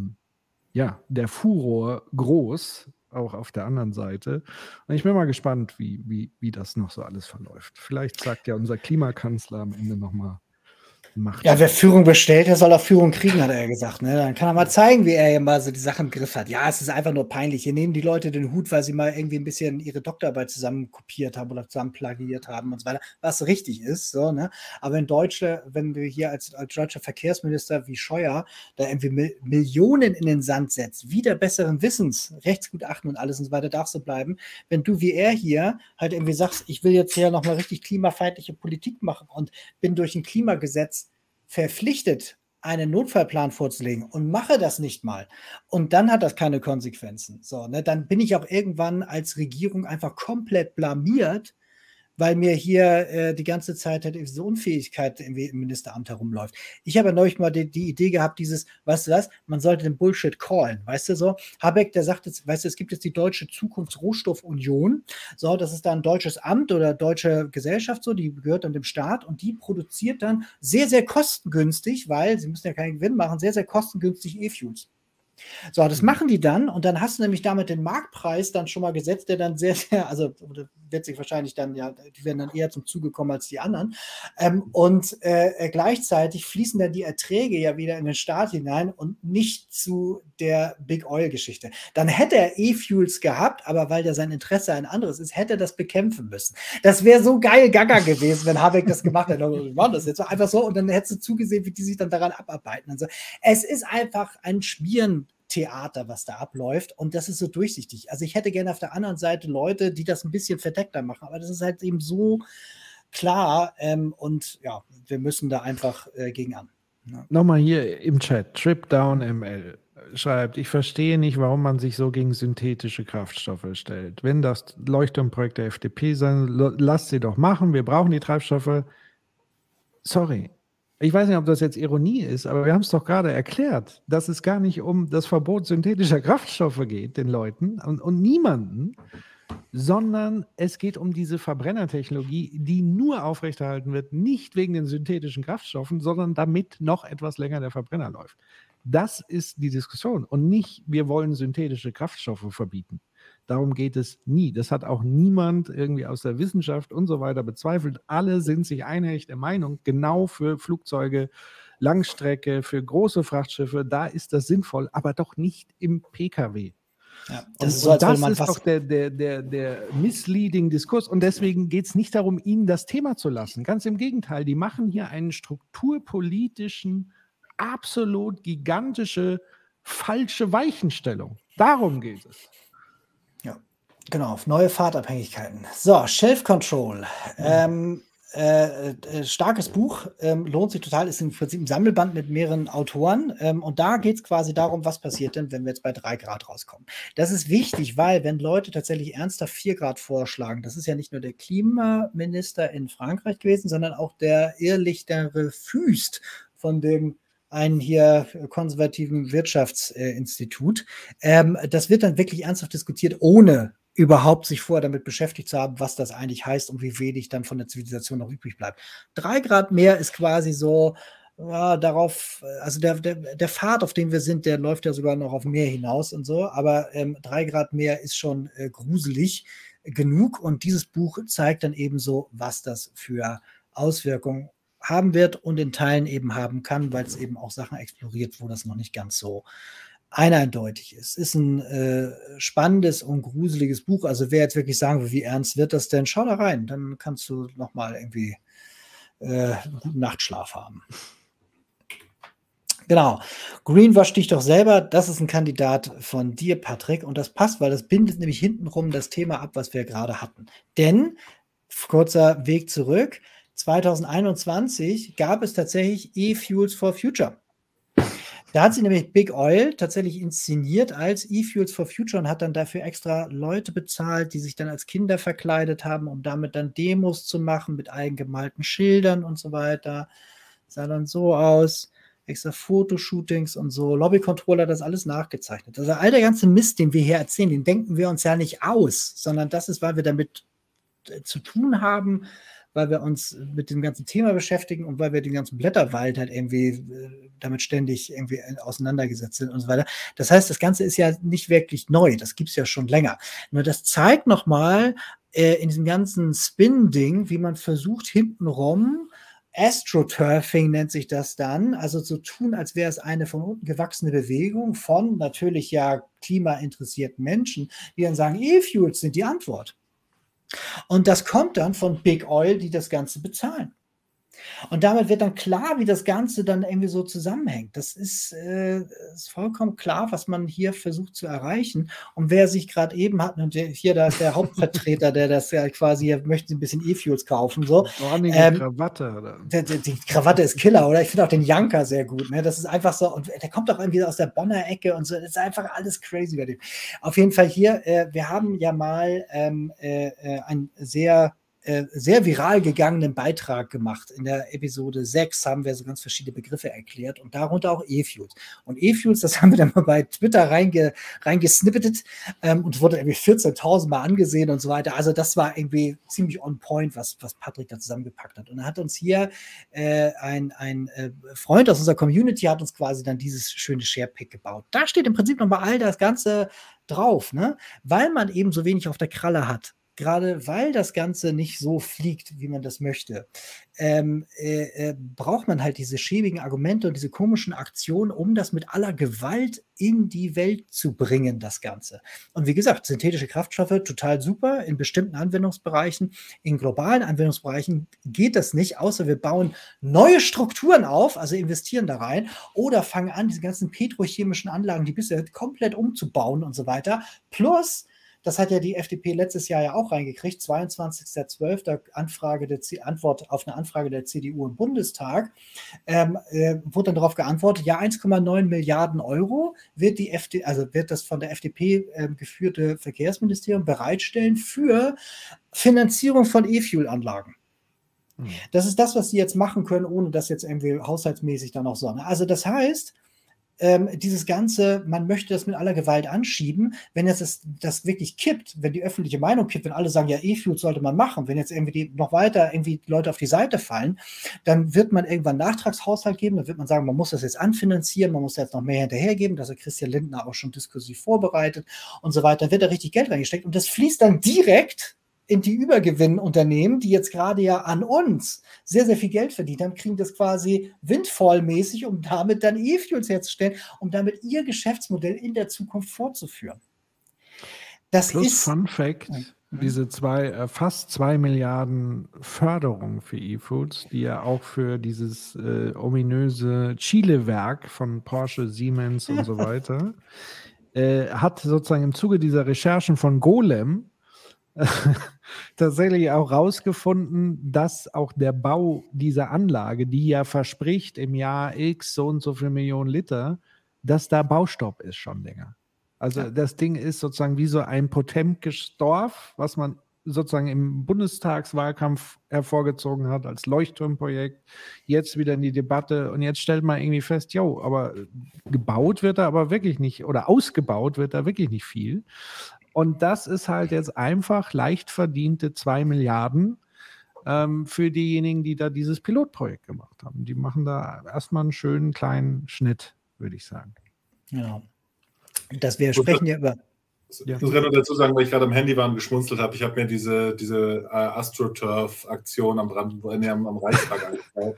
der Furor groß, auch auf der anderen Seite. Und ich bin mal gespannt, wie das noch so alles verläuft. Vielleicht sagt ja unser Klimakanzler am Ende nochmal, macht. Ja, wer Führung bestellt, der soll auch Führung kriegen, hat er ja gesagt. Ne? Dann kann er mal zeigen, wie er ja mal so die Sache im Griff hat. Ja, es ist einfach nur peinlich. Hier nehmen die Leute den Hut, weil sie mal irgendwie ein bisschen ihre Doktorarbeit zusammen kopiert haben oder zusammen plagiiert haben und so weiter, was richtig ist. So, ne? Aber in Deutschland, wenn du hier als deutscher Verkehrsminister wie Scheuer da irgendwie Millionen in den Sand setzt, wieder besseren Wissens, Rechtsgutachten und alles und so weiter, darfst du bleiben. Wenn du wie er hier halt irgendwie sagst, ich will jetzt hier nochmal richtig klimafeindliche Politik machen und bin durch ein Klimagesetz verpflichtet, einen Notfallplan vorzulegen und mache das nicht mal. Und dann hat das keine Konsequenzen. So, ne? Dann bin ich auch irgendwann als Regierung einfach komplett blamiert, weil mir hier die ganze Zeit halt diese Unfähigkeit irgendwie im Ministeramt herumläuft. Ich habe neulich mal die Idee gehabt, weißt du was, man sollte den Bullshit callen, weißt du so? Habeck, der sagt jetzt, weißt du, es gibt jetzt die Deutsche Zukunftsrohstoffunion, so, das ist da ein deutsches Amt oder deutsche Gesellschaft, so, die gehört dann dem Staat und die produziert dann sehr, sehr kostengünstig, weil sie müssen ja keinen Gewinn machen, sehr, sehr kostengünstig E-Fuels. So, das machen die dann und dann hast du nämlich damit den Marktpreis dann schon mal gesetzt, der dann sehr, sehr, also wird sich wahrscheinlich dann, ja, die werden dann eher zum Zuge kommen als die anderen. Und gleichzeitig fließen dann die Erträge ja wieder in den Staat hinein und nicht zu der Big Oil-Geschichte. Dann hätte er E-Fuels gehabt, aber weil der sein Interesse ein anderes ist, hätte er das bekämpfen müssen. Das wäre so geil gaga gewesen, wenn Habeck das gemacht hätte. Wir machen das jetzt so einfach so und dann hättest du zugesehen, wie die sich dann daran abarbeiten. Also, es ist einfach ein Schmierentheater, was da abläuft und das ist so durchsichtig. Also ich hätte gerne auf der anderen Seite Leute, die das ein bisschen verdeckter machen, aber das ist halt eben so klar und ja, wir müssen da einfach gegen an. Ja. Nochmal hier im Chat, TripDownML schreibt, ich verstehe nicht, warum man sich so gegen synthetische Kraftstoffe stellt. Wenn das Leuchtturmprojekt der FDP sein, lasst sie doch machen, wir brauchen die Treibstoffe. Sorry. Ich weiß nicht, ob das jetzt Ironie ist, aber wir haben es doch gerade erklärt, dass es gar nicht um das Verbot synthetischer Kraftstoffe geht, den Leuten und niemanden, sondern es geht um diese Verbrennertechnologie, die nur aufrechterhalten wird, nicht wegen den synthetischen Kraftstoffen, sondern damit noch etwas länger der Verbrenner läuft. Das ist die Diskussion und nicht, wir wollen synthetische Kraftstoffe verbieten. Darum geht es nie. Das hat auch niemand irgendwie aus der Wissenschaft und so weiter bezweifelt. Alle sind sich einhellig der Meinung, genau für Flugzeuge, Langstrecke, für große Frachtschiffe, da ist das sinnvoll, aber doch nicht im Pkw. Ja, das ist, so, das ist doch der misleading Diskurs und deswegen geht es nicht darum, ihnen das Thema zu lassen. Ganz im Gegenteil, die machen hier einen strukturpolitischen, absolut gigantische, falsche Weichenstellung. Darum geht es. Ja, genau, neue Fahrtabhängigkeiten. So, Shelf Control. Starkes Buch, lohnt sich total, ist im Prinzip ein Sammelband mit mehreren Autoren und da geht es quasi darum, was passiert denn, wenn wir jetzt bei 3 Grad rauskommen. Das ist wichtig, weil wenn Leute tatsächlich ernsthaft 4 Grad vorschlagen, das ist ja nicht nur der Klimaminister in Frankreich gewesen, sondern auch der Irrlichtere Füst von dem einen hier konservativen Wirtschaftsinstitut. Das wird dann wirklich ernsthaft diskutiert, ohne überhaupt sich vorher damit beschäftigt zu haben, was das eigentlich heißt und wie wenig dann von der Zivilisation noch übrig bleibt. 3 Grad mehr ist quasi so darauf, also der Pfad, auf dem wir sind, der läuft ja sogar noch auf Meer hinaus und so, aber 3 Grad mehr ist schon gruselig genug und dieses Buch zeigt dann eben so, was das für Auswirkungen haben wird und in Teilen eben haben kann, weil es eben auch Sachen exploriert, wo das noch nicht ganz so eindeutig ist. Ist ein spannendes und gruseliges Buch. Also wer jetzt wirklich sagen will, wie ernst wird das denn, schau da rein. Dann kannst du nochmal irgendwie einen guten Nachtschlaf haben. Genau. Greenwash dich doch selber. Das ist ein Kandidat von dir, Patrick. Und das passt, weil das bindet nämlich hintenrum das Thema ab, was wir gerade hatten. Denn, kurzer Weg zurück, 2021 gab es tatsächlich E-Fuels for Future. Da hat sie nämlich Big Oil tatsächlich inszeniert als E-Fuels for Future und hat dann dafür extra Leute bezahlt, die sich dann als Kinder verkleidet haben, um damit dann Demos zu machen mit eigengemalten Schildern und so weiter. Sah dann so aus, extra Fotoshootings und so. Lobby-Controller hat das alles nachgezeichnet. Also all der ganze Mist, den wir hier erzählen, den denken wir uns ja nicht aus, sondern das ist, weil wir damit zu tun haben, weil wir uns mit dem ganzen Thema beschäftigen und weil wir den ganzen Blätterwald halt irgendwie damit ständig irgendwie auseinandergesetzt sind und so weiter. Das heißt, das Ganze ist ja nicht wirklich neu, das gibt es ja schon länger. Nur das zeigt nochmal in diesem ganzen Spin-Ding, wie man versucht, hintenrum, Astroturfing nennt sich das dann, also zu tun, als wäre es eine von unten gewachsene Bewegung von natürlich ja klimainteressierten Menschen, die dann sagen, E-Fuels sind die Antwort. Und das kommt dann von Big Oil, die das Ganze bezahlen. Und damit wird dann klar, wie das Ganze dann irgendwie so zusammenhängt. Das ist vollkommen klar, was man hier versucht zu erreichen. Und wer sich gerade eben hat, und hier da ist der Hauptvertreter, der das ja quasi, hier möchten sie ein bisschen E-Fuels kaufen. So. Die Krawatte, oder? Die Krawatte ist Killer, oder? Ich finde auch den Janker sehr gut. Ne? Das ist einfach so, und der kommt auch irgendwie aus der Bonner Ecke und so. Das ist einfach alles crazy bei dem. Auf jeden Fall hier, wir haben ja mal ein sehr sehr viral gegangenen Beitrag gemacht. In der Episode 6 haben wir so ganz verschiedene Begriffe erklärt und darunter auch E-Fuels. Und E-Fuels, das haben wir dann mal bei Twitter reingesnippetet und wurde irgendwie 14.000 Mal angesehen und so weiter. Also das war irgendwie ziemlich on point, was Patrick da zusammengepackt hat. Und er hat uns hier ein Freund aus unserer Community hat uns quasi dann dieses schöne Sharepick gebaut. Da steht im Prinzip nochmal all das Ganze drauf, ne? Weil man eben so wenig auf der Kralle hat. Gerade weil das Ganze nicht so fliegt, wie man das möchte, braucht man halt diese schäbigen Argumente und diese komischen Aktionen, um das mit aller Gewalt in die Welt zu bringen, das Ganze. Und wie gesagt, synthetische Kraftstoffe, total super, in bestimmten Anwendungsbereichen, in globalen Anwendungsbereichen geht das nicht, außer wir bauen neue Strukturen auf, also investieren da rein oder fangen an, diese ganzen petrochemischen Anlagen, die bisher komplett umzubauen und so weiter, plus das hat ja die FDP letztes Jahr ja auch reingekriegt, 22.12. Antwort auf eine Anfrage der CDU im Bundestag, wurde dann darauf geantwortet, ja, 1,9 Milliarden Euro wird das von der FDP geführte Verkehrsministerium bereitstellen für Finanzierung von E-Fuel-Anlagen. Das ist das, was sie jetzt machen können, ohne das jetzt irgendwie haushaltsmäßig dann auch so. Also das heißt, dieses Ganze, man möchte das mit aller Gewalt anschieben, wenn jetzt das wirklich kippt, wenn die öffentliche Meinung kippt, wenn alle sagen, ja, E-Fuel sollte man machen, wenn jetzt irgendwie noch weiter irgendwie Leute auf die Seite fallen, dann wird man irgendwann einen Nachtragshaushalt geben, dann wird man sagen, man muss das jetzt anfinanzieren, man muss da jetzt noch mehr hinterhergeben, das hat Christian Lindner auch schon diskursiv vorbereitet und so weiter, dann wird da richtig Geld reingesteckt und das fließt dann direkt in die Übergewinnunternehmen, die jetzt gerade ja an uns sehr, sehr viel Geld verdienen haben, kriegen das quasi windfallmäßig, um damit dann E-Fuels herzustellen, um damit ihr Geschäftsmodell in der Zukunft fortzuführen. Das Plus ist Fun Fact, diese fast 2 Milliarden Förderung für E-Foods, die ja auch für dieses ominöse Chile-Werk von Porsche, Siemens und so weiter, hat sozusagen im Zuge dieser Recherchen von Golem tatsächlich auch rausgefunden, dass auch der Bau dieser Anlage, die ja verspricht im Jahr X so und so viel Millionen Liter, dass da Baustopp ist schon länger. Also das Ding ist sozusagen wie so ein Potemkisches Dorf, was man sozusagen im Bundestagswahlkampf hervorgezogen hat als Leuchtturmprojekt, jetzt wieder in die Debatte und jetzt stellt man irgendwie fest, jo, aber gebaut wird da aber wirklich nicht oder ausgebaut wird da wirklich nicht viel. Und das ist halt jetzt einfach leicht verdiente 2 Milliarden für diejenigen, die da dieses Pilotprojekt gemacht haben. Die machen da erstmal einen schönen kleinen Schnitt, würde ich sagen. Ja. Wir sprechen ja über... Ich muss gerade dazu sagen, weil ich gerade am Handy war und geschmunzelt habe, ich habe mir diese AstroTurf-Aktion am Reichstag angeschaut.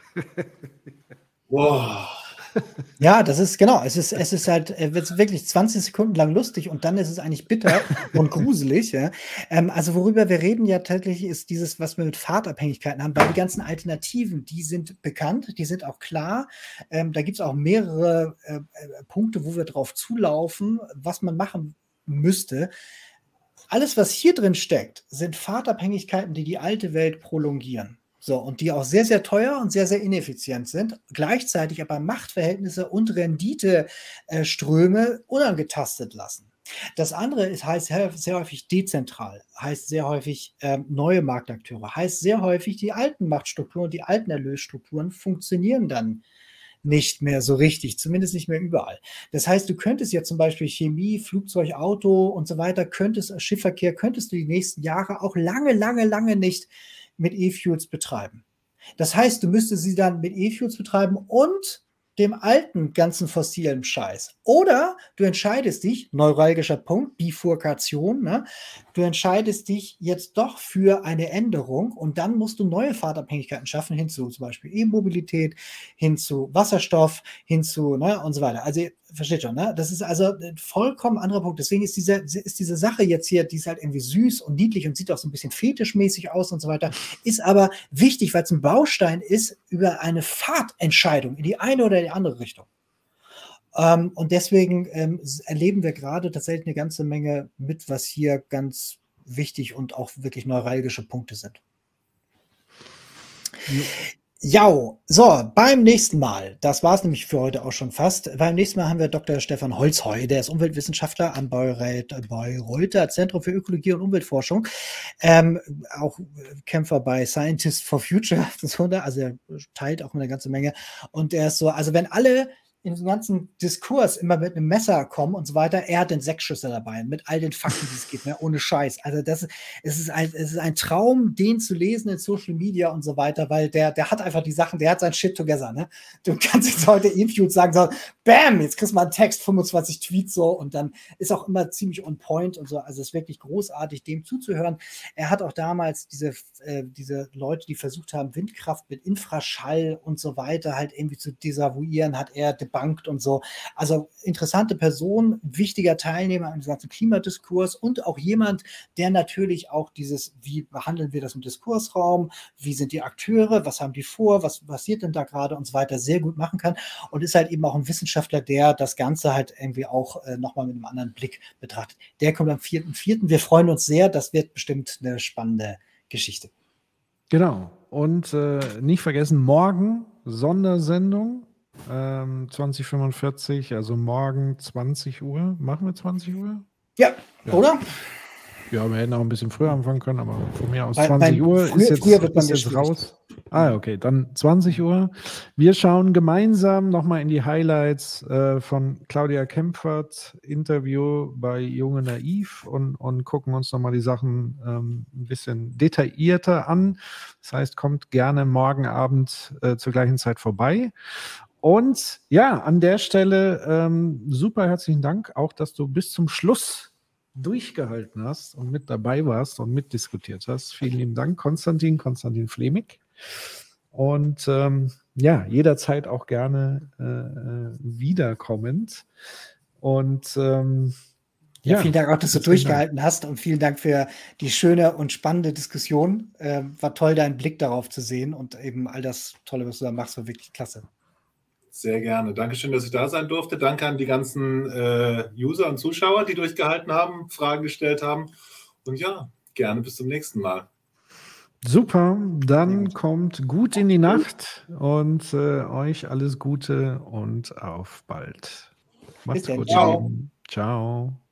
Wow. Ja, das ist genau. Es ist halt wird wirklich 20 Sekunden lang lustig und dann ist es eigentlich bitter und gruselig. Ja. Also worüber wir reden ja tatsächlich ist dieses, was wir mit Fahrtabhängigkeiten haben, weil die ganzen Alternativen, die sind bekannt, die sind auch klar. Da gibt es auch mehrere Punkte, wo wir drauf zulaufen, was man machen müsste. Alles, was hier drin steckt, sind Fahrtabhängigkeiten, die die alte Welt prolongieren. So, und die auch sehr, sehr teuer und sehr, sehr ineffizient sind, gleichzeitig aber Machtverhältnisse und Renditeströme unangetastet lassen. Das andere heißt sehr häufig dezentral, heißt sehr häufig neue Marktakteure, heißt sehr häufig die alten Machtstrukturen, die alten Erlösstrukturen funktionieren dann nicht mehr so richtig, zumindest nicht mehr überall. Das heißt, du könntest ja zum Beispiel Chemie, Flugzeug, Auto und so weiter, Schiffverkehr, könntest du die nächsten Jahre auch lange nicht mit E-Fuels betreiben. Das heißt, du müsstest sie dann mit E-Fuels betreiben und dem alten ganzen fossilen Scheiß. Oder du entscheidest dich, neuralgischer Punkt, Bifurkation, ne? Du entscheidest dich jetzt doch für eine Änderung und dann musst du neue Fahrtabhängigkeiten schaffen, hinzu zum Beispiel E-Mobilität, hinzu Wasserstoff, hinzu, ne, und so weiter. Also, versteht schon, ne? Das ist also ein vollkommen anderer Punkt. Deswegen ist diese Sache jetzt hier, die ist halt irgendwie süß und niedlich und sieht auch so ein bisschen fetischmäßig aus und so weiter, ist aber wichtig, weil es ein Baustein ist über eine Fahrtentscheidung in die eine oder die andere Richtung. Und deswegen erleben wir gerade tatsächlich eine ganze Menge mit, was hier ganz wichtig und auch wirklich neuralgische Punkte sind. Ja, so, beim nächsten Mal, das war es nämlich für heute auch schon fast, beim nächsten Mal haben wir Dr. Stefan Holzheu, der ist Umweltwissenschaftler am Bayreuther Zentrum für Ökologie und Umweltforschung, auch Kämpfer bei Scientists for Future, also er teilt auch eine ganze Menge und er ist so, also wenn alle in den ganzen Diskurs immer mit einem Messer kommen und so weiter, er hat den Sechsschüssel dabei, mit all den Fakten, die es gibt, ne? Ohne Scheiß. Also es ist ein Traum, den zu lesen in Social Media und so weiter, weil der hat einfach die Sachen, der hat sein Shit together, ne? Du kannst jetzt heute Interviews sagen, so, bam, jetzt kriegst du mal einen Text, 25 Tweets so und dann ist auch immer ziemlich on point und so. Also es ist wirklich großartig, dem zuzuhören. Er hat auch damals diese Leute, die versucht haben, Windkraft mit Infraschall und so weiter halt irgendwie zu desavouieren, hat er debunked und so. Also interessante Person, wichtiger Teilnehmer an diesem ganzen Klimadiskurs und auch jemand, der natürlich auch wie behandeln wir das im Diskursraum, wie sind die Akteure, was haben die vor, was passiert denn da gerade und so weiter, sehr gut machen kann und ist halt eben auch ein Wissenschaftler, der das Ganze halt irgendwie auch nochmal mit einem anderen Blick betrachtet. Der kommt am 4.4. Wir freuen uns sehr, das wird bestimmt eine spannende Geschichte. Genau. Und nicht vergessen, morgen Sondersendung 2045, also morgen 20 Uhr. Machen wir 20 Uhr? Ja. Oder? Ja, wir hätten auch ein bisschen früher anfangen können, aber von mir aus 20 Uhr ist jetzt raus. Okay, dann 20 Uhr. Wir schauen gemeinsam nochmal in die Highlights von Claudia Kempfert, Interview bei Junge Naiv und gucken uns nochmal die Sachen ein bisschen detaillierter an. Das heißt, kommt gerne morgen Abend zur gleichen Zeit vorbei. Und ja, an der Stelle super herzlichen Dank, auch dass du bis zum Schluss durchgehalten hast und mit dabei warst und mitdiskutiert hast. Vielen lieben Dank, Konstantin Flemig. Und jederzeit auch gerne wiederkommend. Und vielen Dank auch, dass du durchgehalten hast und vielen Dank für die schöne und spannende Diskussion. War toll, deinen Blick darauf zu sehen und eben all das Tolle, was du da machst, war wirklich klasse. Sehr gerne. Dankeschön, dass ich da sein durfte. Danke an die ganzen User und Zuschauer, die durchgehalten haben, Fragen gestellt haben. Und ja, gerne bis zum nächsten Mal. Super, dann kommt gut in die Nacht und euch alles Gute und auf bald. Macht's gut. Ciao. Ciao.